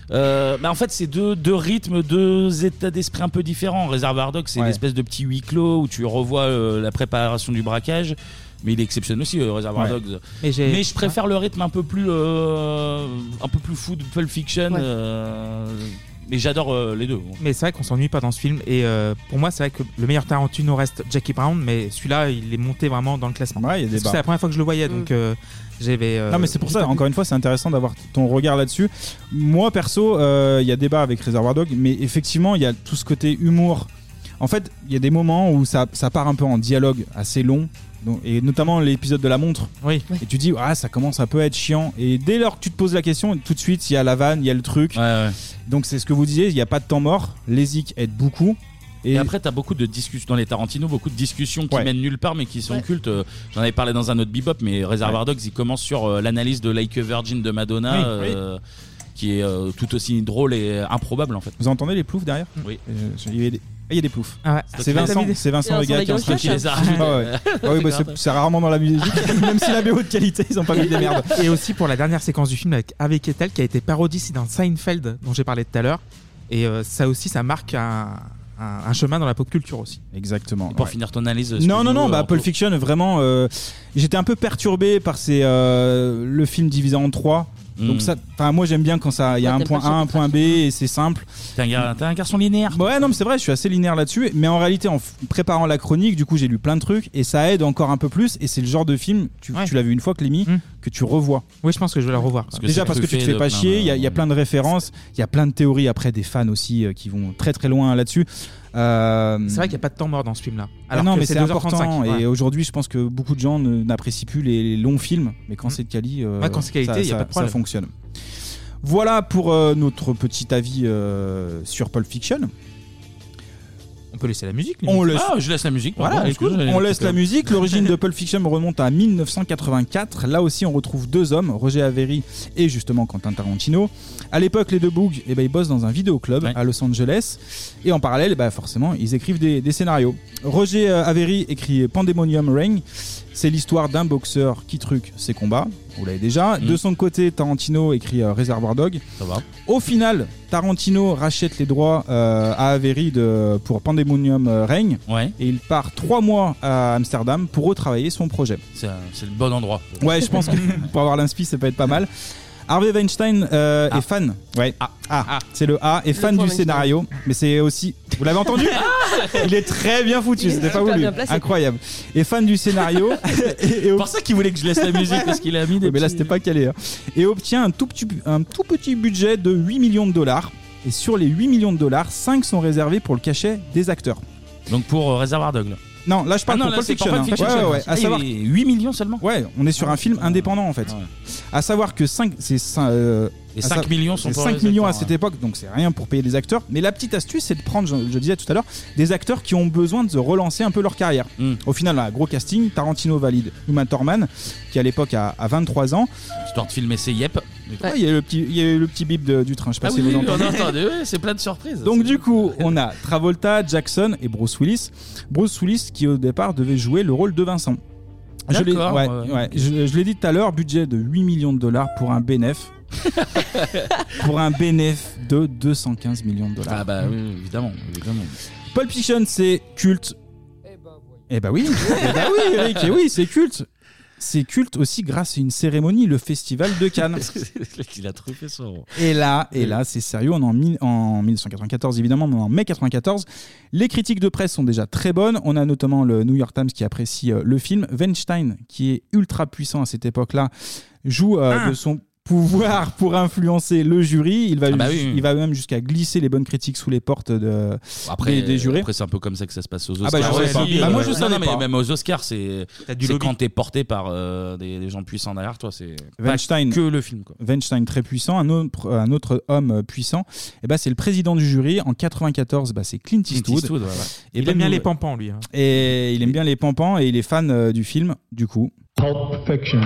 Euh, bah en fait, c'est deux, deux rythmes, deux états d'esprit un peu différents. Réservoir Dogs, c'est Ouais. une espèce de petit huis clos où tu revois euh, la préparation du braquage. Mais il exceptionne aussi, euh, Reservoir Ouais. Dogs. Mais j'ai- Mais je préfère le rythme un peu plus, euh, un peu plus fou de Pulp Fiction. Ouais. euh, mais j'adore euh, les deux. Mais c'est vrai qu'on s'ennuie pas dans ce film. Et euh, pour moi, c'est vrai que le meilleur Tarantino reste Jackie Brown, mais celui-là, il est monté vraiment dans le classement. Ouais, il y a des Parce que barres. c'est la première fois que je le voyais, donc Mm. euh, j'avais. euh, Non mais c'est pour ça, juste encore une fois c'est intéressant d'avoir ton regard là-dessus. Moi perso, euh, il y a débat avec Reservoir Dogs, mais effectivement il y a tout ce côté humour. En fait il y a des moments où ça, ça part un peu en dialogue assez long, donc, et notamment l'épisode de la montre. Oui. Et tu dis ah ça commence un peu à être chiant, et dès lors que tu te poses la question, tout de suite il y a la vanne, il y a le truc. Donc c'est ce que vous disiez, il n'y a pas de temps mort, les zik aident beaucoup. Et, après, t'as beaucoup de discussions dans les Tarantino, beaucoup de discussions qui Ouais. mènent nulle part, mais qui sont Ouais. cultes. Euh, J'en avais parlé dans un autre bebop, mais Reservoir Ouais. Dogs, il commence sur euh, l'analyse de Like a Virgin de Madonna, Oui, euh, qui est euh, tout aussi drôle et improbable en fait. Vous entendez les ploufs derrière? Oui. Euh, Il y a des, ah, il y a des ploufs. Ah ouais. C'est Vincent, c'est Vincent Vega qui, Vega qui les a rajoutés. Ah ouais. Ah oui, bah, c'est- c'est rarement dans la musique, même si la B O de qualité, ils ont pas mis des merdes. Et aussi pour la dernière séquence du film avec Harvey Keitel qui a été parodie dans Seinfeld dont j'ai parlé tout à l'heure. Et euh, ça aussi, ça marque un, un, un chemin dans la pop culture aussi. Exactement. Et pour Ouais. finir ton analyse. Non, non, non, excuse-nous, bah, euh, Pulp Fiction, vraiment, euh, j'étais un peu perturbé par ces, euh, le film divisé en trois. Mm. Donc ça, enfin moi j'aime bien quand ça, il y a Ouais, un t'aimes point pas le A, un point B et c'est simple. T'es un, gar- t'es un garçon linéaire. Ouais, non, mais c'est vrai, je suis assez linéaire là-dessus. Mais en réalité, en f- préparant la chronique, du coup, j'ai lu plein de trucs et ça aide encore un peu plus. Et c'est le genre de film, tu, tu l'as vu une fois, Clémy, que tu revois. Oui, je pense que je vais la revoir. Parce que Déjà c'est parce que tu te truffé fais de pas plein chier, de- il y, a- il y a plein de références, il y a plein de théories après des fans aussi euh, qui vont très très loin là-dessus. Euh, C'est vrai qu'il n'y a pas de temps mort dans ce film-là. Ah Alors non, que mais c'est deux heures trente-cinq, important. ouais. Et aujourd'hui, je pense que beaucoup de gens ne- n'apprécient plus les, les longs films, mais quand c'est de quali, euh, Ouais, quand c'est qualité, ça- il y a ça- pas de problème. Ça fonctionne. Voilà pour euh, notre petit avis euh, sur Pulp Fiction. On peut laisser la musique. On laisse... Ah, je laisse la musique. Voilà, pardon, écoute, excuse, on j'allais- laisse la musique. L'origine de Pulp Fiction remonte à mille neuf cent quatre-vingt-quatre. Là aussi, on retrouve deux hommes, Roger Avary et justement Quentin Tarantino. À l'époque, les deux Boog, eh ben, ils bossent dans un vidéoclub à Los Angeles. Et en parallèle, bah, forcément, ils écrivent des, des scénarios. Roger euh, Avary écrit Pandemonium Reign. C'est l'histoire d'un boxeur qui truque ses combats. Vous l'avez déjà. Mm. De son côté, Tarantino écrit euh, Reservoir Dog. Ça va. Au final, Tarantino rachète les droits euh, à Avary de, pour Pandemonium euh, Reign. Ouais. Et il part trois mois à Amsterdam pour retravailler son projet. C'est un- c'est le bon endroit. Ouais, je pense que pour avoir l'inspi, ça peut être pas mal. Harvey Weinstein euh, est fan. Ouais. Ah, c'est le A, est fan point du Weinstein. scénario, mais c'est aussi. Vous l'avez entendu? Il est très bien foutu, Il est c'était pas super voulu. bien placé. Incroyable. Est fan du scénario. C'est pour ça qu'il voulait que je laisse la musique parce qu'il a mis des. Ouais, mais là, petits- c'était pas calé. Hein. Et obtient un tout, petit, un tout petit budget de huit millions de dollars. Et sur les huit millions de dollars, cinq sont réservés pour le cachet des acteurs. Donc pour euh, Reservoir Dogs. Là. Non, là je parle Ah non, pour là, Pulp c'est Fiction. pour hein. Pulp Fiction. Ouais, ouais, ouais. À Ah, savoir... il y avait huit millions seulement. Ouais, on est sur un film indépendant en fait. À savoir que cinq, c'est cin- euh, Et à cinq sa- millions sont c'est pour cinq les millions à acteurs, cette ouais. époque, donc c'est rien pour payer des acteurs. Mais la petite astuce, c'est de prendre, je, je disais tout à l'heure, des acteurs qui ont besoin de se relancer un peu leur carrière. Mm. Au final, un gros casting. Tarantino valide Uma Thurman, qui à l'époque a, a vingt-trois ans. Histoire de filmer ses yep. Ouais, il y a eu le petit, il y a eu le petit bip de- du train. Je sais pas Ah si oui, vous oui, entendez. on a entendu, ouais, c'est plein de surprises. Donc du coup, on a Travolta, Jackson et Bruce Willis. Bruce Willis qui au départ devait jouer le rôle de Vincent. Je l'ai D'accord, ouais, ouais. ouais, je, je l'ai dit tout à l'heure, budget de huit millions de dollars pour un bénéf. pour un bénéf de deux cent quinze millions de dollars. Ah bah oui, évidemment, évidemment. Pulp Fiction, c'est culte. Eh bah oui, eh bah oui, Eric, eh oui, c'est culte. C'est culte aussi grâce à une cérémonie, le Festival de Cannes. Il a truffé son. Et là, et là, c'est sérieux. On est en, mi- en mille neuf cent quatre-vingt-quatorze, évidemment, mais en mai quatre-vingt-quatorze. Les critiques de presse sont déjà très bonnes. On a notamment le New York Times qui apprécie euh, le film. Weinstein, qui est ultra puissant à cette époque-là, joue euh, Ah. de son pouvoir pour influencer le jury. Il va, Ah bah oui, oui. il va même jusqu'à glisser les bonnes critiques sous les portes de, Après, des, des jurés. après c'est un peu comme ça que ça se passe aux Ah Oscars. bah, je sais pas. aussi, Bah, euh, moi, je non, savais non, mais pas. même aux Oscars, c'est T'as du c'est lobby. quand t'es porté par euh, des, des gens puissants derrière toi, c'est pas Weinstein, que le film. Quoi. Weinstein très puissant, un autre, un autre homme euh, puissant, et bah, c'est le président du jury. En quatre-vingt-quatorze, bah, c'est Clint Eastwood. Eastwood, ouais, ouais. Et Il bonne aime bien les nouvelle- pampans, lui. hein. Et il aime bien les pampans et il est fan euh, du film, du coup. Pulp Fiction.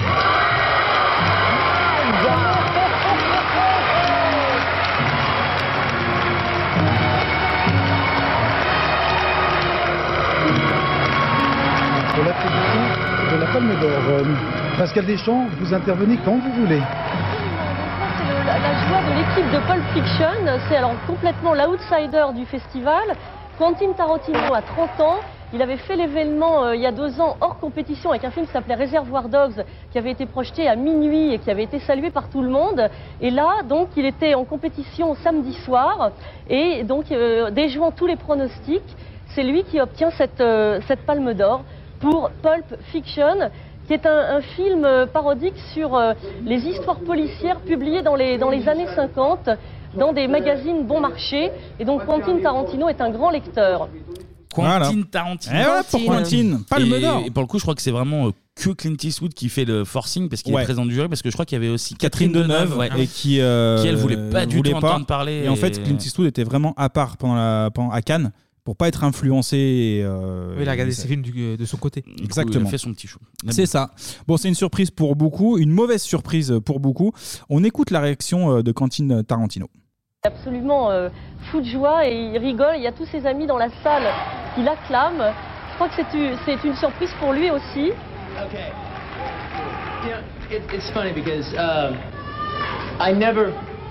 Pour l'attribution de la Palme d'Or, euh, Pascal Deschamps, vous intervenez quand vous voulez. La, la joueur de l'équipe de Pulp Fiction. C'est alors complètement l'outsider du festival. Quentin Tarantino a trente ans. Il avait fait l'événement euh, il y a deux ans hors compétition avec un film qui s'appelait Reservoir Dogs, qui avait été projeté à minuit et qui avait été salué par tout le monde. Et là, donc, il était en compétition samedi soir et donc, euh, déjouant tous les pronostics, c'est lui qui obtient cette, euh, cette palme d'or pour Pulp Fiction, qui est un, un film euh, parodique sur euh, les histoires policières publiées dans les, dans les années cinquante dans des magazines bon marché. Et donc, Quentin Tarantino est un grand lecteur. Quentin Voilà. Tarantino. Et voilà pour Quentin, Palme Et- d'Or. Et pour le coup, je crois que c'est vraiment euh, que Clint Eastwood qui fait le forcing parce qu'il Ouais. est présent du jury. Parce que je crois qu'il y avait aussi Catherine Deneuve, ouais. et qui, euh, qui elle voulait pas du voulait tout pas. entendre parler. Et en fait, Clint Eastwood était vraiment à part pendant la, pendant, à Cannes pour pas être influencé. Et, euh, Oui, il a regardé et ses ça- films du- de son côté. Exactement. Il a fait son petit chou. C'est ça. Bon, c'est une surprise pour beaucoup, une mauvaise surprise pour beaucoup. On écoute la réaction euh, de Quentin Tarantino. Absolument euh, fou de joie et il rigole. Il y a tous ses amis dans la salle qui l'acclament. Je crois que c'est une, c'est une surprise pour lui aussi. Okay. You know, it, it's funny because um, I never,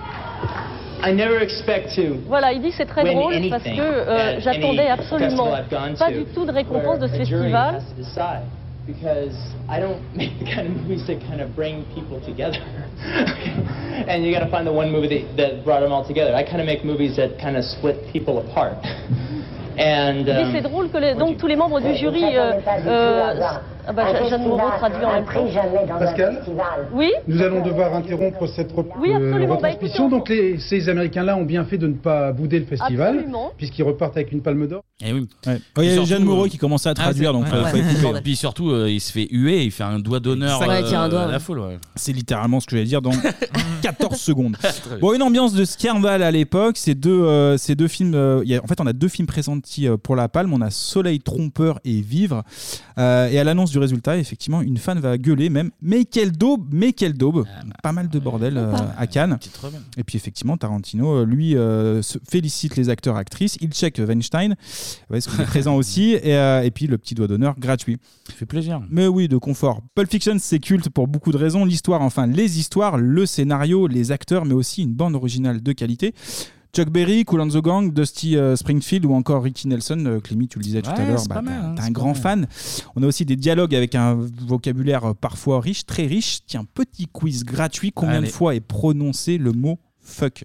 I never expect to. Voilà, il dit que c'est très win drôle anything parce que euh, at j'attendais any absolument festival I've gone pas to du tout de récompense de ce where the jury festival. has to decide, because I don't make the kind of movies that kind of bring people together. And you got to find the one movie that, that brought them all together. I kind of make movies that kind of split people apart. And Il dit que um, c'est drôle que les- donc tous les membres du jury. Euh, euh, ah bah, Je- Jeanne Moreau traduit en même temps. Pascal, Oui. nous allons devoir interrompre cette rep- Oui, euh, absolument. Bah, retransmission. Donc les, ces Américains-là ont bien fait de ne pas bouder le festival, Absolument. puisqu'ils repartent avec une palme d'or. Et oui. Ouais. Oh, il y a Et surtout, Jeanne Moreau euh, qui commençait à ah, traduire, c'est- donc ouais. euh, faut écouter. Et puis surtout, euh, il se fait huer, il fait un doigt d'honneur Ouais, euh, il tire un doigt, à la ouais. foule. Ouais. C'est littéralement ce que j'allais dire dans quatorze secondes. Bon, une ambiance de scandale à l'époque. Ces deux, euh, ces deux films. euh, il y a- en fait, on a deux films pressentis euh, pour la palme. On a Soleil trompeur et Vivre. Euh, et à l'annonce du résultat, effectivement, une fan va gueuler même. Mais quelle daube, mais quelle daube. Pas mal de bordel euh, à Cannes. Et puis effectivement, Tarantino, euh, lui, euh, se félicite les acteurs actrices. Il check Weinstein, ouais, parce qu'il est présent aussi. Et, euh, et puis le petit doigt d'honneur gratuit. Ça fait plaisir. Mais oui, de confort. Pulp Fiction, c'est culte pour beaucoup de raisons. L'histoire, enfin les histoires, le scénario, les acteurs, mais aussi une bande originale de qualité. Chuck Berry, Kool and the Gang, Dusty euh, Springfield ou encore Ricky Nelson. Euh, Clémy, tu le disais tout Ouais, à l'heure, c'est bah, pas mal, t'es hein, t'es c'est un pas grand mal. fan. On a aussi des dialogues avec un vocabulaire euh, parfois riche, très riche. Tiens, petit quiz gratuit. Combien Allez. de fois est prononcé le mot fuck?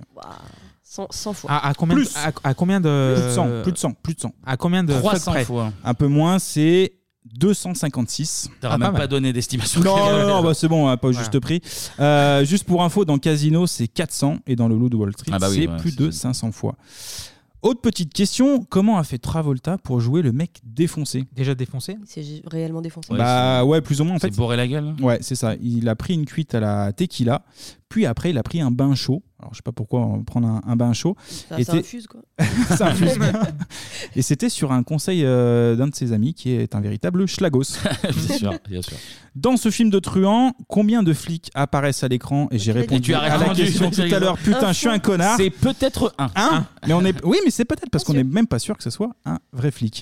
cent fois. À, à combien Plus. de, à, à combien de Plus de cent, plus de cent, plus de cent. À combien de trois fuck cents près fois. Un peu moins, c'est deux cent cinquante-six. T'auras même pas donné d'estimation. Non, non, non, bah, c'est bon, hein, pas au Voilà. juste prix. Euh, juste pour info, dans Casino, c'est quatre cents et dans le Loup de Wall Street, Ah bah oui, c'est ouais, plus c'est- de cinq cents fois. Autre petite question, comment a fait Travolta pour jouer le mec défoncé? Déjà défoncé? C'est réellement défoncé. Bah ouais, plus ou moins en fait. C'est bourré la gueule. Ouais, c'est ça. Il a pris une cuite à la tequila, puis après il a pris un bain chaud. Alors je sais pas pourquoi on prendre un, un bain chaud. Ça- ça infuse, quoi. Ça infuse. Et c'était sur un conseil euh, d'un de ses amis qui est un véritable schlagos. Bien sûr, bien sûr. Dans ce film de truand, combien de flics apparaissent à l'écran? Et j'ai répondu tu as à la répondu. question tout à l'heure. Putain, je suis un connard. C'est peut-être un. Un. Mais on est. Oui, mais c'est peut-être parce qu'on n'est même pas sûr que ce soit un vrai flic.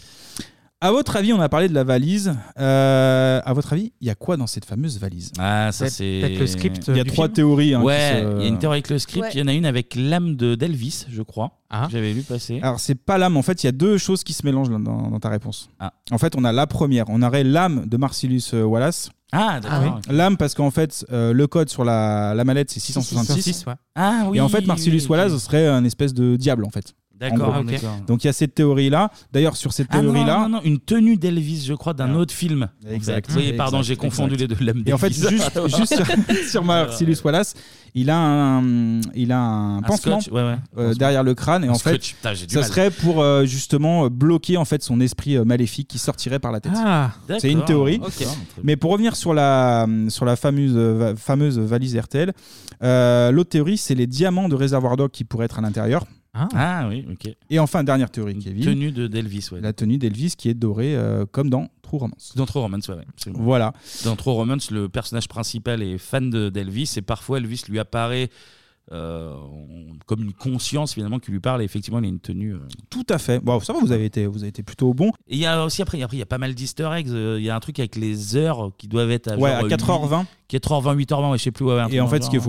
À votre avis, on a parlé de la valise. Euh, à votre avis, il y a quoi dans cette fameuse valise? Ah, ça c'est. peut-être le script Il y a du trois film théories, hein, Ouais, qui se- il y a une théorie avec le script. Ouais. Il y en a une avec l'âme de d'Elvis, je crois. que J'avais lu passer. Alors, c'est pas l'âme. En fait, il y a deux choses qui se mélangent dans, dans- dans ta réponse. Ah. En fait, on a la première. On aurait l'âme de Marcellus euh, Wallace. Ah, d'accord. Ah oui. L'âme, parce qu'en fait, euh, le code sur la, la mallette, c'est six cent soixante-six. six cent soixante-six, ouais. Ah oui, Et en fait, Marcellus oui, Wallace serait un espèce de diable, en fait. D'accord, En gros. d'accord. Donc, il y a cette théorie-là. D'ailleurs, sur cette Ah non, théorie-là. non, non, une tenue d'Elvis, je crois, d'un autre film. en Exact. fait. Oui, pardon, Exact, j'ai confondu exact. les deux. L'âme Et en fait, d'Elvis. juste, juste sur, sur Marcellus Wallace, il a un, il a un, Un pansement, scotch, ouais, ouais. euh, derrière le crâne. Et Un en fait, scotch, putain, j'ai du ça mal. serait pour euh, justement bloquer en fait son esprit euh, maléfique qui sortirait par la tête. Ah, c'est une d'accord. théorie. Ok. Très bien. Mais pour revenir sur la, sur la fameuse, euh, va- fameuse valise R T L, euh, l'autre théorie, c'est les diamants de Reservoir Dog qui pourraient être à l'intérieur. Ah oui, ok. Et enfin, dernière théorie, Kevin. Tenue de d'Elvis, ouais. La tenue d'Elvis qui est dorée euh, comme dans True Romance. Dans True Romance, ouais, ouais, absolument. Voilà. Dans True Romance, le personnage principal est fan de- d'Elvis et parfois Elvis lui apparaît euh, en- comme une conscience finalement qui lui parle et effectivement il a une tenue. euh. Tout à fait. Bon, ça va, vous avez été, vous avez été plutôt bon. Et il y a aussi après, après il y a pas mal d'easter eggs. euh, Il y a un truc avec les heures qui doivent être à, Ouais, genre, à quatre heures vingt. quatre heures vingt, huit heures vingt, ouais, je sais plus. Ouais, un truc Et en dans fait, le ce qui est genre. faux.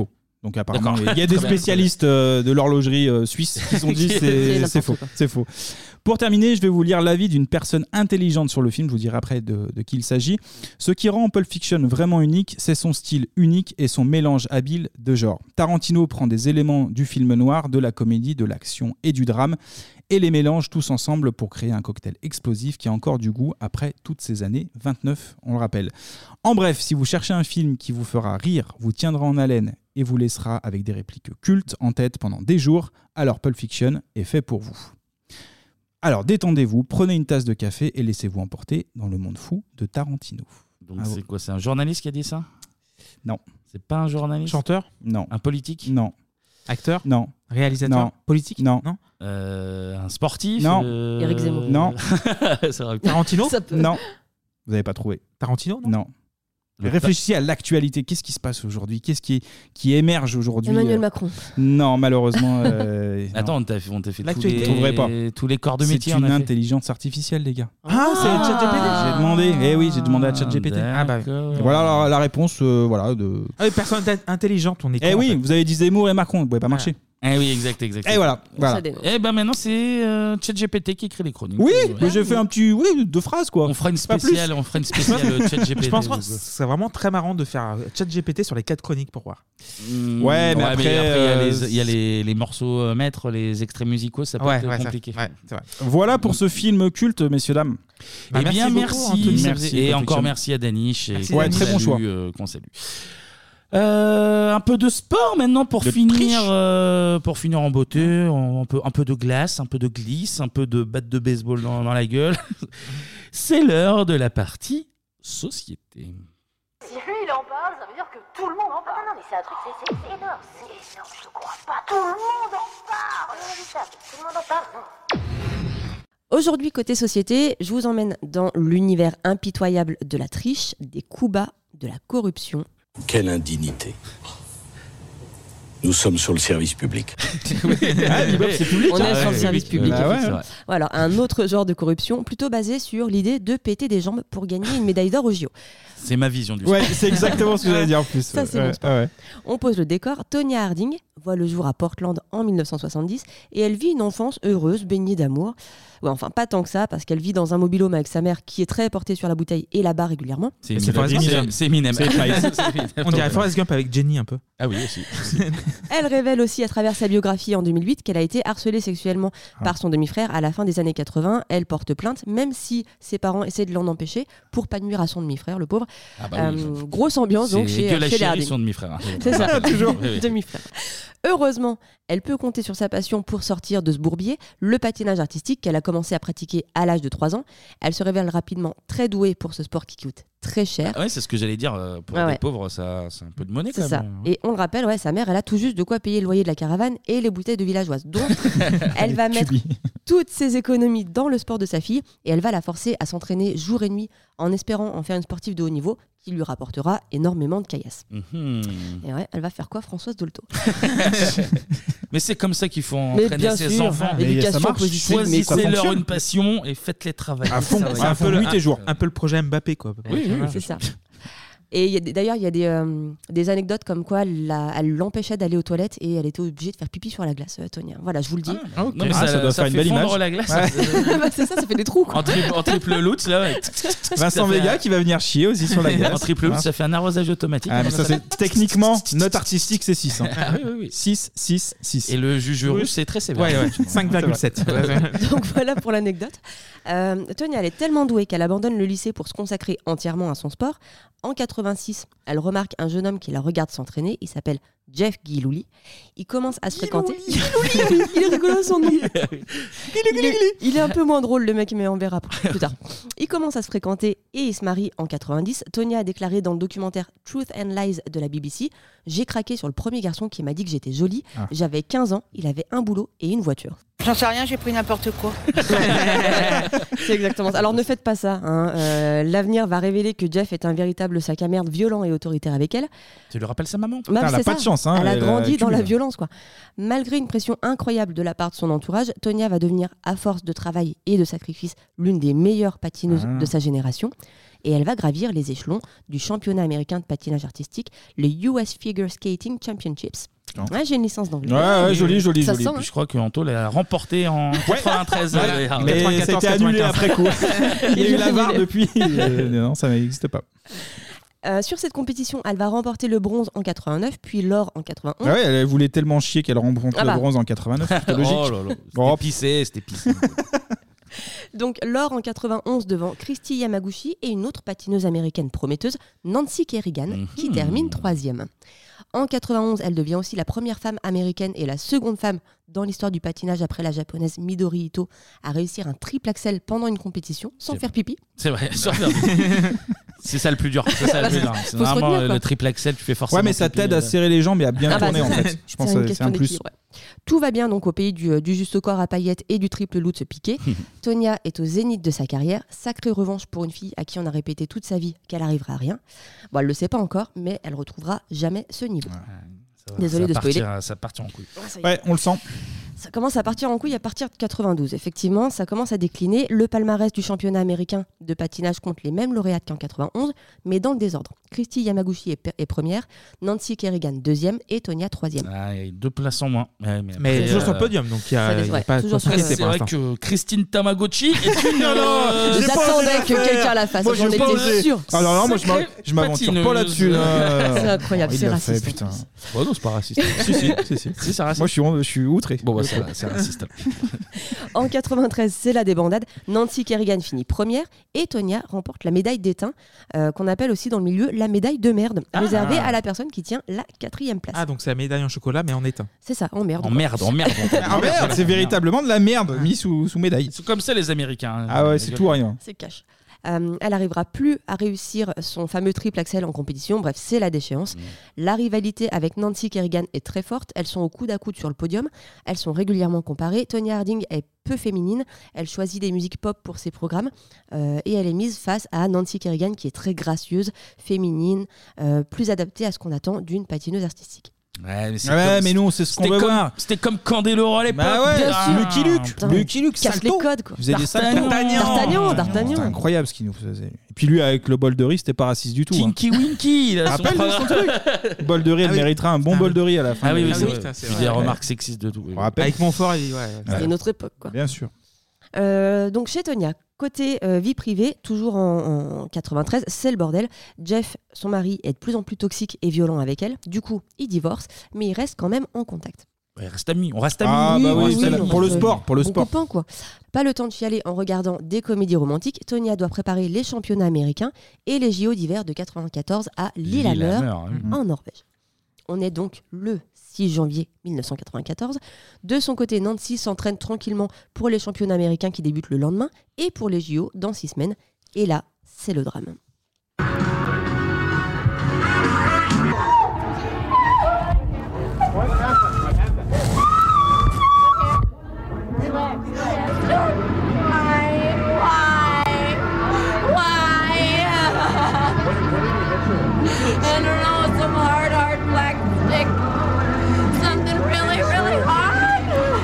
Donc apparemment, D'accord. il y a des Très bien. spécialistes euh, de l'horlogerie euh, suisse qui ont dit C'est c'est n'importe c'est faux, quoi. c'est faux. Pour terminer, je vais vous lire l'avis d'une personne intelligente sur le film. Je vous dirai après de, de qui il s'agit. Ce qui rend Pulp Fiction vraiment unique, c'est son style unique et son mélange habile de genres. Tarantino prend des éléments du film noir, de la comédie, de l'action et du drame et les mélange tous ensemble pour créer un cocktail explosif qui a encore du goût après toutes ces années, vingt-neuf, on le rappelle. En bref, si vous cherchez un film qui vous fera rire, vous tiendra en haleine et vous laissera avec des répliques cultes en tête pendant des jours, alors Pulp Fiction est fait pour vous. Alors détendez-vous, prenez une tasse de café et laissez-vous emporter dans le monde fou de Tarantino. Donc Ah, c'est vous- quoi? C'est un journaliste qui a dit ça? Non. C'est pas un journaliste? Chanteur? Non. Un politique? Non. Acteur? Non. Réalisateur? Non. Politique? Non. Non. Euh, un sportif? Non. euh, Éric Zemmour. Non. Ça aurait- Tarantino? Non. Vous n'avez pas trouvé. Tarantino? Non. Non. Le Réfléchissez à l'actualité. Qu'est-ce qui se passe aujourd'hui? Qu'est-ce qui, qui émerge aujourd'hui? Emmanuel Euh, Macron. Non, malheureusement. euh, Attends, non. on t'a fait, on t'a fait tous L'actualité. les, Vous trouverez pas. tous les corps de C'est métier. on une a fait. intelligence artificielle, les gars. Ah, c'est ChatGPT. J'ai demandé. Eh oui, j'ai demandé à ChatGPT. Ah bah oui. Et voilà la, la réponse. euh, voilà. De... Ah, oui, personne intelligente, on est Eh con, oui, en fait. vous avez dit Zemmour et Macron. Vous pouvez pas marcher. Eh oui, exact, exact. Et voilà, voilà. Et ben maintenant c'est euh, ChatGPT qui écrit les chroniques. Oui, Ouais. mais j'ai fait un petit, oui, deux phrases quoi. On fera une Pas plus. spéciale, on fera une spéciale euh, ChatGPT. Je pense que c'est vraiment très marrant de faire ChatGPT sur les quatre chroniques pour voir. Mmh, Ouais, mais après, il y a, euh, les, il y a les, les morceaux euh, maîtres, les extraits musicaux, ça peut Ouais, être ouais, ça- compliqué. ouais, c'est vrai. Voilà pour ce film culte, messieurs dames. Eh bien, beaucoup, merci. Anthony. Ça Merci, faisait- et Pulp encore Fiction. merci à Danish. et Merci, qu'on Ouais, très bon salue, choix. euh, qu'on salue. Euh, un peu de sport maintenant pour De finir, triche. euh, pour finir en beauté. Un peu, un peu de glace, un peu de glisse, un peu de batte de baseball dans, dans la gueule. C'est l'heure de la partie société. Si lui il en parle, ça veut dire que tout le monde en parle. Non, non, mais c'est un truc, c'est c'est énorme. C'est énorme, je crois pas. Tout le monde en parle. Tout le monde en parle. Aujourd'hui, côté société, je vous emmène dans l'univers impitoyable de la triche, des coups bas, de la corruption. Quelle indignité. Nous sommes sur le service public. Ah, Bebop, c'est public. On est hein. sur le service public. Bah ouais. effectivement. Voilà, un autre genre de corruption, plutôt basé sur l'idée de péter des jambes pour gagner une médaille d'or au J O. C'est ma vision du Ouais, sport. c'est exactement ce que j'allais dire en plus. Ça, c'est Ouais, mon sport. ouais. On pose le décor. Tonya Harding voit le jour à Portland en mille neuf cent soixante-dix et elle vit une enfance heureuse, baignée d'amour. Ouais, enfin, pas tant que ça, parce qu'elle vit dans un mobil-home avec sa mère qui est très portée sur la bouteille et la barre régulièrement. C'est C'est Forrest Gump. Eminem. C'est Eminem. C'est Eminem. On dirait Forrest Gump avec Jenny un peu. Ah oui, aussi. Elle révèle aussi à travers sa biographie en deux mille huit qu'elle a été harcelée sexuellement par son demi-frère à la fin des années quatre-vingts. Elle porte plainte, même si ses parents essaient de l'en empêcher pour pas nuire à son demi-frère, le pauvre. Ah bah oui. Euh, grosse ambiance donc C'est chez, que la chez les chérie, Harding. son demi-frère. hein. C'est ça, toujours Oui, oui. demi-frère. Heureusement, elle peut compter sur sa passion pour sortir de ce bourbier, le patinage artistique qu'elle a commencé à pratiquer à l'âge de trois ans. Elle se révèle rapidement très douée pour ce sport qui coûte très cher. Ah ouais, c'est ce que j'allais dire. euh, Pour Ah les ouais. pauvres, ça, c'est un peu de monnaie quand C'est même. ça. Et on le rappelle, ouais, sa mère, elle a tout juste de quoi payer le loyer de la caravane et les bouteilles de villageoise. Donc, elle va mettre toutes ses économies dans le sport de sa fille et elle va la forcer à s'entraîner jour et nuit en espérant en faire une sportive de haut niveau qui lui rapportera énormément de caillasse. Mhm. Et ouais, elle va faire quoi, Françoise Dolto? Mais c'est comme ça qu'il faut Mais entraîner bien ses sûr, enfants. hein, éducation Ça marche. positive, mais ça Choisissez-leur fonctionne. une passion et faites-les travailler. À fond, Ça va c'est y un aller. peu le- nuit et jour. Un peu le projet Mbappé, quoi. Oui, oui, C'est ça. Et il y a des- d'ailleurs, il y a des, euh, des anecdotes comme quoi elle, la- elle l'empêchait d'aller aux toilettes et elle était obligée de faire pipi sur la glace, euh, Tonya. Voilà, je vous le dis. Ah, ok. Non, mais ça- ça doit ça faire une fait belle fondre image. la glace. Ouais. Bah, c'est ça, ça fait des trous. Quoi. En triple, en triple loot, là. ouais. Vincent Ça fait Vega un- qui va venir chier aussi sur la glace. En triple loot, ça fait un arrosage automatique. Ah, mais Comment ça, s'appelle c'est techniquement, note artistique, c'est six. Hein. Ah oui, oui, oui. six, six, six. Et le juge russe, c'est très sévère. Ouais, ouais. cinq virgule sept. Donc voilà pour l'anecdote. Euh, Tonya, elle est tellement douée qu'elle abandonne le lycée pour se consacrer entièrement à son sport. En quatre-vingt-six, elle remarque un jeune homme qui la regarde s'entraîner. Il s'appelle Jeff Gilhooly. Il commence à se fréquenter. Gilhooly, il est rigolo son nom. Il est, il est un peu moins drôle le mec, mais on verra plus plus tard. Il commence à se fréquenter et il se marie en quatre-vingt-dix. Tonya a déclaré dans le documentaire Truth and Lies de la B B C: j'ai craqué sur le premier garçon qui m'a dit que j'étais jolie. Ah. J'avais quinze ans, il avait un boulot et une voiture. J'en sais rien, j'ai pris n'importe quoi. C'est exactement ça. Alors ne faites pas ça. hein. Euh, L'avenir va révéler que Jeff est un véritable sac à merde, violent et autoritaire avec elle. Tu lui rappelles sa maman Bah, elle a c'est pas ça. de chance, hein, Elle a elle a grandi dans la cumulé. violence, quoi. Malgré une pression incroyable de la part de son entourage, Tonya va devenir, à force de travail et de sacrifice, l'une des meilleures patineuses Ah. de sa génération. Et elle va gravir les échelons du championnat américain de patinage artistique, les U S Figure Skating Championships. putain. Ouais, j'ai une licence d'anglais. Ouais, ouais, joli, joli, Ça joli. sent, Puis hein. je crois que Anto l'a remporté en quatre-vingt-treize. Ouais. euh, Mais quatre-vingt-quatorze, c'était annulé quatre-vingt-quinze. après coup. Il y a eu la V A R depuis. Euh, non, ça n'existe pas. Euh, sur cette compétition, elle va remporter le bronze en quatre-vingt-neuf, puis l'or en quatre-vingt-onze. Ah ouais, elle voulait tellement chier qu'elle remporte Ah le bah. bronze en quatre-vingt-neuf. C'était logique. Oh là là, c'était Oh, pissé, c'était pissé. Donc l'or en quatre-vingt-onze devant Christy Yamaguchi et une autre patineuse américaine prometteuse, Nancy Kerrigan, Mhm. qui termine troisième. En quatre-vingt-onze, elle devient aussi la première femme américaine et la seconde femme dans l'histoire du patinage après la japonaise Midori Ito à réussir un triple axel pendant une compétition sans C'est faire pipi. C'est vrai, sans faire pipi. C'est ça le plus dur. C'est ça le plus dur. C'est Faut se vraiment retenir, quoi. le triple axel, tu fais forcément. Ouais, mais ça pipi, t'aide à euh. serrer les jambes et à bien Ah bah, tourner en c'est- fait. Je pense c'est une que c'est question un plus. d'équilibre, ouais. Tout va bien donc au pays du, du juste au corps à paillettes et du triple Lutz piqué. Tonya est au zénith de sa carrière. Sacrée revanche pour une fille à qui on a répété toute sa vie qu'elle arrivera à rien. Bon, elle le sait pas encore, mais elle retrouvera jamais ce niveau. Ça va- Désolé ça de va spoiler. partir- Ça partir en couille. Ouais, on le sent. Ça commence à partir en couille à partir de quatre-vingt-douze. Effectivement, ça commence à décliner. Le palmarès du championnat américain de patinage compte les mêmes lauréates qu'en quatre-vingt-onze, mais dans le désordre. Christy Yamaguchi est, pe- est première, Nancy Kerrigan deuxième et Tonya troisième. Ah, il y a deux places en moins. Ouais, mais Mais après, toujours sur euh, le podium, donc il y a, Ça dé- il y a ouais, pas toujours trop sur le- stressé C'est pour vrai l'instant. que Christine Tamagotchi est une. Non, non, euh, j'ai pas J'attendais osé que la faire. quelqu'un la fasse, Moi, j'en j'ai pas étais osé. sûre. Alors là, moi, je m'a- je m'aventure pas là-dessus. là. C'est incroyable, Il c'est l'a fait, raciste. putain. Oh non, c'est pas raciste. Si, si, si, si. Si, c'est raciste. Moi, je suis, je suis outré. Bon, bah, c'est c'est raciste. En quatre-vingt-treize, c'est la débandade. Nancy Kerrigan finit première et Tonya remporte la médaille d'étain, euh, qu'on appelle aussi dans le milieu la médaille de merde, Ah. réservée à la personne qui tient la quatrième place. Ah, donc c'est la médaille en chocolat, mais en étain. C'est ça, en merde. En merde, en merde. Ah merde, c'est véritablement de la merde mis sous, sous médaille. C'est comme ça les Américains. Ah ouais, c'est tout ou rien. C'est cash. Euh, elle n'arrivera plus à réussir son fameux triple axel en compétition. Bref, c'est la déchéance. La rivalité avec Nancy Kerrigan est très forte. Elles sont au coude à coude sur le podium. Elles sont régulièrement comparées. Tonya Harding est peu féminine. Elle choisit des musiques pop pour ses programmes. Euh, et elle est mise face à Nancy Kerrigan qui est très gracieuse, féminine, euh, plus adaptée à ce qu'on attend d'une patineuse artistique. Ouais, mais, c'est Ouais, comme- mais nous, c'est ce qu'on c'était veut comme- voir. C'était comme Candeloro à l'époque. Bah ouais, Bien sûr. Lucky Luke, Putain, Lucky Luke, casse salto. les codes, quoi. Vous faisait des saltos. D'Artagnan, D'Artagnan, C'est D'Artagnan. incroyable ce qu'il nous faisait. Et puis lui, avec le bol de riz, c'était pas raciste du tout. hein. Kinky Winky. il a son Rappelle-nous son truc. Bol de riz, elle Ah oui. méritera un bon bol de riz à la fin. Ah oui, de oui, la c'est vidéo. vrai. c'est Puis vrai. des Ouais. remarques sexistes de tout. On rappelle. Avec Montfort, il- ouais, ouais. C'était une autre époque, quoi. Bien sûr. Euh, donc chez Tonya, côté euh, vie privée, toujours en, en quatre-vingt-treize, c'est le bordel. Jeff, son mari, est de plus en plus toxique et violent avec elle. Du coup, ils divorcent, mais ils restent quand même en contact. Ouais, reste amis. On reste amis. Ah bah oui, oui, c'est la- oui, pour le oui. sport, pour le Bon sport. copain, quoi. Pas le temps de chialer en regardant des comédies romantiques. Tonya doit préparer les championnats américains et les J O d'hiver de quatre-vingt-quatorze à Lillehammer, Lillehammer, hein. en Norvège. On est donc le six janvier mille neuf cent quatre-vingt-quatorze. De son côté, Nancy s'entraîne tranquillement pour les championnats américains qui débutent le lendemain et pour les J O dans six semaines. Et là, c'est le drame. I don't know, some hard, hard black stick. Something really, really hard.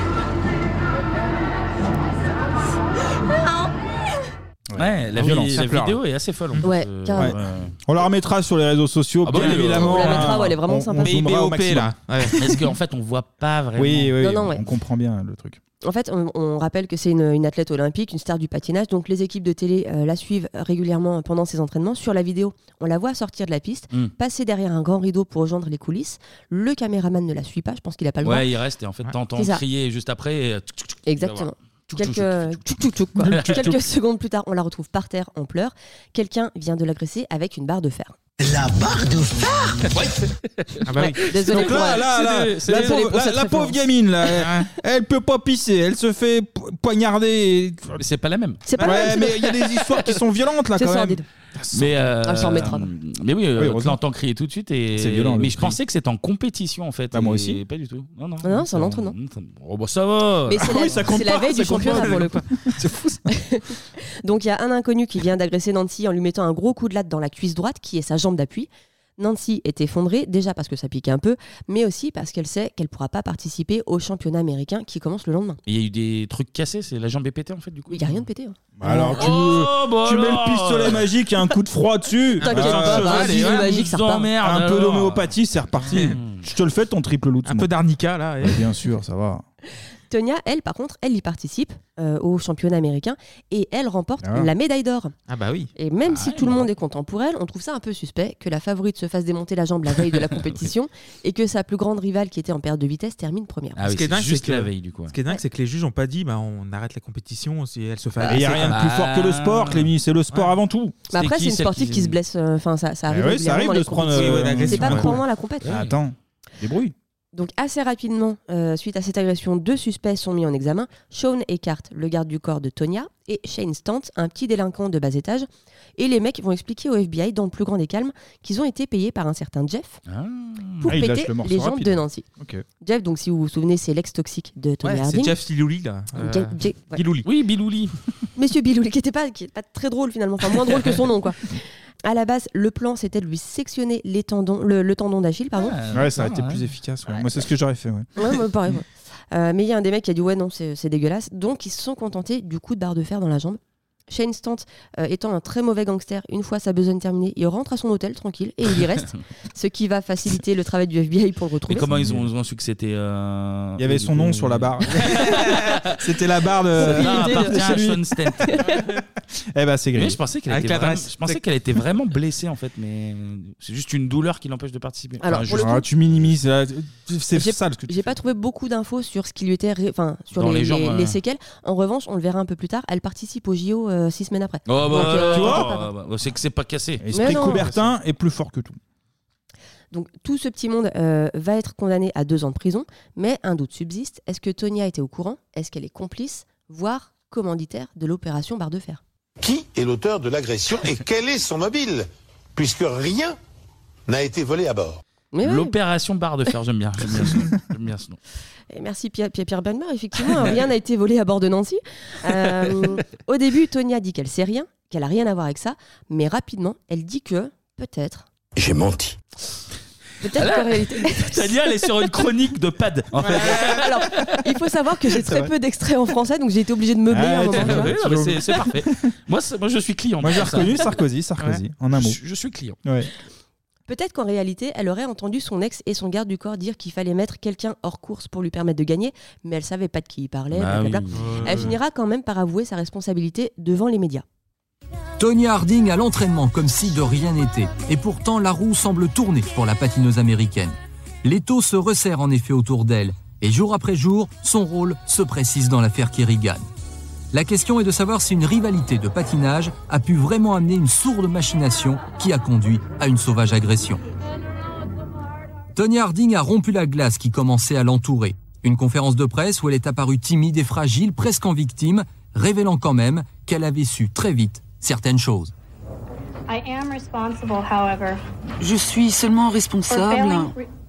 Help me. Ouais, la, Ah, violent, vi- ça la pleure. vidéo est assez folle. Ouais, Euh, carrément. ouais. On la remettra sur les réseaux sociaux, Ah bah bien oui, évidemment. on la mettra, hein. ouais, elle est vraiment On- sympa. on zoomera au maximum. là. Ouais. Parce qu'en fait, on voit pas vraiment. Oui, oui, Non, non, ouais. on comprend bien le truc. En fait, on, on rappelle que c'est une, une athlète olympique, une star du patinage, donc les équipes de télé euh, la suivent régulièrement pendant ses entraînements. Sur la vidéo, on la voit sortir de la piste, Mm. passer derrière un grand rideau pour rejoindre les coulisses. Le caméraman ne la suit pas, je pense qu'il a pas le droit. Ouais, il reste et en fait, t'entends C'est ça. crier juste après. Et... tchouc, tchouc, tchouc, Exactement. tu vas voir. Tchouc, tchouc, Quelques, tchouc, tchouc. tchouc, tchouc, quoi. Tchouc, tchouc. Quelques secondes plus tard, on la retrouve par terre en pleurs. Quelqu'un vient de l'agresser avec une barre de fer. La barre de fer. Ah bah Ouais, oui. désolé Donc pour là, elle. là, là, C'est- c'est la, désolé pauvre, pour la- cette la pauvre référence. gamine, là, elle, elle peut pas pisser, elle se fait po- poignarder. et- Mais c'est pas la même. C'est pas la Ouais, même, mais c'est- il y a des histoires qui sont violentes là C'est quand même. sordide. Mais euh, Elle s'en remettra. Mais oui, Oui, euh, tu heureusement. l'entends crier tout de suite et C'est violent, le Mais je cri. pensais que c'était en compétition en fait. Bah, moi et aussi. Pas du tout. Non non. Ah non, c'est en entraînement. Oh bah ça va. Mais c'est Ah la, oui, ça compte c'est la pas, veille ça du compte championnat pas. pour le coup. C'est fou ça. Donc il y a un inconnu qui vient d'agresser Nancy en lui mettant un gros coup de latte dans la cuisse droite, qui est sa jambe d'appui. Nancy est effondrée, déjà parce que ça pique un peu, mais aussi parce qu'elle sait qu'elle ne pourra pas participer au championnat américain qui commence le lendemain. Il y a eu des trucs cassés, c'est la jambe est pétée en fait du coup. Il n'y a rien de pété. Hein. Alors tu, Oh, bah tu mets alors. le pistolet magique et un coup de froid dessus. T'inquiète pas, Euh, un vas-y, bisou ouais, magique, ça repart. emmerde, un peu alors. d'homéopathie, c'est reparti. Je te le fais ton triple loot. Un peu d'arnica là. et- Bien sûr, ça va. Tonya, elle, par contre, elle y participe euh, au championnat américain et elle remporte Ah. la médaille d'or. Ah bah oui. Et même si tout le monde est content pour elle, on trouve ça un peu suspect que la favorite se fasse démonter la jambe la veille de la compétition et que sa plus grande rivale, qui était en période de vitesse, termine première. Ah oui, Ce qui est c'est dingue, juste c'est que la veille du coup. Ce qui est dingue, c'est que les juges n'ont pas dit bah, on arrête la compétition si elle se fait Il n'y a agresser. rien de plus fort que le sport, Clémy. C'est le sport avant tout. Mais après, c'est une sportive qui se blesse. euh, Enfin, ça, ça arrive Eh oui, ça régulièrement arrive dans de les se prendre, compétitions. euh, C'est pas un coup. pendant la compète. Ah, Attends, débrouille. Donc assez rapidement, euh, suite à cette agression, deux suspects sont mis en examen. Sean Eckhart, le garde du corps de Tonya, et Shane Stant, un petit délinquant de bas étage. Et les mecs vont expliquer au F B I, dans le plus grand des calmes, qu'ils ont été payés par un certain Jeff pour Ah, il lâche péter le morceau les jambes rapide. de Nancy. Ok. Jeff, donc si vous vous souvenez, c'est l'ex toxique de Tonya Ouais, c'est Harding. Jeff Stilouli là. Euh, Je- Je- ouais. Bilouli. Oui, Bilouli. Monsieur Bilouli, qui était pas, qui est pas très drôle finalement, enfin moins drôle que son nom quoi. À la base, le plan c'était de lui sectionner les tendons, le, le tendon d'Achille, pardon. Ouais, ça aurait été plus efficace. ouais. Moi, c'est ce que j'aurais fait. Ouais. Ouais, ouais, pareil. Ouais. Euh, mais il y a un des mecs qui a dit ouais non, c'est c'est dégueulasse. Donc ils se sont contentés du coup de barre de fer dans la jambe. Shane Stant, euh, étant un très mauvais gangster, une fois sa besogne terminée, il rentre à son hôtel tranquille et il y reste, ce qui va faciliter le travail du F B I pour le retrouver. Mais comment ils ont, ils ont su que c'était. euh, Il y avait son nom sur la barre. C'était la barre de. Ça de appartient à chez lui. Sean Stent. Eh ben, c'est Mais gris. je pensais qu'elle Avec était, vraiment, l'adresse. je pensais qu'elle était vraiment blessée en fait, mais c'est juste une douleur qui l'empêche de participer. Alors, Enfin, pour je- le coup- Ah, tu minimises. là. C'est J'ai- sale ce que tu J'ai pas trouvé beaucoup d'infos sur ce qui lui était, ré- enfin sur Dans les, les jambes, les- ouais. les séquelles. En revanche, on le verra un peu plus tard. Elle participe au J O euh, six semaines après. Oh bah, Donc, euh, tu pourquoi vois, pas. bah, bah, c'est que c'est pas cassé. Esprit Mais non. Coubertin est plus fort que tout. Donc tout ce petit monde euh, va être condamné à deux ans de prison, mais un doute subsiste. Est-ce que Tonya était au courant? Est-ce qu'elle est complice, voire commanditaire de l'opération Barre de Fer? Qui est l'auteur de l'agression et quel est son mobile? Puisque rien n'a été volé à bord. Mais ouais. L'opération Barre de Fer, j'aime bien. J'aime bien ce nom. J'aime bien ce nom. Et merci Pierre, Pierre, Pierre Benmer, effectivement, rien n'a été volé à bord de Nancy. Euh, au début, Tonya dit qu'elle sait rien, qu'elle a rien à voir avec ça, mais rapidement, elle dit que peut-être, J'ai menti. peut-être qu'en réalité. Tania, elle est sur une chronique de pad. En fait. Alors, il faut savoir que j'ai C'est très vrai. peu d'extraits en français, donc j'ai été obligé de meubler Ah, à un tu moment. l'as tu vois. vu. Oui, non, mais c'est c'est parfait. Moi, c'est- moi, je suis client. Moi, j'ai pour ça. reconnu Sarkozy, Sarkozy, en un mot. Je, je suis client. Ouais. Peut-être qu'en réalité, elle aurait entendu son ex et son garde du corps dire qu'il fallait mettre quelqu'un hors course pour lui permettre de gagner, mais elle savait pas de qui il parlait. Bah blablabla. oui. Elle finira quand même par avouer sa responsabilité devant les médias. Tonya Harding à l'entraînement comme si de rien n'était. Et pourtant, la roue semble tourner pour la patineuse américaine. L'étau se resserre en effet autour d'elle. Et jour après jour, son rôle se précise dans l'affaire Kerrigan. La question est de savoir si une rivalité de patinage a pu vraiment amener une sourde machination qui a conduit à une sauvage agression. Tonya Harding a rompu la glace qui commençait à l'entourer. Une conférence de presse où elle est apparue timide et fragile, presque en victime, révélant quand même qu'elle avait su très vite certaines choses. I am responsible, however, Je suis seulement for responsable failing,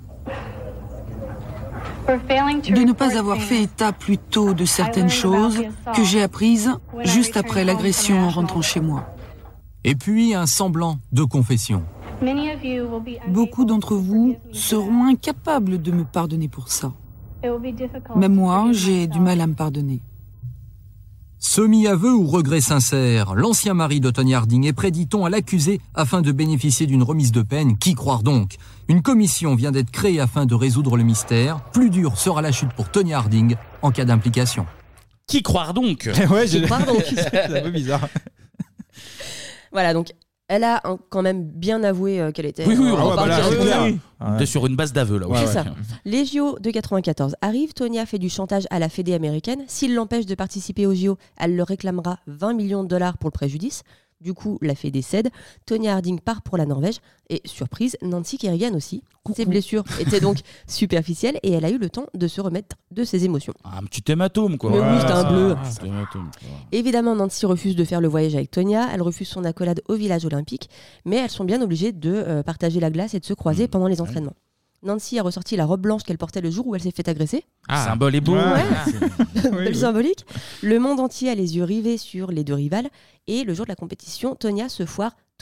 for failing to de ne report pas avoir things. fait état plus tôt de certaines choses que j'ai apprises juste après l'agression en rentrant chez moi. Et puis un semblant de confession. Many of you will be Beaucoup d'entre vous seront incapables de me pardonner pour ça. It will be difficult Même to moi, forgive j'ai myself. du mal à me pardonner. Semi-aveu ou regret sincère, l'ancien mari de Tonya Harding est prêt, dit-on, à l'accuser afin de bénéficier d'une remise de peine. Qui croire donc? Une commission vient d'être créée afin de résoudre le mystère. Plus dure sera la chute pour Tonya Harding en cas d'implication. Qui croire donc? Ouais, Qui croire donc c'est un peu bizarre. Voilà, donc elle a hein, quand même bien avoué euh, qu'elle était. Oui, oui, euh, on va en pas partie le dire. responsable. T'es sur une base d'aveu là. C'est ouais. ça. Les J O de quatre-vingt-quatorze arrivent. Tonya fait du chantage à la Fédé américaine. S'il l'empêche de participer aux J O, elle leur réclamera vingt millions de dollars pour le préjudice. Du coup, la Fédé cède. Tonya Harding part pour la Norvège. Et surprise, Nancy Kerrigan aussi. Ses blessures étaient donc superficielles et elle a eu le temps de se remettre de ses émotions. Un petit hématome quoi. Mais oui, c'était un ça, bleu. un petit hématome. Évidemment, Nancy refuse de faire le voyage avec Tonya. Elle refuse son accolade au village olympique. Mais elles sont bien obligées de euh, partager la glace et de se croiser pendant les entraînements. Nancy a ressorti la robe blanche qu'elle portait le jour où elle s'est fait agresser. Ah, symbole est beau. Ouais. Oui, Belle oui. symbolique. Le monde entier a les yeux rivés sur les deux rivales. Et le jour de la compétition, Tonya se foire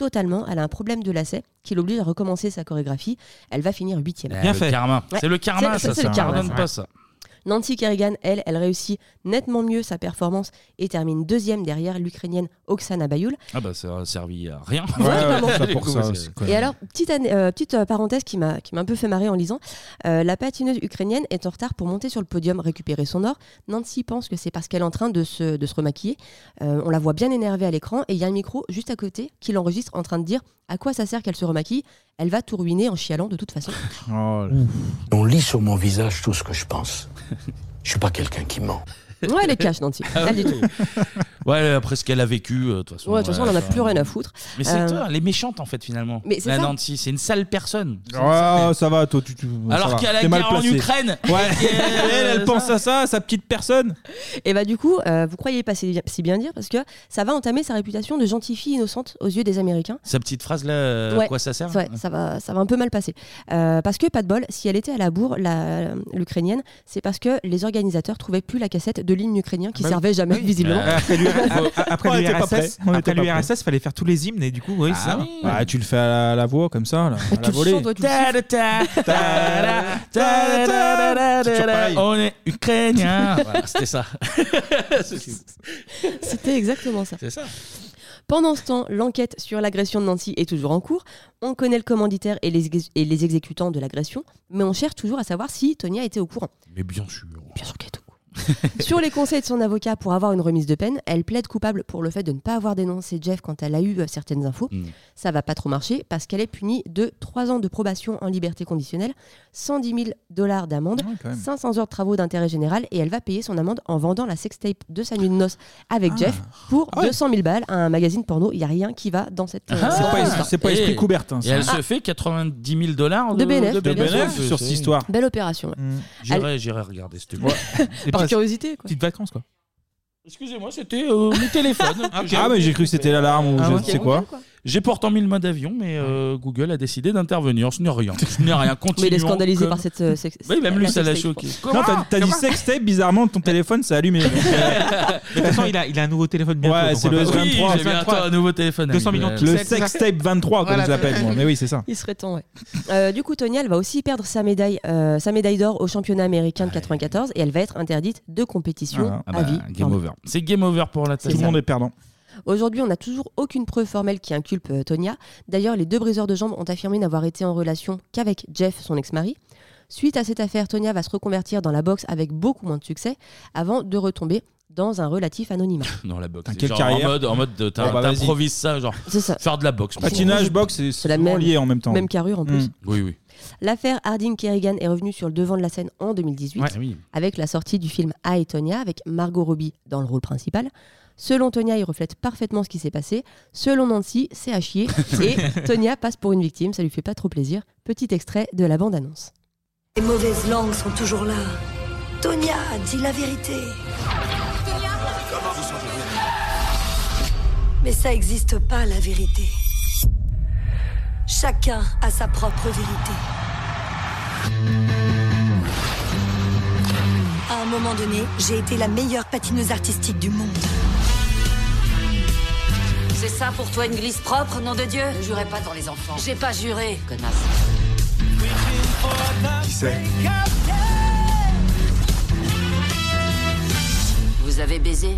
totalement. Elle a un problème de lacet qui l'oblige à recommencer sa chorégraphie. Elle va finir huitième. Bien fait. Karma. C'est le karma, ça, c'est ça le karma. pardonne pas ça. Nancy Kerrigan, elle, elle réussit nettement mieux sa performance et termine deuxième derrière l'Ukrainienne Oksana Bayul. Ah bah ça a servi à rien. Ouais, vraiment. ça pour ça, c'est quand Et alors, petite, année- euh, petite euh, parenthèse qui m'a qui m'a un peu fait marrer en lisant, euh, la patineuse ukrainienne est en retard pour monter sur le podium récupérer son or. Nancy pense que c'est parce qu'elle est en train de se, de se remaquiller. Euh, on la voit bien énervée à l'écran et il y a un micro juste à côté qui l'enregistre en train de dire à quoi ça sert qu'elle se remaquille. Elle va tout ruiner en chialant de toute façon. On lit sur mon visage tout ce que je pense. Je suis pas quelqu'un qui ment. Ouais, elle est cash, Nancy. Ah Elle dit oui. tout. Ouais, après ce qu'elle a vécu, euh, de toute façon. Ouais, de toute façon, on en a ça- plus rien à foutre. Mais c'est Euh, toi, elle est méchante en fait finalement. Mais c'est la ça. Nancy, c'est une sale personne. Ouais, ça va, toi, tu. tu ça Alors va. qu'il y a la T'es mal guerre en placé. Ukraine. Ouais. Et que- elle, elle pense à ça, à sa petite personne. Et bah du coup, euh, vous croyez pas si si bien dire parce que ça va entamer sa réputation de gentille fille innocente aux yeux des Américains. Sa petite phrase là, euh, Ouais, à quoi ça sert ouais, ça va, ça va un peu mal passer. Euh, parce que pas de bol, si elle était à la bourre, la- l'ukrainienne, c'est parce que les organisateurs trouvaient plus la cassette de l'hymne ukrainien qui Bah oui. servait jamais Oui. visiblement. Après l'U R S, après On l'U était R pas S prêts. S, On était après pas l'U R S S, fallait faire tous les hymnes et du coup, oui, Ah c'est ça. oui. Bah, tu le fais à la, à la voix comme ça, là, à la tu le volée. chantes, ouais, tu le Ta- siffles. ta- ta- ta- ta- ta- ta- C'est toujours ta- pareil. On est ukrainien. Voilà, c'était ça. C'était exactement ça. C'est ça. Pendant ce temps, l'enquête sur l'agression de Nancy est toujours en cours. On connaît le commanditaire et les, ex- et les exécutants de l'agression, mais on cherche toujours à savoir si Tonya était au courant. Mais bien sûr. Bien sûr qu'elle est au courant. Sur les conseils de son avocat pour avoir une remise de peine, elle plaide coupable pour le fait de ne pas avoir dénoncé Jeff quand elle a eu euh, certaines infos. Mm. Ça va pas trop marcher parce qu'elle est punie de trois ans de probation en liberté conditionnelle, cent dix mille dollars d'amende, Ouais, quand même. cinq cents heures de travaux d'intérêt général et elle va payer son amende en vendant la sextape de sa nuit de noces avec Ah. Jeff pour Ah ouais. deux cent mille balles à un magazine porno. Il n'y a rien qui va dans cette. euh, Ah, cette C'est pas, histoire. c'est pas Et- esprit couverte. Hein, Et ça. elle se fait quatre-vingt-dix mille dollars De bénéf, de de bénéf, bénéf Ouais, sur c'est- cette histoire. Belle opération. ouais. Mm. J'irai, j'irai regarder s'il te plaît. Par curiosité, quoi. Petites vacances, quoi. Excusez-moi, c'était euh, mon téléphone. que j'ai- Ah, mais j'ai cru que c'était l'alarme ou Ah je ouais. ne sais quoi. J'ai pourtant mis le mode avion, mais euh, Google a décidé d'intervenir. Ce n'est rien. Ce n'est rien. Mais Continuons. il est scandalisé comme- par cette. euh, sex- Oui, même lui, la ça l'a sextape, choqué. quoi. Non, t'as, t'as dit sextape, bizarrement, ton téléphone s'est allumé. Donc, euh, Mais de toute façon, il a, il a un nouveau téléphone bientôt. Ouais, donc c'est on va le pas- S vingt-trois. Oui, j'ai bientôt un nouveau téléphone. deux cents ami. millions de le sexe, ça. sextape vingt-trois, comme Voilà, je l'appelle. c'est- moi. Mais oui, c'est ça. Il serait temps, ouais. Euh, du coup, Tonya, elle va aussi perdre sa médaille, euh, sa médaille d'or au championnat américain de quatre-vingt-quatorze et elle va être interdite de compétition Ah à bah, vie. Game Pardon. over. C'est game over pour la Tout le monde est perdant. Aujourd'hui, on n'a toujours aucune preuve formelle qui inculpe euh, Tonya. D'ailleurs, les deux briseurs de jambes ont affirmé n'avoir été en relation qu'avec Jeff, son ex-mari. Suite à cette affaire, Tonya va se reconvertir dans la boxe avec beaucoup moins de succès avant de retomber dans un relatif anonymat. Dans la boxe. Dans quelle Genre carrière En mode, en mode de- t'im- Ah bah, vas-y. t'improvises ça, genre C'est ça. faire de la boxe. Patinage, boxe, c'est C'est la souvent même, lié en même temps. Même carrure en plus. Mm. Oui, oui. L'affaire Harding-Kerrigan est revenue sur le devant de la scène en deux mille dix-huit Ouais, oui. avec la sortie du film I et Tonya avec Margot Robbie dans le rôle principal. Selon Tonya, il reflète parfaitement ce qui s'est passé. Selon Nancy, c'est à chier. Et Tonya passe pour une victime, ça lui fait pas trop plaisir. Petit extrait de la bande-annonce. Les mauvaises langues sont toujours là. Tonya, dis la vérité. Comment vous sentez-vous? Mais ça existe pas, la vérité. Chacun a sa propre vérité. À un moment donné, j'ai été la meilleure patineuse artistique du monde. C'est ça pour toi une glisse propre, nom de Dieu? Ne jurez pas devant les enfants. J'ai pas juré, connasse. Qui c'est? Vous avez baisé?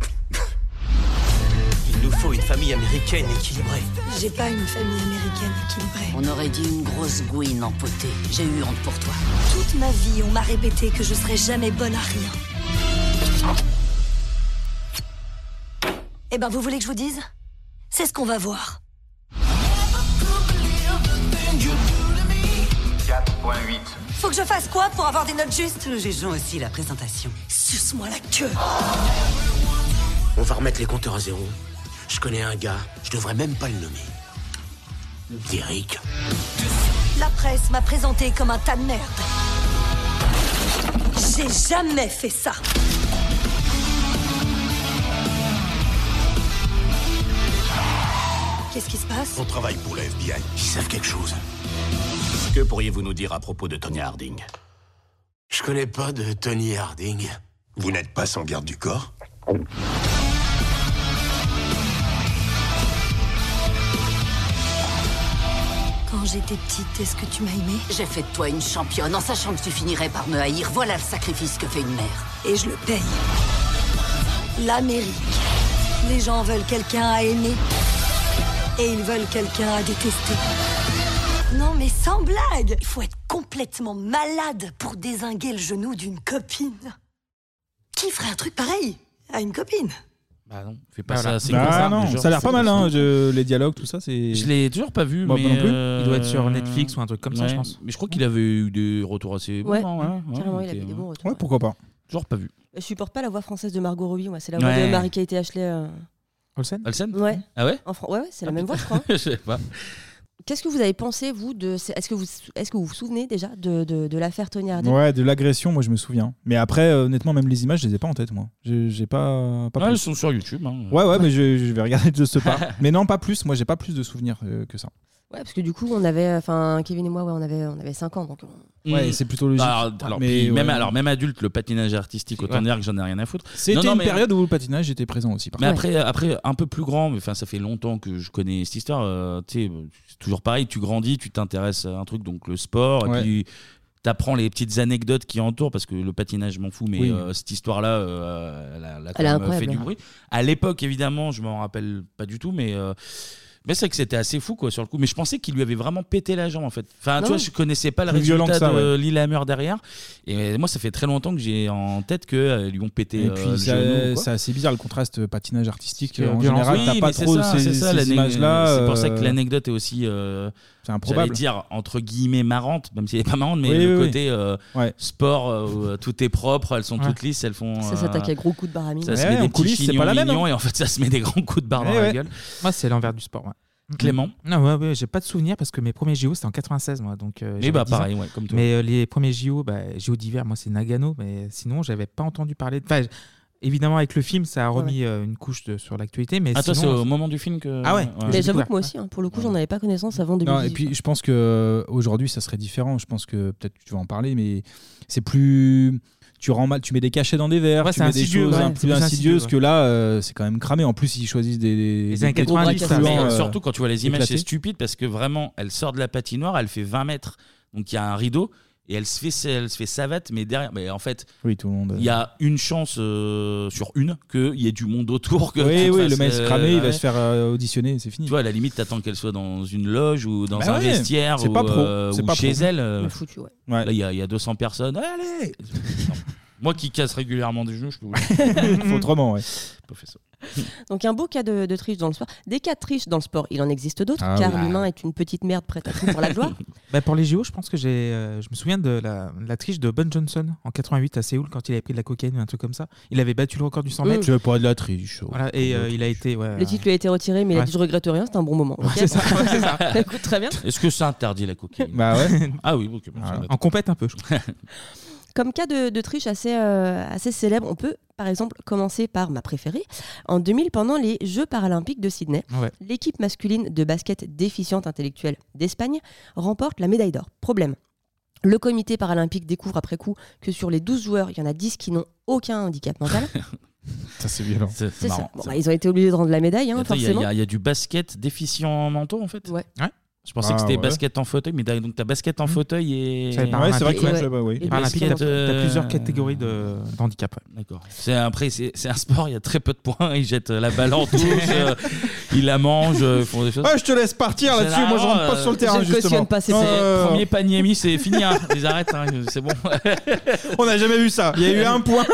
Il nous faut une famille américaine équilibrée. J'ai pas une famille américaine équilibrée. On aurait dit une grosse gouine empotée. J'ai eu honte pour toi. Toute ma vie, on m'a répété que je serais jamais bonne à rien. Eh ben, vous voulez que je vous dise? C'est ce qu'on va voir. quatre point huit. Faut que je fasse quoi pour avoir des notes justes? Nous jugeons aussi la présentation. Suce-moi la queue. On va remettre les compteurs à zéro. Je connais un gars, je devrais même pas le nommer. Derrick. La presse m'a présenté comme un tas de merde. J'ai jamais fait ça. Qu'est-ce qui se passe? On travaille pour le F B I. Ils savent quelque chose. Que pourriez-vous nous dire à propos de Tonya Harding? Je connais pas de Tony Harding. Vous n'êtes pas son garde du corps? Quand j'étais petite, est-ce que tu m'as aimée? J'ai fait de toi une championne en sachant que tu finirais par me haïr. Voilà le sacrifice que fait une mère. Et je le paye. L'Amérique. Les gens veulent quelqu'un à aimer. Et ils veulent quelqu'un à détester. Non mais sans blague, il faut être complètement malade pour dézinguer le genou d'une copine. Qui ferait un truc pareil à une copine? Bah non, fais pas Voilà. ça. C'est Bah comme ça. non, genre, ça a l'air pas c'est- mal, hein, je- les dialogues, tout ça. C'est... Je l'ai toujours pas vu, Moi, mais moi non plus. euh, Il doit être sur Netflix ou un truc comme ça, je ouais. pense. Mais je crois qu'il avait eu des retours assez bons. Ouais, non, ouais, carrément, ouais, il avait ok, des ouais. bons retours. Ouais, pourquoi pas. Toujours pas vu. Je supporte pas la voix française de Margot Robbie, moi, c'est la voix Ouais. de Marie-Kate Ashley. euh, Olsen Olsen Ouais. Ah ouais En Fran- Ouais, ouais, c'est la Ah, même voix, putain. je crois. Je sais pas. Qu'est-ce que vous avez pensé, vous, de. c'est- Est-ce que vous, est-ce que vous vous souvenez déjà de, de, de l'affaire Tony Harding? Ouais, de l'agression, moi je me souviens. Mais après, euh, honnêtement, même les images, je les ai pas en tête, moi. J'ai, j'ai pas. pas Ouais, plus. elles sont sur YouTube. hein. Ouais, ouais, mais je, je vais regarder de ce pas. Mais non, pas plus. Moi, j'ai pas plus de souvenirs euh, que ça. Ouais, parce que du coup, on avait. Enfin, Kevin et moi, ouais, on avait, on avait cinq ans. Donc on- Ouais, Mm. c'est plutôt logique. Alors, alors, Mais puis même, ouais. alors, même adulte, le patinage artistique, autant Ouais. dire que j'en ai rien à foutre. C'était Non, non, une mais- période où le patinage était présent aussi. Par Mais contre. après, après, un peu plus grand, mais enfin, ça fait longtemps que je connais cette histoire. euh, tu sais, c'est toujours pareil, tu grandis, tu t'intéresses à un truc, donc le sport, Ouais. et puis t'apprends les petites anecdotes qui entourent, parce que le patinage, je m'en fous, mais Oui. euh, cette histoire-là, euh, elle a, elle a quand Elle est même incroyable, fait du hein. bruit. À l'époque, évidemment, je m'en rappelle pas du tout, mais. euh, mais c'est vrai que c'était assez fou quoi sur le coup, mais je pensais qu'il lui avait vraiment pété la jambe en fait. Enfin, Non. tu vois, je connaissais pas le Plus violent résultat que ça, de ouais. Lillehammer derrière, et moi ça fait très longtemps que j'ai en tête que lui ont pété Et euh, puis le c'est, genou. ou quoi. c'est assez bizarre le contraste euh, patinage artistique. Parce que En violence- général, oui, t'as mais pas c'est trop ça, ces, c'est ça, ces l'ane- images-là. C'est pour ça euh, que l'anecdote est aussi. euh, C'est improbable. J'allais dire entre guillemets marrante, même si elle est pas marrante, mais Oui, le oui, oui. côté euh, Ouais. sport, euh, où, euh, tout est propre, elles sont Ouais. toutes lisses, elles font. Ça euh, s'attaque à gros coups de baramine. Ça se Ouais, met en des petits coulisses, c'est chignons pas la même, mignons, hein. et en fait ça se met des grands coups de barre dans Eh la ouais. gueule. Moi, c'est l'envers du sport. Ouais. Clément. Non, ouais, ouais, j'ai pas de souvenir parce que mes premiers J O c'était en quatre-vingt-seize, moi. Donc, euh, Oui, j'avais bah, dix ans. pareil, ouais, comme toi. Mais euh, les premiers J O, bah, J O d'hiver, moi c'est Nagano, mais sinon j'avais pas entendu parler. De... Enfin, j- évidemment, avec le film, ça a remis euh, une couche de- sur l'actualité. Mais Ah, toi, sinon, c'est au moment du film que. Ah ouais. Mais j'avoue que moi aussi, hein, pour le coup, j'en avais pas connaissance avant deux mille Non, dix-huit. et puis je pense que euh, aujourd'hui ça serait différent. Je pense que peut-être que tu vas en parler, mais c'est plus. Tu rends mal, tu mets des cachets dans des verres, Ouais, tu c'est mets des insidieux, choses ouais, un c'est peu plus insidieuses insidieux, que là, euh, c'est quand même cramé. En plus, ils choisissent des. des Les années des- quatre-vingt-dix, des ça, trucs, Mais euh, surtout quand tu vois les images, éclatés. c'est stupide parce que vraiment, elle sort de la patinoire, elle fait vingt mètres, donc il y a un rideau. Et elle se fait, elle se fait savate, mais derrière, mais en fait, Oui, tout le monde. il y a une chance euh, sur une qu'il y ait du monde autour. Que Oui, tu te oui, fasses, le mec se euh, cramé, il va ouais. se faire euh, auditionner, c'est fini. Tu vois, à la limite, t'attends qu'elle soit dans une loge ou dans Bah un ouais, vestiaire c'est ou, pas pro, euh, c'est ou pas chez pro. elle. euh, Mal foutu, ouais. Ouais. Là, il y, a- il y a deux cents personnes. Allez Non. Moi qui casse régulièrement des genoux, je peux vous le Faut autrement, ouais. Pas fait ça. Donc un beau cas de, de triche dans le sport. Des cas de triche dans le sport, il en existe d'autres, Ah car oui. l'humain est une petite merde prête à tout pour la gloire. Bah, pour les J O, je pense que j'ai, euh, je me souviens de la, de la triche de Ben Johnson en quatre-vingt-huit à Séoul quand il avait pris de la cocaïne ou un truc comme ça. Il avait battu le record du cent Mm. mètres. Tu veux pas de la triche. Voilà, et euh, il a été. Ouais, Le titre lui a été retiré, mais il a Ouais. dit je regrette rien, c'était un bon moment. Ok, c'est ça, bon. c'est ça. Écoute, très bien. Est-ce que c'est interdit la cocaïne Bah ouais. Ah oui, ok. bon, Voilà. ça va. En compète un peu, je crois. Comme cas de, de triche assez, euh, assez célèbre, on peut par exemple commencer par ma préférée. En deux mille, pendant les Jeux paralympiques de Sydney, Ouais. l'équipe masculine de basket déficiente intellectuelle d'Espagne remporte la médaille d'or. Problème. Le comité paralympique découvre après coup que sur les douze joueurs, il y en a dix qui n'ont aucun handicap mental. Ça, c'est violent. C'est C'est marrant. ça. Bon, bah, ils ont été obligés de rendre la médaille, hein, Attends, il y a- forcément. il y, a- il y a du basket déficient mentaux en fait. Ouais. Ouais. Je pensais Ah, que c'était ouais. basket en fauteuil, mais t'as- donc t'as basket en fauteuil et. Ça, les Ouais, c'est vrai Paralympiques, que ouais. ouais, bah, oui. Et Paralympiques, basket, t'as euh, t'as plusieurs catégories de, d'handicap. ouais. D'accord. C'est après c'est c'est un sport, il y a très peu de points, ils jettent la balle en touche, euh, ils la mangent, euh, ils font des choses. Ouais, je te laisse partir là-dessus. Moi, je rentre pas Euh, sur le terrain, je ne cautionne justement. pas ces Non, faits. euh, Premier panier mis, c'est fini, hein. Ils arrêtent, hein. C'est bon. On n'a jamais vu ça. Il y a eu un point.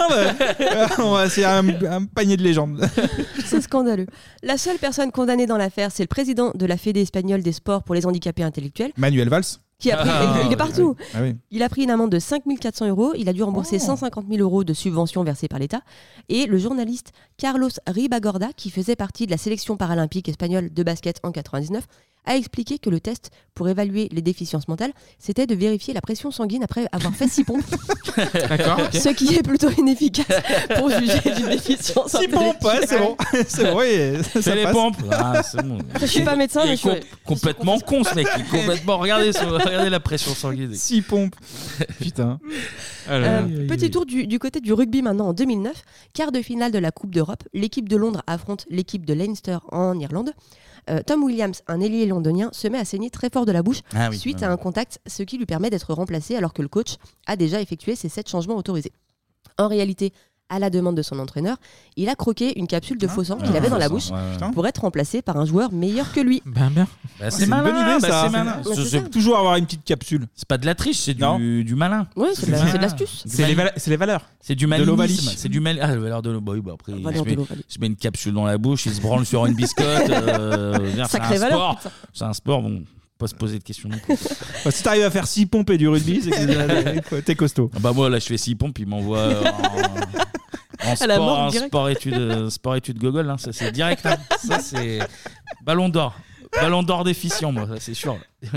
euh, ouais, c'est un, un panier de légende. C'est scandaleux. La seule personne condamnée dans l'affaire, c'est le président de la Fédé espagnole des sports pour les handicapés intellectuels, Manuel Valls. qui a pris, Ah, il est oui, partout. Ah oui. Il a pris une amende de cinq mille quatre cents euros, il a dû rembourser Oh. cent cinquante mille euros de subventions versées par l'État. Et le journaliste Carlos Ribagorda, qui faisait partie de la sélection paralympique espagnole de basket en quatre-vingt-dix-neuf, a expliqué que le test pour évaluer les déficiences mentales, c'était de vérifier la pression sanguine après avoir fait six pompes. D'accord. ok. Ce qui est plutôt inefficace pour juger d'une déficience Six pompes, ouais, c'est bon. C'est bon, oui, ça, ça Fais les passe. pompes. Ah, c'est bon. Je suis pas médecin, Il mais est je suis... com- complètement con ce mec. Il est complètement. Regardez, son- regardez la pression sanguine. Six pompes. Putain. Ah là Euh, là. Aïe, aïe, petit aïe. tour du, du côté du rugby maintenant en deux mille neuf. Quart de finale de la Coupe d'Europe. L'équipe de Londres affronte l'équipe de Leinster en Irlande. Euh, Tom Williams, un ailier londonien, se met à saigner très fort de la bouche Ah oui, suite ouais. à un contact, ce qui lui permet d'être remplacé alors que le coach a déjà effectué ses sept changements autorisés. En réalité, à la demande de son entraîneur, il a croqué une capsule de faux sang qu'il Ah, avait dans la faux bouche sang, ouais, ouais. pour être remplacé par un joueur meilleur que lui. Ben bien. Bah, c'est c'est une malin, bonne idée, bah, ça. c'est malin. Ouais, C'est- c'est c'est ça. Toujours avoir une petite capsule. c'est pas de la triche, c'est Non. du, du malin. Oui, c'est de la- c'est de l'astuce. C'est les, vala- c'est les valeurs. C'est du De malinisme. l'ovalie. C'est du mal. Ah, le valeur de l'ovalie. Bah, après, Valeur je de mets, l'ovalie. je mets une capsule dans la bouche, il se branle sur une biscotte. euh, je veux dire, c'est Sacrée un valeur, sport. putain. C'est un sport, bon, pas se poser de questions non plus. Bah, si t'arrives à faire six pompes et du rugby, c'est que t'es costaud. Ah bah moi là je fais six pompes, il m'envoie euh, en, en À la sport, mort, en direct. sport études, euh, sport études Gogol, hein, ça c'est direct. Hein. Ça c'est ballon d'or, ballon d'or déficient moi, ça c'est sûr.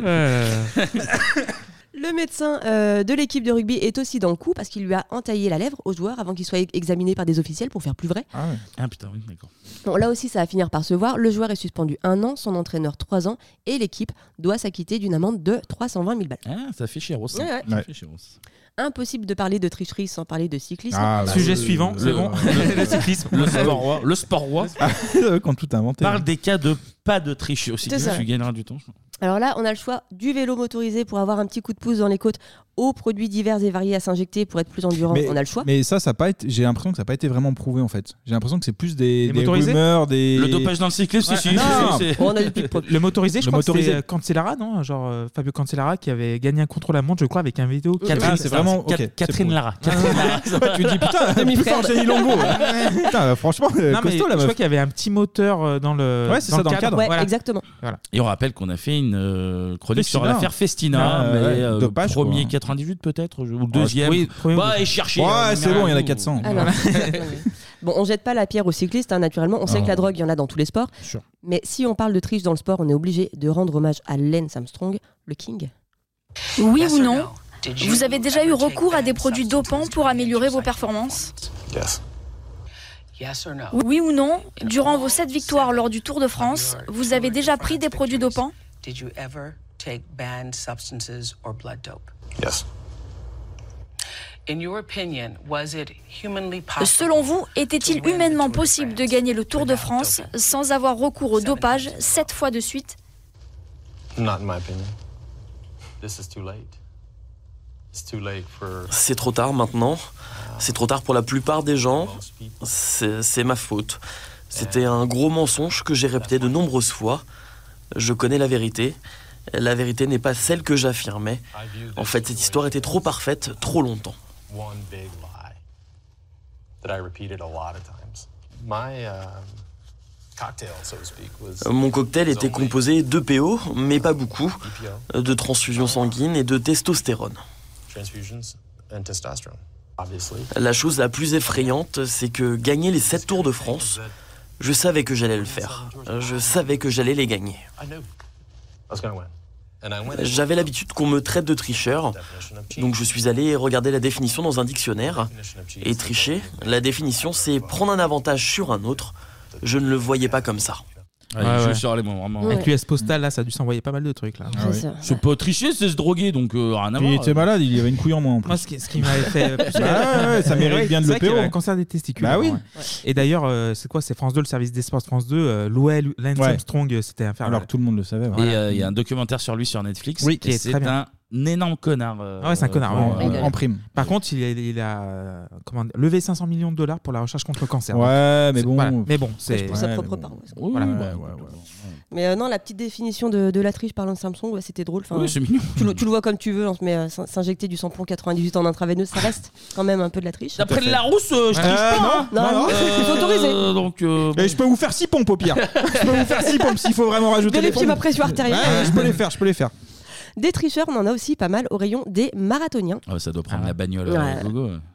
Le médecin euh, de l'équipe de rugby est aussi dans le coup parce qu'il lui a entaillé la lèvre au joueur avant qu'il soit examiné par des officiels pour faire plus vrai. Ah ouais. Ah putain oui d'accord. Bon, là aussi, ça va finir par se voir. Le joueur est suspendu un an, son entraîneur trois ans et l'équipe doit s'acquitter d'une amende de trois cent vingt mille balles. Ah ça fait chier Ross. Ouais, ouais. Ça Ouais. fait chier, Ross. Impossible de parler de tricherie sans parler de cyclisme. Ah, bah, Sujet euh, suivant, c'est le- bon. le- Le cyclisme. Le sport roi, le sport roi Quand tout inventé. parle des cas de pas de triche aussi. C'est ça. Tu gagneras du temps. Alors là, on a le choix du vélo motorisé pour avoir un petit coup de pouce dans les côtes aux produits divers et variés à s'injecter pour être plus endurant. Mais, on a le choix. mais ça, ça a pas été, j'ai l'impression que ça n'a pas été vraiment prouvé en fait. J'ai l'impression que c'est plus des, Les des motorisés rumeurs, des. Le dopage dans le cyclisme, Ouais. si, si, Non. si, si. On a des petites preuves. Le motorisé, je Le crois motorisé. que c'est Cancellara, non Genre euh, Fabio Cancellara qui avait gagné un contre-la-montre, je crois, avec un vidéo. Catherine, Ah, c'est vraiment. Cat- ok, c'est Catherine prouvé. Lara. Catherine Lara. Tu dis putain, Demi-frère. putain, Jenny Longo. Putain, franchement, Non, mais costaud la je meuf. crois qu'il y avait un petit moteur euh, dans le. Ouais, c'est ça, dans le cadre. Ouais, Voilà. exactement. Et on rappelle qu'on a fait une euh, chronique Festina. sur l'affaire Festina, Ah, mais ouais, euh, dopage, le premier quoi. quatre-vingt-dix-huit peut-être, ou le deuxième. oui, premier ou bah, deuxième. et chercher. Ouais, euh, c'est bon, il y en a quatre cents. Ah non. Bon, on jette pas la pierre aux cyclistes, hein, naturellement. On sait Ah. que la drogue, il y en a dans tous les sports. Sûr. Mais si on parle de triche dans le sport, on est obligé de rendre hommage à Lance Armstrong, le King. Oui ou non, vous avez déjà eu recours à des produits dopants pour améliorer vos performances? Yes. Oui ou non, durant vos sept victoires lors du Tour de France, vous avez déjà pris des produits dopants? Did you ever take banned substances or blood dope? Yes. In your opinion, was it humanly possible? Selon vous, était-il humainement possible de gagner le Tour de France sans avoir recours au dopage sept fois de suite? Not in my opinion. This is too late. It's too late for... C'est trop tard maintenant. C'est trop tard pour la plupart des gens. C'est c'est ma faute. C'était un gros mensonge que j'ai répété de nombreuses fois. Je connais la vérité. La vérité n'est pas celle que j'affirmais. En fait, cette histoire était trop parfaite, trop longtemps. One big lie that I repeated a lot of times. My uh, cocktail, so to speak, was... Mon cocktail était composé d'E P O, mais pas beaucoup, de transfusion sanguine et de testostérone. Transfusions and testosterone, obviously. La chose la plus effrayante, c'est que gagner les sept Tours de France, je savais que j'allais le faire. Je savais que j'allais les gagner. I knew I was gonna win. And I went... J'avais l'habitude qu'on me traite de tricheur, donc je suis allé regarder la définition dans un dictionnaire. Et tricher, la définition, c'est prendre un avantage sur un autre. Je ne le voyais pas comme ça. Ouais, il joue sur les mots, vraiment. Avec l'U S Postal, là, ça a dû s'envoyer pas mal de trucs. Là. Ah ouais. C'est pas tricher, c'est se droguer, donc euh, rien à Puis voir. il était malade, il y avait une couille en moins en plus. Moi, ce qui, ce qui m'avait fait. Bah ouais, ouais, ça mérite bien de le l'E P O. un cancer des testicules. Bah oui. Ouais. Et d'ailleurs, euh, c'est quoi? C'est France deux, le service des sports de France deux. Euh, L'O L, Lance Ouais. Armstrong, euh, c'était un faire. Alors que tout le monde le savait. Et euh, il y a un documentaire sur lui sur Netflix. Oui, et qui est c'est très bien. un énorme connard. euh, Ah ouais, c'est un connard. euh, ouais. ouais. En prime. Par contre, il a, il a euh, comment, levé cinq cents millions de dollars pour la recherche contre le cancer. Ouais, mais C'est- bon. voilà. Mais bon, Je c'est. trouve ça Ouais, propre mais par bon. moi. Voilà. Ouais, ouais, ouais. Mais euh, non, la petite définition de, de la triche par Lance Armstrong, ouais, c'était drôle. Enfin, Oui, c'est mignon. Tu, le- tu le vois comme tu veux, on se met à s'in- s'injecter du samplon quatre-vingt-dix-huit en intraveineuse, ça reste quand même un peu de la triche. D'après le Larousse, euh, je triche Euh, pas. non, hein. Non, non, c'est autorisé. Euh, donc, euh, Et je peux vous faire six pompes au pire. Je peux vous faire six pompes s'il faut vraiment rajouter des Vérifiez pompes. ma pression artérielle. Ouais, je peux les faire, je peux les faire. Des tricheurs, on en a aussi pas mal au rayon des marathoniens. ah, ça doit prendre Ah. la bagnole Ouais. euh, gogo. ouais.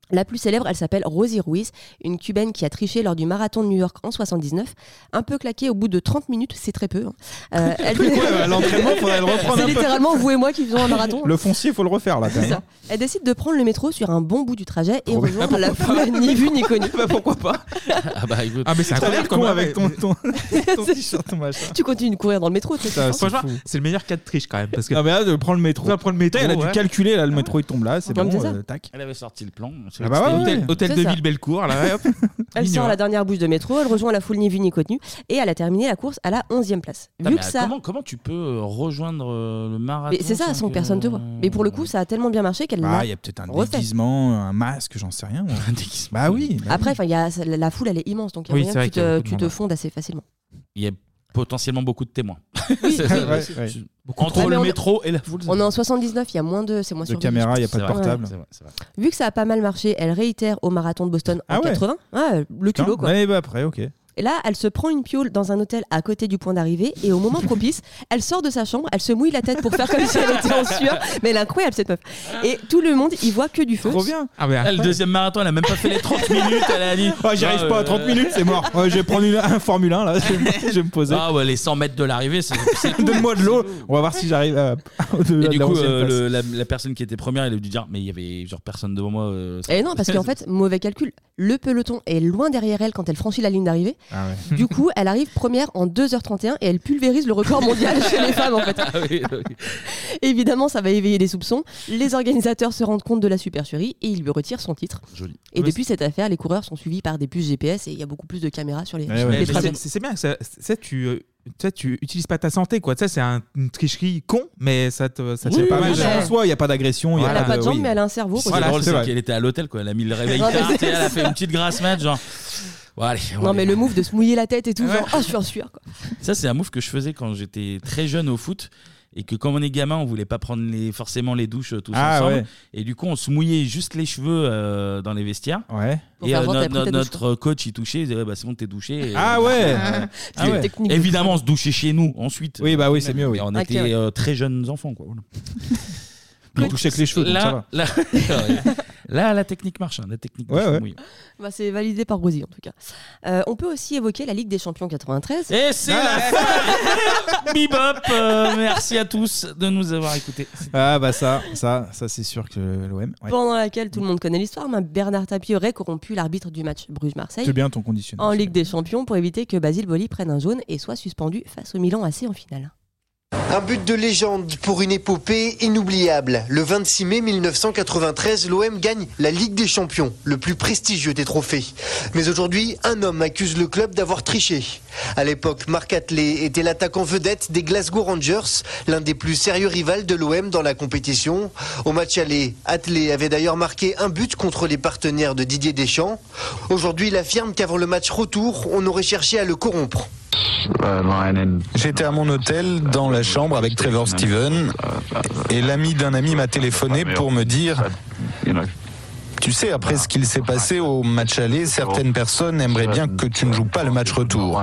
La plus célèbre, elle s'appelle Rosie Ruiz, une Cubaine qui a triché lors du marathon de New York en soixante-dix-neuf. Un peu claquée au bout de trente minutes, c'est très peu. Hein. Euh, elle... ouais, bah, l'entraînement, il faudrait le reprendre. C'est un peu. littéralement vous et moi qui faisons un marathon. Le foncier, il faut le refaire là quand même. Ça. Elle décide de prendre le métro sur un bon bout du trajet et rejoindre la foule ni vue ni connue. Bah, pourquoi pas? Ah bah écoute. Ah mais c'est T'as l'air incroyable con comme avec ton, ton, ton t-shirt, ton machin. Tu continues de courir dans le métro, tu sais. Franchement, c'est le meilleur cas de triche quand même. Parce que Ah, mais là, de prendre le métro. Tu vas prendre le métro, Elle a dû ouais. calculer, là, le métro il tombe là, c'est Comme bon, c'est ça. euh, tac. Elle avait sorti le plan. Ah bah ouais, hôtel, ouais. hôtel C'est de ça. ville Bellecour, là, hop. Elle Mignon, sort hein. la dernière bouche de métro, elle rejoint la foule ni vue ni connue et elle a terminé la course à la onzième place. Putain, Vu mais que ça... comment, comment tu peux euh, rejoindre euh, le marathon Mais c'est ça, sans que que- personne te voit. Mais pour le coup, ça a tellement bien marché qu'elle Ah, l'a il y a peut-être un refait. déguisement, un masque, j'en sais rien. Un déguisement. Bah oui. bah Après, enfin, il y a, la la foule, elle est immense, donc il y a Oui, moyen c'est vrai que tu qu'il y a te, beaucoup de tu te monde. fondes assez facilement. Il y a potentiellement beaucoup de témoins. Oui, C'est- oui, c'est- ouais, c'est- ouais. c'est- Ah, Entre mais le on- métro et la foule. On est en soixante-dix-neuf, il y a moins de, c'est moins De surveillé, caméra, je il n'y a pense. pas de C'est vrai, portable. c'est vrai, c'est vrai. Vu que ça a pas mal marché, elle réitère au marathon de Boston Ah en ouais. quatre-vingts. Ah, le culot, quoi. Ouais, bah après, ok. Et là, elle se prend une piole dans un hôtel à côté du point d'arrivée et au moment propice, elle sort de sa chambre, elle se mouille la tête pour faire comme si elle était en sueur. Mais elle est incroyable cette meuf. Et tout le monde, il voit que du feu. Trop bien. Ah, mais Ah, le deuxième marathon, elle a même pas fait les trente minutes. Elle a dit. Oh, j'y arrive Ah, pas à euh, trente minutes, c'est mort. Ouais, je vais prendre une- un Formule un là, je vais, je vais me poser. Ah ouais, les cent mètres de l'arrivée, c'est. c'est- Donne-moi de l'eau, on va voir si j'arrive à. au-delà Et de du la coup, onzième euh, place. le- la, la personne qui était première, elle a dû dire, mais il y avait genre personne devant moi. euh, ça- Et non, parce qu'en fait, mauvais calcul, le peloton est loin derrière elle quand elle franchit la ligne d'arrivée. Ah ouais. Du coup, elle arrive première en deux heures trente et un et elle pulvérise le record mondial chez les femmes en fait. Ah oui, oui. Évidemment, ça va éveiller les soupçons. Les organisateurs se rendent compte de la supercherie et ils lui retirent son titre. Joli. Et Ouais, depuis cette affaire, les coureurs sont suivis par des puces G P S et il y a beaucoup plus de caméras sur les, Ouais, sur ouais. les Mais trajets. c'est- c'est bien, ça- ça, tu, euh, tu sais, tu utilises pas ta santé, quoi. Tu sais, c'est un- une tricherie con, mais ça te, ça te C'est fait pas pas mal. mal. ouais. En soi, il n'y a pas d'agression. il y Elle a pas pas de jambes, oui. mais elle a un cerveau. Ce qui est Voilà, drôle, c'est c'est vrai. qu'elle était à l'hôtel, quoi. Elle a mis le réveil Non, mais tard, c'est- tu sais, elle a fait une petite grasse mat, genre. Bon, allez, on Non, va- mais le move de se mouiller la tête et tout, genre, oh, je suis en sueur. Quoi. Ça, c'est un move que je faisais quand j'étais très jeune au foot. Et que comme on est gamin, on voulait pas prendre les, forcément les douches euh, tous Ah, ensemble. ouais. Et du coup, on se mouillait juste les cheveux euh, dans les vestiaires. Ouais. Pour Et faire euh, genre, no- t'avais pris no- ta douche, notre coach, il touchait, il disait, ouais, bah, c'est bon, t'es douché. Et, Ah euh, ouais. Ah Ah ouais. Technique de- Évidemment, on se douchait chez nous ensuite. Oui, bah oui, c'est mieux, oui. Et on Ok, était ouais. euh, très jeunes enfants, quoi. Voilà. Il touchait avec les cheveux, donc ça va. Là, là, là, la technique marche. hein, La technique Ouais, marche, ouais. oui. Bah, c'est validé par Rosie en tout cas. Euh, on peut aussi évoquer la Ligue des Champions quatre-vingt-treize. Et c'est la fin. Bebop. euh, merci à tous de nous avoir écoutés. Ah bah ça, ça, ça c'est sûr que l'O M. Ouais. Pendant laquelle tout le monde connaît l'histoire, mais Bernard Tapie aurait corrompu l'arbitre du match Bruges-Marseille C'est bien ton conditionnel. en Ligue des Champions pour éviter que Basile Boli prenne un jaune et soit suspendu face au Milan A C en finale. Un but de légende pour une épopée inoubliable. Le vingt-six mai mille neuf cent quatre-vingt-treize, l'O M gagne la Ligue des Champions, le plus prestigieux des trophées. Mais aujourd'hui, un homme accuse le club d'avoir triché. À l'époque, Marc Atlet était l'attaquant vedette des Glasgow Rangers, l'un des plus sérieux rivales de l'O M dans la compétition. Au match aller, Atlet avait d'ailleurs marqué un but contre les partenaires de Didier Deschamps. Aujourd'hui, il affirme qu'avant le match retour, on aurait cherché à le corrompre. J'étais à mon hôtel, dans la chambre avec Trevor Steven, et l'ami d'un ami m'a téléphoné pour me dire... Tu sais, après ce qu'il s'est passé au match aller, certaines personnes aimeraient bien que tu ne joues pas le match retour.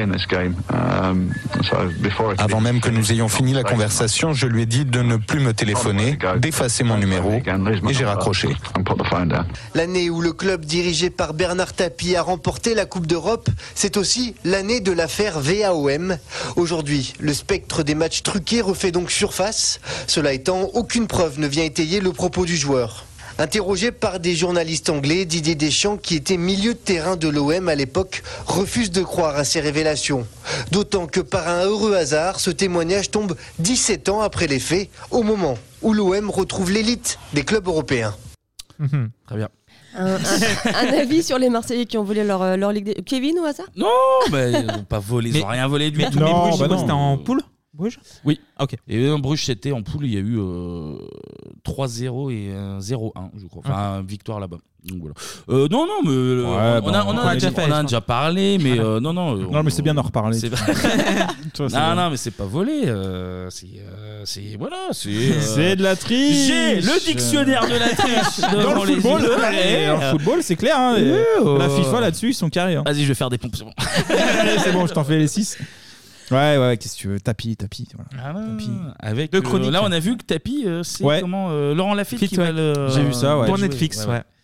Avant même que nous ayons fini la conversation, je lui ai dit de ne plus me téléphoner, d'effacer mon numéro, et j'ai raccroché. L'année où le club dirigé par Bernard Tapie a remporté la Coupe d'Europe, c'est aussi l'année de l'affaire V A O M. Aujourd'hui, le spectre des matchs truqués refait donc surface. Cela étant, aucune preuve ne vient étayer le propos du joueur. Interrogé par des journalistes anglais, Didier Deschamps, qui était milieu de terrain de l'O M à l'époque, refuse de croire à ces révélations. D'autant que par un heureux hasard, ce témoignage tombe dix-sept ans après les faits, au moment où l'O M retrouve l'élite des clubs européens. Mmh, très bien. Un, un- un avis sur les Marseillais qui ont volé leur, euh, leur Ligue des... Kevin au hasard? Non, mais ils n'ont pas volé, ils Mais- n'ont rien volé du mais- tout. mais Non, Bruges, bah non. c'était en poule Bruges Oui. Ok. Et en Bruges, c'était en poule, il y a eu euh, trois zéro et euh, zéro un, je crois. Enfin, victoire là-bas. Donc voilà. Euh, non, non, mais euh, Ouais, on, bah, a, on, on a, a déjà, déjà on fait, a je déjà parlé, mais euh, non, non. Non, mais c'est bien d'en reparler. C'est- Tu vois, c'est non, bien. non, mais c'est pas volé. euh, c'est, euh, c'est voilà, c'est. euh, C'est de la triche. J'ai le dictionnaire de la triche Dans devant le les football, yeux. ouais, dans le football, c'est clair. Hein, et Ouais, La oh. FIFA là-dessus, ils sont carrés. Hein. Vas-y, je vais faire des pompes. C'est bon. Allez, c'est bon, je t'en fais les six. Ouais, ouais, qu'est-ce que tu veux? Tapis, tapis. Voilà. Ah ouais, Tapis. Avec Deux euh, chroniques. là, on a vu que Tapis, euh, c'est Ouais. comment euh, Laurent Lafitte Fit, qui ouais. va le. J'ai vu ça, ouais. jouer. Pour Netflix, ouais.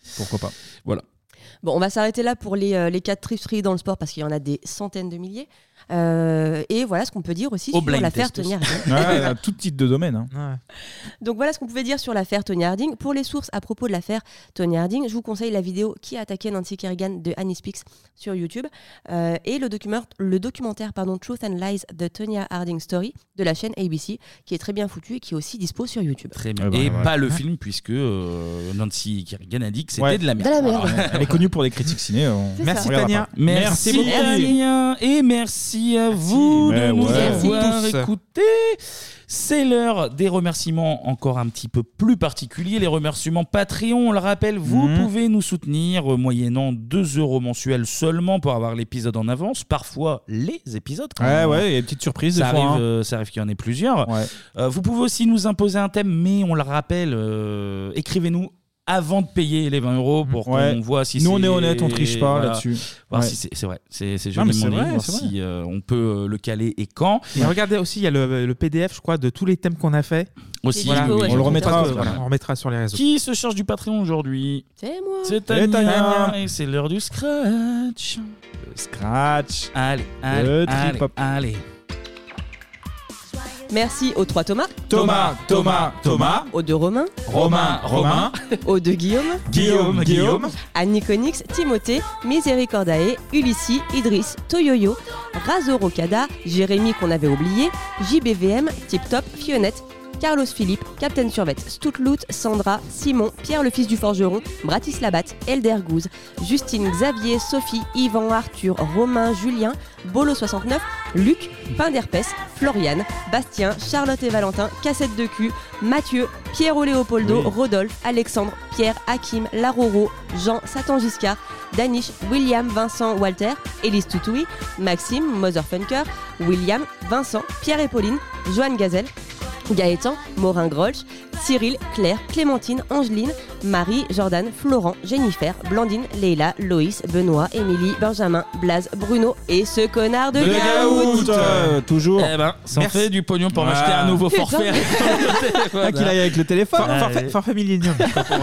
Pourquoi pas. Voilà. Bon, on va s'arrêter là pour les, euh, les cas de tricherie dans le sport parce qu'il y en a des centaines de milliers. Euh, et voilà ce qu'on peut dire aussi Au sur blind l'affaire test Tony aussi. Harding. Ouais, à tout titre de domaine. Hein. Donc voilà ce qu'on pouvait dire sur l'affaire Tony Harding. Pour les sources à propos de l'affaire Tony Harding, je vous conseille la vidéo Qui a attaqué Nancy Kerrigan de Annie Speaks sur YouTube euh, et le documentaire, le documentaire pardon, Truth and Lies The Tonya Harding Story de la chaîne A B C qui est très bien foutu et qui est aussi dispo sur YouTube. Très bien. Ouais, bah, Et ouais. pas le film, puisque euh, Nancy Kerrigan a dit que c'était Ouais. de la merde. De la merde. Alors, Elle est connue pour des critiques ciné. on- C'est Merci ça. Tania. Merci, beaucoup. Tania. Et merci à vous Mais de nous ouais. avoir Tous. écoutés. C'est l'heure des remerciements encore un petit peu plus particuliers. Les remerciements Patreon, on le rappelle, vous Mhm. pouvez nous soutenir euh, moyennant deux euros mensuels seulement pour avoir l'épisode en avance. Parfois, les épisodes. quand Ouais, même. ouais, il y a des petites surprises. Ça des fois, arrive, hein. euh, ça arrive qu'il y en ait plusieurs. Ouais. Euh, vous pouvez aussi nous imposer un thème, mais on le rappelle, euh, écrivez-nous avant de payer les vingt euros pour Ouais. qu'on voit si Nous, c'est... on est honnête, on triche pas là-dessus. Voir Ouais. si c'est, c'est vrai, c'est, c'est Non, mais joliment c'est dit, vrai, voir c'est si euh, on peut euh, le caler et quand. Et regardez aussi, il y a le, le P D F, je crois, de tous les thèmes qu'on a fait. Aussi, Voilà. oui, oui. On le remettra, Voilà, euh, on remettra sur les réseaux. Qui se charge du Patreon aujourd'hui? C'est moi. C'est C'est Tania, Tania. et c'est l'heure du scratch. Le scratch. Allez, allez, Le allez, trip-hop. allez. Merci aux trois Thomas. Thomas, Thomas, Thomas. Aux deux Romain. Romain, Romain. Aux deux Guillaume. Guillaume, Guillaume. À Niconix, Timothée, Miséricordae, Ulissi, Idriss, Toyoyo, Razo Rocada, Jérémy qu'on avait oublié, J B V M, Tip Top, Fionnette, Carlos Philippe, Captain Survet, Stoutlout, Sandra, Simon, Pierre le fils du forgeron, Bratislabat, Elder Gouze, Justine, Xavier, Sophie, Yvan, Arthur, Romain, Julien, Bolo soixante-neuf, Luc, Pain d'Herpès, Floriane, Bastien, Charlotte et Valentin, Cassette de cul, Mathieu, Piero Léopoldo, Oui. Rodolphe, Alexandre, Pierre, Hakim, Laroro, Jean, Satan Giscard, Danish, William, Vincent, Walter, Élise Toutoui, Maxime, Motherfunker, William, Vincent, Pierre et Pauline, Joanne Gazelle, Gaëtan, Morin Grolsch, Cyril, Claire, Clémentine, Angeline, Marie, Jordan, Florent, Jennifer, Blandine, Leila, Loïs, Benoît, Émilie, Benjamin, Blaze, Bruno et ce connard de, De Gaout. Gaout, euh, toujours. Eh ben, ça en Merci. fait du pognon pour Voilà. m'acheter un nouveau Putain. forfait. Ah, qu'il aille avec le téléphone. For- forfait, forfait Millennium.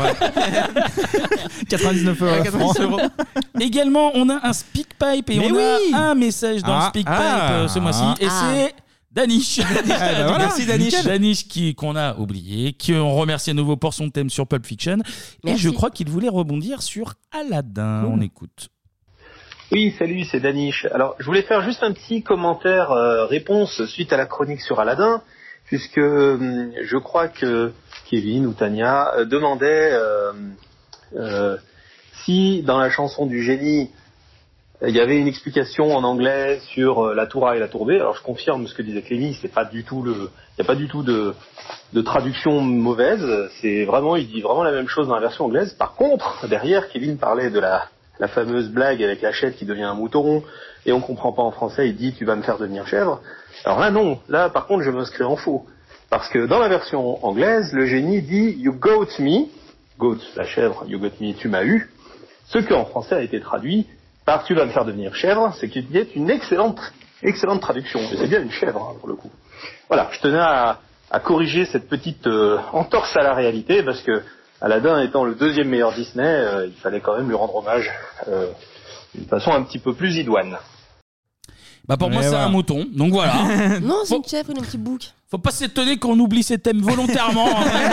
quatre-vingt-dix-neuf euros. quatre-vingt-dix euros. Également, on a un SpeakPipe et Mais on oui. a un message dans Ah, le SpeakPipe ah, euh, ce mois-ci. Et ah. c'est Danish. ben voilà, Merci Danish. nickel. Danish qui, qu'on a oublié, qui on remercie à nouveau pour son thème sur Pulp Fiction. Et Merci. je crois qu'il voulait rebondir sur Aladdin. On écoute. Oui, salut, c'est Danish. Alors, je voulais faire juste un petit commentaire euh, réponse suite à la chronique sur Aladdin, puisque hum, je crois que Kevin ou Tania euh, demandait euh, euh, si dans la chanson du génie il y avait une explication en anglais sur euh, la tour A et la tour B. Alors, je confirme ce que disait Clémy, c'est pas du tout le, il n'y a pas du tout de, de traduction mauvaise. C'est vraiment, il dit vraiment la même chose dans la version anglaise. Par contre, derrière, Kevin parlait de la la fameuse blague avec la chèvre qui devient un mouton, et on comprend pas en français, il dit tu vas me faire devenir chèvre. Alors là non, là par contre je m'inscris en faux. Parce que dans la version anglaise, le génie dit you goat me, goat la chèvre, you goat me, tu m'as eu, ce qui en français a été traduit par tu vas me faire devenir chèvre, c'est qui est une excellente, excellente traduction. Et c'est bien une chèvre hein, pour le coup. Voilà, je tenais à, à corriger cette petite euh, entorse à la réalité, parce que Aladdin étant le deuxième meilleur Disney, euh, il fallait quand même lui rendre hommage euh, d'une façon un petit peu plus idoine. Bah pour Mais moi, c'est voilà. un mouton. Donc voilà. Non, c'est une chèvre, il a un petit bouc. Faut pas s'étonner qu'on oublie ces thèmes volontairement.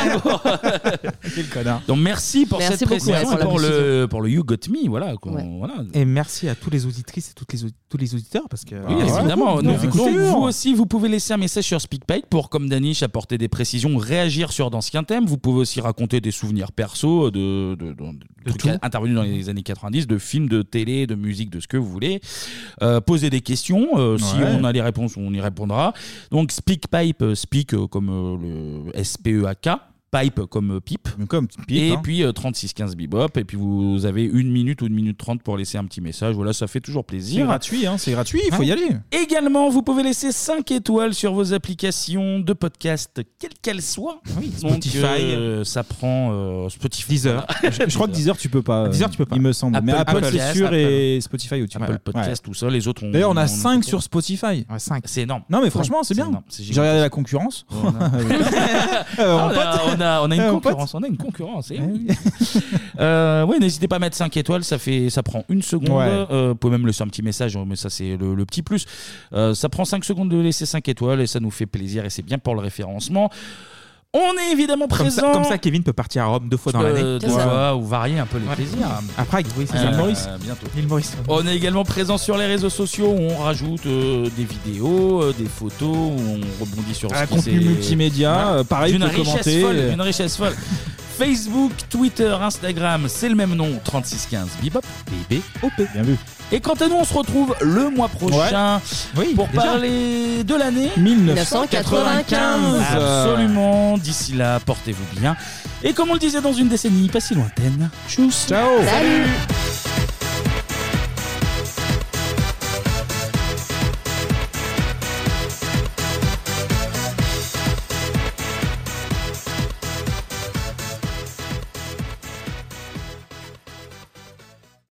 Quel connard. Donc merci pour Merci cette beaucoup, précision ouais, et pour pour la le, pour le You Got Me. Voilà, qu'on- Ouais. voilà. Et merci à tous les auditrices et toutes les, au- tous les auditeurs parce que Oui, Ah, évidemment. ouais, Donc, bien donc, sûr. vous aussi, vous pouvez laisser un message sur SpeakPipe pour, comme Danish, apporter des précisions, réagir sur d'anciens thèmes. Vous pouvez aussi raconter des souvenirs perso de, de, de, de trucs tout. intervenus dans les années quatre-vingt-dix, de films, de télé, de musique, de ce que vous voulez. Euh, poser des questions. euh, Si Ouais. on a les réponses, on y répondra. Donc SpeakPipe, euh, speak euh, comme euh, le S P E A K. Pipe comme euh, pipe. Comme pipe, et hein. puis euh, trente-six quinze bebop. Et puis vous avez une minute ou une minute trente pour laisser un petit message. Voilà, ça fait toujours plaisir. C'est gratuit, hein, c'est gratuit, il faut Hein y aller. Également, vous pouvez laisser cinq étoiles sur vos applications de podcast, quelles qu'elles soient. Oui, Donc, Spotify. euh, ça prend euh, Spotify. Deezer. Je, je crois que Deezer tu peux pas. Deezer, tu peux pas. Il me semble. Apple mais Apple Podcast, c'est sûr Apple. et Spotify où tu Apple Podcast, tout ça. Les autres ont. D'ailleurs on a ont- cinq sur Spotify. Ouais, cinq. C'est énorme. Non mais franchement c'est bien. énorme, c'est J'ai regardé la concurrence. On a- Euh, Ah, en on, pote. a, on on a, on a une Ah, mon concurrence, on a une concurrence. eh oui. euh, ouais, n'hésitez pas à mettre cinq étoiles, ça fait, ça prend une seconde. Ouais. Euh, vous pouvez même laisser un petit message, mais ça c'est le, le petit plus. Euh, ça prend cinq secondes de laisser cinq étoiles et ça nous fait plaisir et c'est bien pour le référencement. On est évidemment Comme ça, présent. comme ça, Kevin peut partir à Rome deux fois dans Euh, l'année. deux fois, ou varier un peu les Ouais. plaisirs. À Prague, oui, c'est Euh, ça. Maurice. bientôt. L'île Maurice. On est également présent sur les réseaux sociaux où on rajoute euh, des vidéos, euh, des photos, où on rebondit sur Un ce qui contenu s'est- multimédia, euh, pareil, d'une vous pouvez richesse commenter. folle, d'une richesse folle. Facebook, Twitter, Instagram, c'est le même nom, trente-six quinze Bebop, B B O P. Bien vu. Et quant à nous, on se retrouve le mois prochain pour déjà. parler de l'année mille neuf cent quatre-vingt-quinze. Absolument. D'ici là, portez-vous bien. Et comme on le disait dans une décennie pas si lointaine, tchuss. Ciao. Salut.